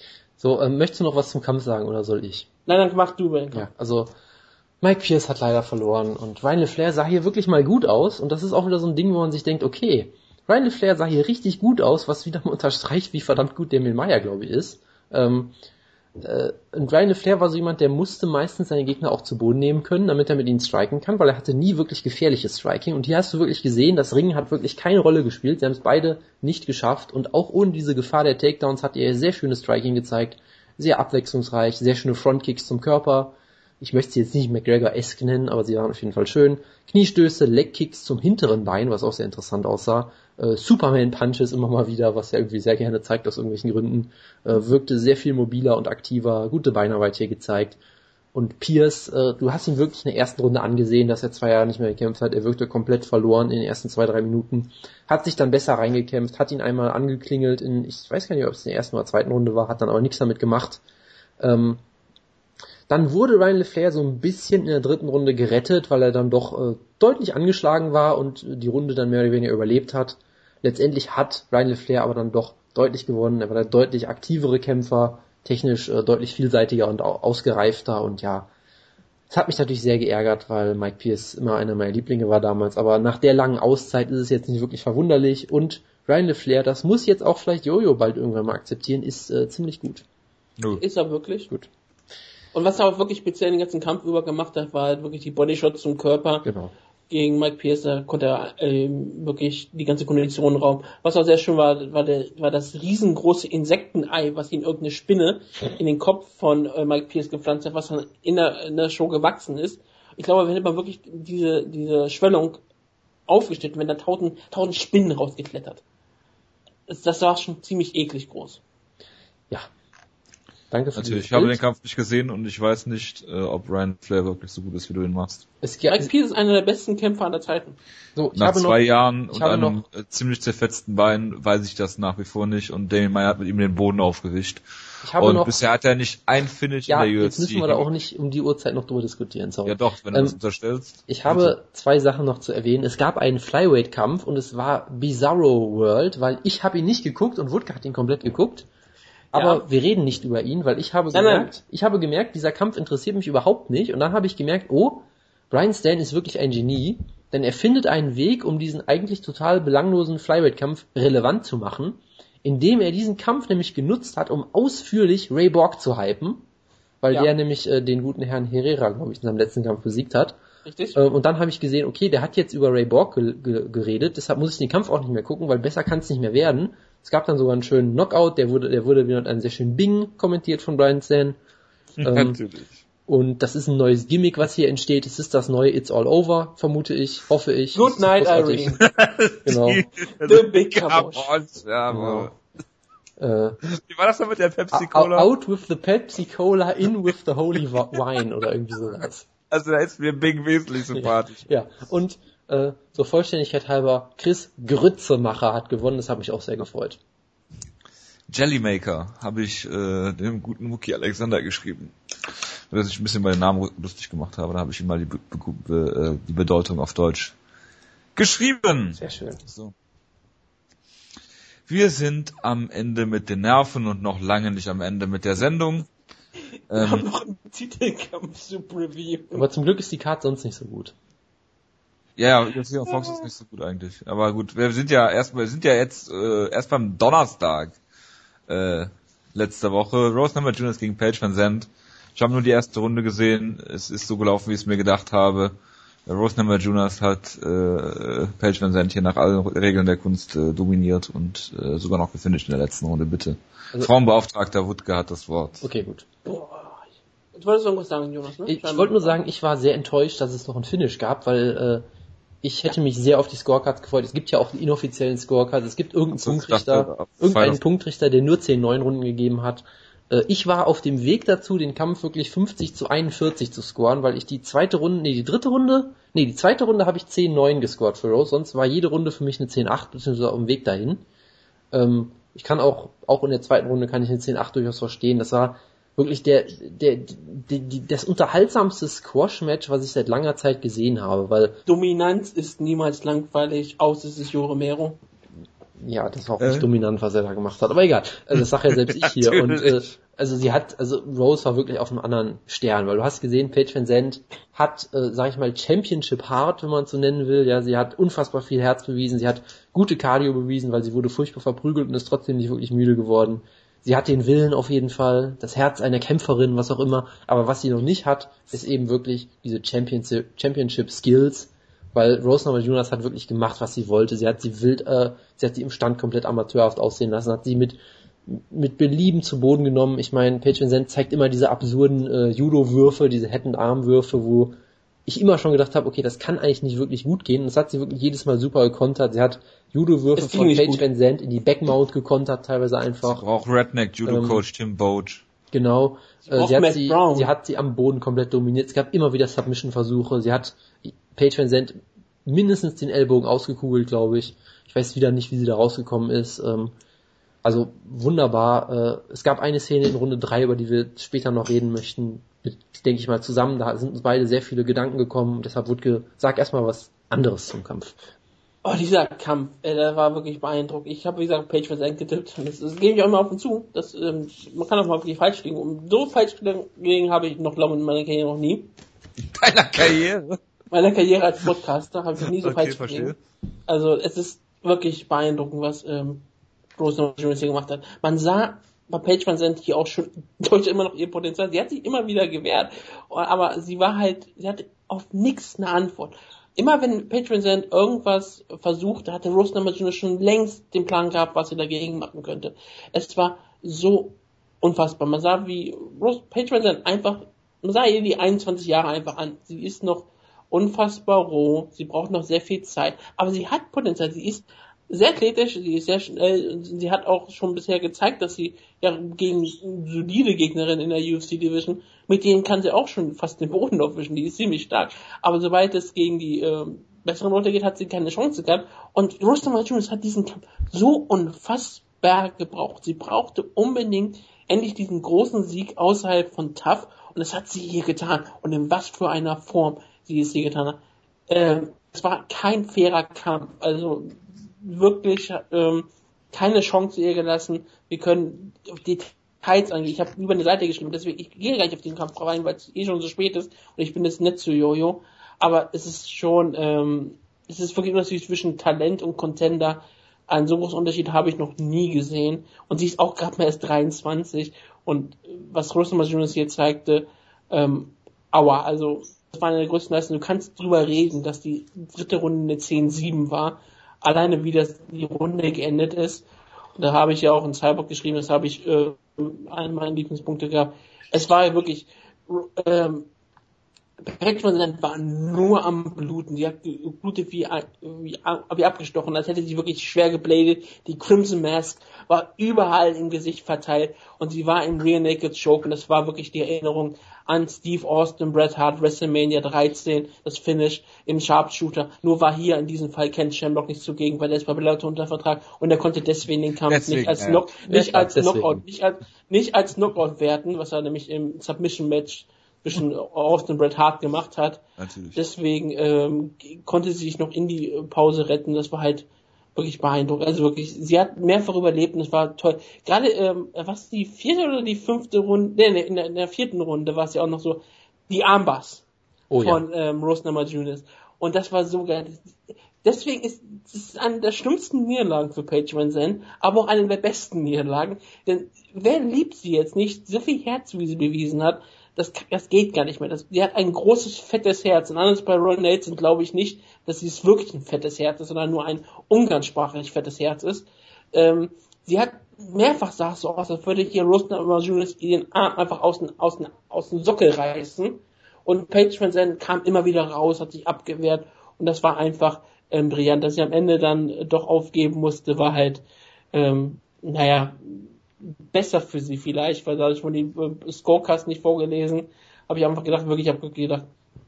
So, ähm, möchtest du noch was zum Kampf sagen oder soll ich? Nein, dann mach du über den Kampf. Ja, also Mike Pierce hat leider verloren und Ryan LeFlair sah hier wirklich mal gut aus und das ist auch wieder so ein Ding, wo man sich denkt, okay, Ryan LeFlair sah hier richtig gut aus, was wieder mal unterstreicht, wie verdammt gut der Meyer, glaube ich, ist. Ähm, äh, und Ryan LeFlair war so jemand, der musste meistens seine Gegner auch zu Boden nehmen können, damit er mit ihnen striken kann, weil er hatte nie wirklich gefährliches Striking und hier hast du wirklich gesehen, das Ringen hat wirklich keine Rolle gespielt, sie haben es beide nicht geschafft und auch ohne diese Gefahr der Takedowns hat er sehr schönes Striking gezeigt, sehr abwechslungsreich, sehr schöne Frontkicks zum Körper. Ich möchte sie jetzt nicht McGregor-esque nennen, aber sie waren auf jeden Fall schön. Kniestöße, Legkicks zum hinteren Bein, was auch sehr interessant aussah. Äh, Superman-Punches immer mal wieder, was er irgendwie sehr gerne zeigt aus irgendwelchen Gründen. Äh, wirkte sehr viel mobiler und aktiver, gute Beinarbeit hier gezeigt. Und Pierce, äh, du hast ihn wirklich in der ersten Runde angesehen, dass er zwei Jahre nicht mehr gekämpft hat. Er wirkte komplett verloren in den ersten zwei, drei Minuten. Hat sich dann besser reingekämpft, hat ihn einmal angeklingelt in, ich weiß gar nicht, ob es in der ersten oder zweiten Runde war, hat dann aber nichts damit gemacht. Ähm, Dann wurde Ryan LeFlair so ein bisschen in der dritten Runde gerettet, weil er dann doch äh, deutlich angeschlagen war und die Runde dann mehr oder weniger überlebt hat. Letztendlich hat Ryan LeFlair aber dann doch deutlich gewonnen. Er war der deutlich aktivere Kämpfer, technisch äh, deutlich vielseitiger und au- ausgereifter und ja, es hat mich natürlich sehr geärgert, weil Mike Pierce immer einer meiner Lieblinge war damals, aber nach der langen Auszeit ist es jetzt nicht wirklich verwunderlich und Ryan LeFlair, das muss jetzt auch vielleicht Jojo bald irgendwann mal akzeptieren, ist äh, ziemlich gut. No. Ist er wirklich? Gut. Und was er auch wirklich speziell den ganzen Kampf über gemacht hat, war halt wirklich die Bodyshots zum Körper. Genau. Gegen Mike Pierce, da konnte er ähm, wirklich die ganze Kondition rauben. Was auch sehr schön war, war, der, war das riesengroße Insektenei, was ihn irgendeine Spinne in den Kopf von äh, Mike Pierce gepflanzt hat, was dann in der, in der Show gewachsen ist. Ich glaube, wenn man wirklich diese, diese Schwellung aufgestellt, wenn da tausend, tausend Spinnen rausgeklettert. Das, das war schon ziemlich eklig groß. Danke für Natürlich, ich habe den Kampf nicht gesehen und ich weiß nicht, äh, ob Ryan Flair wirklich so gut ist, wie du ihn machst. Es, Mike Pierce ist einer der besten Kämpfer aller Zeiten. So, ich nach habe zwei noch, Jahren ich und habe einem noch, ziemlich zerfetzten Bein weiß ich das nach wie vor nicht und Daniel Mayer hat mit ihm den Boden aufgewischt. Ich habe und noch, bisher hat er nicht ein Finish ja, in der U F C. jetzt müssen wir da auch nicht um die Uhrzeit noch drüber diskutieren, sorry. Ja doch, wenn du ähm, das unterstellst. Ich habe zwei Sachen noch zu erwähnen. Es gab einen Flyweight-Kampf und es war Bizarro World, weil ich habe ihn nicht geguckt und Wutke hat ihn komplett geguckt. Aber ja. Wir reden nicht über ihn, weil ich habe nein, gemerkt, nein. ich habe gemerkt, dieser Kampf interessiert mich überhaupt nicht. Und dann habe ich gemerkt, oh, Brian Stann ist wirklich ein Genie, denn er findet einen Weg, um diesen eigentlich total belanglosen Flyweight-Kampf relevant zu machen, indem er diesen Kampf nämlich genutzt hat, um ausführlich Ray Borg zu hypen, weil ja. der nämlich äh, den guten Herrn Herrera, glaube ich, in seinem letzten Kampf besiegt hat. Richtig. Äh, und dann habe ich gesehen, okay, der hat jetzt über Ray Borg ge- ge- geredet, deshalb muss ich den Kampf auch nicht mehr gucken, weil besser kann es nicht mehr werden. Es gab dann sogar einen schönen Knockout, der wurde, der wurde wieder mit einem sehr schönen Bing kommentiert von Brian Stann. Ähm, Natürlich. Und das ist ein neues Gimmick, was hier entsteht. Es ist das neue It's All Over, vermute ich, hoffe ich. Good night, Irene. Genau. The Big Kabosh. Ja, genau. Äh, Wie war das denn mit der Pepsi-Cola? Out with the Pepsi-Cola, in with the holy wine oder irgendwie sowas. Also da ist mir Bing wesentlich sympathisch. Ja, ja. Und äh, zur Vollständigkeit halber, Chris Grützemacher hat gewonnen, das hat mich auch sehr gefreut. Jellymaker habe ich äh, dem guten Muki Alexander geschrieben. Dass ich ein bisschen bei den Namen lustig gemacht habe, da habe ich ihm mal die, Be- Be- die Bedeutung auf Deutsch geschrieben. Sehr schön. So. Wir sind am Ende mit den Nerven und noch lange nicht am Ende mit der Sendung. Wir ähm, haben noch einen Titelkampf zu preview. Aber zum Glück ist die Karte sonst nicht so gut. Ja, U F C und Fox ist nicht so gut eigentlich. Aber gut, wir sind ja erst, wir sind ja jetzt äh, erst beim Donnerstag äh, letzte Woche. Rose Namajunas gegen Paige Van Zandt. Ich habe nur die erste Runde gesehen. Es ist so gelaufen, wie ich es mir gedacht habe. Rose Namajunas hat äh, Paige Van Zandt hier nach allen Regeln der Kunst äh, dominiert und äh, sogar noch gefinisht in der letzten Runde, bitte. Also, Frauenbeauftragter Wutke hat das Wort. Okay, gut. Boah. Du wolltest irgendwas sagen, Jonas, ne? Ich, ich wollte nur sagen, ich war sehr enttäuscht, dass es noch ein Finish gab, weil äh, ich hätte mich sehr auf die Scorecards gefreut. Es gibt ja auch die inoffiziellen Scorecards. Es gibt irgendeinen also, Punktrichter, dachte, irgendeinen Punktrichter, der nur zehn neun Runden gegeben hat. Äh, ich war auf dem Weg dazu, den Kampf wirklich fünfzig zu einundvierzig zu scoren, weil ich die zweite Runde, nee, die dritte Runde, nee, die zweite Runde habe ich zehn neun gescored für Rose, sonst war jede Runde für mich eine zehn acht, beziehungsweise auf dem Weg dahin. Ähm, ich kann auch, auch in der zweiten Runde kann ich eine zehn acht durchaus verstehen. Das war wirklich der, der, der, der das unterhaltsamste Squash-Match, was ich seit langer Zeit gesehen habe, weil Dominanz ist niemals langweilig, außer es ist Jo Romero. Ja, das war auch äh? nicht dominant, was er da gemacht hat. Aber egal, also das sage ja selbst ich hier. Und äh, also sie hat, also Rose war wirklich auf einem anderen Stern, weil du hast gesehen, Paige Van Zandt hat, äh, sag ich mal, Championship Heart, wenn man es so nennen will. Ja, sie hat unfassbar viel Herz bewiesen, sie hat gute Cardio bewiesen, weil sie wurde furchtbar verprügelt und ist trotzdem nicht wirklich müde geworden. Sie hat den Willen auf jeden Fall, das Herz einer Kämpferin, was auch immer. Aber was sie noch nicht hat, ist eben wirklich diese Championship, Championship Skills. Weil Rose Namajunas hat wirklich gemacht, was sie wollte. Sie hat sie wild, äh, sie hat sie im Stand komplett amateurhaft aussehen lassen, hat sie mit mit Belieben zu Boden genommen. Ich meine, Paige Van Zandt zeigt immer diese absurden äh, Judo-Würfe, diese Head-and-Arm-Würfe, wo ich immer schon gedacht habe, okay, das kann eigentlich nicht wirklich gut gehen. Und das hat sie wirklich jedes Mal super gekontert. Sie hat Judo-Würfe von Paige Van Zandt in die Backmount gekontert, teilweise einfach. Sie braucht Redneck-Judo-Coach ähm, Tim Boach. Genau. Sie, äh, sie, hat sie, sie hat sie am Boden komplett dominiert. Es gab immer wieder Submission-Versuche. Sie hat Paige Van Zandt mindestens den Ellbogen ausgekugelt, glaube ich. Ich weiß wieder nicht, wie sie da rausgekommen ist. Ähm, also wunderbar. Äh, es gab eine Szene in Runde drei, über die wir später noch reden möchten, mit, denke ich mal, zusammen. Da sind uns beide sehr viele Gedanken gekommen. Und deshalb, Wutke, sag erstmal was anderes zum Kampf. Oh, dieser Kampf, ey, der war wirklich beeindruckend. Ich habe, wie gesagt, Paige Van Zandt getippt. Das, das gebe ich auch immer auf und zu. Das, ähm, man kann auch mal wirklich falsch liegen. Und so falsch gelegen habe ich noch, glaube ich, in meiner Karriere noch nie. In deiner Karriere? Meiner Karriere als Podcaster habe ich nie so okay, falsch verstehe. gelegen. Also es ist wirklich beeindruckend, was ähm, Rose Namajunas hier gemacht hat. Man sah bei Paige Van Zandt hier auch schon deutlich immer noch ihr Potenzial. Sie hat sich immer wieder gewehrt, aber sie war halt, sie hatte auf nichts eine Antwort. Immer wenn Paige Van Zandt irgendwas versuchte, hatte Rose Namajunas schon längst den Plan gehabt, was sie dagegen machen könnte. Es war so unfassbar. Man sah, wie Rose, Paige Van Zandt einfach, man sah ihr die einundzwanzig Jahre einfach an. Sie ist noch unfassbar roh, sie braucht noch sehr viel Zeit, aber sie hat Potenzial, sie ist sehr athletisch, sie ist sehr schnell, sie hat auch schon bisher gezeigt, dass sie ja gegen solide Gegnerinnen in der U F C Division, mit denen kann sie auch schon fast den Boden aufwischen, die ist ziemlich stark. Aber sobald es gegen die äh, besseren Leute geht, hat sie keine Chance gehabt. Und Rose Namajunas hat diesen Kampf so unfassbar gebraucht. Sie brauchte unbedingt endlich diesen großen Sieg außerhalb von T A F und das hat sie hier getan. Und in was für einer Form sie es hier getan hat. Ähm, es war kein fairer Kampf. Also wirklich ähm, keine Chance ihr gelassen. Wir können auf Details angehen. Ich habe über eine Seite geschrieben, deswegen ich gehe gar nicht auf den Kampf rein, weil es eh schon so spät ist und ich bin jetzt nicht zu Jojo. Aber es ist schon, ähm, es ist wirklich Unterschied zwischen Talent und Contender. Einen so großen Unterschied habe ich noch nie gesehen. Und sie ist auch gerade mal erst dreiundzwanzig. Und was Rose Namajunas hier zeigte, ähm, aua, also das war eine der größten Leistungen. Du kannst drüber reden, dass die dritte Runde eine zehn sieben war. Alleine wie das die Runde geendet ist. Und da habe ich ja auch in Cyborg geschrieben, das habe ich äh, einen meiner Lieblingspunkte gehabt. Es war ja wirklich ähm, Paige VanZant war nur am Bluten. Die hat geblutet wie, wie, wie abgestochen, als hätte sie wirklich schwer gebladet. Die Crimson Mask war überall im Gesicht verteilt und sie war im Rear Naked Choke und das war wirklich die Erinnerung an Steve Austin, Bret Hart, WrestleMania dreizehn, das Finish im Sharpshooter. Nur war hier in diesem Fall Ken Shamrock nicht zugegen, weil er ist bei Bellator unter Vertrag und er konnte deswegen den Kampf deswegen, nicht als, ja. Knock, nicht ja, als Knockout, nicht als, nicht als Knockout werten, was er nämlich im Submission Match zwischen Austin und Bret Hart gemacht hat. Natürlich. Deswegen ähm, konnte sie sich noch in die Pause retten. Das war halt wirklich beeindruckend. Also wirklich, sie hat mehrfach überlebt und es war toll. Gerade, ähm, was die vierte oder die fünfte Runde, nee, in der, in der vierten Runde war es ja auch noch so, die Armbars oh, von ja. ähm, Rose Namajunas. Und das war so geil. Deswegen ist es eine der schlimmsten Niederlagen für Paige VanZant, aber auch eine der besten Niederlagen. Denn wer liebt sie jetzt nicht? So viel Herz, wie sie bewiesen hat, Das, das geht gar nicht mehr. Das, die hat ein großes, fettes Herz. Und anders bei Roy Nelson glaube ich nicht, dass sie es wirklich ein fettes Herz ist, sondern nur ein umgangssprachlich fettes Herz ist. Ähm, sie hat mehrfach sah es so aus, als würde hier Rose Namajunas ihren Arm einfach aus dem, aus dem, aus dem Sockel reißen. Und Paige VanZant kam immer wieder raus, hat sich abgewehrt. Und das war einfach ähm, brillant. Dass sie am Ende dann doch aufgeben musste, war halt, ähm, naja, besser für sie vielleicht, weil dadurch wurde die äh, Scorecards nicht vorgelesen, habe ich einfach gedacht, wirklich, ich habe gedacht,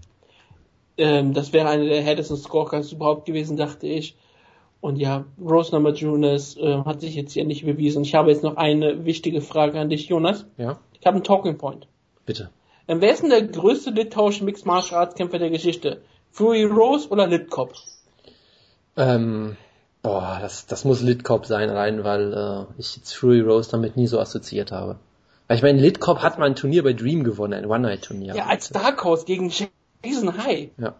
ähm, das wäre eine der härtesten Scorecards überhaupt gewesen, dachte ich. Und ja, Rose Namajunas äh, hat sich jetzt hier nicht bewiesen. Ich habe jetzt noch eine wichtige Frage an dich, Jonas. Ja. Ich habe einen Talking Point. Bitte. Ähm, wer ist denn der größte litauische Mixed Martial Arts Kämpfer der Geschichte? Fury Rose oder Litkop? Ähm... Boah, das, das muss Litkop sein, allein weil äh, ich jetzt Fury Rose damit nie so assoziiert habe. Weil ich meine, Litkop hat mal ein Turnier bei Dream gewonnen, ein One-Night-Turnier. Ja, als Dark Horse gegen Jason High. Ja.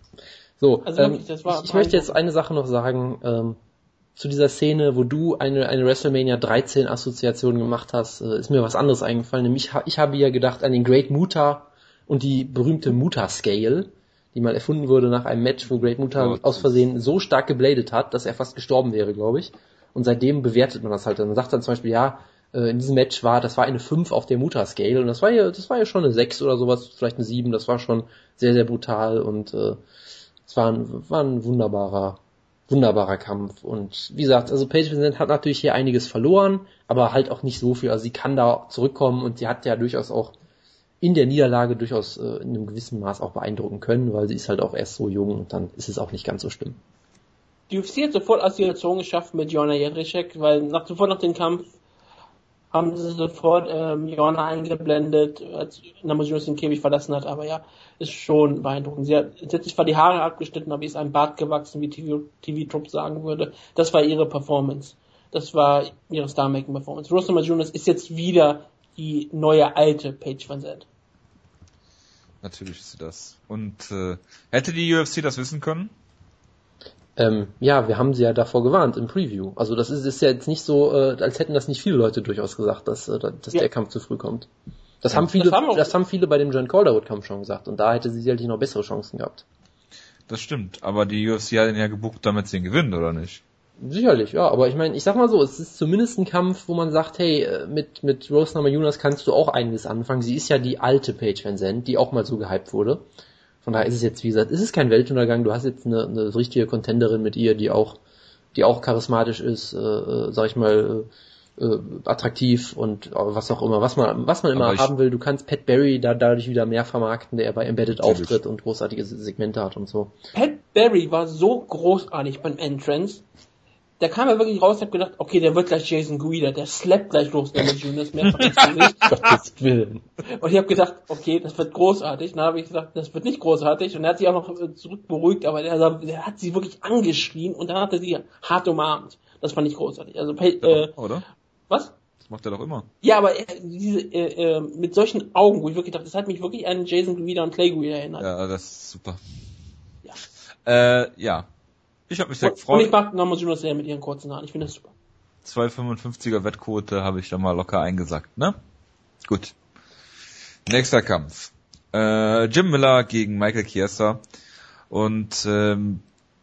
So, also ähm, wirklich, das war ich, ich möchte jetzt eine Sache noch sagen, ähm, zu dieser Szene, wo du eine, eine WrestleMania dreizehn Assoziation gemacht hast, äh, ist mir was anderes eingefallen. Nämlich, ich habe ja gedacht an den Great Muta und die berühmte Muta-Scale, die mal erfunden wurde nach einem Match, wo Great Muta oh, aus Versehen so stark gebladet hat, dass er fast gestorben wäre, glaube ich. Und seitdem bewertet man das halt. Man sagt dann zum Beispiel, ja, in diesem Match war, das war eine fünf auf der Muta-Scale und das war ja, das war ja schon eine sechs oder sowas, vielleicht eine sieben, das war schon sehr, sehr brutal und äh, es war ein, war ein wunderbarer, wunderbarer Kampf. Und wie gesagt, also Paige VanZant hat natürlich hier einiges verloren, aber halt auch nicht so viel. Also sie kann da zurückkommen und sie hat ja durchaus auch in der Niederlage durchaus äh, in einem gewissen Maß auch beeindrucken können, weil sie ist halt auch erst so jung und dann ist es auch nicht ganz so schlimm. Die U F C hat sofort Assoziation geschafft mit Joanna Jędrzejczyk, weil nach, sofort nach dem Kampf haben sie sofort ähm, Joanna eingeblendet, als Namajunas den Käfig verlassen hat, aber ja, ist schon beeindruckend. Sie hat, sie hat sich zwar die Haare abgeschnitten, aber ist ein Bart gewachsen, wie T V-Trupp sagen würde. Das war ihre Performance. Das war ihre Star-Making-Performance. Rose Namajunas ist jetzt wieder die neue alte Paige VanZant. Natürlich ist sie das. Und äh, hätte die U F C das wissen können? Ähm, ja, wir haben sie ja davor gewarnt im Preview. Also das ist, ist ja jetzt nicht so, äh, als hätten das nicht viele Leute durchaus gesagt, dass, äh, dass ja. der Kampf zu früh kommt. Das ja, haben viele, das haben, das haben viele bei dem John Calderwood-Kampf schon gesagt. Und da hätte sie sicherlich noch bessere Chancen gehabt. Das stimmt. Aber die U F C hat ihn ja gebucht, damit sie ihn gewinnt, oder nicht? Sicherlich, ja, aber ich meine, ich sag mal so, es ist zumindest ein Kampf, wo man sagt, hey, mit mit Rose Namajunas kannst du auch einiges anfangen. Sie ist ja die alte Paige VanZant, die auch mal so gehypt wurde. Von daher ist es jetzt, wie gesagt, es ist kein Weltuntergang. Du hast jetzt eine, eine richtige Contenderin mit ihr, die auch die auch charismatisch ist, äh, sag ich mal, äh, attraktiv und was auch immer, was man was man immer ich, haben will. Du kannst Pat Barry da dadurch wieder mehr vermarkten, der bei Embedded natürlich auftritt und großartige Segmente hat und so. Pat Barry war so großartig beim Entrance. Da kam er wirklich raus und hat gedacht, okay, der wird gleich Jason Guida, der slappt gleich los, der mit Juniors mehr Gottes Willen. Und ich habe gedacht, okay, das wird großartig. Dann habe ich gesagt, das wird nicht großartig. Und er hat sich auch noch zurückberuhigt, aber der, der hat sie wirklich angeschrien und dann hat er sie hart umarmt. Das fand ich großartig. Also, äh, oder? Was? Das macht er doch immer. Ja, aber er, diese, äh, äh, mit solchen Augen, wo ich wirklich dachte, das hat mich wirklich an Jason Guida und Clay Guida erinnert. Ja, das ist super. Ja. Äh, ja. Ich habe mich sehr gefreut. Und ich mag Norma Juniors sehr mit ihren kurzen Haaren. Ich finde das super. zwei Komma fünfundfünfziger Wettquote habe ich da mal locker eingesackt, ne? Gut. Nächster Kampf. Äh, Jim Miller gegen Michael Chiesa. Und ähm,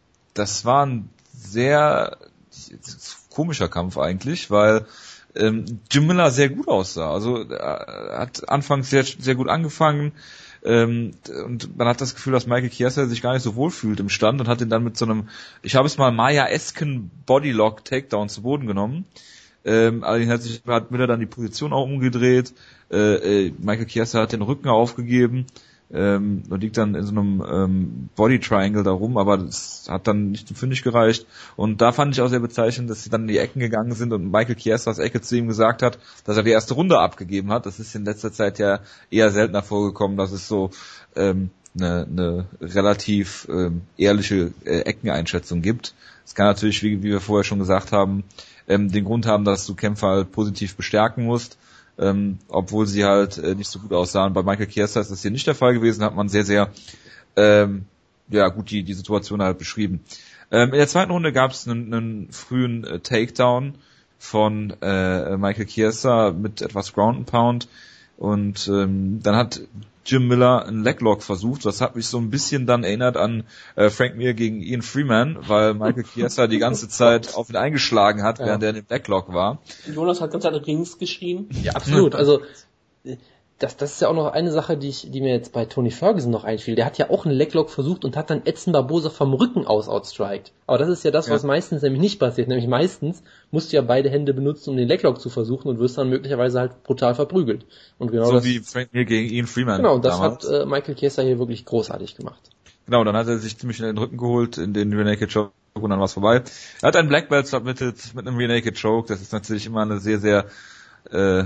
das war ein sehr komischer Kampf eigentlich, weil ähm, Jim Miller sehr gut aussah. Also er hat anfangs sehr, sehr gut angefangen. Ähm, und man hat das Gefühl, dass Michael Chiesa sich gar nicht so wohl fühlt im Stand und hat ihn dann mit so einem, ich habe es mal Maya-esken Bodylock-Takedown zu Boden genommen. Ähm, allerdings hat sich hat Miller dann die Position auch umgedreht. Äh, äh, Michael Chiesa hat den Rücken aufgegeben ähm, und liegt dann in so einem ähm, Body-Triangle da rum, aber das hat dann nicht zum Finish gereicht. Und da fand ich auch sehr bezeichnend, dass sie dann in die Ecken gegangen sind und Michael Chiesas Ecke zu ihm gesagt hat, dass er die erste Runde abgegeben hat. Das ist in letzter Zeit ja eher seltener vorgekommen, dass es so ähm, eine, eine relativ ähm, ehrliche äh, Eckeneinschätzung gibt. Es kann natürlich, wie, wie wir vorher schon gesagt haben, ähm, den Grund haben, dass du Kämpfer halt positiv bestärken musst. Ähm, obwohl sie halt äh, nicht so gut aussahen. Bei Michael Chiesa ist das hier nicht der Fall gewesen, hat man sehr, sehr ähm, ja gut die die Situation halt beschrieben. Ähm, in der zweiten Runde gab es einen, einen frühen äh, Takedown von äh, Michael Chiesa mit etwas Ground and Pound und ähm, dann hat Jim Miller einen Leglock versucht. Das hat mich so ein bisschen dann erinnert an äh, Frank Mir gegen Ian Freeman, weil Michael Chiesa die ganze Zeit auf ihn eingeschlagen hat, ja, während er in dem Leglock war. Jonas hat ganz alle Rings geschrien. Ja, absolut. Also das, das ist ja auch noch eine Sache, die ich, die mir jetzt bei Tony Ferguson noch einfiel. Der hat ja auch einen Leglock versucht und hat dann Edson Barboza vom Rücken aus outstriked. Aber das ist ja das, ja. was meistens nämlich nicht passiert. Nämlich meistens musst du ja beide Hände benutzen, um den Leglock zu versuchen und wirst dann möglicherweise halt brutal verprügelt. Und genau so das, wie Frank Mir gegen Ian Freeman. Genau, und das damals. hat äh, Michael Chiesa hier wirklich großartig gemacht. Genau, dann hat er sich ziemlich in den Rücken geholt, in den Rear Naked Choke und dann war es vorbei. Er hat einen Black Belt submitted mit einem Rear Naked Choke. Das ist natürlich immer eine sehr, sehr äh,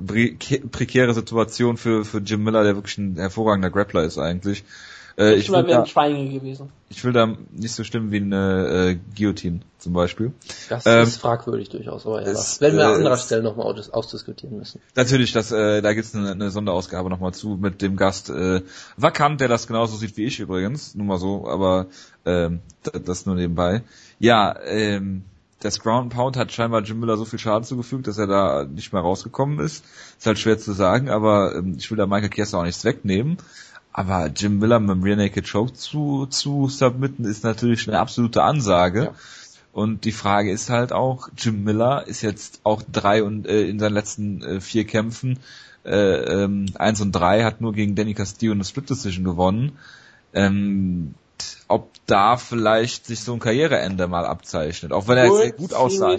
prekäre Situation für für Jim Miller, der wirklich ein hervorragender Grappler ist eigentlich. Äh, ich, will da, gewesen. ich will da nicht so stimmen wie eine äh, Guillotine zum Beispiel. Das ähm, ist fragwürdig durchaus, aber ja, das werden wir an anderer Stelle nochmal aus, ausdiskutieren müssen. Natürlich, das, äh, da gibt's eine, eine Sonderausgabe nochmal zu mit dem Gast äh, Vakant, der das genauso sieht wie ich übrigens, nur mal so, aber ähm, das nur nebenbei. Ja, ähm, das Ground and Pound hat scheinbar Jim Miller so viel Schaden zugefügt, dass er da nicht mehr rausgekommen ist. Ist halt schwer zu sagen, aber ähm, ich will da Michael Chiesa auch nichts wegnehmen. Aber Jim Miller mit dem Rear Naked Choke zu, zu submitten ist natürlich eine absolute Ansage. Ja. Und die Frage ist halt auch, Jim Miller ist jetzt auch drei und äh, in seinen letzten äh, vier Kämpfen äh, ähm, eins und drei, hat nur gegen Danny Castillo eine Split Decision gewonnen. Ähm, ob da vielleicht sich so ein Karriereende mal abzeichnet, auch wenn er jetzt sehr gut aussah.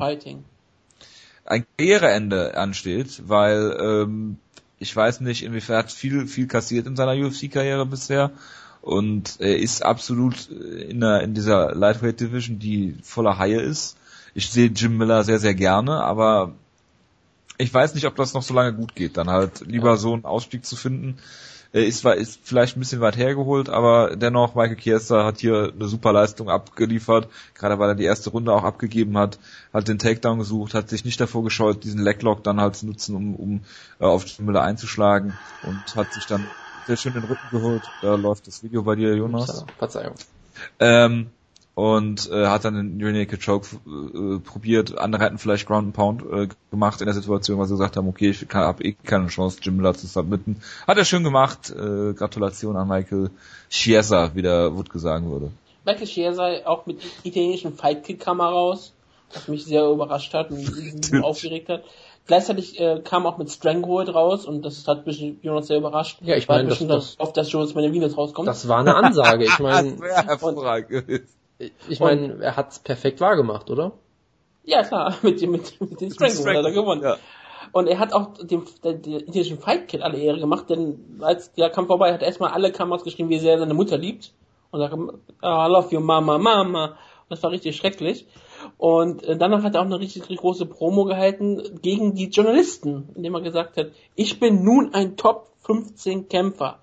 Ein Karriereende ansteht, weil ähm, ich weiß nicht, inwiefern er hat viel viel kassiert in seiner U F C-Karriere bisher und er ist absolut in der in dieser Lightweight Division, die voller Haie ist. Ich sehe Jim Miller sehr sehr gerne, aber ich weiß nicht, ob das noch so lange gut geht. Dann halt lieber ja. so einen Ausstieg zu finden. Ist zwar ist vielleicht ein bisschen weit hergeholt, aber dennoch Michael Chiesa hat hier eine super Leistung abgeliefert, gerade weil er die erste Runde auch abgegeben hat, hat den Takedown gesucht, hat sich nicht davor gescheut, diesen Leglock dann halt zu nutzen, um, um äh, auf Jim Miller einzuschlagen und hat sich dann sehr schön den Rücken geholt. Da läuft das Video bei dir, Jonas. Verzeihung. Ähm, und äh, hat dann den Rear Naked Choke äh, probiert. Andere hätten vielleicht Ground and Pound äh, gemacht in der Situation, weil sie gesagt haben, okay, ich habe eh keine Chance, Jim Miller zu submitten. Hat er schön gemacht. Äh, Gratulation an Michael Chiesa, wie der Wutke sagen würde. Michael Chiesa auch mit italienischen Fight-Kick kam er raus, was mich sehr überrascht hat und aufgeregt hat. Gleichzeitig äh, kam auch mit Stranglehold raus und das hat mich Jonas sehr überrascht. Ja, ich meine, das, das, auf das Jonas Benavidez rauskommt. Das war eine Ansage. Ich meine, das wäre hervorragend. Ich meine, er hat's perfekt wahrgemacht, oder? Ja, klar, mit dem, mit, mit dem Strength hat er gewonnen. Ja. Und er hat auch dem, dem, dem indischen Fight Kid alle Ehre gemacht, denn als der Kampf vorbei hat er erstmal alle Kameras geschrieben, wie sehr er seine Mutter liebt. Und sagt, oh, I love you, Mama, Mama. Und das war richtig schrecklich. Und äh, danach hat er auch eine richtig, richtig große Promo gehalten gegen die Journalisten, indem er gesagt hat, ich bin nun ein Top fünfzehn Kämpfer.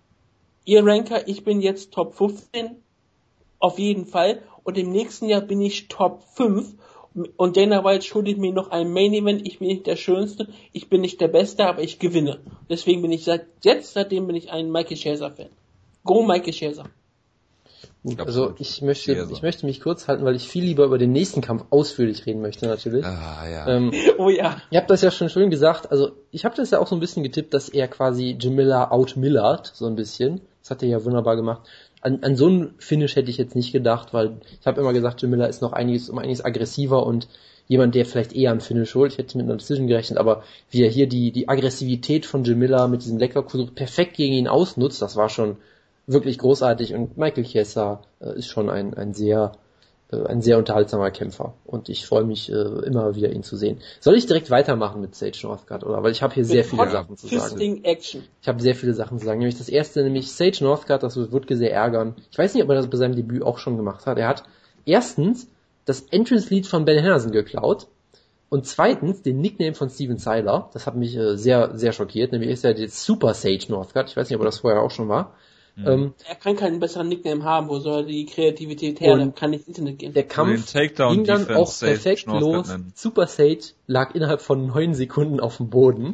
Ihr Ranker, ich bin jetzt Top fünfzehn, auf jeden Fall. Und im nächsten Jahr bin ich Top fünf. Und Dana White schuldet mir noch ein Main Event. Ich bin nicht der Schönste, ich bin nicht der Beste, aber ich gewinne. Deswegen bin ich seit jetzt, seitdem bin ich ein Michael Chiesa Fan. Go Michael Chiesa. Gut, also ich möchte, Chiesa. ich möchte mich kurz halten, weil ich viel lieber über den nächsten Kampf ausführlich reden möchte natürlich. Ah, ja. Ähm, oh ja. Ihr habt das ja schon schön gesagt. Also ich habe das ja auch so ein bisschen getippt, dass er quasi Jim Miller outmillert, so ein bisschen. Das hat er ja wunderbar gemacht. An, an so ein Finish hätte ich jetzt nicht gedacht, weil ich habe immer gesagt, Jim Miller ist noch einiges um einiges aggressiver und jemand, der vielleicht eher einen Finish holt. Ich hätte mit einer Decision gerechnet, aber wie er hier die die Aggressivität von Jim Miller mit diesem Leckerversuch perfekt gegen ihn ausnutzt, das war schon wirklich großartig. Und Michael Chiesa äh, ist schon ein ein sehr äh, ein sehr unterhaltsamer Kämpfer und ich freue mich äh, immer wieder ihn zu sehen. Soll ich direkt weitermachen mit Sage Northcutt, oder? Weil ich habe hier sehr viele Hot Sachen zu sagen. Action. Ich habe sehr viele Sachen zu sagen. Nämlich das erste, nämlich Sage Northcutt, das wird Wutke sehr ärgern. Ich weiß nicht, ob er das bei seinem Debüt auch schon gemacht hat. Er hat erstens das Entrance-Lied von Ben Henderson geklaut und zweitens den Nickname von Steven Seiler. Das hat mich äh, sehr, sehr schockiert. Nämlich ist er jetzt Super Sage Northcutt. Ich weiß nicht, ob er das vorher auch schon war. Mhm. Ähm, er kann keinen besseren Nickname haben. Wo soll die Kreativität her? Dann kann nicht ins Internet gehen. Der Kampf ging dann auch perfekt los. Super Sage lag innerhalb von neun Sekunden auf dem Boden.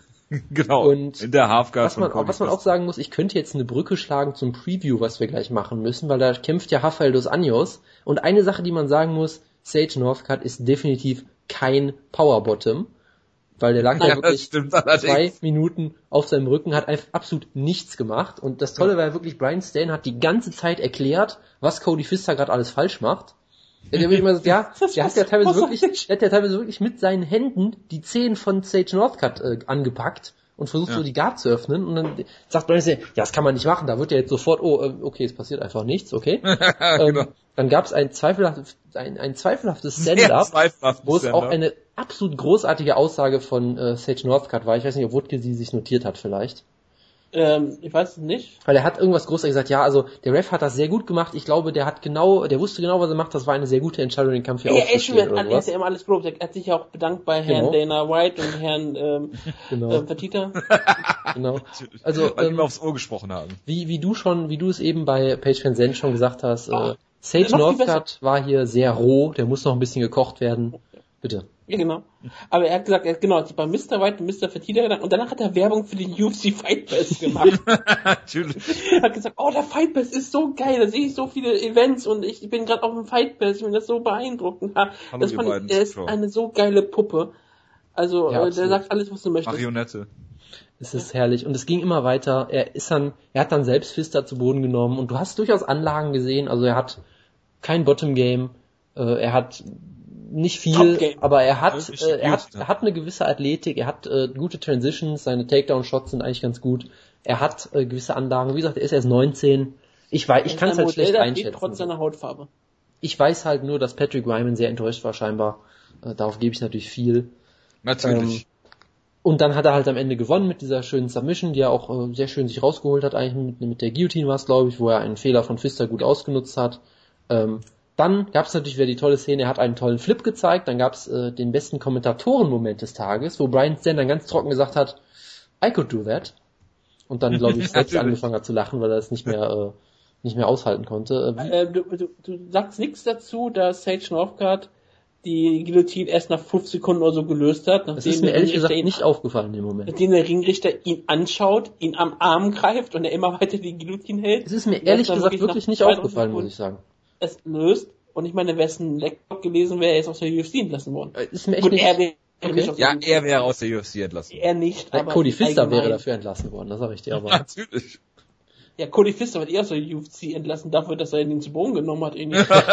Genau, und in der Halfguard was man, was man auch sagen muss, ich könnte jetzt eine Brücke schlagen zum Preview, was wir gleich machen müssen, weil da kämpft ja Rafael dos Anjos. Und eine Sache, die man sagen muss, Sage Northcutt ist definitiv kein Powerbottom, weil der lag ja, da wirklich zwei Minuten auf seinem Rücken, hat einfach absolut nichts gemacht. Und das Tolle war ja wirklich, Brian Stan hat die ganze Zeit erklärt, was Cody Pfister gerade alles falsch macht. Der, immer so, ja, der hat ja teilweise wirklich, der hat ja teilweise wirklich mit seinen Händen die Zehen von Sage Northcutt äh, angepackt und versucht ja. so die Guard zu öffnen und dann sagt Brian Stan, ja, das kann man nicht machen, da wird ja jetzt sofort, oh, okay, es passiert einfach nichts, okay. genau. ähm, dann gab es ein zweifelhaftes, ein, ein zweifelhaftes Stand-up, wo es auch eine absolut großartige Aussage von äh, Sage Northcutt war. Ich weiß nicht, ob Wutke sie sich notiert hat vielleicht. Ähm, ich weiß es nicht. Weil er hat irgendwas Großartiges gesagt, ja, also der Ref hat das sehr gut gemacht, ich glaube, der hat genau, der wusste genau, was er macht, das war eine sehr gute Entscheidung, den Kampf hier ja, aufzuspielen. Er hat ja immer alles gelobt, er hat sich ja auch bedankt bei Herrn genau. Dana White und Herrn ähm, genau. äh, Fertitta. Genau. Also, weil ähm, wir aufs Ohr gesprochen haben. Wie, wie du schon, wie du es eben bei Page Van Zandt schon gesagt hast, oh. äh, Sage Northcutt war hier sehr roh, der muss noch ein bisschen gekocht werden. Bitte. Ja, genau. Aber er hat gesagt, er hat genau, bei Mister White und Mister Fertitta gedacht und danach hat er Werbung für den U F C Fight Pass gemacht. Natürlich. Er hat gesagt, oh, der Fight Pass ist so geil, da sehe ich so viele Events und ich bin gerade auf dem Fight Pass, ich bin das so beeindruckend. Ja, das fand ich, er ist eine so geile Puppe. Also, ja, äh, der sagt alles, was du möchtest. Marionette. Es ist herrlich. Und es ging immer weiter. Er ist dann, er hat dann selbst Pfister zu Boden genommen und du hast durchaus Anlagen gesehen. Also er hat kein Bottom Game, äh, er hat nicht viel, aber er hat, äh, er hat, er hat eine gewisse Athletik, er hat äh, gute Transitions, seine Takedown-Shots sind eigentlich ganz gut. Er hat äh, gewisse Anlagen. Wie gesagt, er ist erst neunzehn. Ich weiß, ich kann es halt schlecht einschätzen. Trotz seiner Hautfarbe. Ich weiß halt nur, dass Patrick Wyman sehr enttäuscht war scheinbar. Äh, darauf gebe ich natürlich viel. Natürlich. Ähm, und dann hat er halt am Ende gewonnen mit dieser schönen Submission, die er auch äh, sehr schön sich rausgeholt hat, eigentlich mit, mit der Guillotine war es, glaube ich, wo er einen Fehler von Pfister gut ausgenutzt hat. Ähm, Dann gab es natürlich wieder die tolle Szene, er hat einen tollen Flip gezeigt, dann gab es äh, den besten Kommentatoren-Moment des Tages, wo Brian Stan dann ganz trocken gesagt hat, I could do that. Und dann, glaube ich, selbst angefangen hat zu lachen, weil er es nicht mehr äh, nicht mehr aushalten konnte. Äh, du, du, du sagst nichts dazu, dass Sage Northcutt die Guillotine erst nach fünf Sekunden oder so gelöst hat. Das ist mir ehrlich gesagt nicht aufgefallen in dem Moment. Nachdem der Ringrichter ihn anschaut, ihn am Arm greift und er immer weiter die Guillotine hält. Es ist mir ehrlich gesagt wirklich, wirklich nicht aufgefallen, muss ich sagen. Es löst und ich meine, wäre es ein Laptop gewesen, wäre er jetzt aus der U F C entlassen worden. Ist mir echt Gut, nicht... Er wäre okay. nicht ja, er wäre aus der U F C entlassen worden. Er nicht, aber... Cody Pfister wäre dafür entlassen worden, das sag ich dir aber. Natürlich. Ja, Cody Pfister wird eher aus der U F C entlassen, dafür, dass er ihn zu Boden genommen hat.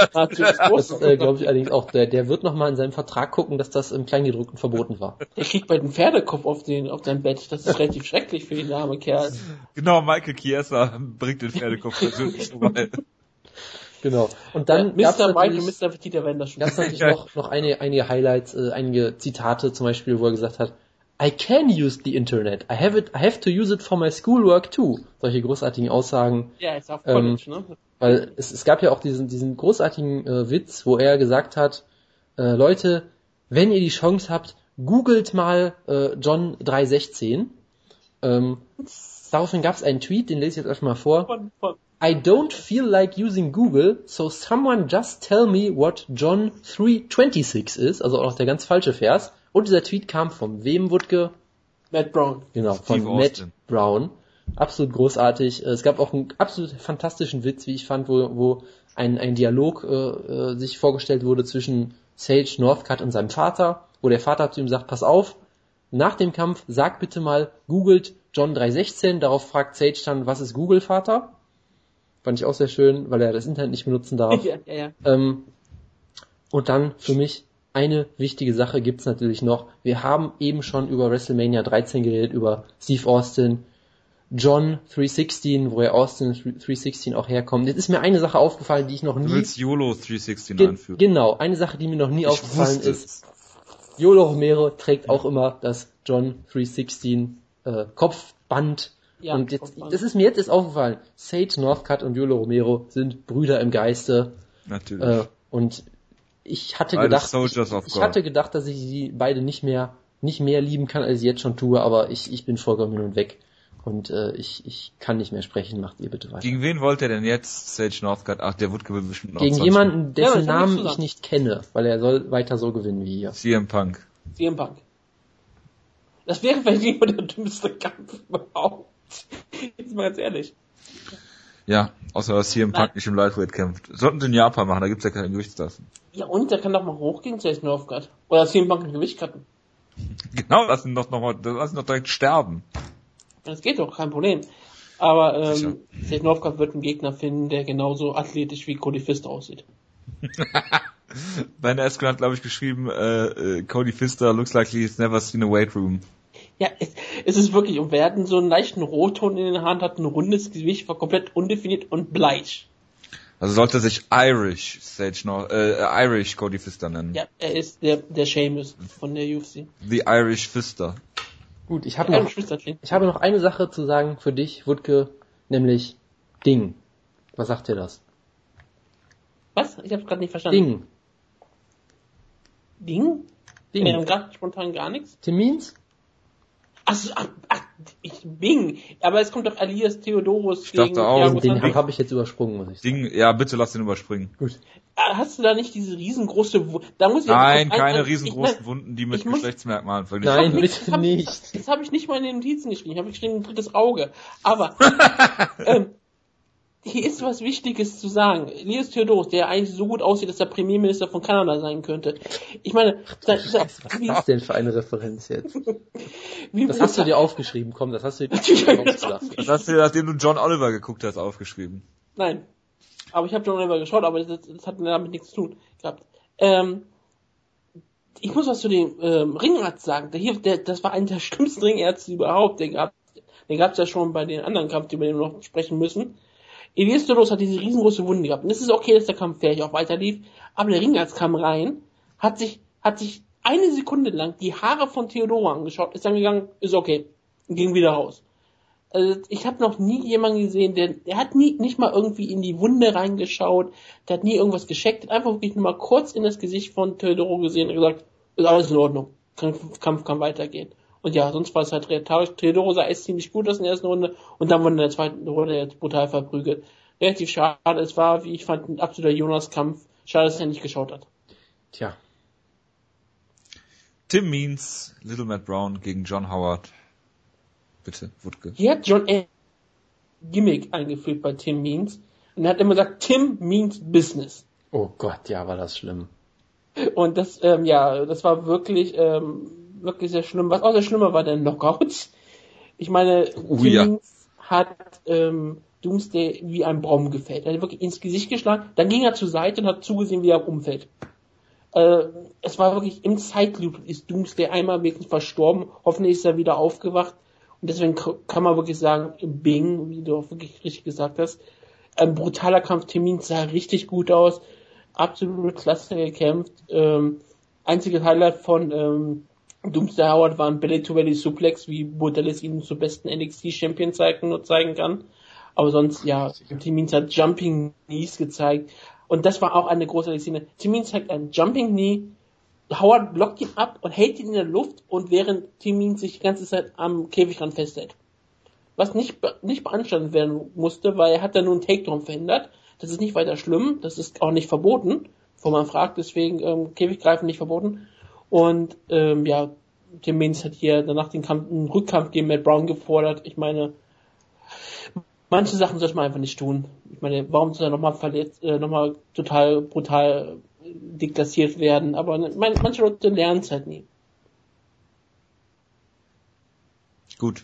das äh, glaube ich allerdings auch. Der, der wird nochmal in seinem Vertrag gucken, dass das im Kleingedruckten verboten war. Der kriegt bei den Pferdekopf auf, den, auf sein Bett. Das ist relativ schrecklich für den armen Kerl. Genau, Michael Chiesa bringt den Pferdekopf persönlich vorbei. Genau. Und dann ja, Mister White und Mister Petita werden das schon. Gab es natürlich noch, noch eine, einige Highlights, äh, einige Zitate zum Beispiel, wo er gesagt hat, I can use the Internet. I have it, I have to use it for my schoolwork too. Solche großartigen Aussagen. Ja, ist auf College, ähm, ne? Weil es, es gab ja auch diesen, diesen großartigen äh, Witz, wo er gesagt hat, äh, Leute, wenn ihr die Chance habt, googelt mal äh, John drei sechzehn. Ähm, daraufhin gab es einen Tweet, den lese ich jetzt erstmal vor. Von, von I don't feel like using Google, so someone just tell me what John drei sechsundzwanzig is, also auch der ganz falsche Vers. Und dieser Tweet kam von wem, Wutke? Matt Brown. Genau, von Steve Matt Austin. Brown. Absolut großartig. Es gab auch einen absolut fantastischen Witz, wie ich fand, wo, wo ein, ein Dialog äh, sich vorgestellt wurde zwischen Sage Northcutt und seinem Vater, wo der Vater zu ihm sagt, pass auf, nach dem Kampf sag bitte mal, googelt John drei sechzehn, darauf fragt Sage dann, was ist Google, Vater? Fand ich auch sehr schön, weil er das Internet nicht benutzen darf. Ja, ja, ja. Ähm, und dann für mich eine wichtige Sache gibt's natürlich noch. Wir haben eben schon über WrestleMania dreizehn geredet, über Steve Austin, John drei sechzehn, woher Austin drei sechzehn auch herkommt. Jetzt ist mir eine Sache aufgefallen, die ich noch nie... Du willst YOLO drei sechzehn ge- einführen. Genau, eine Sache, die mir noch nie ich aufgefallen ist. Yolo Romero trägt ja. auch immer das John drei sechzehn äh, Kopfband. Ja, und jetzt, das ist mir jetzt ist aufgefallen. Sage Northcutt und Yolo Romero sind Brüder im Geiste. Natürlich. Äh, und ich hatte Beide gedacht, ich, ich, ich hatte gedacht, dass ich sie beide nicht mehr, nicht mehr lieben kann, als ich jetzt schon tue, aber ich, ich bin vollkommen hin und weg. Und äh, ich, ich kann nicht mehr sprechen, macht ihr bitte weiter. Gegen wen wollt ihr denn jetzt Sage Northcutt? Ach, der Wutke will bestimmt noch Gegen zwanzig jemanden, dessen ja, Namen ich nicht kenne, weil er soll weiter so gewinnen wie hier. C M Punk. C M Punk. Das wäre vielleicht nicht mal der dümmste Kampf überhaupt. Jetzt mal ganz ehrlich. Ja, außer dass C M Punk nicht im Lightweight kämpft. Sollten sie in Japan machen, da gibt's ja keine Gewichtsklassen. Ja, und der kann doch mal hochgehen, Sage Northcutt. Oder C M Punk ein Gewicht cutten. Genau, lass ihn doch noch mal, lass ihn doch direkt sterben. Das geht doch, kein Problem. Aber ähm, Sage Northcutt wird einen Gegner finden, der genauso athletisch wie Cody Pfister aussieht. Ben Askren hat, glaube ich, geschrieben, äh, Cody Pfister looks like he's never seen a weight room. Ja, es, es ist wirklich, und wir hatten so einen leichten Rotton in der Hand, hat ein rundes Gewicht, war komplett undefiniert und bleich. Also sollte er sich Irish Sage North, äh, Irish Cody Pfister nennen. Ja, er ist der, der Sheamus von der U F C. The Irish Pfister. Gut, ich habe noch, ich habe noch eine Sache zu sagen für dich, Wutke, nämlich Ding. Was sagt dir das? Was? Ich habe gerade nicht verstanden. Ding. Ding? Ding. Wir haben gerade spontan gar nichts. Tim Means? Ach, ach, ach, ich Bing. Aber es kommt doch Elias Theodoros ich gegen dachte auch, Thiago den Santos. habe ich jetzt übersprungen, muss ich sagen. Ding, ja, bitte lass den überspringen. Gut. Hast du da nicht diese riesengroße Wunden? Da muss ich Nein, ein, keine ein, riesengroßen ich, Wunden, die mit muss, Geschlechtsmerkmalen verglichen Nein, werden. bitte hab, nicht. Das, das habe ich nicht mal in den Notizen geschrieben. Ich habe geschrieben, ein drittes Auge. Aber ähm, hier ist was Wichtiges zu sagen. Elias Theodoros, der eigentlich so gut aussieht, dass er Premierminister von Kanada sein könnte. Ich meine, da, da, was ist das denn für eine Referenz jetzt? wie Das hast du dir aufgeschrieben, komm, das hast du dir aufgelassen. Das hast du dir, nachdem du John Oliver geguckt hast, aufgeschrieben. Nein. Aber ich habe John Oliver geschaut, aber das, das hat damit nichts zu tun gehabt. Ähm, ich muss was zu dem ähm, Ringarzt sagen. Der hier, der, das war einer der schlimmsten Ringärzte überhaupt. Der gab, den gab es ja schon bei den anderen Kampf, die wir noch sprechen müssen. Elias Theodoros hat diese riesengroße Wunde gehabt. Und es ist okay, dass der Kampf fertig auch weiter lief. Aber der Ringarzt kam rein, hat sich, hat sich eine Sekunde lang die Haare von Theodoro angeschaut, ist dann gegangen, ist okay, und ging wieder raus. Also ich habe noch nie jemanden gesehen, der, der hat nie, nicht mal irgendwie in die Wunde reingeschaut, der hat nie irgendwas gescheckt, hat einfach wirklich nur mal kurz in das Gesicht von Theodoro gesehen und gesagt, ist alles in Ordnung, Kampf, Kampf kann weitergehen. Und ja, sonst war es halt rhetorisch. Theodoro sah echt ziemlich gut aus in der ersten Runde und dann wurde in der zweiten Runde jetzt brutal verprügelt. Relativ schade, es war, wie ich fand, ein absoluter Jonas-Kampf. Schade, dass er nicht geschaut hat. Tja. Tim Means, Little Matt Brown gegen John Howard. Bitte, Wutke. Hier hat John ein Gimmick eingeführt bei Tim Means und er hat immer gesagt, Tim means business. Oh Gott, ja, war das schlimm. Und das, ähm, ja, das war wirklich, ähm, wirklich sehr schlimm. Was auch sehr schlimmer war, der Knockout. Ich meine, oh, Tim ja. Means hat ähm, Doomsday wie ein Baum gefällt. Er hat wirklich ins Gesicht geschlagen, dann ging er zur Seite und hat zugesehen, wie er umfällt. Äh, es war wirklich im Zeitloop ist Doomsday einmal wirklich verstorben. Hoffentlich ist er wieder aufgewacht. Und deswegen kann man wirklich sagen, Bing, wie du auch wirklich richtig gesagt hast, ein brutaler Kampf. Tim Means sah richtig gut aus. Absolut klasse gekämpft. Ähm, einziges Highlight von ähm, Doomsday Howard war ein Belly-to-Belly-Suplex, wie Bordellis ihn zur besten N X T-Champion zeigen, nur zeigen kann. Aber sonst, ja, Tim Means hat Jumping Knees gezeigt. Und das war auch eine großartige Szene. Tim Means zeigt ein Jumping Knee, Howard blockt ihn ab und hält ihn in der Luft, und während Tim Means sich die ganze Zeit am Käfigrand festhält. Was nicht, nicht beanstandet werden musste, weil er hat da nur einen Takedown verhindert. Das ist nicht weiter schlimm, das ist auch nicht verboten, wo man fragt, deswegen ähm, Käfiggreifen nicht verboten. Und ähm, ja, Tim Means hat hier danach den Kampf, einen Rückkampf gegen Matt Brown gefordert. Ich meine, manche Sachen sollte man einfach nicht tun. Ich meine, warum soll er nochmal verletzt, äh, nochmal total brutal deklassiert werden? Aber ne, manche Leute lernen es halt nie. Gut.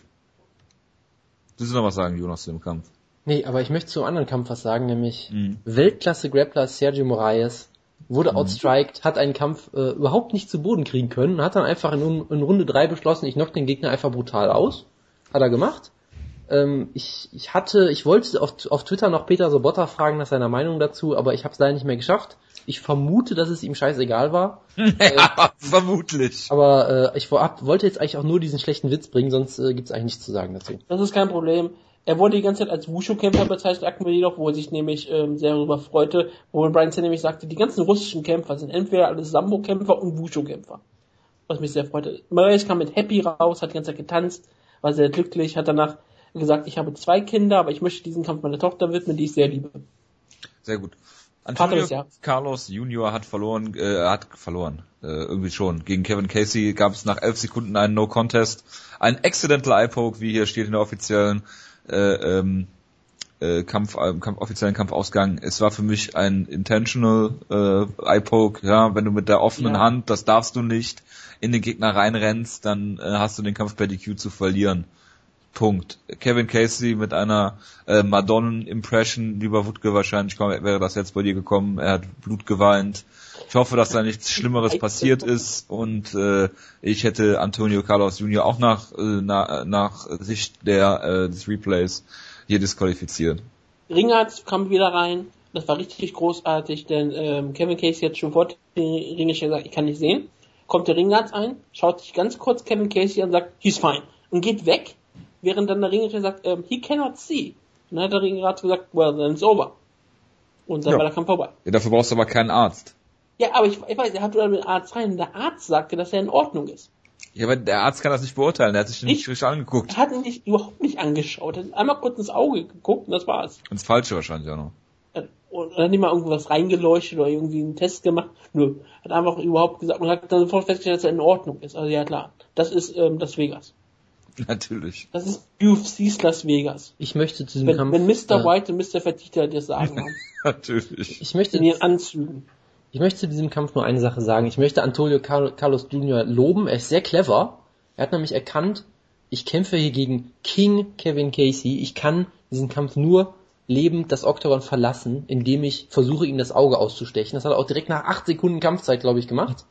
Willst du noch was sagen, Jonas, zu dem Kampf? Nee, aber ich möchte zu einem anderen Kampf was sagen, nämlich mhm. Weltklasse-Grappler Sergio Moraes wurde mhm. outstriked, hat einen Kampf äh, überhaupt nicht zu Boden kriegen können, hat dann einfach in, in Runde drei beschlossen, ich knock den Gegner einfach brutal aus. Hat er gemacht. Ähm, ich, ich hatte, ich wollte auf, auf Twitter noch Peter Sobotta fragen nach seiner Meinung dazu, aber ich habe es leider nicht mehr geschafft. Ich vermute, dass es ihm scheißegal war. ja, äh, vermutlich. Aber äh, ich vorab, wollte jetzt eigentlich auch nur diesen schlechten Witz bringen, sonst äh, gibt's eigentlich nichts zu sagen dazu. Das ist kein Problem. Er wurde die ganze Zeit als Wushu-Kämpfer bezeichnet, Akhmedov, wo er sich nämlich ähm, sehr darüber freute, wo Brian Center nämlich sagte, die ganzen russischen Kämpfer sind entweder alles Sambo-Kämpfer und Wushu-Kämpfer. Was mich sehr freute. Moraes kam mit Happy raus, hat die ganze Zeit getanzt, war sehr glücklich, hat danach gesagt, ich habe zwei Kinder, aber ich möchte diesen Kampf meiner Tochter widmen, die ich sehr liebe. Sehr gut. Antonio Carlos Junior hat verloren, äh, hat verloren, äh, irgendwie schon. Gegen Kevin Casey gab es nach elf Sekunden einen No-Contest. Ein Accidental Eye-Poke, wie hier steht in der offiziellen äh, ähm, äh, Kampf, äh, Kampf, offiziellen Kampfausgang. Es war für mich ein Intentional äh, Eye-Poke. Ja, wenn du mit der offenen ja. Hand, das darfst du nicht, in den Gegner reinrennst, dann äh, hast du den Kampf per D Q zu verlieren. Punkt. Kevin Casey mit einer äh, Madonnen-Impression, lieber Wutke, wahrscheinlich komm, wäre das jetzt bei dir gekommen. Er hat Blut geweint. Ich hoffe, dass da nichts Schlimmeres passiert ist, und äh, ich hätte Antonio Carlos Junior auch nach äh, na, nach Sicht der äh, des Replays hier disqualifiziert. Ringarzt kam wieder rein. Das war richtig großartig, denn ähm, Kevin Casey hat schon vor dem Ringarzt gesagt, ich kann nicht sehen. Kommt der Ringarzt ein, schaut sich ganz kurz Kevin Casey an und sagt, he's fine, und geht weg. Während dann der Ringarzt sagt, um, he cannot see. Und dann hat der Ringarzt gesagt, well, then it's over. Und dann ja. war der Kampf vorbei. Ja, dafür brauchst du aber keinen Arzt. Ja, aber ich, ich weiß, er hat einen Arzt rein, und der Arzt sagte, dass er in Ordnung ist. Ja, aber der Arzt kann das nicht beurteilen, der hat sich nicht richtig angeguckt. Er hat ihn nicht, überhaupt nicht angeschaut, er hat einmal kurz ins Auge geguckt und das war's. Ins Falsche wahrscheinlich auch noch. Und dann hat nicht mal irgendwas reingeleuchtet oder irgendwie einen Test gemacht. Nö, hat einfach überhaupt gesagt und hat dann sofort festgestellt, dass er in Ordnung ist. Also ja klar, das ist ähm, das Vegas. Natürlich. Das ist U F C's Las Vegas. Ich möchte zu diesem wenn, Kampf... Wenn Mister Äh, White und Mister Vertita das sagen haben. Natürlich. Ich möchte, in ihren Anzügen. Ich möchte zu diesem Kampf nur eine Sache sagen. Ich möchte Antonio Carlos Junior loben. Er ist sehr clever. Er hat nämlich erkannt, ich kämpfe hier gegen King Kevin Casey. Ich kann diesen Kampf nur lebend das Oktagon verlassen, indem ich versuche, ihm das Auge auszustechen. Das hat er auch direkt nach acht Sekunden Kampfzeit, glaube ich, gemacht.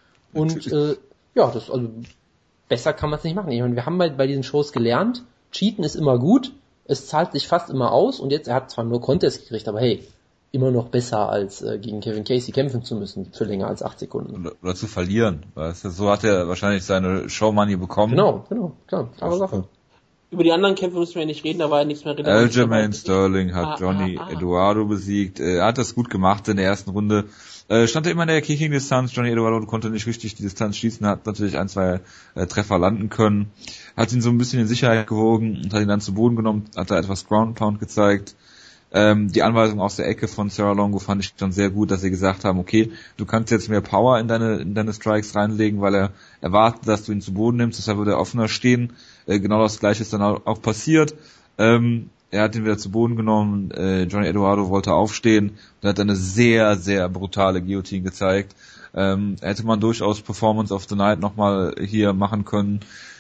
Und äh, ja, das also besser kann man es nicht machen. Ich meine, wir haben bei, bei diesen Shows gelernt, Cheaten ist immer gut, es zahlt sich fast immer aus, und jetzt, er hat zwar nur Contest gekriegt, aber hey, immer noch besser, als äh, gegen Kevin Casey kämpfen zu müssen für länger als acht Sekunden. Oder, oder zu verlieren. Weißt du? So hat er wahrscheinlich seine Showmoney bekommen. Genau, genau, klar, klare Sache. Über die anderen Kämpfe müssen wir nicht reden, da war ja nichts mehr reden. Aljamain Sterling hat ah, Johnny ah, ah. Eduardo besiegt. Er hat das gut gemacht in der ersten Runde. Äh, stand er immer in der Kicking-Distanz. Johnny Eduardo konnte nicht richtig die Distanz schießen, hat natürlich ein, zwei äh, Treffer landen können. Hat ihn so ein bisschen in Sicherheit gewogen und hat ihn dann zu Boden genommen, hat da etwas Ground Pound gezeigt. Ähm, die Anweisung aus der Ecke von Sarah Longo fand ich dann sehr gut, dass sie gesagt haben, okay, du kannst jetzt mehr Power in deine in deine Strikes reinlegen, weil er erwartet, dass du ihn zu Boden nimmst, deshalb wird er offener stehen. Äh, genau das Gleiche ist dann auch passiert. Ähm, er hat ihn wieder zu Boden genommen, äh, Johnny Eduardo wollte aufstehen und hat eine sehr, sehr brutale Guillotine gezeigt. Ähm, hätte man durchaus Performance of the Night nochmal hier machen können.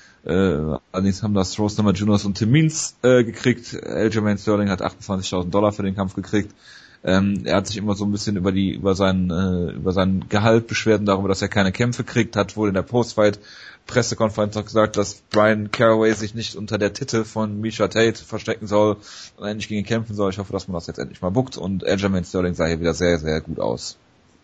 Äh, allerdings haben das Rose Namajunas und Tim Means äh, gekriegt. Aljamain Sterling hat achtundzwanzigtausend Dollar für den Kampf gekriegt. Ähm, er hat sich immer so ein bisschen über die über sein äh, über sein Gehalt beschwert und darüber, dass er keine Kämpfe kriegt, hat wohl in der Postfight Pressekonferenz auch gesagt, dass Brian Caraway sich nicht unter der Titel von Miesha Tate verstecken soll und endlich gegen ihn kämpfen soll. Ich hoffe, dass man das jetzt endlich mal bookt und Aljamain Sterling sah hier wieder sehr, sehr gut aus.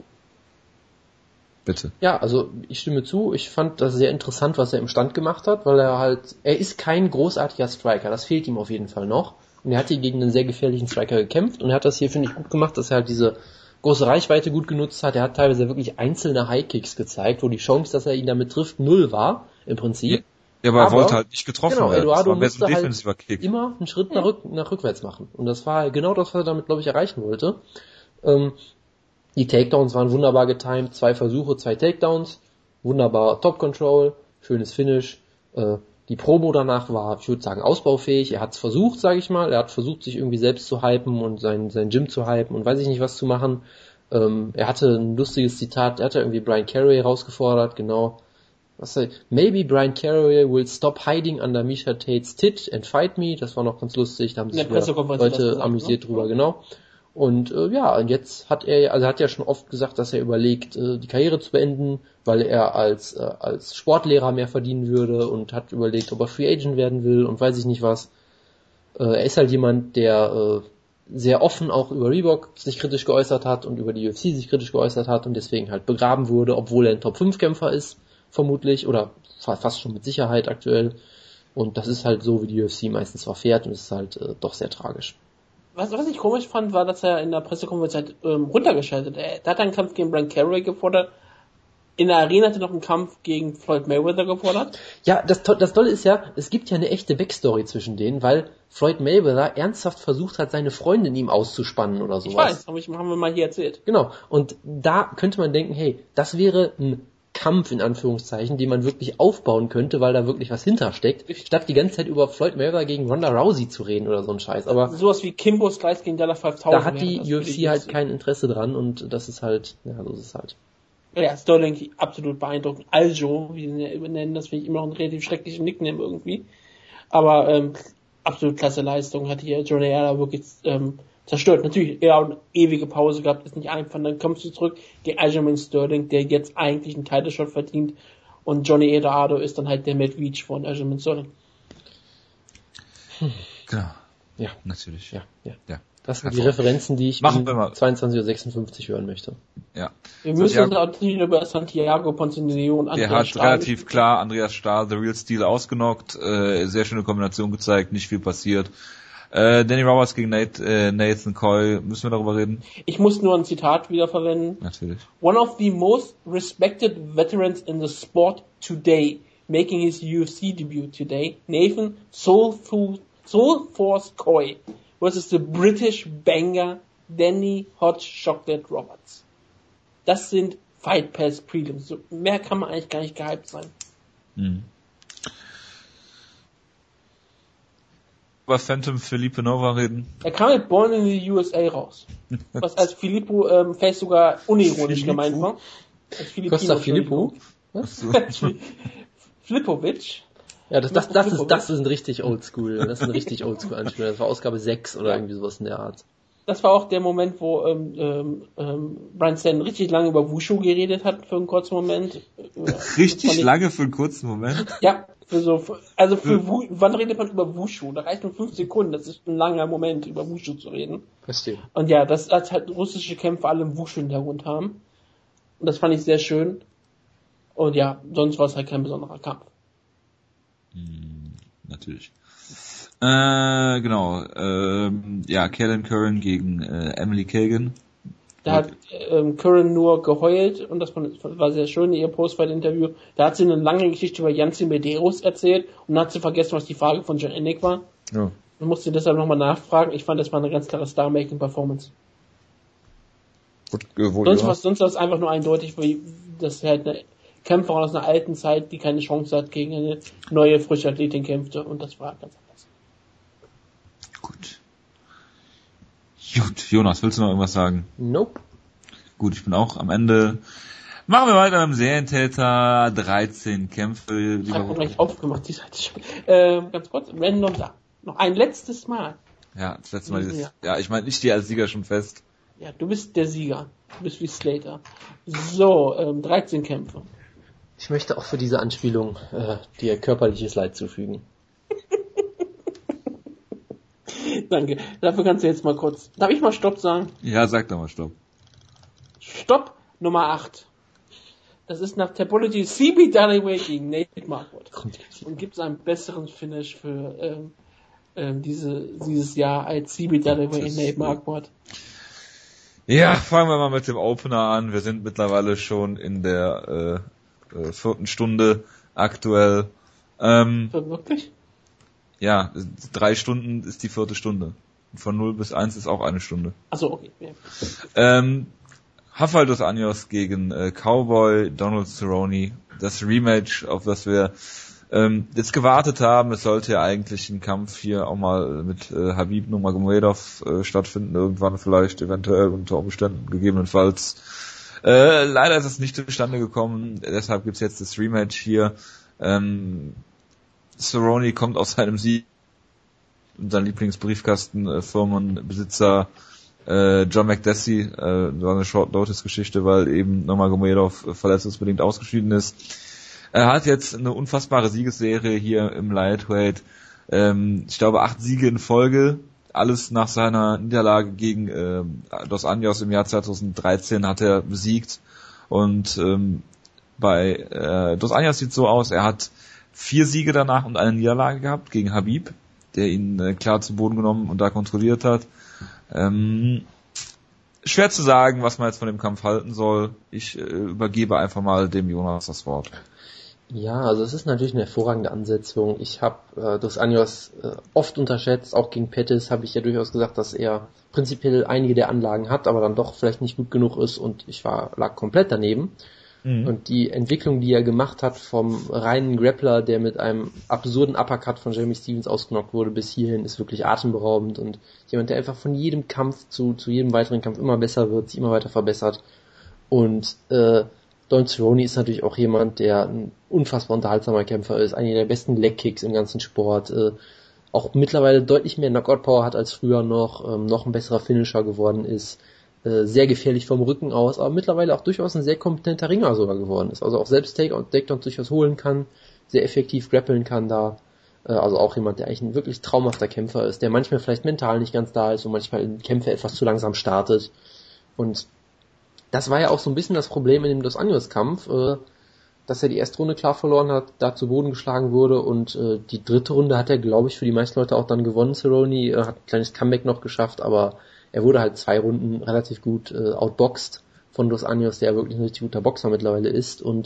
Bitte. Ja, also ich stimme zu. Ich fand das sehr interessant, was er im Stand gemacht hat, weil er halt, er ist kein großartiger Striker, das fehlt ihm auf jeden Fall noch. Und er hat hier gegen einen sehr gefährlichen Striker gekämpft und er hat das hier, finde ich, gut gemacht, dass er halt diese große Reichweite gut genutzt hat. Er hat teilweise wirklich einzelne High-Kicks gezeigt, wo die Chance, dass er ihn damit trifft, null war, im Prinzip. Ja, aber, aber er wollte halt nicht getroffen genau, werden. Eduardo musste so halt Kick. immer einen Schritt nach, rück, nach rückwärts machen. Und das war genau das, was er damit, glaube ich, erreichen wollte. Ähm, die Takedowns waren wunderbar getimed, zwei Versuche, zwei Takedowns, wunderbar Top-Control, schönes Finish, äh, die Promo danach war, ich würde sagen, ausbaufähig. Er hat es versucht, sage ich mal. Er hat versucht, sich irgendwie selbst zu hypen und sein, sein Gym zu hypen und weiß ich nicht, was zu machen. Ähm, er hatte ein lustiges Zitat, er hatte irgendwie Brian Caraway herausgefordert, genau. Was sei, maybe Brian Caraway will stop hiding under Miesha Tate's tit and fight me. Das war noch ganz lustig, da haben sich Leute gesagt, amüsiert ne? drüber, genau. Und äh, ja, und jetzt hat er, also er hat ja schon oft gesagt, dass er überlegt, äh, die Karriere zu beenden, weil er als äh, als Sportlehrer mehr verdienen würde und hat überlegt, ob er Free Agent werden will und weiß ich nicht was. Äh, er ist halt jemand, der äh, sehr offen auch über Reebok sich kritisch geäußert hat und über die U F C sich kritisch geäußert hat und deswegen halt begraben wurde, obwohl er ein Top fünf Kämpfer ist, vermutlich, oder fast schon mit Sicherheit aktuell. Und das ist halt so, wie die U F C meistens verfährt und es ist halt äh, doch sehr tragisch. Was, was ich komisch fand, war, dass er in der Pressekonferenz halt ähm, runtergeschaltet. Er, er hat einen Kampf gegen Brian Caraway gefordert. In der Arena hat er noch einen Kampf gegen Floyd Mayweather gefordert. Ja, das, das Tolle ist ja, es gibt ja eine echte Backstory zwischen denen, weil Floyd Mayweather ernsthaft versucht hat, seine Freundin ihm auszuspannen oder sowas. Ich weiß, hab ich, haben wir mal hier erzählt. Genau, und da könnte man denken, hey, das wäre ein Kampf in Anführungszeichen, den man wirklich aufbauen könnte, weil da wirklich was hintersteckt, statt die ganze Zeit über Floyd Mayweather gegen Ronda Rousey zu reden oder so ein Scheiß. Aber sowas wie Kimbo Slice gegen Della fünftausend. Da hat die U F C halt kein Interesse dran und das ist halt, ja, so ist es halt. Ja, Sterling absolut beeindruckend. Aljo, wie sie nennen, das finde ich immer noch einen relativ schrecklichen Nickname irgendwie. Aber ähm, absolut klasse Leistung, hat hier Johnny Erla wirklich ähm, zerstört. Natürlich, er hat eine ewige Pause gehabt, ist nicht einfach. Dann kommst du zurück gegen Aljamain Sterling, der jetzt eigentlich einen Title Shot verdient. Und Johnny Eduardo ist dann halt der Matt Reach von Aljamain Sterling. Genau. Ja. Natürlich. Ja, ja. ja. Das sind die Referenzen, die ich um zweiundzwanzig Uhr sechsundfünfzig hören möchte. Ja. Wir müssen uns natürlich über Santiago Ponce de Leon und Andreas Der hat Stahl relativ klar Andreas Stahl, The Real Steel, ausgenockt. Äh, sehr schöne Kombination gezeigt, nicht viel passiert. Äh, Danny Roberts gegen Nate, äh, Nathan Coy, müssen wir darüber reden? Ich muss nur ein Zitat wieder verwenden. Natürlich. One of the most respected veterans in the sport today, making his U F C debut today, Nathan Soulful, Soulforce Coy versus the British Banger Danny Hot Chocolate Roberts. Das sind Fight Pass Prelims. So, mehr kann man eigentlich gar nicht gehypt sein. Hm. Über Phantom Felipe Nova reden. Er kam mit Born in the U S A raus. Was als Filippo ähm, vielleicht sogar unironisch gemeint war. Als Filipino. Costa Filippo? Was? Flipovic. Ja, das, das, das, ist, das ist ein richtig oldschool. Das ist ein richtig oldschool Anspiel. Das war Ausgabe sechs oder ja. irgendwie sowas in der Art. Das war auch der Moment, wo ähm, ähm, Brian Stann richtig lange über Wushu geredet hat für einen kurzen Moment. Richtig lange für einen kurzen Moment? Ja, für so, also für Wu, wann redet man über Wushu? Da reicht nur fünf Sekunden, das ist ein langer Moment, über Wushu zu reden. Verstehe. Und ja, das als halt russische Kämpfer alle im Wushu-Hintergrund haben. Und das fand ich sehr schön. Und ja, sonst war es halt kein besonderer Kampf. Hm, natürlich. Äh, genau. Ähm, ja, Callum Curran gegen äh, Emily Kagan. Da hat ähm, Curran nur geheult und das war sehr schön in ihr Post-Fight-Interview. Da hat sie eine lange Geschichte über Yancy Medeiros erzählt und dann hat sie vergessen, was die Frage von John Anik war. Ja. Und musste deshalb nochmal nachfragen. Ich fand, das war eine ganz klare Star-Making-Performance. Gut, äh, sonst war sonst war es einfach nur eindeutig, wie dass halt eine Kämpferin aus einer alten Zeit, die keine Chance hat, gegen eine neue, frische Athletin kämpfte und das war ganz anders. Gut. Gut, Jonas, willst du noch irgendwas sagen? Nope. Gut, ich bin auch am Ende. Machen wir weiter im Serientäter. dreizehn Kämpfe. Ich habe gleich aufgemacht, die Seite schon. Ähm, ganz kurz, Random da. Noch ein letztes Mal. Ja, das letzte Mal. Dieses, ja. ja, ich meine, ich stehe als Sieger schon fest. Ja, du bist der Sieger. Du bist wie Slater. So, ähm, dreizehn Kämpfe. Ich möchte auch für diese Anspielung äh, dir körperliches Leid zufügen. Danke. Dafür kannst du jetzt mal kurz... Darf ich mal Stopp sagen? Ja, sag doch mal Stopp. Stopp Nummer acht. Das ist nach Tapology C B Dalloway gegen Nate Marquardt. Und gibt es einen besseren Finish für ähm, ähm, diese, dieses Jahr als C B Dalloway und Nate Marquardt? Ja, fangen wir mal mit dem Opener an. Wir sind mittlerweile schon in der äh, äh, vierten Stunde aktuell. Ähm, Wirklich? Ja, drei Stunden ist die vierte Stunde. Von null bis eins ist auch eine Stunde. Achso, okay. Ja. Ähm, Rafael dos Anjos gegen äh, Cowboy, Donald Cerrone. Das Rematch, auf das wir ähm, jetzt gewartet haben. Es sollte ja eigentlich ein Kampf hier auch mal mit äh, Habib Nurmagomedov äh, stattfinden. Irgendwann vielleicht, eventuell unter Umständen, gegebenenfalls. Äh, leider ist es nicht zustande gekommen. Deshalb gibt's jetzt das Rematch hier. Ähm, Cerrone kommt aus seinem Sieg und sein Lieblingsbriefkastenfirmenbesitzer äh, John McDessie, äh, war eine Short-Notice-Geschichte, weil eben Nurmagomedov äh, verletzungsbedingt ausgeschieden ist. Er hat jetzt eine unfassbare Siegesserie hier im Lightweight. Ähm, ich glaube acht Siege in Folge. Alles nach seiner Niederlage gegen äh, Dos Anjos im Jahr zweitausenddreizehn hat er besiegt. Und ähm, bei äh, Dos Anjos sieht es so aus, er hat vier Siege danach und eine Niederlage gehabt gegen Habib, der ihn äh, klar zu Boden genommen und da kontrolliert hat. Ähm, schwer zu sagen, was man jetzt von dem Kampf halten soll. Ich äh, übergebe einfach mal dem Jonas das Wort. Ja, also es ist natürlich eine hervorragende Ansetzung. Ich habe äh, Dos Anjos äh, oft unterschätzt, auch gegen Pettis habe ich ja durchaus gesagt, dass er prinzipiell einige der Anlagen hat, aber dann doch vielleicht nicht gut genug ist und ich war lag komplett daneben. Mhm. Und die Entwicklung, die er gemacht hat vom reinen Grappler, der mit einem absurden Uppercut von Jeremy Stephens ausgenockt wurde, bis hierhin, ist wirklich atemberaubend und jemand, der einfach von jedem Kampf zu zu jedem weiteren Kampf immer besser wird, sich immer weiter verbessert. Und äh, Donald Cerrone ist natürlich auch jemand, der ein unfassbar unterhaltsamer Kämpfer ist, einer der besten Legkicks im ganzen Sport, äh, auch mittlerweile deutlich mehr Knockout-Power hat als früher noch, ähm, noch ein besserer Finisher geworden ist, sehr gefährlich vom Rücken aus, aber mittlerweile auch durchaus ein sehr kompetenter Ringer sogar geworden ist. Also auch selbst Takedowns durchaus holen kann, sehr effektiv grappeln kann da. Also auch jemand, der eigentlich ein wirklich traumhafter Kämpfer ist, der manchmal vielleicht mental nicht ganz da ist und manchmal in Kämpfe etwas zu langsam startet. Und das war ja auch so ein bisschen das Problem in dem Dos Anjos-Kampf, dass er die erste Runde klar verloren hat, da zu Boden geschlagen wurde und die dritte Runde hat er, glaube ich, für die meisten Leute auch dann gewonnen. Cerrone hat ein kleines Comeback noch geschafft, aber er wurde halt zwei Runden relativ gut äh, outboxed von Dos Anjos, der wirklich ein richtig guter Boxer mittlerweile ist. Und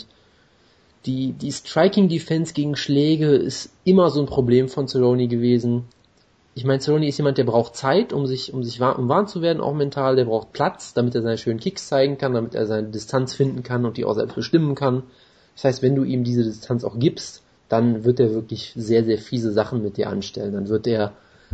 die die Striking-Defense gegen Schläge ist immer so ein Problem von Cerrone gewesen. Ich meine, Cerrone ist jemand, der braucht Zeit, um sich um sich um warm zu werden, auch mental. Der braucht Platz, damit er seine schönen Kicks zeigen kann, damit er seine Distanz finden kann und die auch selbst bestimmen kann. Das heißt, wenn du ihm diese Distanz auch gibst, dann wird er wirklich sehr, sehr fiese Sachen mit dir anstellen. Dann wird er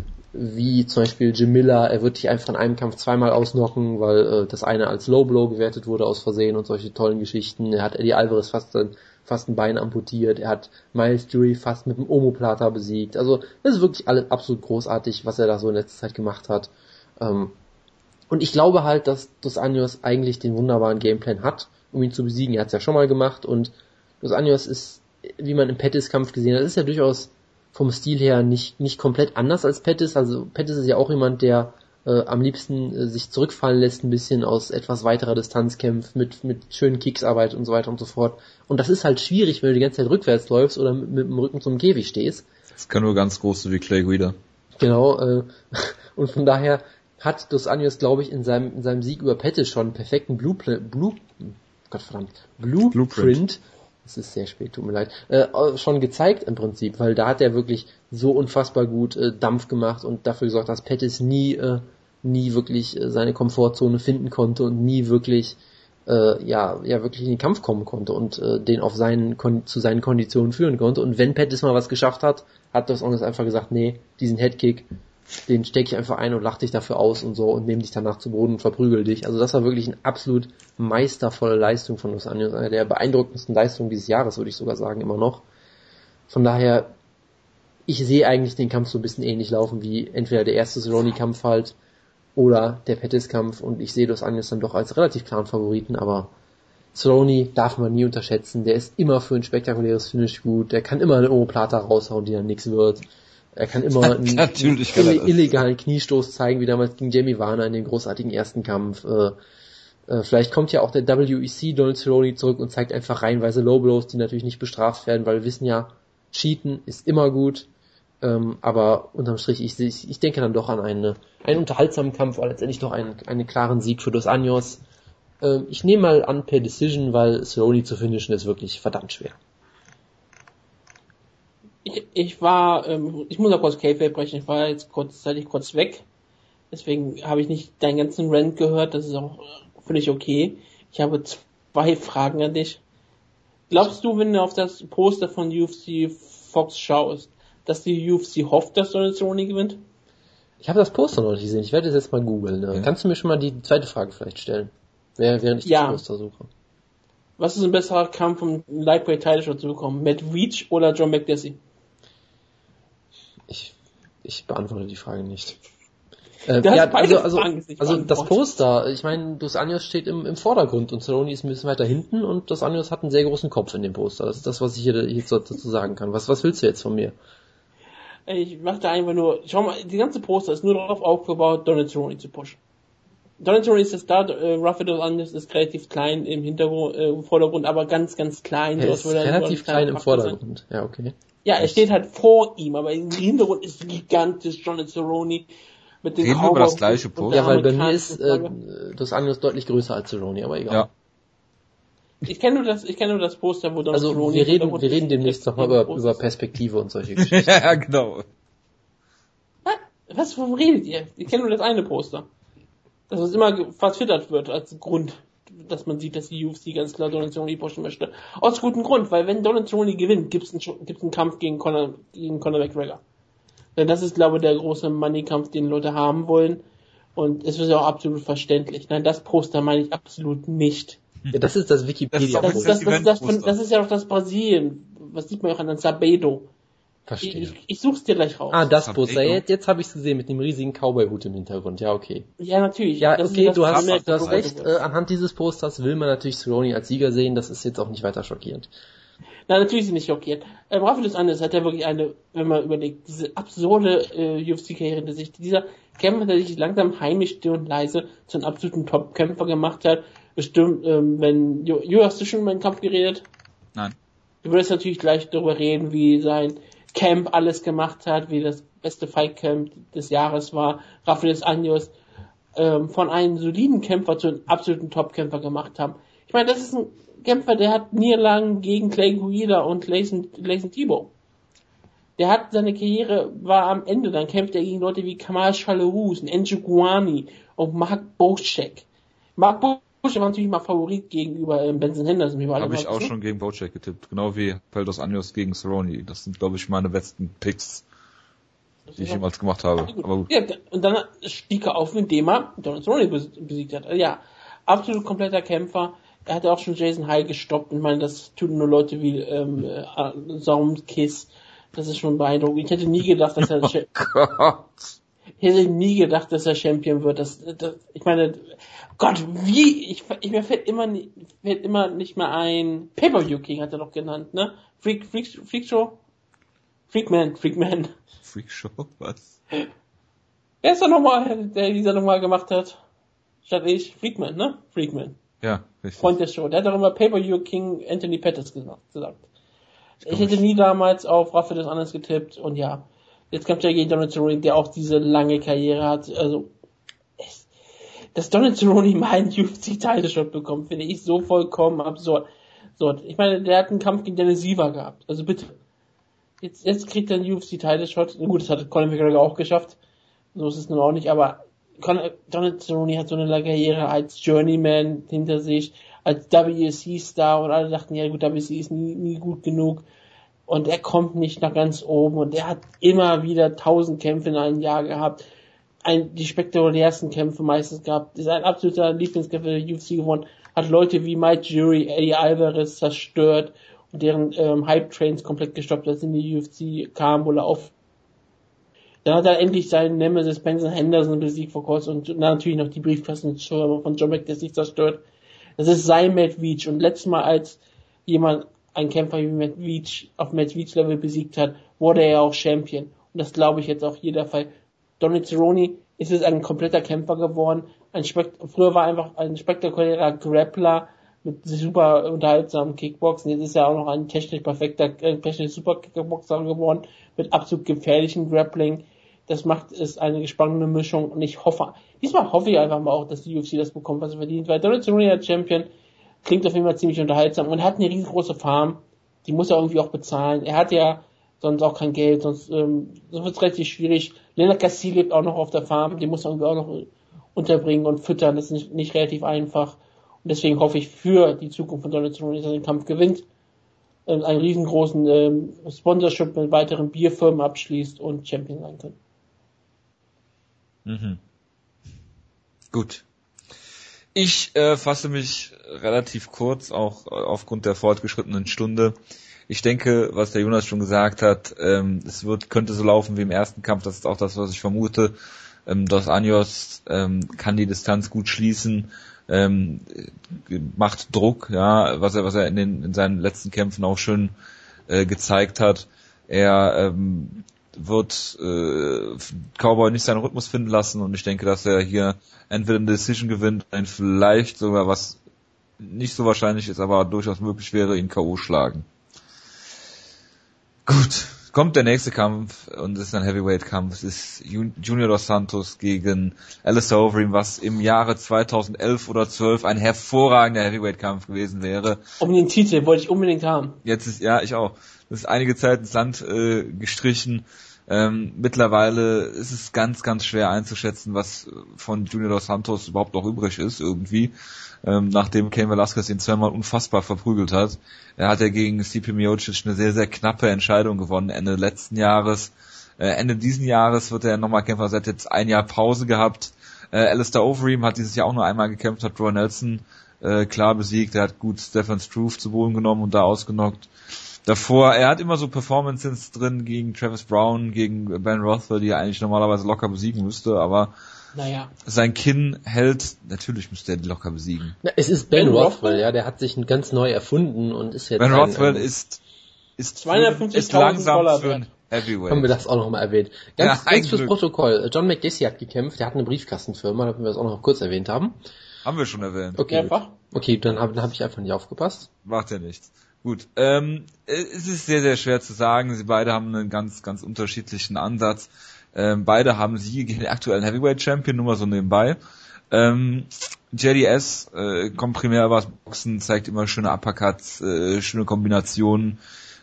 wie zum Beispiel Jim Miller, er wird dich einfach in einem Kampf zweimal ausnocken, weil äh, das eine als Low Blow gewertet wurde aus Versehen und solche tollen Geschichten. Er hat Eddie Alvarez fast ein, fast ein Bein amputiert, er hat Miles Jury fast mit dem Omoplata besiegt. Also das ist wirklich alles absolut großartig, was er da so in letzter Zeit gemacht hat. Ähm, und ich glaube halt, dass Dos Anjos eigentlich den wunderbaren Gameplan hat, um ihn zu besiegen. Er hat es ja schon mal gemacht und Dos Anjos ist, wie man im Pettis-Kampf gesehen hat, ist ja durchaus vom Stil her nicht nicht komplett anders als Pettis. Also Pettis ist ja auch jemand, der äh, am liebsten äh, sich zurückfallen lässt, ein bisschen aus etwas weiterer Distanz kämpft, mit mit schönen Kicks arbeitet und so weiter und so fort. Und das ist halt schwierig, wenn du die ganze Zeit rückwärts läufst oder mit, mit dem Rücken zum Käfig stehst. Das kann nur ganz große wie Clay Guida. Genau, äh, und von daher hat Dos Anjos, glaube ich, in seinem in seinem Sieg über Pettis schon einen perfekten Blueprint, Blue, Gottverdammt, Blueprint, Blueprint. Es ist sehr spät, tut mir leid, äh, schon gezeigt im Prinzip, weil da hat er wirklich so unfassbar gut äh, Dampf gemacht und dafür gesorgt, dass Pettis nie äh, nie wirklich äh, seine Komfortzone finden konnte und nie wirklich äh, ja ja wirklich in den Kampf kommen konnte und äh, den auf seinen kon- zu seinen Konditionen führen konnte. Und wenn Pettis mal was geschafft hat, hat Dos Anjos einfach gesagt, nee, diesen Headkick, den stecke ich einfach ein und lach dich dafür aus und so und nehme dich danach zu Boden und verprügel dich. Also das war wirklich eine absolut meistervolle Leistung von Dos Anjos, eine der beeindruckendsten Leistungen dieses Jahres, würde ich sogar sagen, immer noch. Von daher, ich sehe eigentlich den Kampf so ein bisschen ähnlich laufen wie entweder der erste Cerrone-Kampf halt oder der Pettis-Kampf, und ich sehe Dos Anjos dann doch als relativ klaren Favoriten, aber Cerrone darf man nie unterschätzen, der ist immer für ein spektakuläres Finish gut, der kann immer eine Omoplata raushauen, die dann nix wird, er kann immer einen Natürlich ill- illegalen Kniestoß zeigen, wie damals gegen Jamie Warner in dem großartigen ersten Kampf. Äh, äh, vielleicht kommt ja auch der W E C Donald Cerrone zurück und zeigt einfach reihenweise Low Blows, die natürlich nicht bestraft werden, weil wir wissen ja, Cheaten ist immer gut, ähm, aber unterm Strich, ich, ich, ich denke dann doch an eine, einen unterhaltsamen Kampf, aber letztendlich doch einen, einen klaren Sieg für Dos Anjos. Ähm, ich nehme mal an per Decision, weil Cerrone zu finishen ist wirklich verdammt schwer. Ich, ich war, ähm, ich muss auch kurz Kayfabe brechen, ich war jetzt kurzzeitig kurz weg, deswegen habe ich nicht deinen ganzen Rant gehört, das ist auch völlig okay. Ich habe zwei Fragen an dich. Glaubst du, wenn du auf das Poster von U F C Fox schaust, dass die U F C hofft, dass Donald Cerrone gewinnt? Ich habe das Poster noch nicht gesehen, ich werde es jetzt mal googeln. Ne? Ja. Kannst du mir schon mal die zweite Frage vielleicht stellen, während ich ja. das Poster suche? Was ist ein besserer Kampf, um einen Lightweight Title Shot zu bekommen? Matt Veach oder John McDessie? Ich, ich beantworte die Frage nicht. Äh, Das ja, also, also, also, also das Poster, ich meine, Dos Anjos steht im, im Vordergrund und Cerrone ist ein bisschen weiter hinten und Dos Anjos hat einen sehr großen Kopf in dem Poster. Das ist das, was ich hier, hier dazu sagen kann. Was, was willst du jetzt von mir? Ich mache einfach nur, schau mal, die ganze Poster ist nur darauf aufgebaut, Donald Cerrone zu pushen. Donald Cerrone ist das da, äh, Rafael Dos Anjos ist relativ klein im Hintergrund, äh, im Vordergrund, aber ganz, ganz klein. Er ist relativ klein im Vordergrund, ja, okay. Ja, er steht halt vor ihm, aber im Hintergrund ist gigantisch Donald Cerrone. Mit dem Reden wir über das gleiche Poster? Ja, weil bei mir ist äh, Dos Anjos deutlich größer als Cerrone, aber egal. Ja. Ich kenne nur das, ich kenne nur das Poster, wo Donald also Cerrone... wir reden, wir reden demnächst nochmal über, über Perspektive und solche Geschichten. Ja, genau. Was, wovon redet ihr? Ich kenne nur das eine Poster. Dass es immer vertwittert wird als Grund, dass man sieht, dass die U F C ganz klar Donald Cerrone pushen möchte. Aus gutem Grund, weil wenn Donald Cerrone gewinnt, gibt's einen, gibt's einen Kampf gegen Conor, gegen Conor McGregor. Denn das ist, glaube ich, der große Money-Kampf, den Leute haben wollen. Und es ist ja auch absolut verständlich. Nein, das Poster meine ich absolut nicht. Ja, das ist das Wikipedia-Poster. Das ist, das, das, das, das, das ist ja auch das Brasilien. Was sieht man ja auch an den Sabedo. Verstehe. Ich, ich such's dir gleich raus. Ah, das Poster. Jetzt, jetzt habe ich es gesehen mit dem riesigen Cowboy-Hut im Hintergrund. Ja, okay. Ja, natürlich. Ja, das okay, du hast, Merk, du hast recht. Äh, anhand dieses Posters will man natürlich Cerrone als Sieger sehen. Das ist jetzt auch nicht weiter schockierend. Nein, natürlich sind nicht schockiert. Ähm, Rafael Dos Anjos hat ja wirklich eine, wenn man überlegt, diese absurde äh, U F C-Karriere hinter sich. Dieser Kämpfer, der sich langsam heimisch, still und leise zu einem absoluten Top-Kämpfer gemacht hat. Bestimmt, ähm, wenn, Jo, Jo, hast du schon über den Kampf geredet? Nein. Du würdest natürlich gleich darüber reden, wie sein Camp alles gemacht hat, wie das beste Fight-Camp des Jahres war. Rafael Dos Anjos ähm, von einem soliden Kämpfer zu einem absoluten Top-Kämpfer gemacht haben. Ich meine, das ist ein Kämpfer, der hat Niederlagen gegen Clay Guida und Gleison Tibau. Der hat seine Karriere, war am Ende, dann kämpft er gegen Leute wie Kamal Chalorus, Enjo Guani und Mark Bocek. Mark Bocek war natürlich mal Favorit gegenüber ähm, Benson Henderson. Habe ich auch schon gegen Bocek getippt, genau wie Rafael Dos Anjos gegen Cerrone. Das sind, glaube ich, meine besten Picks, die ich jemals gemacht habe. Aber gut. Ja, und dann stieg er auf, indem er Donald Cerrone besiegt hat. Ja, absolut kompletter Kämpfer. Er hat ja auch schon Jason High gestoppt. Ich meine, das tun nur Leute wie ähm, äh, Saumkiss. Das ist schon beeindruckend. Ich hätte nie gedacht, dass er oh Gott. Ich hätte nie gedacht, dass er Champion wird. Das, das, ich meine, Gott, wie ich, ich mir fällt immer fällt immer nicht mehr ein. Pay-per-View King hat er doch genannt, ne? Freak Freak Freak Show, Freakman, Freakman. Freak Show, was? Wer ist der nochmal, der dieser nochmal gemacht hat? Statt ich, Freakman, ne? Freakman. Ja, richtig. Freund der Show. Der hat doch immer Pay-per-View King Anthony Pettis gesagt. Ich hätte nie damals auf Rafael Dos Anjos getippt und ja, jetzt kommt ja gegen Donald Cerrone, der auch diese lange Karriere hat. Also, es, dass Donald Cerrone mal einen U F C-Title-Shot bekommt, finde ich so vollkommen absurd. So, ich meine, der hat einen Kampf gegen Dennis Siva gehabt. Also bitte. Jetzt, jetzt kriegt er einen U F C-Title-Shot. Gut, das hat Conor McGregor auch geschafft. So ist es nun auch nicht, aber Conor, Donald Cerrone hat so eine lange Karriere als Journeyman hinter sich, als W C C-Star und alle dachten, ja gut, W C C ist nie, nie gut genug und er kommt nicht nach ganz oben und er hat immer wieder tausend Kämpfe in einem Jahr gehabt, ein, die spektakulärsten Kämpfe meistens gehabt, ist ein absoluter Lieblingskämpfer der U F C gewonnen, hat Leute wie Mike Jury, Eddie Alvarez zerstört und deren ähm, Hype-Trains komplett gestoppt, als in die U F C kam, wo er auf Dann hat er endlich seinen Nemesis Benson Henderson besiegt vor kurzem und dann natürlich noch die Briefkastenschirme von John McDessie zerstört. Das ist sein Matt Veach und letztes Mal, als jemand einen Kämpfer wie Matt Veach auf Matt Veach Level besiegt hat, wurde er ja auch Champion. Und das glaube ich jetzt auch hier der Fall. Donald Cerrone ist jetzt ein kompletter Kämpfer geworden. Ein Spekt- Früher war er einfach ein spektakulärer Grappler mit super unterhaltsamen Kickboxen. Jetzt ist er auch noch ein technisch perfekter, äh, technisch super Kickboxer geworden mit absolut gefährlichem Grappling. Das macht es eine gespannte Mischung und ich hoffe, diesmal hoffe ich einfach mal auch, dass die U F C das bekommt, was er verdient, weil Donald Cerrone als Champion klingt auf jeden Fall ziemlich unterhaltsam und er hat eine riesengroße Farm, die muss er irgendwie auch bezahlen. Er hat ja sonst auch kein Geld, sonst, ähm, sonst wird es relativ schwierig. Leonard Garcia lebt auch noch auf der Farm, die muss er irgendwie auch noch unterbringen und füttern, das ist nicht, nicht relativ einfach. Und deswegen hoffe ich für die Zukunft von Donald Cerrone, dass er den Kampf gewinnt, ähm, einen riesengroßen ähm, Sponsorship mit weiteren Bierfirmen abschließt und Champion sein kann. Mhm. Gut. Ich äh, fasse mich relativ kurz, auch äh, aufgrund der fortgeschrittenen Stunde. Ich denke, was der Jonas schon gesagt hat, ähm, es wird könnte so laufen wie im ersten Kampf, das ist auch das, was ich vermute. Ähm, Dos Anjos ähm, kann die Distanz gut schließen, ähm, macht Druck, ja, was er was er in den in seinen letzten Kämpfen auch schön äh, gezeigt hat. Er ähm, wird äh, Cowboy nicht seinen Rhythmus finden lassen und ich denke, dass er hier entweder eine Decision gewinnt, und vielleicht sogar, was nicht so wahrscheinlich ist, aber durchaus möglich wäre, ihn K O schlagen. Gut, kommt der nächste Kampf und es ist ein Heavyweight-Kampf. Es ist Junior Dos Santos gegen Alistair Overeem, was im Jahre zweitausendelf oder zwölf ein hervorragender Heavyweight-Kampf gewesen wäre. Um den Titel wollte ich unbedingt haben. Jetzt ist, ja, ich auch. Das ist einige Zeit ins Land äh, gestrichen. Ähm, mittlerweile ist es ganz, ganz schwer einzuschätzen, was von Junior Dos Santos überhaupt noch übrig ist irgendwie. Ähm, nachdem Cain Velasquez ihn zweimal unfassbar verprügelt hat. Er hat ja gegen Stipe Miocic eine sehr, sehr knappe Entscheidung gewonnen Ende letzten Jahres. Äh, Ende diesen Jahres wird er nochmal kämpfen, er hat jetzt ein Jahr Pause gehabt. Äh, Alistair Overeem hat dieses Jahr auch nur einmal gekämpft, hat Roy Nelson äh, klar besiegt, er hat gut Stefan Struve zu Boden genommen und da ausgenockt. Davor, er hat immer so Performances drin gegen Travis Brown, gegen Ben Rothwell, die er eigentlich normalerweise locker besiegen müsste, aber naja. Sein Kinn hält, natürlich müsste er die locker besiegen. Na, es ist Ben, ben Rothwell, ja, der hat sich ganz neu erfunden und ist jetzt Ben Rothwell ist, ist, ist langsam für ein Heavyweight. Haben wir das auch noch mal erwähnt. Ganz, ja, ganz fürs Protokoll. John McDessie hat gekämpft, der hat eine Briefkastenfirma, da wir das auch noch kurz erwähnt haben. Haben wir schon erwähnt. Okay, ja, okay, dann habe hab ich einfach nicht aufgepasst. Macht ja nichts. Gut, ähm, es ist sehr, sehr schwer zu sagen. Sie beide haben einen ganz, ganz unterschiedlichen Ansatz. Ähm, beide haben Siege gegen den aktuellen Heavyweight Champion, nur mal so nebenbei. Ähm, J D S äh, kommt primär über das Boxen, zeigt immer schöne Uppercuts, äh, schöne Kombinationen.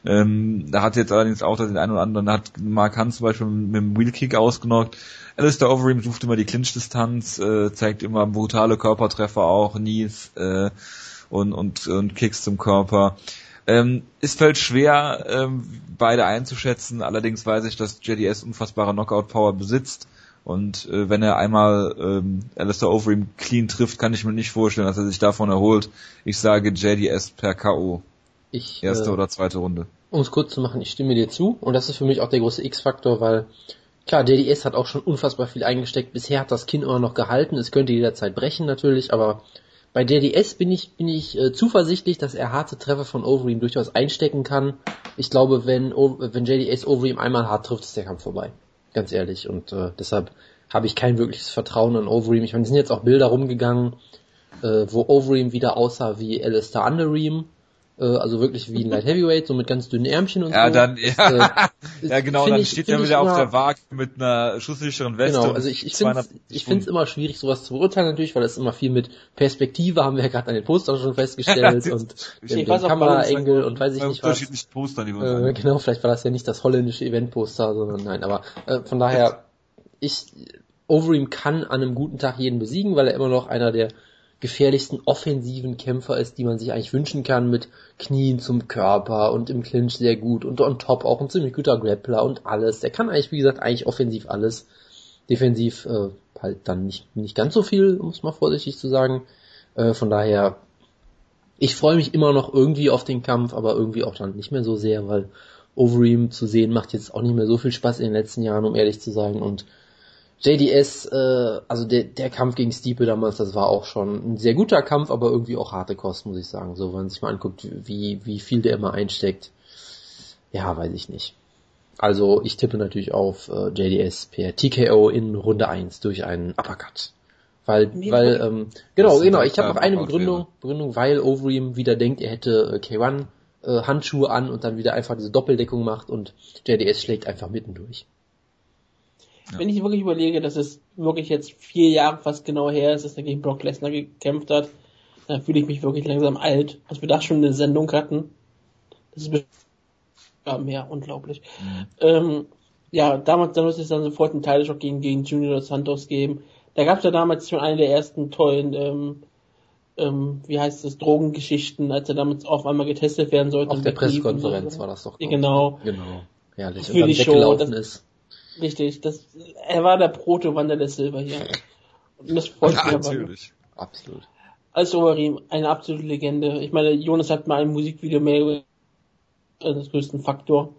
Ähm, da hat jetzt allerdings auch den einen oder anderen, da hat Mark Hunt zum Beispiel mit dem Wheelkick ausgenockt. Alistair Overeem sucht immer die Clinch-Distanz, äh, zeigt immer brutale Körpertreffer auch, Knees äh, und, und, und Kicks zum Körper. Ähm, es fällt schwer, ähm, beide einzuschätzen, allerdings weiß ich, dass J D S unfassbare Knockout-Power besitzt und äh, wenn er einmal ähm, Alistair Overeem clean trifft, kann ich mir nicht vorstellen, dass er sich davon erholt. Ich sage J D S per K O. Ich, Erste äh, oder zweite Runde. Um es kurz zu machen, ich stimme dir zu und das ist für mich auch der große X-Faktor, weil klar, J D S hat auch schon unfassbar viel eingesteckt, bisher hat das Kinn immer noch gehalten, es könnte jederzeit brechen natürlich, aber bei J D S bin ich bin ich äh, zuversichtlich, dass er harte Treffer von Overeem durchaus einstecken kann. Ich glaube, wenn wenn J D S Overeem einmal hart trifft, ist der Kampf vorbei. Ganz ehrlich. Und äh, deshalb habe ich kein wirkliches Vertrauen an Overeem. Ich meine, es sind jetzt auch Bilder rumgegangen, äh, wo Overeem wieder aussah wie Alistair Undereem. Äh, also wirklich wie ein Light Heavyweight, so mit ganz dünnen Ärmchen und ja, so. Dann, ja, äh, ja, genau, dann ich, steht er wieder auf der Waage mit einer schusssicheren Weste. Genau, also ich, ich finde es ich find's immer schwierig, sowas zu beurteilen natürlich, weil es immer viel mit Perspektive, haben wir ja gerade an den Postern schon festgestellt, ja, und dem, dem Kameraengel und weiß ich nicht was. Unterschiedliche Poster, die wir äh, Genau, vielleicht war das ja nicht das holländische Eventposter, sondern nein, aber äh, von daher, ich, Overeem kann an einem guten Tag jeden besiegen, weil er immer noch einer der gefährlichsten offensiven Kämpfer ist, die man sich eigentlich wünschen kann, mit Knien zum Körper und im Clinch sehr gut und on top auch ein ziemlich guter Grappler und alles. Der kann eigentlich, wie gesagt, eigentlich offensiv alles. Defensiv äh, halt dann nicht nicht ganz so viel, um es mal vorsichtig zu sagen. Äh, von daher, ich freue mich immer noch irgendwie auf den Kampf, aber irgendwie auch dann nicht mehr so sehr, weil Overeem zu sehen macht jetzt auch nicht mehr so viel Spaß in den letzten Jahren, um ehrlich zu sein. Und J D S, äh, also der, der Kampf gegen Stipe damals, das war auch schon ein sehr guter Kampf, aber irgendwie auch harte Kost, muss ich sagen. So, wenn man sich mal anguckt, wie, wie viel der immer einsteckt. Ja, weiß ich nicht. Also ich tippe natürlich auf äh, J D S per T K O in Runde eins durch einen Uppercut. Weil, nee, weil, ähm, genau, genau, ich habe noch eine Begründung, Begründung, weil Overeem wieder denkt, er hätte äh, K eins äh, Handschuhe an und dann wieder einfach diese Doppeldeckung macht und J D S schlägt einfach mitten durch. Ja. Wenn ich wirklich überlege, dass es wirklich jetzt vier Jahre fast genau her ist, dass er gegen Brock Lesnar gekämpft hat, dann fühle ich mich wirklich langsam alt, als wir da schon eine Sendung hatten. Das ist mehr unglaublich. Mhm. Ähm, ja, damals dann musste es dann sofort einen Titelshock gegen, gegen Junior dos Santos geben. Da gab es ja damals schon eine der ersten tollen, ähm, ähm, wie heißt das, Drogengeschichten, als er damals auf einmal getestet werden sollte. Auf der Pressekonferenz so. War das doch. Genau. Genau. Herrlich. Für die Show. Das, ist. Richtig. Das, er war der Proto-Wanderless Silver hier. Und das freut mich aber. Natürlich. Absolut. Als Overeem, eine absolute Legende. Ich meine, Jonas hat mal ein Musikvideo mehr das größten Faktor.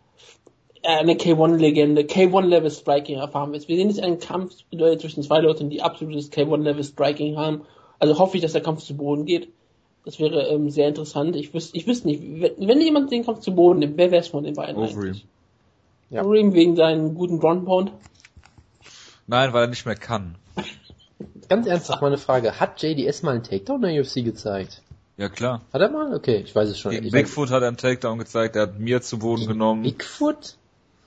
Eine K eins Legende, K eins Level Striking erfahren wir. Wir sehen jetzt einen Kampf zwischen zwei Leuten, die absolutes K eins Level Striking haben. Also hoffe ich, dass der Kampf zu Boden geht. Das wäre ähm, sehr interessant. Ich wüsste, ich wüsste nicht, wenn, wenn jemand den Kampf zu Boden nimmt, wer wäre es von den beiden Overeem. eigentlich? Ja. Overeem wegen seinen guten Ground Pound? Nein, weil er nicht mehr kann. Ganz ernsthaft mal eine Frage. Hat J D S mal einen Takedown in der U F C gezeigt? Ja, klar. Hat er mal? Okay, ich weiß es schon. Gegen Bigfoot hat er einen Takedown gezeigt, er hat mir zu Boden Gegen genommen. Bigfoot?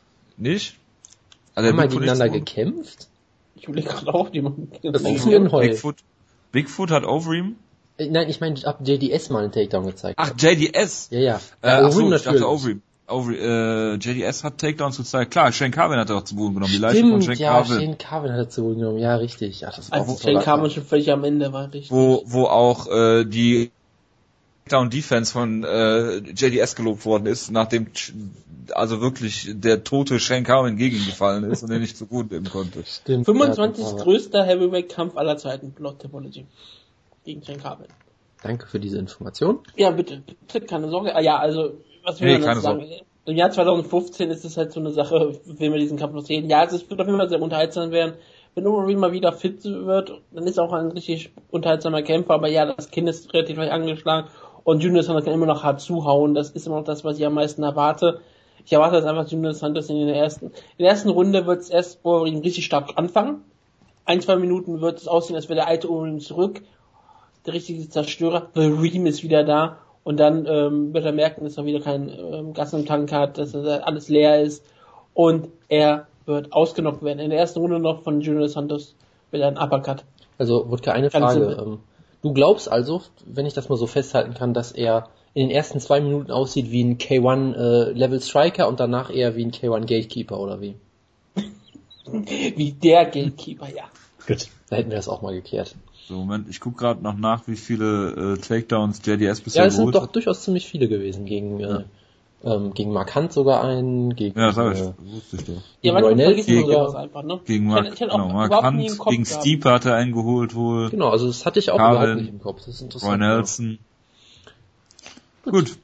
Nicht? Also haben wir gegeneinander gekämpft? Ich will gerade auch die Das ist ein Heu. Bigfoot, Bigfoot hat Overeem? Nein, ich meine, ich hab J D S mal einen Takedown gezeigt. Ach, J D S? Ja, ja. Äh, ach so, ich dachte Overeem. Overeem, äh, J D S hat Takedowns gezeigt. Klar, Shane Carvin hat er auch zu Boden genommen. Die Leiche von Shane ja, Carvin. Shane Carvin hat er zu Boden genommen. Ja, richtig. Ach, das war also Shane Carvin schon völlig am Ende war, richtig. Wo, wo auch, äh, die Takedown Defense von, äh, J D S gelobt worden ist, nachdem, also wirklich der tote Shane Carvin gegen ihn gefallen ist und er nicht so gut nehmen konnte. Stimmt. fünfundzwanzigster größter Heavyweight-Kampf aller Zeiten, Blood Topology. Gegen Shane Carvin. Danke für diese Information. Ja, bitte, bitte, keine Sorge. Ah, ja, also, was will nee, man dazu sagen? Sorge. Im Jahr zweitausendfünfzehn ist es halt so eine Sache, wenn wir diesen Kampf noch sehen. Ja, es wird auf jeden Fall sehr unterhaltsam werden. Wenn Overeem mal wieder fit wird, dann ist er auch ein richtig unterhaltsamer Kämpfer, aber ja, das Kind ist relativ leicht angeschlagen und Junior Santos kann immer noch hart zuhauen. Das ist immer noch das, was ich am meisten erwarte. Ich erwarte jetzt einfach Junior Santos in der ersten, in der ersten Runde wird es erst Overeem richtig stark anfangen. Ein, zwei Minuten wird es aussehen, als wäre der alte Overeem zurück. Der richtige Zerstörer, Overeem ist wieder da. Und dann ähm, wird er merken, dass er wieder kein ähm, Gas im Tank hat, dass er alles leer ist. Und er wird ausgenockt werden. In der ersten Runde noch von Junior Santos mit einem Uppercut. Also, Wutke, eine Frage. Ähm, du glaubst also, wenn ich das mal so festhalten kann, dass er in den ersten zwei Minuten aussieht wie ein K eins äh, Level Striker und danach eher wie ein K eins Gatekeeper, oder wie? Wie der Gatekeeper, ja. Gut, da hätten wir das auch mal geklärt. So, Moment, ich gucke gerade noch nach, wie viele äh, Takedowns J D S bisher Ja, es sind doch durchaus ziemlich viele gewesen. Gegen ja. äh, ähm, gegen Mark Hunt sogar einen, gegen ja, das hab ich, äh, wusste ich doch. Ja, Roy Nelson gegen, einfach, ne? gegen Mark, ich genau, Mark Hunt, gegen Stipe hat er einen geholt wohl. Genau, also das hatte ich auch Carvin, überhaupt nicht im Kopf. Das ist interessant. Roy Nelson. Gut. Gut.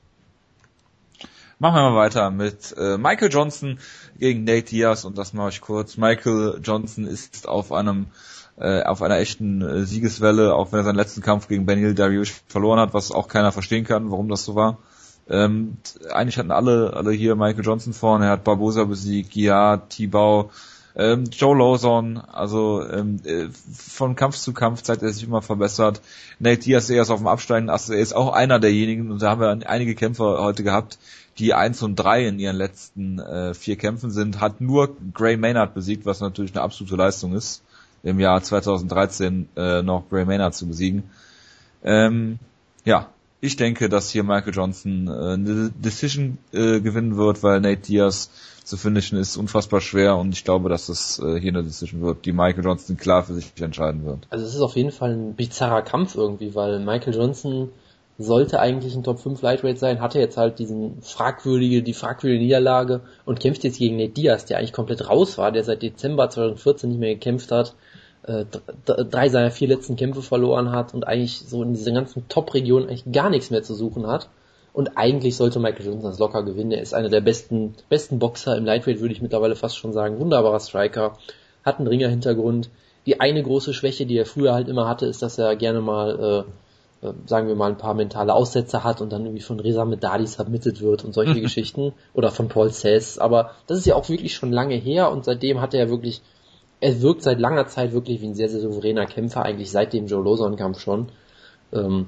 Machen wir mal weiter mit äh, Michael Johnson gegen Nate Diaz und das mache ich kurz. Michael Johnson ist auf einem äh, auf einer echten äh, Siegeswelle, auch wenn er seinen letzten Kampf gegen Beneil Dariush verloren hat, was auch keiner verstehen kann, warum das so war. Ähm, eigentlich hatten alle alle hier Michael Johnson vorne, er hat Barbosa besiegt, Gia, Tibau, ähm, Joe Lawson, also ähm, äh, von Kampf zu Kampf zeigt er sich immer verbessert. Nate Diaz ist auf dem Absteigen, also er ist auch einer derjenigen, und da haben wir einige Kämpfer heute gehabt, die eins und drei in ihren letzten äh, vier Kämpfen sind, hat nur Gray Maynard besiegt, was natürlich eine absolute Leistung ist, im Jahr zweitausenddreizehn äh, noch Gray Maynard zu besiegen. Ähm, ja, ich denke, dass hier Michael Johnson äh, eine Decision äh, gewinnen wird, weil Nate Diaz zu finishen ist unfassbar schwer und ich glaube, dass es äh, hier eine Decision wird, die Michael Johnson klar für sich entscheiden wird. Also es ist auf jeden Fall ein bizarrer Kampf irgendwie, weil Michael Johnson sollte eigentlich ein Top fünf Lightweight sein, hatte jetzt halt diesen fragwürdige, die fragwürdige Niederlage und kämpft jetzt gegen Nate Diaz, der eigentlich komplett raus war, der seit Dezember zweitausendvierzehn nicht mehr gekämpft hat, äh, drei seiner vier letzten Kämpfe verloren hat und eigentlich so in dieser ganzen Top-Region eigentlich gar nichts mehr zu suchen hat. Und eigentlich sollte Michael Johnson das locker gewinnen. Er ist einer der besten, besten Boxer im Lightweight, würde ich mittlerweile fast schon sagen. Wunderbarer Striker, hat einen Ringer-Hintergrund. Die eine große Schwäche, die er früher halt immer hatte, ist, dass er gerne mal, äh, äh, sagen wir mal, ein paar mentale Aussätze hat und dann irgendwie von Reza Medadi submitted wird und solche Geschichten. Oder von Paul Cess. Aber das ist ja auch wirklich schon lange her und seitdem hat er wirklich, er wirkt seit langer Zeit wirklich wie ein sehr, sehr souveräner Kämpfer, eigentlich seit dem Joe Lawson-Kampf schon. Ähm,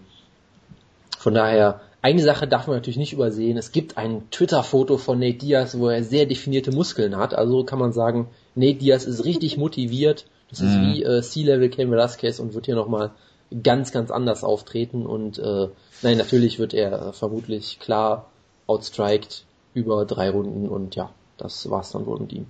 von daher, eine Sache darf man natürlich nicht übersehen. Es gibt ein Twitter-Foto von Nate Diaz, wo er sehr definierte Muskeln hat. Also kann man sagen, Nate Diaz ist richtig motiviert. Das ist mhm. wie äh, C-Level Cain Velasquez und wird hier nochmal ganz, ganz anders auftreten. Und äh, nein, natürlich wird er äh, vermutlich klar outstriked über drei Runden. Und ja, das war's dann wohl mit ihm.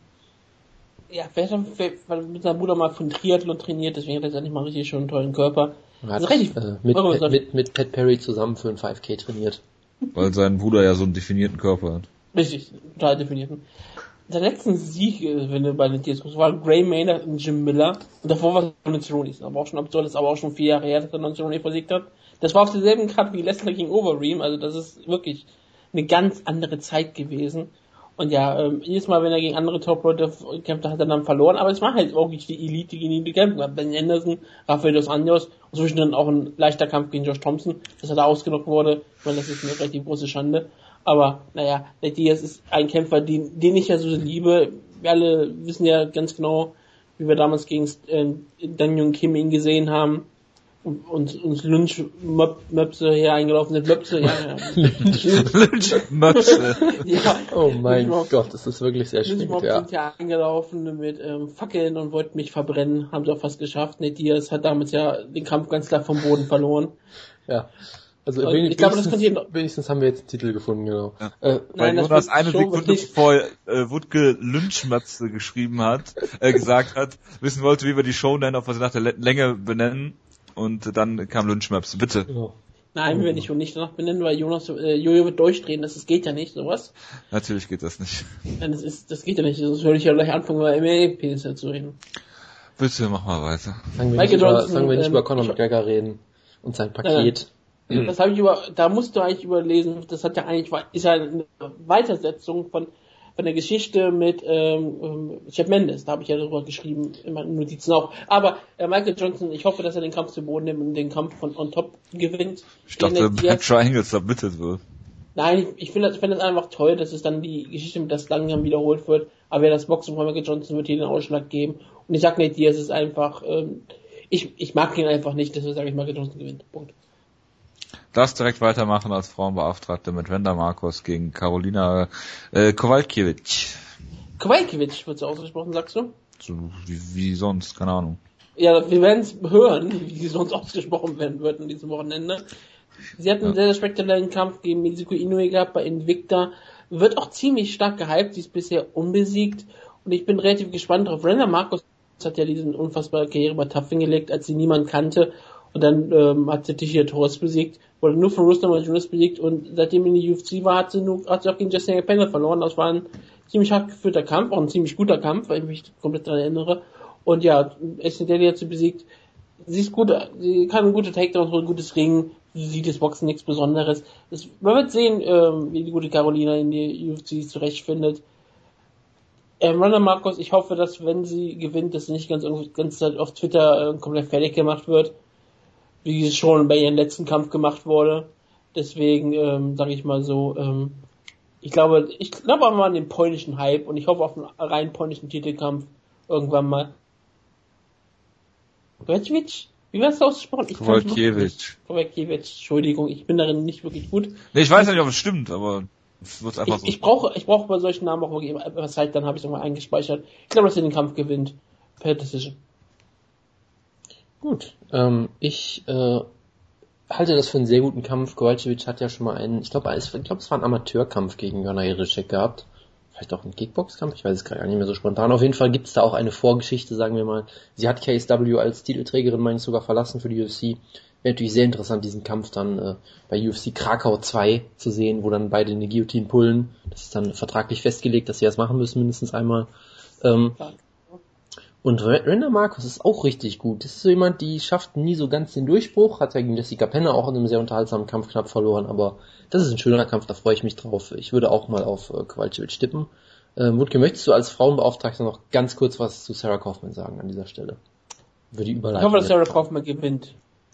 Ja, vielleicht hat mit seinem Bruder mal von Triathlon trainiert, deswegen hat er jetzt endlich mal richtig schon einen tollen Körper. Er hat also richtig, äh, mit, Pat, mit, mit Pat Perry zusammen für ein fünf K trainiert. Weil sein Bruder ja so einen definierten Körper hat. Richtig, total definierten. Der letzten Sieg, wenn du bei den T S guckst, war Gray Maynard und Jim Miller. Und davor war es Donald Cerrone. Aber auch schon absurd, das ist aber auch schon vier Jahre her, dass der Donald Cerrone versiegt hat. Das war auf derselben Card wie Lesnar gegen Overeem. Also das ist wirklich eine ganz andere Zeit gewesen. Und ja, ähm, jedes Mal, wenn er gegen andere Top-Leute kämpfte, hat er dann verloren. Aber es war halt wirklich die Elite, gegen die die kämpfen. Ben Anderson, Rafael dos Anjos und zwischendrin auch ein leichter Kampf gegen Josh Thompson, dass er da ausgenockt wurde. Ich meine, das ist eine relativ große Schande. Aber, naja, der Diaz ist ein Kämpfer, den, den ich ja so liebe. Wir alle wissen ja ganz genau, wie wir damals gegen äh, Dan Jung Kim ihn gesehen haben. Und uns, uns Lynch Möpse hier eingelaufen sind. Möpse, ja, ja. Lynch Möpse. Ja. Oh mein Gott, das ist wirklich sehr schwierig, Lynch ja. sind ja eingelaufen mit ähm, Fackeln und wollten mich verbrennen. Haben sie auch fast geschafft. Nate Diaz hat damals ja den Kampf ganz klar vom Boden verloren. Ja. Also und wenigstens, ich glaube, das könnte noch wenigstens haben wir jetzt einen Titel gefunden, genau. Ja. Äh, Weil Nein, Jonas eine Sekunde bevor äh, Wutke Lynchmöpse geschrieben hat, äh, gesagt hat, wissen wollte, wie wir die Show nennen, ob wir sie nach der Länge benennen. Und dann kam Lynchmaps, bitte. Ja. Nein, wir werden dich wohl nicht danach benennen, weil Jonas, äh, Jojo wird durchdrehen, das, das geht ja nicht, sowas. Natürlich geht das nicht. Nein, das ist, das geht ja nicht, sonst würde ich ja gleich anfangen, über M M A-Penis zu reden. Bitte, mach mal weiter. Fangen wir nicht, über, Johnson, fangen wir nicht ähm, über Conor McGregor reden und sein Paket. Nein, nein. Das habe ich über, da musst du eigentlich überlesen, das hat ja eigentlich, ist ja eine Weitersetzung von, von der Geschichte mit ähm, Chad Mendes, da habe ich ja darüber geschrieben, in meinen Notizen auch. Aber äh, Michael Johnson, ich hoffe, dass er den Kampf zu Boden nimmt und den Kampf von On Top gewinnt. Ich dachte, beim Triangle submitted wird. Nein, ich, ich finde das, find das einfach toll, dass es dann die Geschichte mit das langsam wiederholt wird. Aber ja, das Boxen von Michael Johnson wird hier den Ausschlag geben. Und ich sag nicht dir, es ist einfach, ähm, ich, ich mag ihn einfach nicht, deswegen sage ich, Michael Johnson gewinnt. Punkt. Das direkt weitermachen als Frauenbeauftragte mit Wanda Marcos gegen Karolina äh, Kowalkiewicz. Kowalkiewicz wird so ausgesprochen, sagst du? So wie, wie sonst, keine Ahnung. Ja, wir werden es hören, wie sie sonst ausgesprochen werden wird an diesem Wochenende. Sie hat einen ja. sehr, sehr spektakulären Kampf gegen Mizuko Inoue gehabt bei Invicta. Wird auch ziemlich stark gehypt, sie ist bisher unbesiegt. Und ich bin relativ gespannt drauf. Wanda Marcos hat ja diesen unfassbare Karriere bei Tough hingelegt, als sie niemand kannte. Und dann ähm, hat sie Teixeira Torres besiegt, wurde nur von Rustam Jonas besiegt und seitdem in die U F C war, hat sie, nur, hat sie auch gegen Jessica Pena verloren. Das war ein ziemlich hart geführter Kampf, auch ein ziemlich guter Kampf, weil ich mich komplett daran erinnere. Und ja, Ashley Daly hat sie besiegt. Sie ist gut, sie kann ein guter Takedown, so ein gutes Ringen, sie sieht das Boxen nichts Besonderes. Das, man wird sehen, ähm, wie die gute Carolina in die U F C zurechtfindet. Ähm, Wanda Marcos, ich hoffe, dass wenn sie gewinnt, dass sie nicht ganz, ganz auf Twitter äh, komplett fertig gemacht wird, wie es schon bei ihrem letzten Kampf gemacht wurde. Deswegen, ähm, sage ich mal so, ähm, ich glaube, ich glaube aber an den polnischen Hype und ich hoffe auf einen rein polnischen Titelkampf irgendwann mal. Kowalkiewicz? Wie war das ausgesprochen? Kowalkiewicz. Kowalkiewicz, Entschuldigung, ich bin darin nicht wirklich gut. Nee, ich weiß ja nicht, ob es stimmt, aber es wird einfach ich, so. Ich brauche, ich brauche bei solchen Namen auch wirklich etwas Zeit, dann habe ich es nochmal eingespeichert. Ich glaube, dass er den Kampf gewinnt. Per Decision. Gut, ähm, ich äh, halte das für einen sehr guten Kampf. Kowalkiewicz hat ja schon mal einen, ich glaube, ich glaube, es war ein Amateurkampf gegen Jona Jędrzejczyk gehabt. Vielleicht auch ein Kickboxkampf, ich weiß es gerade gar nicht mehr so spontan. Auf jeden Fall gibt es da auch eine Vorgeschichte, sagen wir mal. Sie hat K S W als Titelträgerin, meine ich, sogar verlassen für die U F C. Wäre natürlich sehr interessant, diesen Kampf dann äh, bei U F C Krakau zwei zu sehen, wo dann beide eine Guillotine pullen. Das ist dann vertraglich festgelegt, dass sie das machen müssen, mindestens einmal. Ähm, Und Randa Marcos ist auch richtig gut. Das ist so jemand, die schafft nie so ganz den Durchbruch, hat ja gegen Jessica Penner auch in einem sehr unterhaltsamen Kampf knapp verloren, aber das ist ein schöner Kampf, da freue ich mich drauf. Ich würde auch mal auf äh, Kowalkiewicz tippen. Ähm, Wutke, möchtest du als Frauenbeauftragter noch ganz kurz was zu Sarah Kaufman sagen an dieser Stelle? Über die Überleitung. Ich hoffe, dass Sarah Kaufman gewinnt.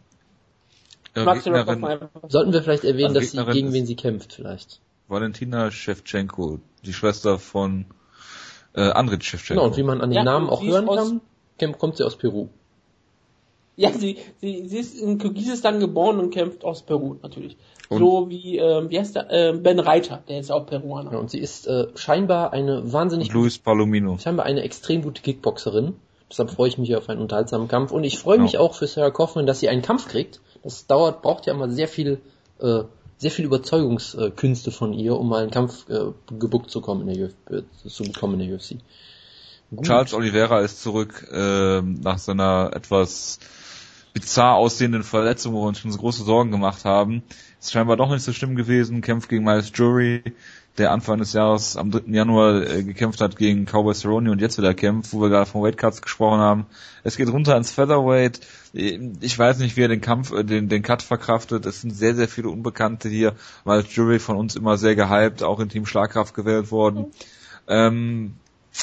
Ja, mag Sarah Kaufman Sollten wir vielleicht erwähnen, dass sie gegen wen sie kämpft, vielleicht? Valentina Shevchenko, die Schwester von äh, Andriy Shevchenko. Genau, und wie man an den ja, Namen auch hören kann, kommt sie aus Peru. Ja, sie, sie, sie ist in Kirgisistan geboren und kämpft aus Peru, natürlich. Und? So wie, ähm, wie heißt der, äh, Ben Reiter, der ist auch Peruaner. Ja, und sie ist äh, scheinbar eine wahnsinnig... Und Luis Palomino. Scheinbar eine extrem gute Kickboxerin. Deshalb freue ich mich auf einen unterhaltsamen Kampf. Und ich freue mich ja. auch für Sarah Kaufman, dass sie einen Kampf kriegt. Das dauert, braucht ja immer sehr viel... Äh, sehr viel Überzeugungskünste von ihr, um mal einen Kampf äh, gebuckt zu kommen in der U F C, äh, zu bekommen in der U F C. Gut. Charles Oliveira ist zurück äh, nach seiner etwas bizarr aussehenden Verletzung, wo wir uns schon so große Sorgen gemacht haben. Ist scheinbar doch nicht so schlimm gewesen. Kämpft gegen Miles Jury, der Anfang des Jahres am dritten Januar äh, gekämpft hat gegen Cowboy Cerrone und jetzt wieder kämpft, wo wir gerade von Weightcuts gesprochen haben. Es geht runter ins Featherweight. Ich weiß nicht, wie er den Kampf, äh, den, den Cut verkraftet. Es sind sehr, sehr viele Unbekannte hier. Miles Jury von uns immer sehr gehypt, auch in Team Schlagkraft gewählt worden. Mhm. Ähm,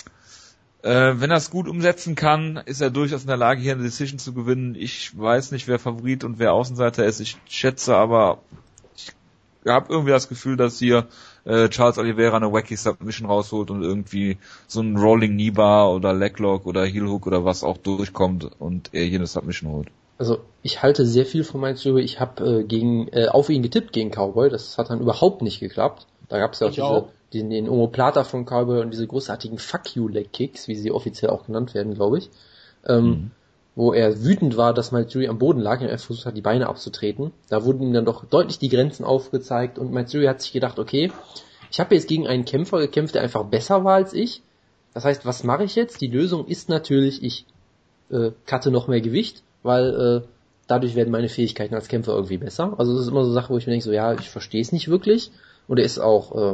äh, wenn er es gut umsetzen kann, ist er durchaus in der Lage, hier eine Decision zu gewinnen. Ich weiß nicht, wer Favorit und wer Außenseiter ist. Ich schätze aber, ich habe irgendwie das Gefühl, dass hier äh, Charles Oliveira eine wacky Submission rausholt und irgendwie so ein Rolling Knee Bar oder Leglock oder Heel Hook oder was auch durchkommt und er hier eine Submission holt. Also ich halte sehr viel von Miles Jury. Ich habe äh, gegen äh, auf ihn getippt gegen Cowboy. Das hat dann überhaupt nicht geklappt. Da gab es ja auch, diese, auch. Den, den Omoplata von Cowboy und diese großartigen Fuck You Leg Kicks, wie sie offiziell auch genannt werden, glaube ich. Ähm, mhm. Wo er wütend war, dass Miles Jury am Boden lag und er versucht hat, die Beine abzutreten. Da wurden ihm dann doch deutlich die Grenzen aufgezeigt und Miles Jury hat sich gedacht, okay, ich habe jetzt gegen einen Kämpfer gekämpft, der einfach besser war als ich. Das heißt, was mache ich jetzt? Die Lösung ist natürlich, ich äh, cutte noch mehr Gewicht, weil äh, dadurch werden meine Fähigkeiten als Kämpfer irgendwie besser. Also das ist immer so eine Sache, wo ich mir denke, so ja, ich verstehe es nicht wirklich. Und er ist auch äh,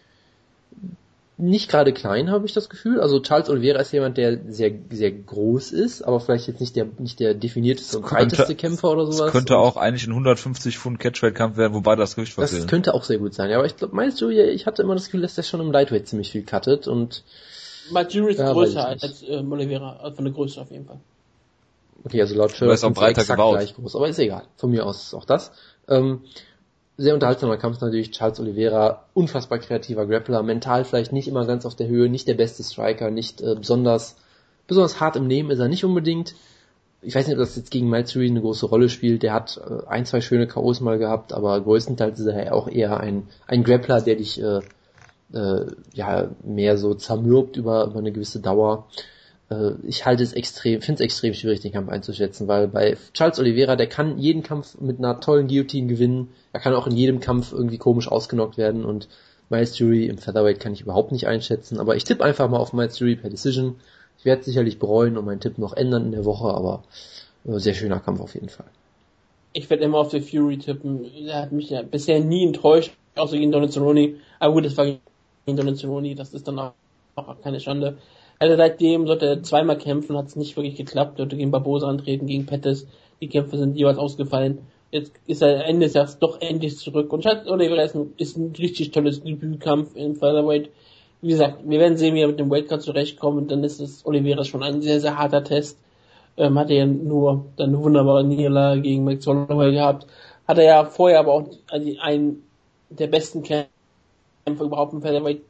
nicht gerade klein, habe ich das Gefühl. Also Charles Oliveira ist jemand, der sehr sehr groß ist, aber vielleicht jetzt nicht der nicht der definierteste und breiteste Kämpfer oder sowas. Das könnte auch eigentlich ein hundertfünfzig Pfund Catchweight-Kampf werden, wobei das Gewicht verfehlen. Das könnte auch sehr gut sein. Ja, aber ich glaube, Miles Jury, ich hatte immer das Gefühl, dass der schon im Lightweight ziemlich viel cuttet und Miles Jury ist ja, größer als äh, Oliveira, also von der Größe auf jeden Fall. Okay, also laut Schirr ist auch breiter gebaut. Gleich groß, aber ist egal. Von mir aus ist auch das. Ähm, sehr unterhaltsamer Kampf natürlich, Charles Oliveira, unfassbar kreativer Grappler, mental vielleicht nicht immer ganz auf der Höhe, nicht der beste Striker, nicht äh, besonders besonders hart im Nehmen ist er nicht unbedingt. Ich weiß nicht, ob das jetzt gegen Miles Jury eine große Rolle spielt, der hat äh, ein, zwei schöne K Os mal gehabt, aber größtenteils ist er ja auch eher ein ein Grappler, der dich äh, äh, ja mehr so zermürbt über, über eine gewisse Dauer. Ich halte es extrem, finde es extrem schwierig, den Kampf einzuschätzen, weil bei Charles Oliveira, der kann jeden Kampf mit einer tollen Guillotine gewinnen, er kann auch in jedem Kampf irgendwie komisch ausgenockt werden und Miles Jury im Featherweight kann ich überhaupt nicht einschätzen, aber ich tippe einfach mal auf Miles Jury per Decision. Ich werde sicherlich bereuen und meinen Tipp noch ändern in der Woche, aber sehr schöner Kampf auf jeden Fall. Ich werde immer auf den Fury tippen, er hat mich ja bisher nie enttäuscht, außer gegen Donald Cerrone, aber gut, das war gegen Donald Cerrone, das ist dann auch keine Schande. Also seitdem sollte er zweimal kämpfen, hat es nicht wirklich geklappt, sollte gegen Barbosa antreten, gegen Pettis, die Kämpfe sind jeweils ausgefallen. Jetzt ist er Ende des Jahres doch endlich zurück und Charles Oliveira ist ein, ist ein richtig tolles Debütkampf im Featherweight. Wie gesagt, wir werden sehen, wie er mit dem Weightcut zurechtkommt und dann ist es Oliveira schon ein sehr, sehr harter Test. Ähm, hat er ja nur dann eine wunderbare Niederlage gegen Max Holloway gehabt. Hat er ja vorher aber auch einen der besten Kämpfer überhaupt im Featherweight.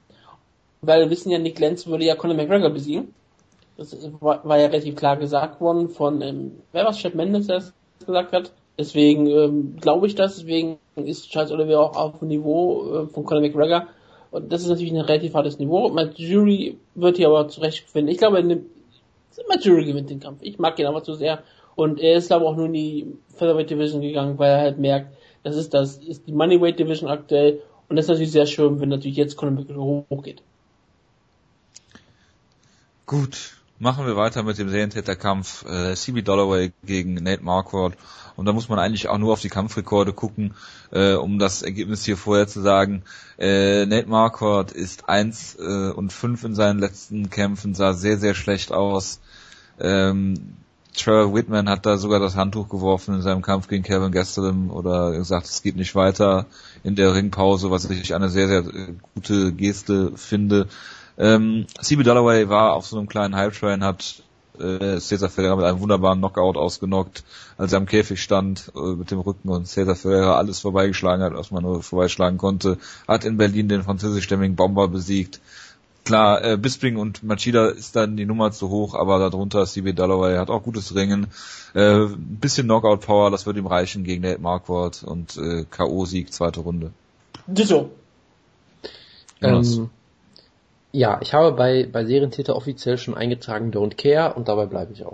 Weil wir wissen ja, Nick Lenz würde ja Conor McGregor besiegen. Das war, war ja relativ klar gesagt worden von, ähm, wer war es, Chad Mendes, der das gesagt hat. Deswegen ähm, glaube ich das, deswegen ist Charles Oliveira auch auf dem Niveau äh, von Conor McGregor. Und das ist natürlich ein relativ hartes Niveau. Miles Jury wird hier aber zurecht finden. Ich glaube, Miles Jury gewinnt den Kampf. Ich mag ihn aber zu sehr. Und er ist, glaube ich, auch nur in die Featherweight Division gegangen, weil er halt merkt, das ist das, ist die Moneyweight Division aktuell. Und das ist natürlich sehr schön, wenn natürlich jetzt Conor McGregor hochgeht. Gut, Machen wir weiter mit dem Serientäterkampf äh, C B Dollaway gegen Nate Marquardt. Und da muss man eigentlich auch nur auf die Kampfrekorde gucken, äh, um das Ergebnis hier vorher zu sagen. Äh, Nate Marquardt ist eins äh, und fünf in seinen letzten Kämpfen, sah sehr, sehr schlecht aus. Ähm, Trevor Whitman hat da sogar das Handtuch geworfen in seinem Kampf gegen Kelvin Gastelum oder gesagt, es geht nicht weiter in der Ringpause, was ich eine sehr, sehr gute Geste finde. Ähm, C B Dollaway war auf so einem kleinen Hype-Train, hat äh, Cesar Ferreira mit einem wunderbaren Knockout ausgenockt, als er am Käfig stand äh, mit dem Rücken und Cesar Ferreira alles vorbeigeschlagen hat, was man nur vorbeischlagen konnte. Hat in Berlin den französischstämmigen Bomber besiegt. Klar, äh, Bisping und Machida ist dann die Nummer zu hoch, aber darunter C B Dollaway hat auch gutes Ringen. Äh, ein bisschen Knockout-Power, das wird ihm reichen gegen Nate Marquardt und äh, K O-Sieg, zweite Runde. Ditto. Ähm, ja, ich habe bei, bei Serientäter offiziell schon eingetragen Don't Care und dabei bleibe ich auch.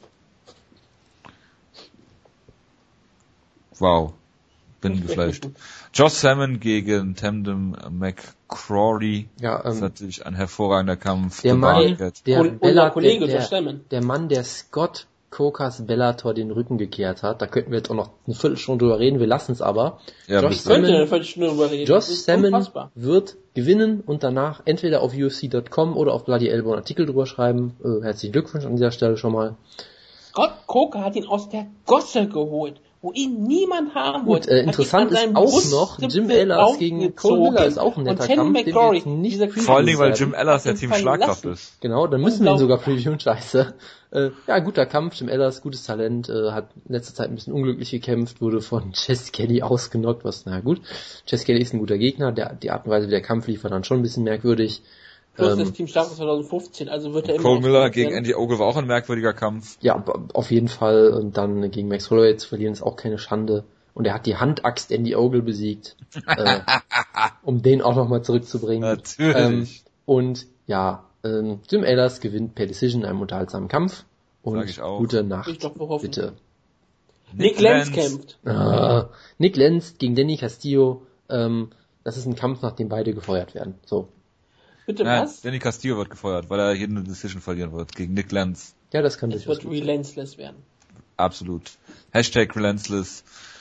Wow. Bin geflasht. Josh Salmon gegen Tamden McCrory. Ja, ähm, das ist natürlich ein hervorragender Kampf. Der Mann, der, und, Bella, und Kollege der, Josh Salmon. der Mann, der Scott Cokas Bellator den Rücken gekehrt hat. Da könnten wir jetzt auch noch eine Viertelstunde drüber reden, wir lassen es aber. Ja, Josh Salmon, Josh Salmon wird gewinnen und danach entweder auf U F C Punkt com oder auf Bloody Elbow einen Artikel drüber schreiben. Äh, herzlichen Glückwunsch an dieser Stelle schon mal. Scott Coker hat ihn aus der Gosse geholt, wo ihn niemand haben wollte. Gut, äh, interessant ist auch Brust noch, Jim Ehlers gegen Cole Miller ist auch ein netter Kampf, den wir jetzt nicht vor allen Dingen, weil Jim Ehlers der Team Schlagkraft ist. Genau, dann müssen wir ihn sogar previewen, scheiße. Äh, ja, guter Kampf, Jim Ehlers, gutes Talent, äh, hat in letzter Zeit ein bisschen unglücklich gekämpft, wurde von Chess Kelly ausgenockt, was, na gut, Chess Kelly ist ein guter Gegner, der, die Art und Weise, wie der Kampf lief, war dann schon ein bisschen merkwürdig. Plus ähm, das Team Stark zwanzig fünfzehn, also wird er immer... Cole Miller gegen Andy Ogle war auch ein merkwürdiger Kampf. Ja, auf jeden Fall, und dann gegen Max Holloway zu verlieren, ist auch keine Schande. Und er hat die Handaxt Andy Ogle besiegt, äh, um den auch nochmal zurückzubringen. Natürlich. Ähm, und ja, ähm, Jim Ehlers gewinnt per Decision in einem unterhaltsamen Kampf. Und ich auch. Gute Nacht, ich doch behoffen. bitte. Nick, Nick Lenz kämpft. Ah, Nick Lenz gegen Danny Castillo. Ähm, das ist ein Kampf, nachdem beide gefeuert werden. So. Bitte ja, was? Danny Castillo wird gefeuert, weil er hier eine Decision verlieren wird gegen Nick Lenz. Ja, das kann das durchaus wird relentless werden. Absolut. Hashtag relentless.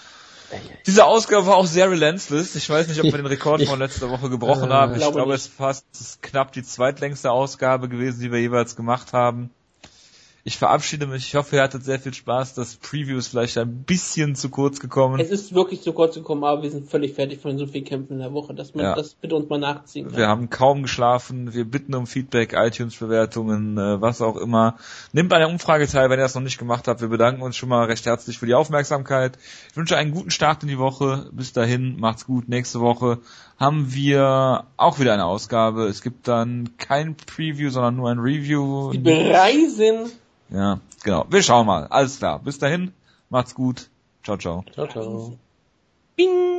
Diese Ausgabe war auch sehr relentless. Ich weiß nicht, ob wir den Rekord von letzter Woche gebrochen haben. Ich glaube, glaube es ist fast es ist knapp die zweitlängste Ausgabe gewesen, die wir jeweils gemacht haben. Ich verabschiede mich. Ich hoffe, ihr hattet sehr viel Spaß. Das Preview ist vielleicht ein bisschen zu kurz gekommen. Es ist wirklich zu kurz gekommen, aber wir sind völlig fertig von so vielen Kämpfen in der Woche, dass man ja. das bitte uns mal nachziehen kann. Wir haben kaum geschlafen. Wir bitten um Feedback, iTunes-Bewertungen, äh, was auch immer. Nehmt an der Umfrage teil, wenn ihr das noch nicht gemacht habt. Wir bedanken uns schon mal recht herzlich für die Aufmerksamkeit. Ich wünsche einen guten Start in die Woche. Bis dahin, macht's gut. Nächste Woche haben wir auch wieder eine Ausgabe. Es gibt dann kein Preview, sondern nur ein Review. Die bereisen. Ja, genau. Wir schauen mal. Alles klar. Bis dahin. Macht's gut. Ciao, ciao. Ciao, ciao. Bing.